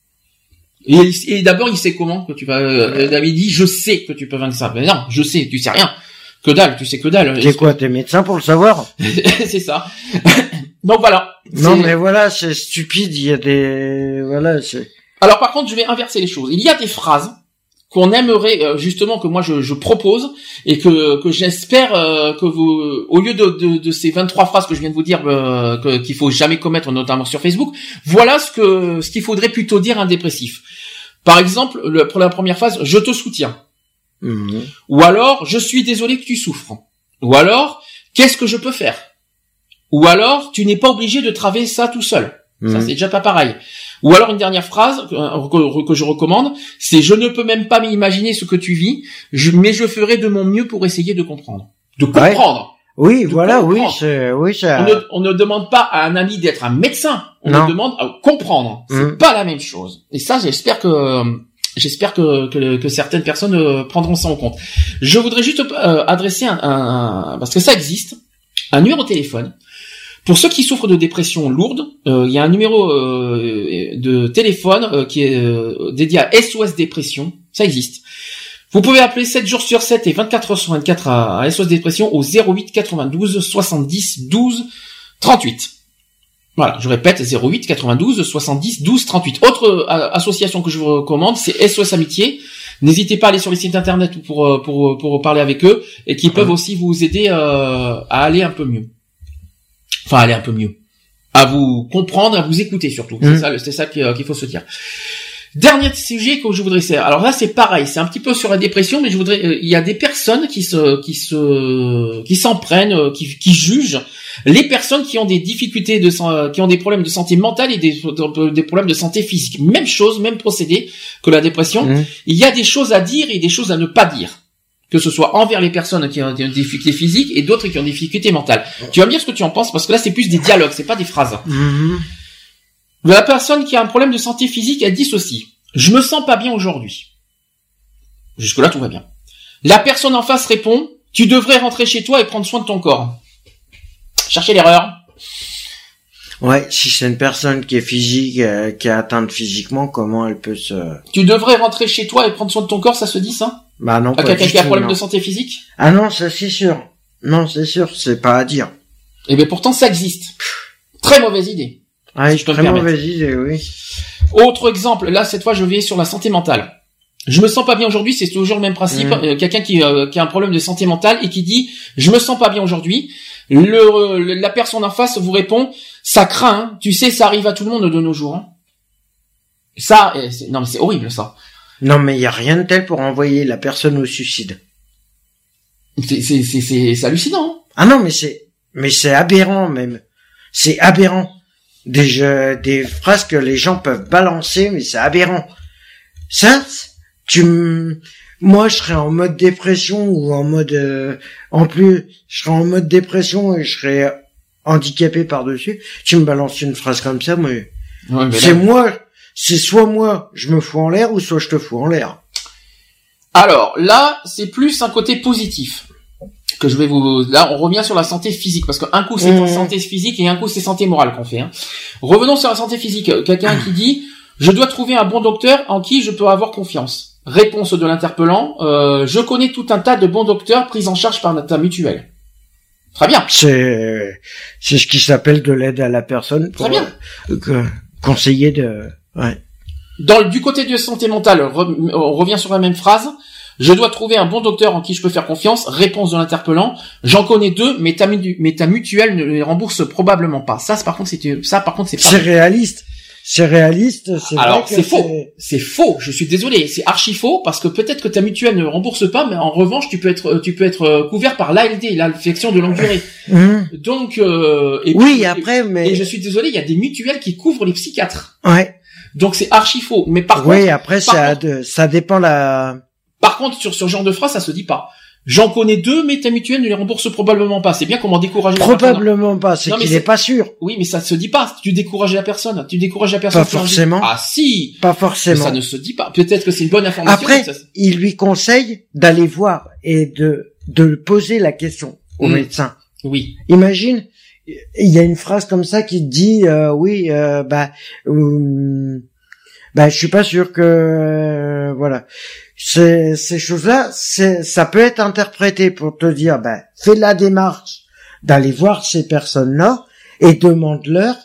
Et, et d'abord, il sait comment que tu vas. Euh, David dit, je sais que tu peux vaincre ça. Mais non, je sais, tu sais rien. Que dalle, tu sais que dalle. T'es quoi, t'es médecin pour le savoir? C'est ça. Donc voilà. Non mais voilà, c'est stupide. Il y a des voilà. C'est... Alors par contre, je vais inverser les choses. Il y a des phrases qu'on aimerait justement que moi je, je propose et que que j'espère euh, que vous, au lieu de, de, de ces vingt-trois phrases que je viens de vous dire euh, que, qu'il faut jamais commettre, notamment sur Facebook, voilà ce que ce qu'il faudrait plutôt dire à un dépressif. Par exemple, le, pour la première phrase, je te soutiens. Mmh. Ou alors, je suis désolé que tu souffres. Ou alors, qu'est-ce que je peux faire? Ou alors, tu n'es pas obligé de travailler ça tout seul. Mmh. Ça, c'est déjà pas pareil. Ou alors, une dernière phrase que, que je recommande, c'est « Je ne peux même pas m'imaginer ce que tu vis, je, mais je ferai de mon mieux pour essayer de comprendre. » De comprendre. Ouais. Oui, de voilà, comprendre. oui, c'est, oui, ça... On ne, on ne demande pas à un ami d'être un médecin. On non. demande à comprendre. C'est mmh. pas la même chose. Et ça, j'espère que... J'espère que, que, que certaines personnes euh, prendront ça en compte. Je voudrais juste euh, adresser un, un, un, parce que ça existe, un numéro de téléphone. Pour ceux qui souffrent de dépression lourde, euh, il y a un numéro euh, de téléphone euh, qui est euh, dédié à S O S Dépression. Ça existe. Vous pouvez appeler sept jours sur sept et vingt-quatre heures sur vingt-quatre à, à S O S Dépression au zéro huit quatre-vingt-douze soixante-dix douze trente-huit. Voilà, je répète, zéro huit quatre-vingt-douze soixante-dix douze trente-huit. Autre euh, association que je vous recommande, c'est S O S Amitié. N'hésitez pas à aller sur les sites internet pour pour pour parler avec eux et qui peuvent aussi vous aider euh, à aller un peu mieux. Enfin, aller un peu mieux. À vous comprendre, à vous écouter surtout. Mmh. C'est ça, c'est ça qu'il faut se dire. Dernier sujet que je voudrais faire. Alors là, c'est pareil, c'est un petit peu sur la dépression, mais je voudrais. Euh, il y a des personnes qui se, qui se, qui s'en prennent, euh, qui, qui jugent les personnes qui ont des difficultés de, euh, qui ont des problèmes de santé mentale et des, des problèmes de santé physique. Même chose, même procédé que la dépression. Mmh. Il y a des choses à dire et des choses à ne pas dire. Que ce soit envers les personnes qui ont des difficultés physiques et d'autres qui ont des difficultés mentales. Tu vas me dire ce que tu en penses, parce que là, c'est plus des dialogues, c'est pas des phrases. Mmh. La personne qui a un problème de santé physique, elle dit ceci. Je me sens pas bien aujourd'hui. Jusque-là, tout va bien. La personne en face répond, tu devrais rentrer chez toi et prendre soin de ton corps. Cherchez l'erreur. Ouais, si c'est une personne qui est physique, euh, qui est atteinte physiquement, comment elle peut se... Tu devrais rentrer chez toi et prendre soin de ton corps, ça se dit ça? Bah non, pas quelqu'un du qui a un tout, problème non. de santé physique? Ah non, ça c'est sûr. Non, c'est sûr, c'est pas à dire. Eh bien pourtant ça existe. Très mauvaise idée. Ah, je te très mauvaise idée, oui. Autre exemple, là cette fois je vais sur la santé mentale. Je me sens pas bien aujourd'hui, c'est toujours le même principe. Mmh. Euh, quelqu'un qui, euh, qui a un problème de santé mentale et qui dit je me sens pas bien aujourd'hui. Le, le la personne en face vous répond ça craint, hein. Tu sais ça arrive à tout le monde de nos jours. Hein. Ça, euh, c'est, non mais c'est horrible ça. Non mais il y a rien de tel pour envoyer la personne au suicide. C'est c'est c'est c'est, c'est hallucinant. Hein. Ah non mais c'est mais c'est aberrant même. C'est aberrant. Des jeux, des phrases que les gens peuvent balancer, mais c'est aberrant. Ça, tu m... moi je serais en mode dépression ou en mode euh... en plus je serais en mode dépression et je serais handicapé par-dessus. Tu me balances une phrase comme ça, moi ouais, c'est là... moi, c'est soit moi je me fous en l'air ou soit je te fous en l'air. Alors là, c'est plus un côté positif. Que je vais vous, là, on revient sur la santé physique, parce qu'un coup c'est mmh. santé physique et un coup c'est santé morale qu'on fait, hein. Revenons sur la santé physique. Quelqu'un qui dit, je dois trouver un bon docteur en qui je peux avoir confiance. Réponse de l'interpellant, euh, je connais tout un tas de bons docteurs pris en charge par ta mutuelle. Très bien. C'est, c'est ce qui s'appelle de l'aide à la personne. Pour, Très bien. Euh, que, conseiller de, ouais. Dans le, du côté de santé mentale, re, on revient sur la même phrase. Je dois trouver un bon docteur en qui je peux faire confiance. Réponse de l'interpellant. J'en connais deux, mais ta, mais ta mutuelle ne les rembourse probablement pas. Ça, c'est, par contre, c'est, ça, par contre, c'est pas. C'est réaliste. C'est réaliste. C'est Alors, vrai que c'est faux. C'est... c'est faux. Je suis désolé. C'est archi faux parce que peut-être que ta mutuelle ne rembourse pas, mais en revanche, tu peux être, tu peux être couvert par l'A L D, l'affection de longue durée. Mmh. Donc, euh, et oui, puis, après, mais. Et je suis désolé, il y a des mutuelles qui couvrent les psychiatres. Ouais. Donc, c'est archi faux. Mais par oui, contre. après, ça, contre, de, ça dépend la. Par contre, sur ce genre de phrase, ça se dit pas. J'en connais deux, mais ta mutuelle ne les rembourse probablement pas. C'est bien comment décourager la personne. Probablement pas, c'est non, qu'il n'est pas sûr. Oui, mais ça se dit pas. Tu décourages la personne. Tu décourages la personne. Pas forcément. Ah si. Pas forcément. Mais ça ne se dit pas. Peut-être que c'est une bonne information. Après, ça... il lui conseille d'aller voir et de, de poser la question au mmh. médecin. Oui. Imagine, il y a une phrase comme ça qui dit, euh, oui, euh, bah, euh, bah, je suis pas sûr que, euh, voilà. Ces, ces choses-là, c'est, ça peut être interprété pour te dire, ben, fais la démarche d'aller voir ces personnes-là et demande-leur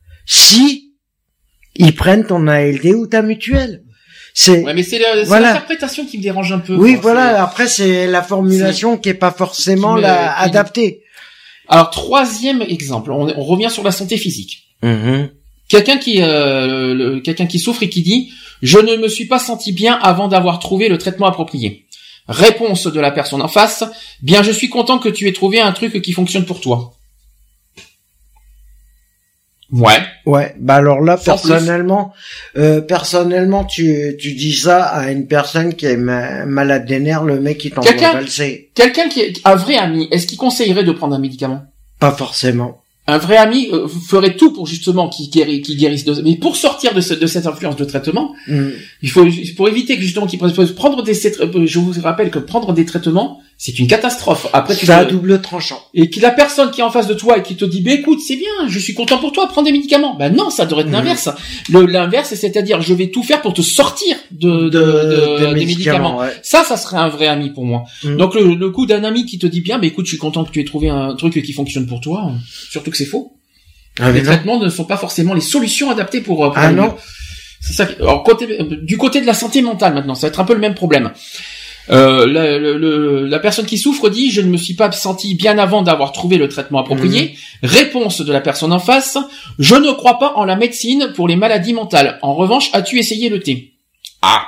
si ils prennent ton A L D ou ta mutuelle. C'est, ouais, mais c'est, le, c'est voilà. l'interprétation qui me dérange un peu. Oui, quoi. voilà. C'est... Après, c'est la formulation c'est... qui est pas forcément qui me... la qui... adaptée. Alors, troisième exemple. On, on revient sur la santé physique. Mmh. Quelqu'un qui, euh, le, quelqu'un qui souffre et qui dit « Je ne me suis pas senti bien avant d'avoir trouvé le traitement approprié. » Réponse de la personne en face « Bien, je suis content que tu aies trouvé un truc qui fonctionne pour toi. » Ouais. Ouais. Bah alors là, Sans personnellement, euh, personnellement, tu tu dis ça à une personne qui est ma- malade des nerfs, le mec qui t'envoie valser. Quelqu'un qui est un vrai ami, est-ce qu'il conseillerait de prendre un médicament ? Pas forcément. Un vrai ami euh, ferait tout pour justement qu'il guérisse, qu'il guérisse de, mais pour sortir de, ce, de cette influence de traitement, mm. il faut pour éviter que justement qu'il puisse prendre des, je vous rappelle que prendre des traitements, c'est une catastrophe. Après, c'est à double tranchant. Et que la personne qui est en face de toi et qui te dit, bah, écoute, c'est bien, je suis content pour toi, prends des médicaments. Ben non, ça devrait être mmh. l'inverse. Le, l'inverse, c'est-à-dire, je vais tout faire pour te sortir de, de, de, de, de des médicaments. Ouais. Ça, ça serait un vrai ami pour moi. Mmh. Donc, le, le coup d'un ami qui te dit bien, bah, écoute, je suis content que tu aies trouvé un truc qui fonctionne pour toi. Surtout que c'est faux. Ah, les traitements non. ne sont pas forcément les solutions adaptées pour, pour ah non. C'est ça. Alors, côté, du côté de la santé mentale maintenant, ça va être un peu le même problème. Euh, la, le, le, la personne qui souffre dit « Je ne me suis pas senti bien avant d'avoir trouvé le traitement approprié. Mmh. » Réponse de la personne en face « Je ne crois pas en la médecine pour les maladies mentales. En revanche, as-tu essayé le thé ?» Ah.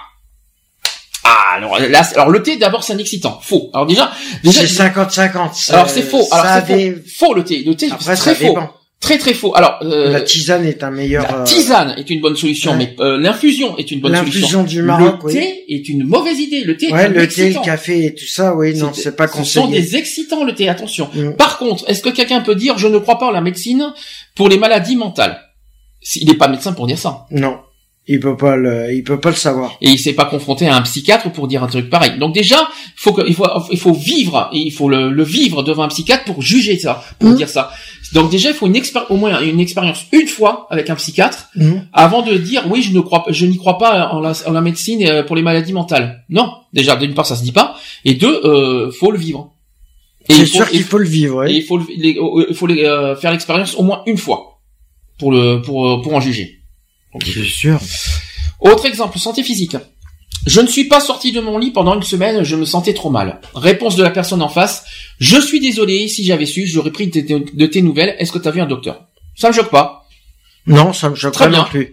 Ah, alors là, alors le thé d'abord c'est un excitant, faux. Alors déjà, déjà c'est cinquante cinquante. Alors c'est faux. Alors ça c'est faux. des... faux le thé. Le thé Après, c'est très faux. Dépend. Très très faux. Alors euh, la tisane est un meilleur. La tisane est une bonne solution, ouais. mais euh, l'infusion est une bonne l'infusion solution. L'infusion du Maroc. Le thé oui. est une mauvaise idée. Le thé ouais, est un le excitant. thé, le café et tout ça, oui, non, c'est, c'est pas conseillé. Ce sont des excitants le thé. Attention. Mm. Par contre, est-ce que quelqu'un peut dire je ne crois pas en la médecine pour les maladies mentales? Il n'est pas médecin pour dire ça. Non. Il peut pas le, il peut pas le savoir. Et il s'est pas confronté à un psychiatre pour dire un truc pareil. Donc déjà, il faut que, il faut, il faut vivre, et il faut le, le vivre devant un psychiatre pour juger ça, pour mmh. dire ça. Donc déjà, il faut une expéri- au moins une expérience une fois avec un psychiatre, mmh. avant de dire oui, je ne crois pas, je n'y crois pas en la, en la médecine pour les maladies mentales. Non. Déjà, d'une part, ça se dit pas. Et deux, euh, faut le vivre. Et c'est il faut, sûr qu'il faut le vivre, ouais. Et il faut, les, il faut les, euh, faire l'expérience au moins une fois pour le, pour, pour en juger. C'est sûr. Autre exemple, santé physique. Je ne suis pas sorti de mon lit pendant une semaine, je me sentais trop mal. Réponse de la personne en face. Je suis désolé, si j'avais su, j'aurais pris de tes, de tes nouvelles. Est-ce que tu as vu un docteur? Ça me choque pas. Non, ça me choque Très pas bien. non plus.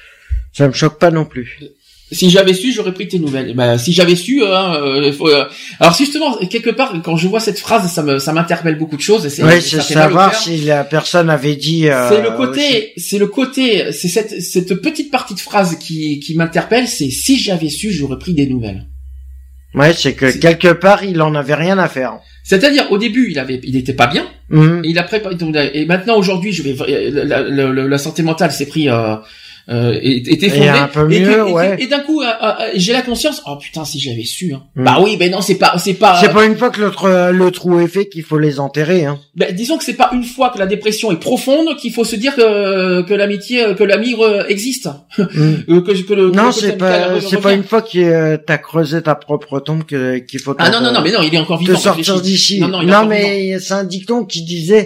Ça me choque pas non plus. Si j'avais su, j'aurais pris tes nouvelles. Ben, si j'avais su, hein, euh, faut, euh... alors justement, quelque part, quand je vois cette phrase, ça me, ça m'interpelle beaucoup de choses. Et c'est, oui, c'est savoir si la personne avait dit. Euh, c'est le côté, aussi. c'est le côté, c'est cette, cette petite partie de phrase qui, qui m'interpelle. C'est si j'avais su, j'aurais pris des nouvelles. Ouais, c'est que c'est... quelque part, il en avait rien à faire. C'est-à-dire, au début, il avait, il était pas bien. Mmh. Et il a préparé. Et maintenant, aujourd'hui, je vais, la, la, la, la santé mentale s'est pris. Euh, Euh, était fondé, et un peu mieux, et, que, ouais. et, et d'un coup euh, euh, j'ai la conscience, oh putain, si j'avais su hein. mm. Bah oui, ben non, c'est pas c'est pas c'est pas une fois que le, le trou est fait qu'il faut les enterrer hein. Ben disons que c'est pas une fois que la dépression est profonde qu'il faut se dire que que l'amitié que l'amour existe. Mm. que, que le non, que c'est pas c'est pas une fois que t'as creusé ta propre tombe que qu'il faut ah non non non mais non, il est encore vivant. Te sortir d'ici. Non, non, il non mais vivant. C'est un dicton qui disait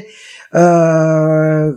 euh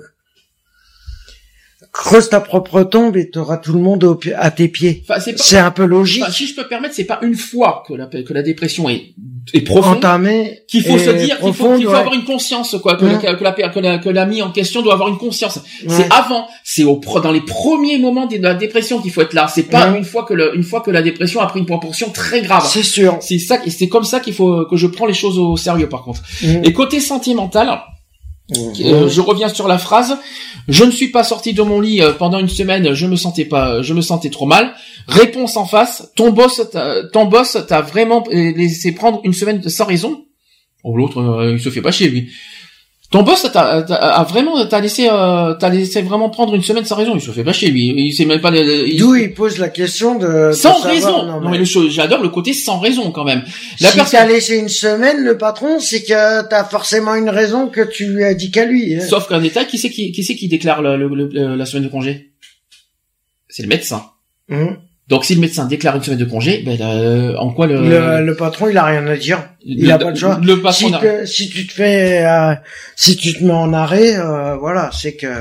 creuse ta propre tombe et t'auras tout le monde au, à tes pieds. Enfin, c'est, pas, c'est un peu logique. Enfin, si je peux permettre, c'est pas une fois que la, que la dépression est, est profonde. Entamée. Qu'il faut se dire profonde, qu'il faut, qu'il faut ouais. avoir une conscience, quoi. Que, mmh. la, que, la, que, la, que l'ami en question doit avoir une conscience. Ouais. C'est avant. C'est au, dans les premiers moments de la dépression qu'il faut être là. C'est pas mmh. une fois que le, une fois que la dépression a pris une proportion très grave. C'est sûr. C'est ça, c'est comme ça qu'il faut, que je prends les choses au sérieux, par contre. Mmh. Et côté sentimental, Mmh. Euh, je reviens sur la phrase. Je ne suis pas sorti de mon lit euh, pendant une semaine. Je me sentais pas, je me sentais trop mal. Réponse en face. Ton boss, t'a, ton boss t'a vraiment laissé prendre une semaine sans raison. Oh l'autre, euh, il se fait pas chier lui. Ton boss t'a, t'a, a vraiment t'a laissé, euh, t'a laissé vraiment prendre une semaine sans raison. Il se fait pas chier lui. Il sait même pas. Il... D'où il pose la question de sans de raison. Savoir, non, non mais, mais le, j'adore le côté sans raison quand même. La si personne... t'as laissé une semaine, le patron, c'est que t'as forcément une raison que tu lui as dit qu'à lui. Hein. Sauf qu'un détail, qui c'est qui, qui c'est qui déclare le, le, le, la semaine de congé? C'est le médecin. Mmh. Donc si le médecin déclare une semaine de congé, ben euh, en quoi le... le le patron il a rien à dire, il le, a pas le choix. Le patron si, te, si tu te fais, euh, si tu te mets en arrêt, euh, voilà, c'est que.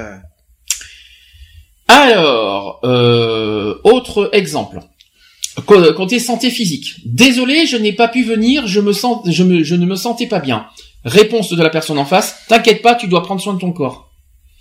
Alors, euh, autre exemple. Côté santé physique. Désolé, je n'ai pas pu venir, je me sens, je me, je ne me sentais pas bien. Réponse de la personne en face. T'inquiète pas, tu dois prendre soin de ton corps.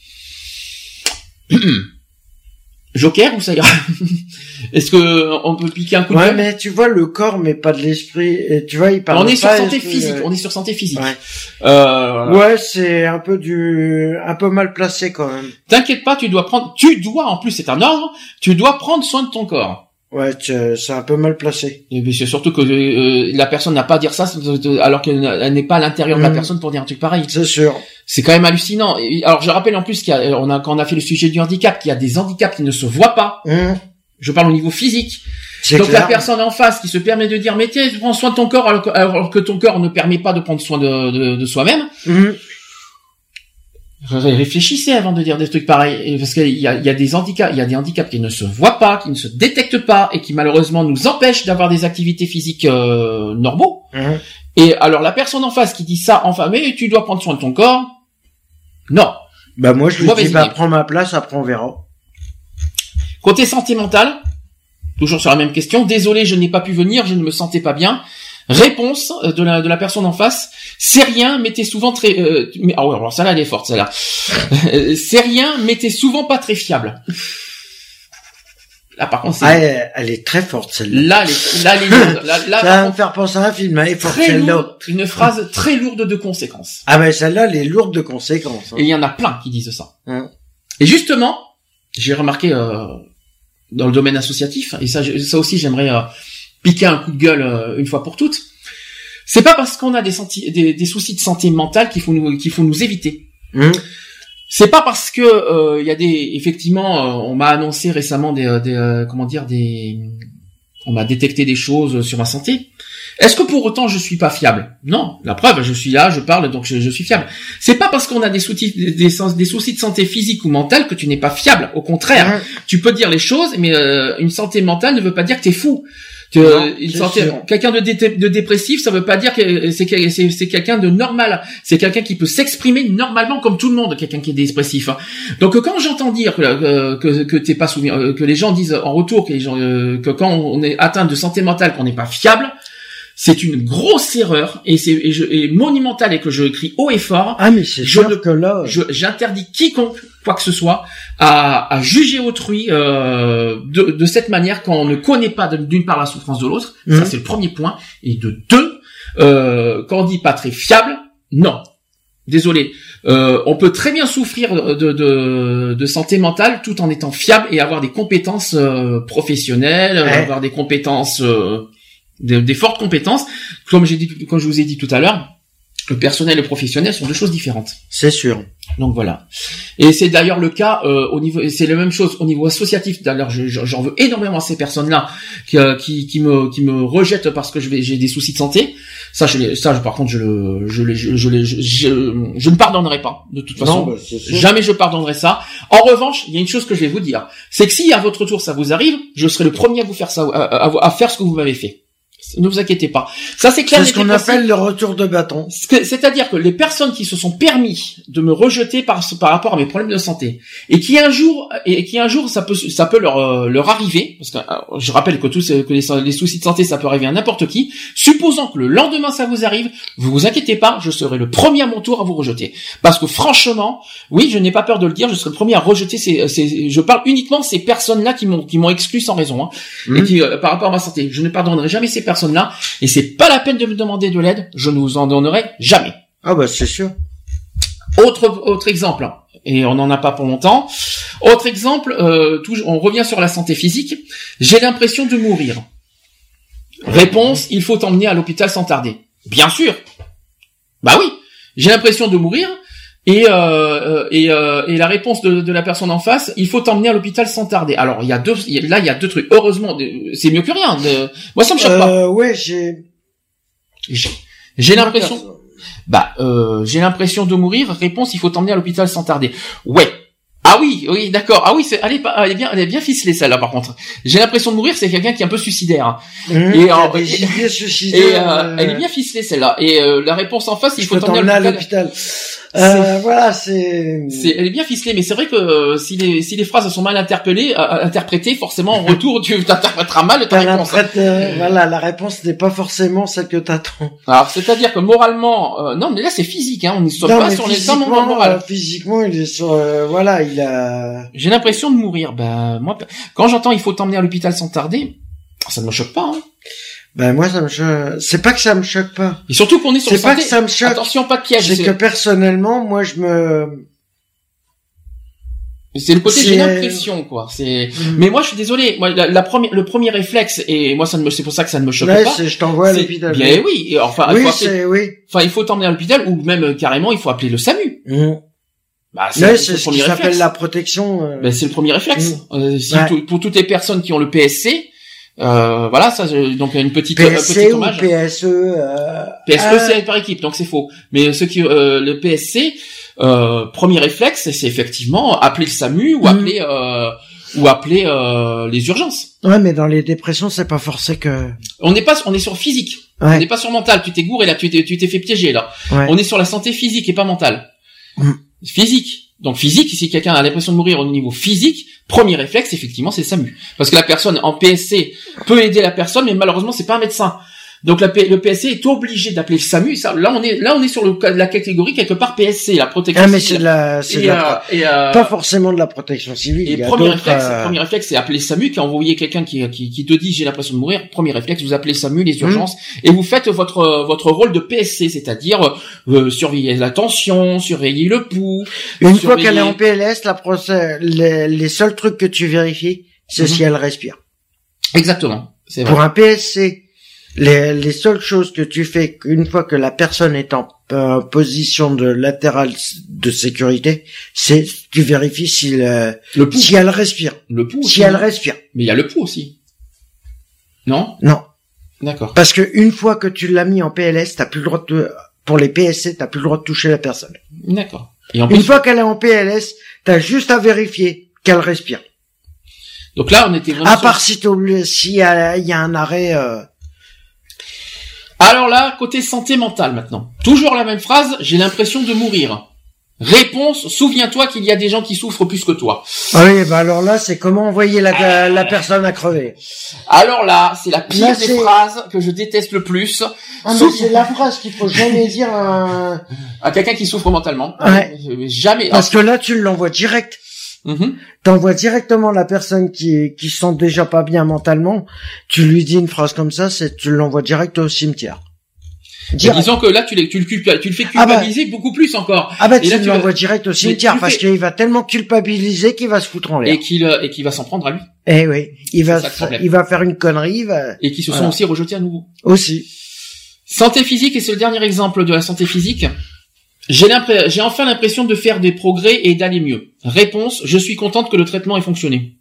Joker ou ça ira? Est-ce que on peut piquer un coup de ouais, gueule? Mais tu vois le corps, mais pas de l'esprit. Et tu vois, il parle. On est sur pas santé esprit, physique. Euh... On est sur santé physique. Ouais, euh, voilà. Ouais, c'est un peu du, un peu mal placé quand même. T'inquiète pas, tu dois prendre, tu dois en plus c'est un ordre, tu dois prendre soin de ton corps. Ouais, c'est un peu mal placé. Et puis c'est surtout que euh, la personne n'a pas à dire ça alors qu'elle n'est pas à l'intérieur mmh. de la personne pour dire un truc pareil. C'est sûr. C'est quand même hallucinant. Et, alors je rappelle en plus qu'il y a, on a quand on a fait le sujet du handicap, qu'il y a des handicaps qui ne se voient pas. Mmh. Je parle au niveau physique. C'est Donc clair. La personne en face qui se permet de dire mais tiens, prends soin de ton corps alors que, alors que ton corps ne permet pas de prendre soin de, de, de soi-même. Mmh. Réfléchissez avant de dire des trucs pareils, parce qu'il y a, il y a des handicaps, il y a des handicaps qui ne se voient pas, qui ne se détectent pas et qui malheureusement nous empêchent d'avoir des activités physiques euh, normaux. Mmh. Et alors la personne en face qui dit ça, enfin mais tu dois prendre soin de ton corps. Non. Bah moi je lui dis bah prends ma place, après on verra. Côté santé mentale, toujours sur la même question. Désolé, je n'ai pas pu venir, je ne me sentais pas bien. Réponse de la de la personne en face. C'est rien, mais t'es souvent très. Euh, mais, ah ouais, alors ça là elle est forte, celle-là. C'est rien, mais t'es souvent pas très fiable. Là, par contre, c'est... Ah, elle, elle est très forte, celle-là. Là, elle est, là, elle est lourde. Là, là, ça va me faire penser à un film, elle est forte, celle-là. Lourde, une phrase très lourde de conséquences. Ah, ben, celle-là, elle est lourde de conséquences. Hein. Et il y en a plein qui disent ça. Hein. Et justement, j'ai remarqué, euh, dans le domaine associatif, et ça, ça aussi, j'aimerais euh, piquer un coup de gueule euh, une fois pour toutes. C'est pas parce qu'on a des, senti- des, des soucis de santé mentale qu'il faut nous, qu'il faut nous éviter. Mmh. C'est pas parce que il euh, y a des, effectivement, euh, on m'a annoncé récemment des, des euh, comment dire, des, on m'a détecté des choses sur ma santé. Est-ce que pour autant je suis pas fiable? Non, la preuve, je suis là, je parle, donc je, je suis fiable. C'est pas parce qu'on a des soucis, des, des, des soucis de santé physique ou mentale que tu n'es pas fiable. Au contraire, mmh. tu peux dire les choses, mais euh, une santé mentale ne veut pas dire que t'es fou. Que non, une santé, quelqu'un de, dé, de dépressif, ça veut pas dire que c'est, c'est, c'est quelqu'un de normal. C'est quelqu'un qui peut s'exprimer normalement comme tout le monde, quelqu'un qui est dépressif. Donc quand j'entends dire que que, que t'es pas souvenir, que les gens disent en retour que les gens que quand on est atteint de santé mentale qu'on n'est pas fiable, c'est une grosse erreur et c'est et, je, et monumentale et que je crie haut et fort. Ah mais c'est je sûr ne, que là, je, j'interdis quiconque quoi que ce soit à, à juger autrui euh, de, de cette manière quand on ne connaît pas d'une part la souffrance de l'autre. Mmh. Ça c'est le premier point. Et de deux, euh, quand on dit pas très fiable, non. Désolé. Euh, on peut très bien souffrir de, de, de santé mentale tout en étant fiable et avoir des compétences euh, professionnelles, ouais. avoir des compétences euh, Des, des fortes compétences, comme j'ai dit, comme je vous ai dit tout à l'heure, le personnel et le professionnel sont deux choses différentes. C'est sûr. Donc voilà. Et c'est d'ailleurs le cas euh, au niveau, c'est la même chose au niveau associatif. D'ailleurs, je, j'en veux énormément à ces personnes-là qui, euh, qui, qui me, qui me rejettent parce que je vais, j'ai des soucis de santé. Ça, je les, ça, par contre, je le, je les, je, je les, je, je, je ne pardonnerai pas. De toute façon, non, bah, jamais je pardonnerai ça. En revanche, il y a une chose que je vais vous dire, c'est que si à votre tour ça vous arrive, je serai le premier à vous faire ça, à, à, à faire ce que vous m'avez fait. Ne vous inquiétez pas. Ça, c'est clair. C'est ce qu'on appelle le retour de bâton. C'est-à-dire que les personnes qui se sont permis de me rejeter par, par rapport à mes problèmes de santé, et qui un jour, et qui un jour, ça peut, ça peut leur, euh, leur arriver, parce que euh, je rappelle que tous, que les, les soucis de santé, ça peut arriver à n'importe qui. Supposons que le lendemain ça vous arrive, vous vous inquiétez pas, je serai le premier à mon tour à vous rejeter. Parce que franchement, oui, je n'ai pas peur de le dire, je serai le premier à rejeter ces, ces je parle uniquement ces personnes-là qui m'ont, qui m'ont exclu sans raison, hein, mmh. et qui, euh, par rapport à ma santé, je ne pardonnerai jamais ces personnes là et c'est pas la peine de me demander de l'aide, je ne vous en donnerai jamais. Ah bah c'est sûr. Autre autre exemple, et on n'en a pas pour longtemps. Autre exemple, euh, toujours, on revient sur la santé physique. J'ai l'impression de mourir. Réponse, il faut t'emmener à l'hôpital sans tarder. Bien sûr. Bah oui, j'ai l'impression de mourir. Et, euh, et, euh, et la réponse de, de la personne en face, il faut t'emmener à l'hôpital sans tarder. Alors il y a deux, là il y a deux trucs. Heureusement, c'est mieux que rien. De, moi ça me choque euh, pas. Ouais, j'ai, j'ai, j'ai l'impression. Bah, euh, j'ai l'impression de mourir. Réponse, il faut t'emmener à l'hôpital sans tarder. Ouais. Ah oui, oui, d'accord. Ah oui, c'est, elle est, elle est bien, elle est bien ficelée celle-là par contre. J'ai l'impression de mourir, c'est quelqu'un qui est un peu suicidaire. Mmh, et en, et, et euh, elle est bien ficelée celle-là. Et euh, la réponse en face, il faut t'emmener à l'hôpital. Euh, voilà, c'est... c'est... Elle est bien ficelée, mais c'est vrai que euh, si les si les phrases sont mal interpellées, euh, interprétées, forcément en retour tu t'interpréteras mal ta réponse. Euh, voilà, la réponse n'est pas forcément celle que t'attends. Alors c'est-à-dire que moralement, euh, non, mais là c'est physique, hein, on n'y soit pas sur les termes moral. Euh, physiquement, il est sur, euh, voilà, il a. J'ai l'impression de mourir. Ben moi, quand j'entends il faut t'emmener à l'hôpital sans tarder, ça ne me choque pas. Hein. Ben moi ça me choque. C'est pas que ça me choque pas. Et surtout qu'on est sur c'est pas santé. Que ça me choque. Attention, pas de piège. C'est, c'est que personnellement, moi je me. C'est le côté c'est... j'ai l'impression quoi. C'est. Mmh. Mais moi je suis désolé. Moi la, la première, le premier réflexe et moi ça ne me, c'est pour ça que ça ne me choque ouais, pas. C'est je t'envoie à l'hôpital. Bien oui. Et enfin. Oui il faut c'est appeler... oui. Enfin il faut t'emmener à l'hôpital ou même carrément il faut appeler le SAMU. Mmh. Bah, c'est, ouais, c'est, c'est ce qui réflexe. S'appelle la protection. Euh... Ben, c'est le premier réflexe. Mmh. Euh, si ouais. tout, pour toutes les personnes qui ont le P S C. Euh, voilà, ça, donc une petite, P S C un petit hommage. Ou P S E, euh... P S E, euh... c'est par équipe, donc c'est faux. Mais ceux qui, euh, le P S C, euh, premier réflexe, c'est effectivement appeler le SAMU ou mmh. appeler, euh, ou appeler euh, les urgences. Ouais, mais dans les dépressions, c'est pas forcé que. On n'est pas, on est sur physique. Ouais. On n'est pas sur mental. Tu t'es gouré là, tu t'es, tu t'es fait piéger là. Ouais. On est sur la santé physique et pas mentale. Mmh. Physique. Donc physique, si quelqu'un a l'impression de mourir au niveau physique, premier réflexe, effectivement, c'est le SAMU. Parce que la personne en P S C peut aider la personne, mais malheureusement, c'est pas un médecin. Donc la P- le P S C est obligé d'appeler le SAMU. Ça, là on est là on est sur le la catégorie quelque part P S C, la protection ah, mais civile. c'est de la, c'est et, de la, euh, et, euh, pas forcément de la protection civile. Et il y a premier d'autres, réflexe, euh... premier réflexe, c'est appeler le SAMU. Quand vous voyez quelqu'un qui, qui qui te dit j'ai l'impression de mourir, premier réflexe, vous appelez le SAMU, les urgences, mmh. et vous faites votre votre rôle de P S C, c'est-à-dire euh, surveiller la tension, surveiller le pouls. Une surveiller... fois qu'elle est en P L S, la procès, les, les seuls trucs que tu vérifies, c'est mmh. si elle respire. Exactement. C'est vrai. Pour un P S C, les, les seules choses que tu fais une fois que la personne est en euh, position de latérale de sécurité, c'est tu vérifies si, le, le pouls. si elle respire. Le pouls. Si elle respire. Mais il y a le pouls aussi. Non? Non. D'accord. Parce que une fois que tu l'as mis en P L S, t'as plus le droit de, pour les P S C, t'as plus le droit de toucher la personne. D'accord. Et en une plus, fois qu'elle est en P L S, t'as juste à vérifier qu'elle respire. Donc là, on était vraiment. À part si t'oublies, s'il y a, il y a un arrêt. Euh... Alors là, côté santé mentale maintenant. Toujours la même phrase. J'ai l'impression de mourir. Réponse, souviens-toi qu'il y a des gens qui souffrent plus que toi. Ah oui, bah alors là, c'est comment envoyer la, la, la personne à crever. Alors là, c'est la pire là, des c'est... phrases que je déteste le plus. Ah, mais c'est la phrase qu'il faut jamais dire à, à quelqu'un qui souffre mentalement. Ouais. Jamais. Parce que là, tu l'envoies direct. Mm-hmm. T'envoies directement la personne qui, qui se sent déjà pas bien mentalement. Tu lui dis une phrase comme ça, c'est, tu l'envoies direct au cimetière. Disons que là, tu, les, tu, le, culpa, tu le fais culpabiliser ah bah, beaucoup plus encore. Ah bah, et tu là, l'envoies vas... direct au cimetière parce fais... qu'il va tellement culpabiliser qu'il va se foutre en l'air. Et qu'il, et qu'il va s'en prendre à lui. Eh oui. Il va, il va faire une connerie, il va... Et qui se voilà. sont aussi rejetés à nouveau. Aussi. Santé physique, et c'est le dernier exemple de la santé physique. J'ai l'impression, j'ai enfin l'impression de faire des progrès et d'aller mieux. Réponse, je suis contente que le traitement ait fonctionné.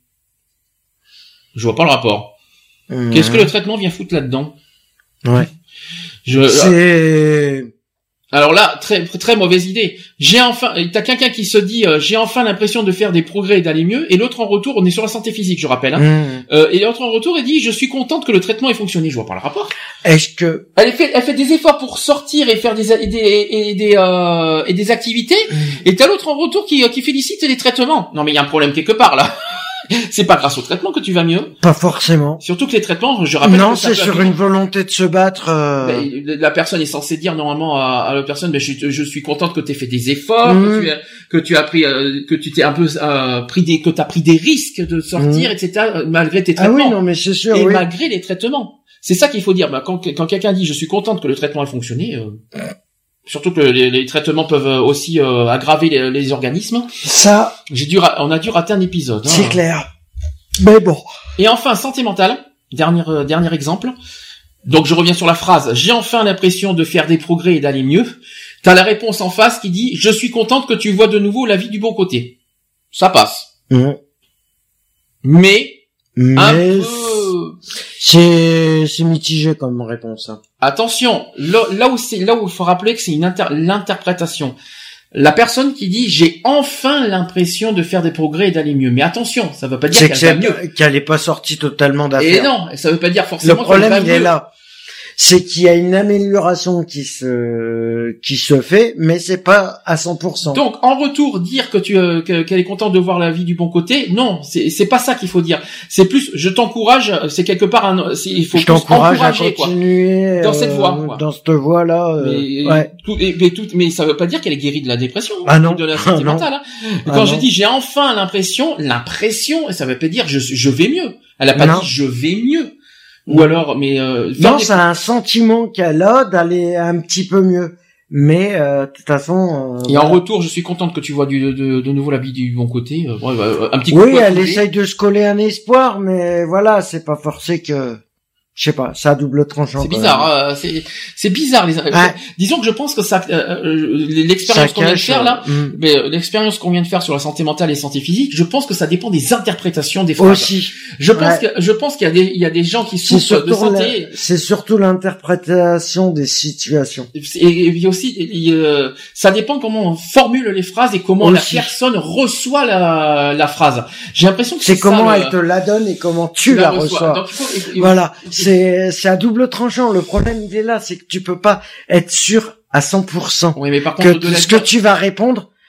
Je vois pas le rapport. Mmh. Qu'est-ce que le traitement vient foutre là-dedans? Ouais. Je, c'est... Alors là, très très mauvaise idée. J'ai enfin, t'as quelqu'un qui se dit, euh, j'ai enfin l'impression de faire des progrès et d'aller mieux, et l'autre en retour, on est sur la santé physique, je rappelle. Hein, mmh. euh, et l'autre en retour, il dit, je suis contente que le traitement ait fonctionné. Je vois pas le rapport. Est-ce que elle fait, elle fait des efforts pour sortir et faire des et des et des euh, et des activités, mmh. et t'as l'autre en retour qui qui félicite les traitements. Non mais il y a un problème quelque part là. C'est pas grâce au traitement que tu vas mieux. Pas forcément. Surtout que les traitements, je rappelle. Non, c'est sur une volonté de se battre. Euh... Ben, la personne est censée dire normalement à, à la personne, ben, je, je suis contente que tu aies fait des efforts, mmh. que tu as, que tu as pris, euh, que tu t'es un peu euh, pris des, que t'as pris des risques de sortir, mmh. et cetera. Malgré tes traitements. Ah oui, non, mais c'est sûr. Et oui. malgré les traitements. C'est ça qu'il faut dire. Ben, quand, quand quelqu'un dit, je suis contente que le traitement ait fonctionné. Euh... Surtout que les, les traitements peuvent aussi euh, aggraver les, les organismes. Ça. J'ai dû, on a dû rater un épisode. C'est hein. clair. Mais bon. Et enfin, santé mentale, dernier euh, dernier exemple. Donc je reviens sur la phrase, j'ai enfin l'impression de faire des progrès et d'aller mieux. T'as la réponse en face qui dit, je suis contente que tu vois de nouveau la vie du bon côté. Ça passe. Mmh. Mais, Mais un peu... c'est c'est mitigé comme réponse. Hein. Attention, là, là où c'est là où il faut rappeler que c'est une inter... l'interprétation. La personne qui dit j'ai enfin l'impression de faire des progrès et d'aller mieux. Mais attention, ça veut pas dire c'est qu'elle va mieux. Qu'elle est pas sortie totalement d'affaires. Et non, ça veut pas dire forcément le problème, qu'elle va il mieux. est là. C'est qu'il y a une amélioration qui se qui se fait, mais c'est pas à cent pour cent. Donc en retour, dire que tu euh, que, qu'elle est contente de voir la vie du bon côté, non, c'est c'est pas ça qu'il faut dire. C'est plus je t'encourage, c'est quelque part un c'est, il faut je t'encourage à continuer quoi, dans cette voie, euh, dans cette voie là. Euh, mais, ouais. tout, et, mais tout, mais ça veut pas dire qu'elle est guérie de la dépression, ah non, de la santé ah mentale. Hein. Ah Quand non. je dis j'ai enfin l'impression, l'impression, ça veut pas dire je je vais mieux. Elle a pas non. dit je vais mieux. Ou alors, mais euh, non, des... c'est un sentiment qu'elle a d'aller un petit peu mieux. Mais euh, de toute façon. Euh, et voilà. En retour, je suis contente que tu vois du, de, de nouveau la vie du bon côté. Euh, ouais, bah, un petit coup. Oui, elle essaye de se coller un espoir, mais voilà, c'est pas forcé que. Je sais pas, ça a double tranchant. C'est bizarre, euh, c'est c'est bizarre. Les... Ouais. Disons que je pense que ça, euh, l'expérience qu'on vient de faire là, euh, mais euh, l'expérience qu'on vient de faire sur la santé mentale et santé physique, je pense que ça dépend des interprétations des phrases. Aussi. Je pense ouais. que je pense qu'il y a des il y a des gens qui souffrent de santé. La, c'est surtout l'interprétation des situations. Et, et aussi, et, euh, ça dépend comment on formule les phrases et comment aussi. La personne reçoit la la phrase. J'ai l'impression que c'est, c'est comment ça, elle le... te la donne et comment tu, tu la, la reçois. Donc, faut, et, et, voilà. C'est, c'est à double tranchant. Le problème, il est là, c'est que tu peux pas être sûr à cent pour cent oui, mais par contre, que ce que tu vas répondre,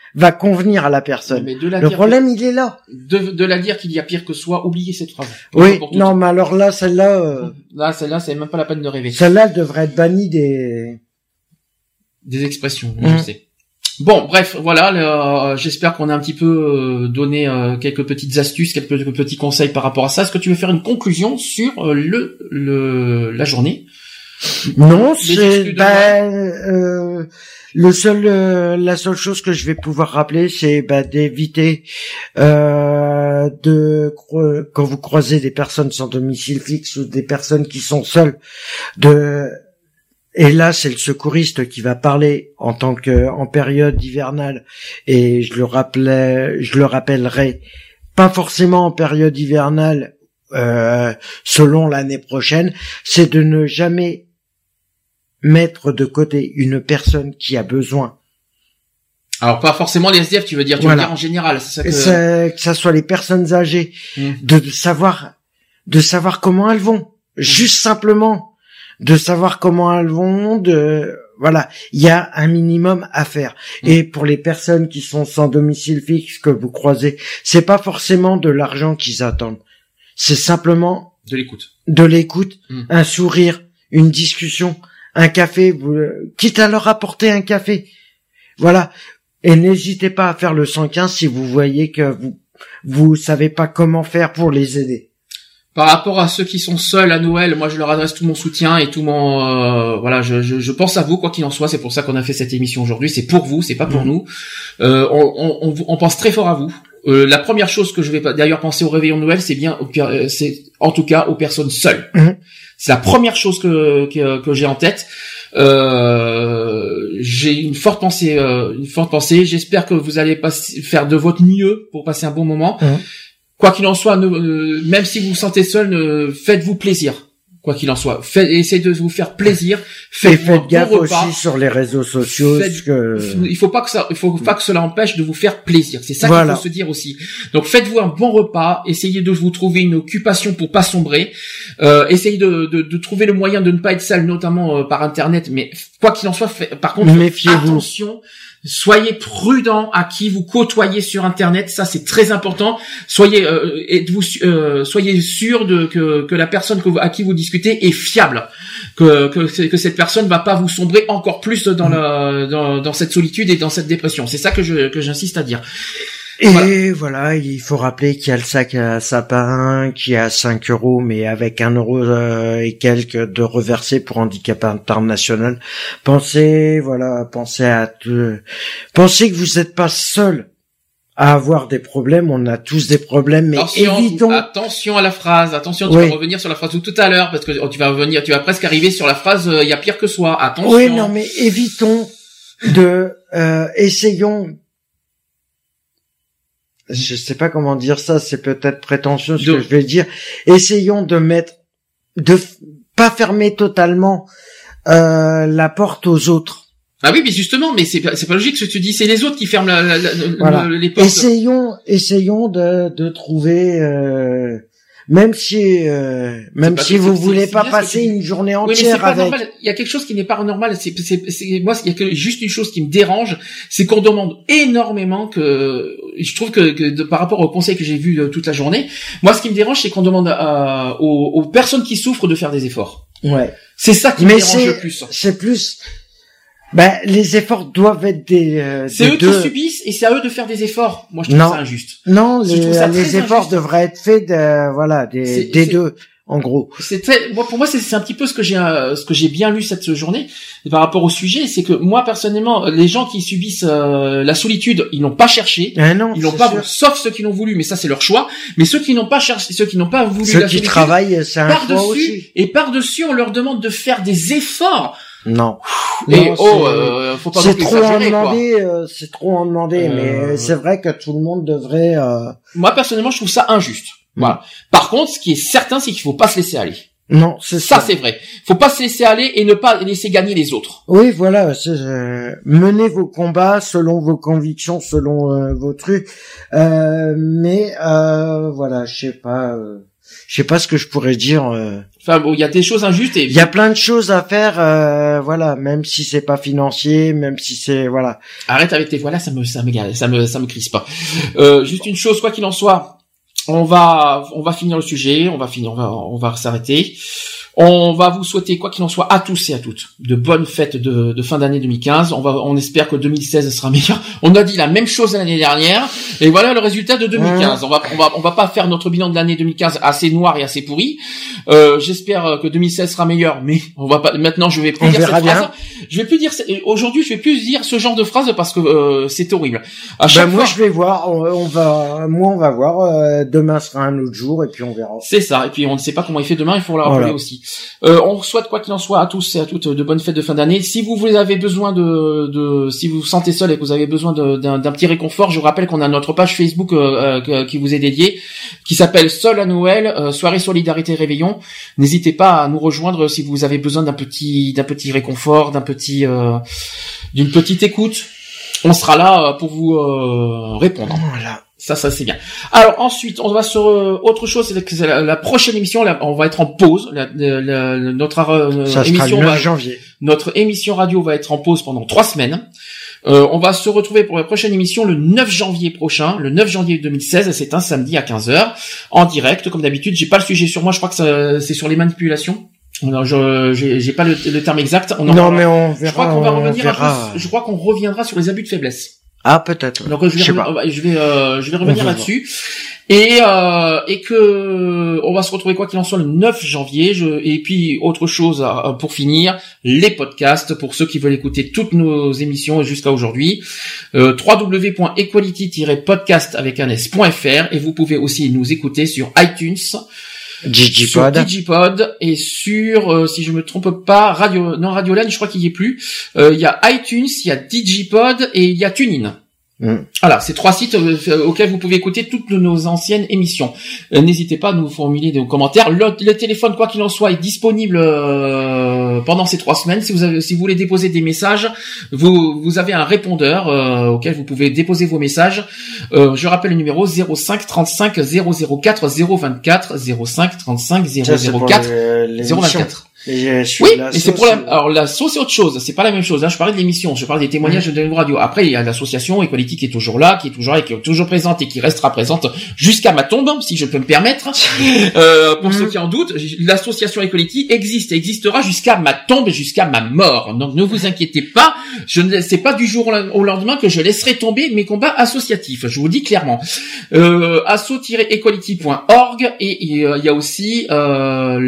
va convenir à la personne. Mais de la le dire problème, que, il est là. De, de la dire qu'il y a pire que soi, oubliez cette phrase. Oui, non, mais alors là, celle-là... Euh, là, celle-là, c'est même pas la peine de rêver. Celle-là, elle devrait être bannie des... Des expressions, mmh. je sais. Bon, bref, voilà, le, euh, j'espère qu'on a un petit peu euh, donné euh, quelques petites astuces, quelques petits conseils par rapport à ça. Est-ce que tu veux faire une conclusion sur euh, le, le la journée? Non, c'est ben euh, le seul euh, la seule chose que je vais pouvoir rappeler, c'est ben, d'éviter euh, de quand vous croisez des personnes sans domicile fixe ou des personnes qui sont seules, de et là, c'est le secouriste qui va parler en tant que en période hivernale, et je le rappelais, je le rappellerai, pas forcément en période hivernale, euh, selon l'année prochaine, c'est de ne jamais mettre de côté une personne qui a besoin. Alors pas forcément les S D F, tu veux dire, tu voilà. veux dire en général, c'est ça que... C'est, que ça soit les personnes âgées, mmh. de, de savoir, de savoir comment elles vont, mmh. juste simplement. De savoir comment elles vont, de voilà, il y a un minimum à faire. Mmh. Et pour les personnes qui sont sans domicile fixe que vous croisez, c'est pas forcément de l'argent qu'ils attendent. C'est simplement de l'écoute. De l'écoute, mmh. un sourire, une discussion, un café, vous, quitte à leur apporter un café. Voilà. Et n'hésitez pas à faire le cent quinze si vous voyez que vous vous savez pas comment faire pour les aider. Par rapport à ceux qui sont seuls à Noël, moi je leur adresse tout mon soutien et tout mon euh, voilà, je, je, je pense à vous quoi qu'il en soit. C'est pour ça qu'on a fait cette émission aujourd'hui. C'est pour vous, c'est pas pour mmh. nous. Euh, on, on, on, on pense très fort à vous. Euh, la première chose que je vais d'ailleurs penser au réveillon de Noël, c'est bien, c'est en tout cas aux personnes seules. Mmh. C'est la première chose que que, que j'ai en tête. Euh, j'ai une forte pensée, euh, une forte pensée. J'espère que vous allez passer, faire de votre mieux pour passer un bon moment. Mmh. Quoi qu'il en soit, ne, euh, même si vous vous sentez seul, ne, faites-vous plaisir. Quoi qu'il en soit, faites, essayez de vous faire plaisir. Faites, et faites gaffe bon aussi sur les réseaux sociaux. Faites, que... Il faut pas que ça, il faut pas que cela empêche de vous faire plaisir. C'est ça voilà. qu'il faut se dire aussi. Donc faites-vous un bon repas. Essayez de vous trouver une occupation pour pas sombrer. Euh, essayez de, de, de trouver le moyen de ne pas être seul, notamment euh, par Internet. Mais quoi qu'il en soit, fait, par contre, méfiez-vous. Attention. Soyez prudent à qui vous côtoyez sur Internet, ça c'est très important. Soyez, euh, êtes-vous, euh, soyez sûr de que, que la personne que vous, à qui vous discutez est fiable, que, que que cette personne va pas vous sombrer encore plus dans la dans, dans cette solitude et dans cette dépression. C'est ça que je que j'insiste à dire. Et voilà. voilà, il faut rappeler qu'il y a le sac à sapin qui est à cinq euros, mais avec un euro euh, et quelques de reversé pour handicap international. Pensez, voilà, pensez à tout. Pensez que vous n'êtes pas seul à avoir des problèmes. On a tous des problèmes, mais attention, évitons. Attention à la phrase. Attention, tu oui. vas revenir sur la phrase de tout à l'heure parce que tu vas revenir, tu vas presque arriver sur la phrase. Il euh, y a pire que soi. Attention. Oui, non, mais évitons de, euh, essayons. Je sais pas comment dire ça, c'est peut-être prétentieux ce de... que je vais dire. Essayons de mettre, de f... pas fermer totalement euh, la porte aux autres. Ah oui, mais justement, mais c'est pas, c'est pas logique ce que tu dis. C'est les autres qui ferment la, la, la, voilà. le, les portes. Essayons, essayons de, de trouver. Euh... Même si, euh, même si vous voulez pas passer une journée entière avec. Normal. Il y a quelque chose qui n'est pas normal. C'est, c'est, c'est, moi, il y a que, juste une chose qui me dérange, c'est qu'on demande énormément que, je trouve que, que de, par rapport au conseil que j'ai vu euh, toute la journée, moi, ce qui me dérange, c'est qu'on demande à, aux, aux personnes qui souffrent de faire des efforts. Ouais. C'est ça qui Mais me dérange le plus. C'est plus. Ben, les efforts doivent être des. Euh, c'est des eux deux... qui subissent et c'est à eux de faire des efforts. Moi, je trouve non. ça injuste. Non, les, les efforts injuste. devraient être faits de, voilà, des, c'est, des c'est, deux, en gros. C'est très, moi, pour moi, c'est, c'est un petit peu ce que j'ai, euh, ce que j'ai bien lu cette journée par rapport au sujet, c'est que moi, personnellement, les gens qui subissent euh, la solitude, ils n'ont pas cherché, ah non, ils n'ont pas, sûr. sauf ceux qui l'ont voulu, mais ça c'est leur choix. Mais ceux qui n'ont pas cherché, ceux qui n'ont pas voulu ceux la qui solitude, travaillent, c'est un choix aussi. Et par dessus, on leur demande de faire des efforts. Non. Et non, oh, euh, faut pas c'est trop en demander, euh, c'est trop en demander, euh... mais c'est vrai que tout le monde devrait. Euh... Moi personnellement, je trouve ça injuste. Mmh. Voilà. Par contre, ce qui est certain, c'est qu'il faut pas se laisser aller. Non, c'est ça. Ça, c'est vrai. Faut pas se laisser aller et ne pas laisser gagner les autres. Oui, voilà. C'est, euh, menez vos combats selon vos convictions, selon euh, vos trucs. Euh, mais euh, voilà, je sais pas. Euh... je sais pas ce que je pourrais dire. Euh... Enfin bon, il y a des choses injustes et il y a plein de choses à faire, euh, voilà, même si c'est pas financier, même si c'est voilà. Arrête avec tes voilà, ça me ça me ça me ça me crispe pas. Euh, juste une chose, quoi qu'il en soit, on va on va finir le sujet, on va finir, on va on va s'arrêter. On va vous souhaiter, quoi qu'il en soit, à tous et à toutes, de bonnes fêtes de, de fin d'année deux mille quinze. On va, on espère que deux mille seize sera meilleur. On a dit la même chose l'année dernière, et voilà le résultat de deux mille quinze. On va, on va, on va pas faire notre bilan de l'année deux mille quinze assez noir et assez pourri. Euh, j'espère que deux mille seize sera meilleur, mais on va pas. Maintenant, je vais plus on dire cette bien. phrase. Je vais plus dire. Aujourd'hui, je vais plus dire ce genre de phrase parce que euh, c'est horrible. À chaque ben, moi, fois, je vais voir. On, on va, moi, on va voir. Euh, demain sera un autre jour, et puis on verra. C'est ça. Et puis on ne sait pas comment il fait demain. Il faut le rappeler voilà. aussi. Euh, on souhaite, quoi qu'il en soit, à tous et à toutes de bonnes fêtes de fin d'année. Si vous, vous avez besoin de, de, si vous vous sentez seul et que vous avez besoin de, d'un, d'un petit réconfort, je vous rappelle qu'on a notre page Facebook euh, euh, qui vous est dédiée, qui s'appelle Seul à Noël, euh, soirée solidarité réveillon. N'hésitez pas à nous rejoindre si vous avez besoin d'un petit, d'un petit réconfort, d'un petit, euh, d'une petite écoute. On sera là pour vous euh, répondre. Voilà. Ça, ça c'est bien. Alors ensuite, on va sur euh, autre chose, c'est que c'est la, la prochaine émission. Là, on va être en pause. La, la, la, notre euh, ça émission sera le neuf va, janvier. Notre émission radio va être en pause pendant trois semaines. Euh, on va se retrouver pour la prochaine émission le neuf janvier prochain, le neuf janvier deux mille seize. C'est un samedi à quinze heures en direct, comme d'habitude. J'ai pas le sujet sur moi. Je crois que ça, c'est sur les manipulations. Alors, je, j'ai, j'ai pas le, le terme exact. On en non, parlera. mais on verra. Je crois qu'on va revenir. Verra. Un peu, je crois qu'on reviendra sur les abus de faiblesse. Ah, peut-être. Donc je vais, je, re- je vais, euh, je vais revenir là-dessus et euh, et que on va se retrouver, quoi qu'il en soit, le neuf janvier. Je, et puis autre chose euh, pour finir, les podcasts pour ceux qui veulent écouter toutes nos émissions jusqu'à aujourd'hui. Euh, w w w point equality tiret podcast avec un s point f r et vous pouvez aussi nous écouter sur iTunes. Digipod. Sur Digipod et sur, euh, si je me trompe pas, Radio, non, Radioland, je crois qu'il y est plus. Euh, il y a iTunes, il y a Digipod et il y a TuneIn. Mm. Voilà, c'est trois sites euh, auxquels vous pouvez écouter toutes nos anciennes émissions. Euh, n'hésitez pas à nous formuler des commentaires. Le, le téléphone, quoi qu'il en soit, est disponible euh, pendant ces trois semaines. Si vous avez, si vous voulez déposer des messages, vous vous avez un répondeur euh, auquel vous pouvez déposer vos messages. Euh, je rappelle le numéro zéro cinq trente-cinq zéro zéro quatre zéro vingt-quatre zéro cinq trente-cinq zéro zéro quatre zéro vingt-quatre. Et oui, mais c'est pour la, alors la sauce c'est autre chose, c'est pas la même chose. Là, je parlais de l'émission, je parlais des témoignages mmh. de la radio. Après, il y a l'association Equality qui est toujours là, qui est toujours là, qui est toujours présente et qui restera présente jusqu'à ma tombe, si je peux me permettre. euh, pour mmh. ceux qui en doutent, l'association Equality existe et existera jusqu'à ma tombe et jusqu'à ma mort. Donc, ne vous inquiétez pas, je ne, c'est pas du jour au lendemain que je laisserai tomber mes combats associatifs. Je vous le dis clairement. Euh, asso tiret equality point org et il euh, y a aussi euh,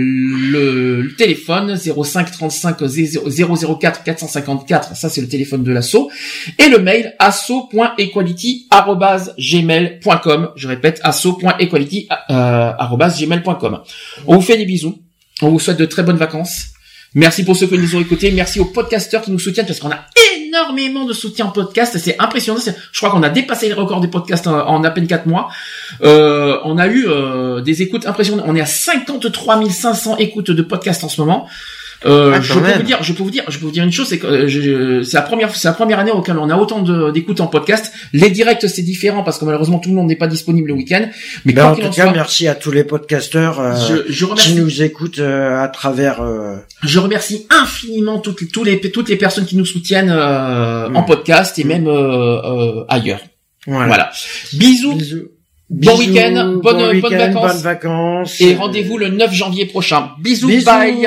le, le téléphone zéro cinq trente-cinq zéro zéro quatre quatre cent cinquante-quatre, ça c'est le téléphone de l'asso, et le mail asso point equality arobase gmail point com. Je répète, asso point equality arobase gmail point com. On vous fait des bisous, on vous souhaite de très bonnes vacances. Merci pour ceux qui nous ont écoutés, merci aux podcasteurs qui nous soutiennent parce qu'on a énormément de soutien en podcast, c'est impressionnant. C'est, je crois qu'on a dépassé les records des podcasts en, en à peine quatre mois. Euh, on a eu euh, des écoutes impressionnantes. On est à cinquante-trois mille cinq cents écoutes de podcasts en ce moment. Euh, ah, je peux même. vous dire, je peux vous dire, je peux vous dire une chose, c'est que euh, je, c'est la première, c'est la première année auquel on a autant de, d'écoutes en podcast. Les directs, c'est différent parce que malheureusement tout le monde n'est pas disponible le week-end. Mais ben, quoi en qu'il tout en cas, soit, merci à tous les podcasteurs euh, je, je remercie, qui nous écoutent euh, à travers. Euh... Je remercie infiniment toutes, toutes les, toutes les personnes qui nous soutiennent euh, mmh. en podcast et mmh. même euh, euh, ailleurs. Voilà. voilà. Bisous. Bisous. Bon Bisous, week-end, bonne, bon week-end, bonnes vacances. bonnes vacances. Et rendez-vous le neuf janvier prochain. Bisous, Bisous. bye.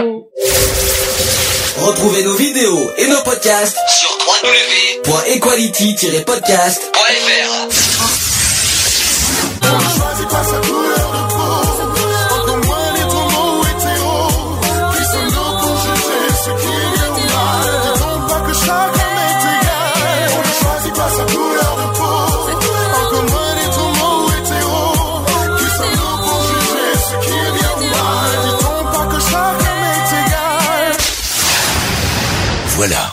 Retrouvez nos vidéos et nos podcasts sur w w w point equality tiret podcast point f r. On ne choisit pas sa couleur de peau, encore moins les tourments hétéros. Qui sommes-nous pour juger ce qui est mal? Disons pas que chacun est égal. On ne choisit pas sa couleur de peau, encore moins les tourments hétéros. Qui sommes-nous pour juger ce qui est mal? Disons pas que chacun est égal. Voilà.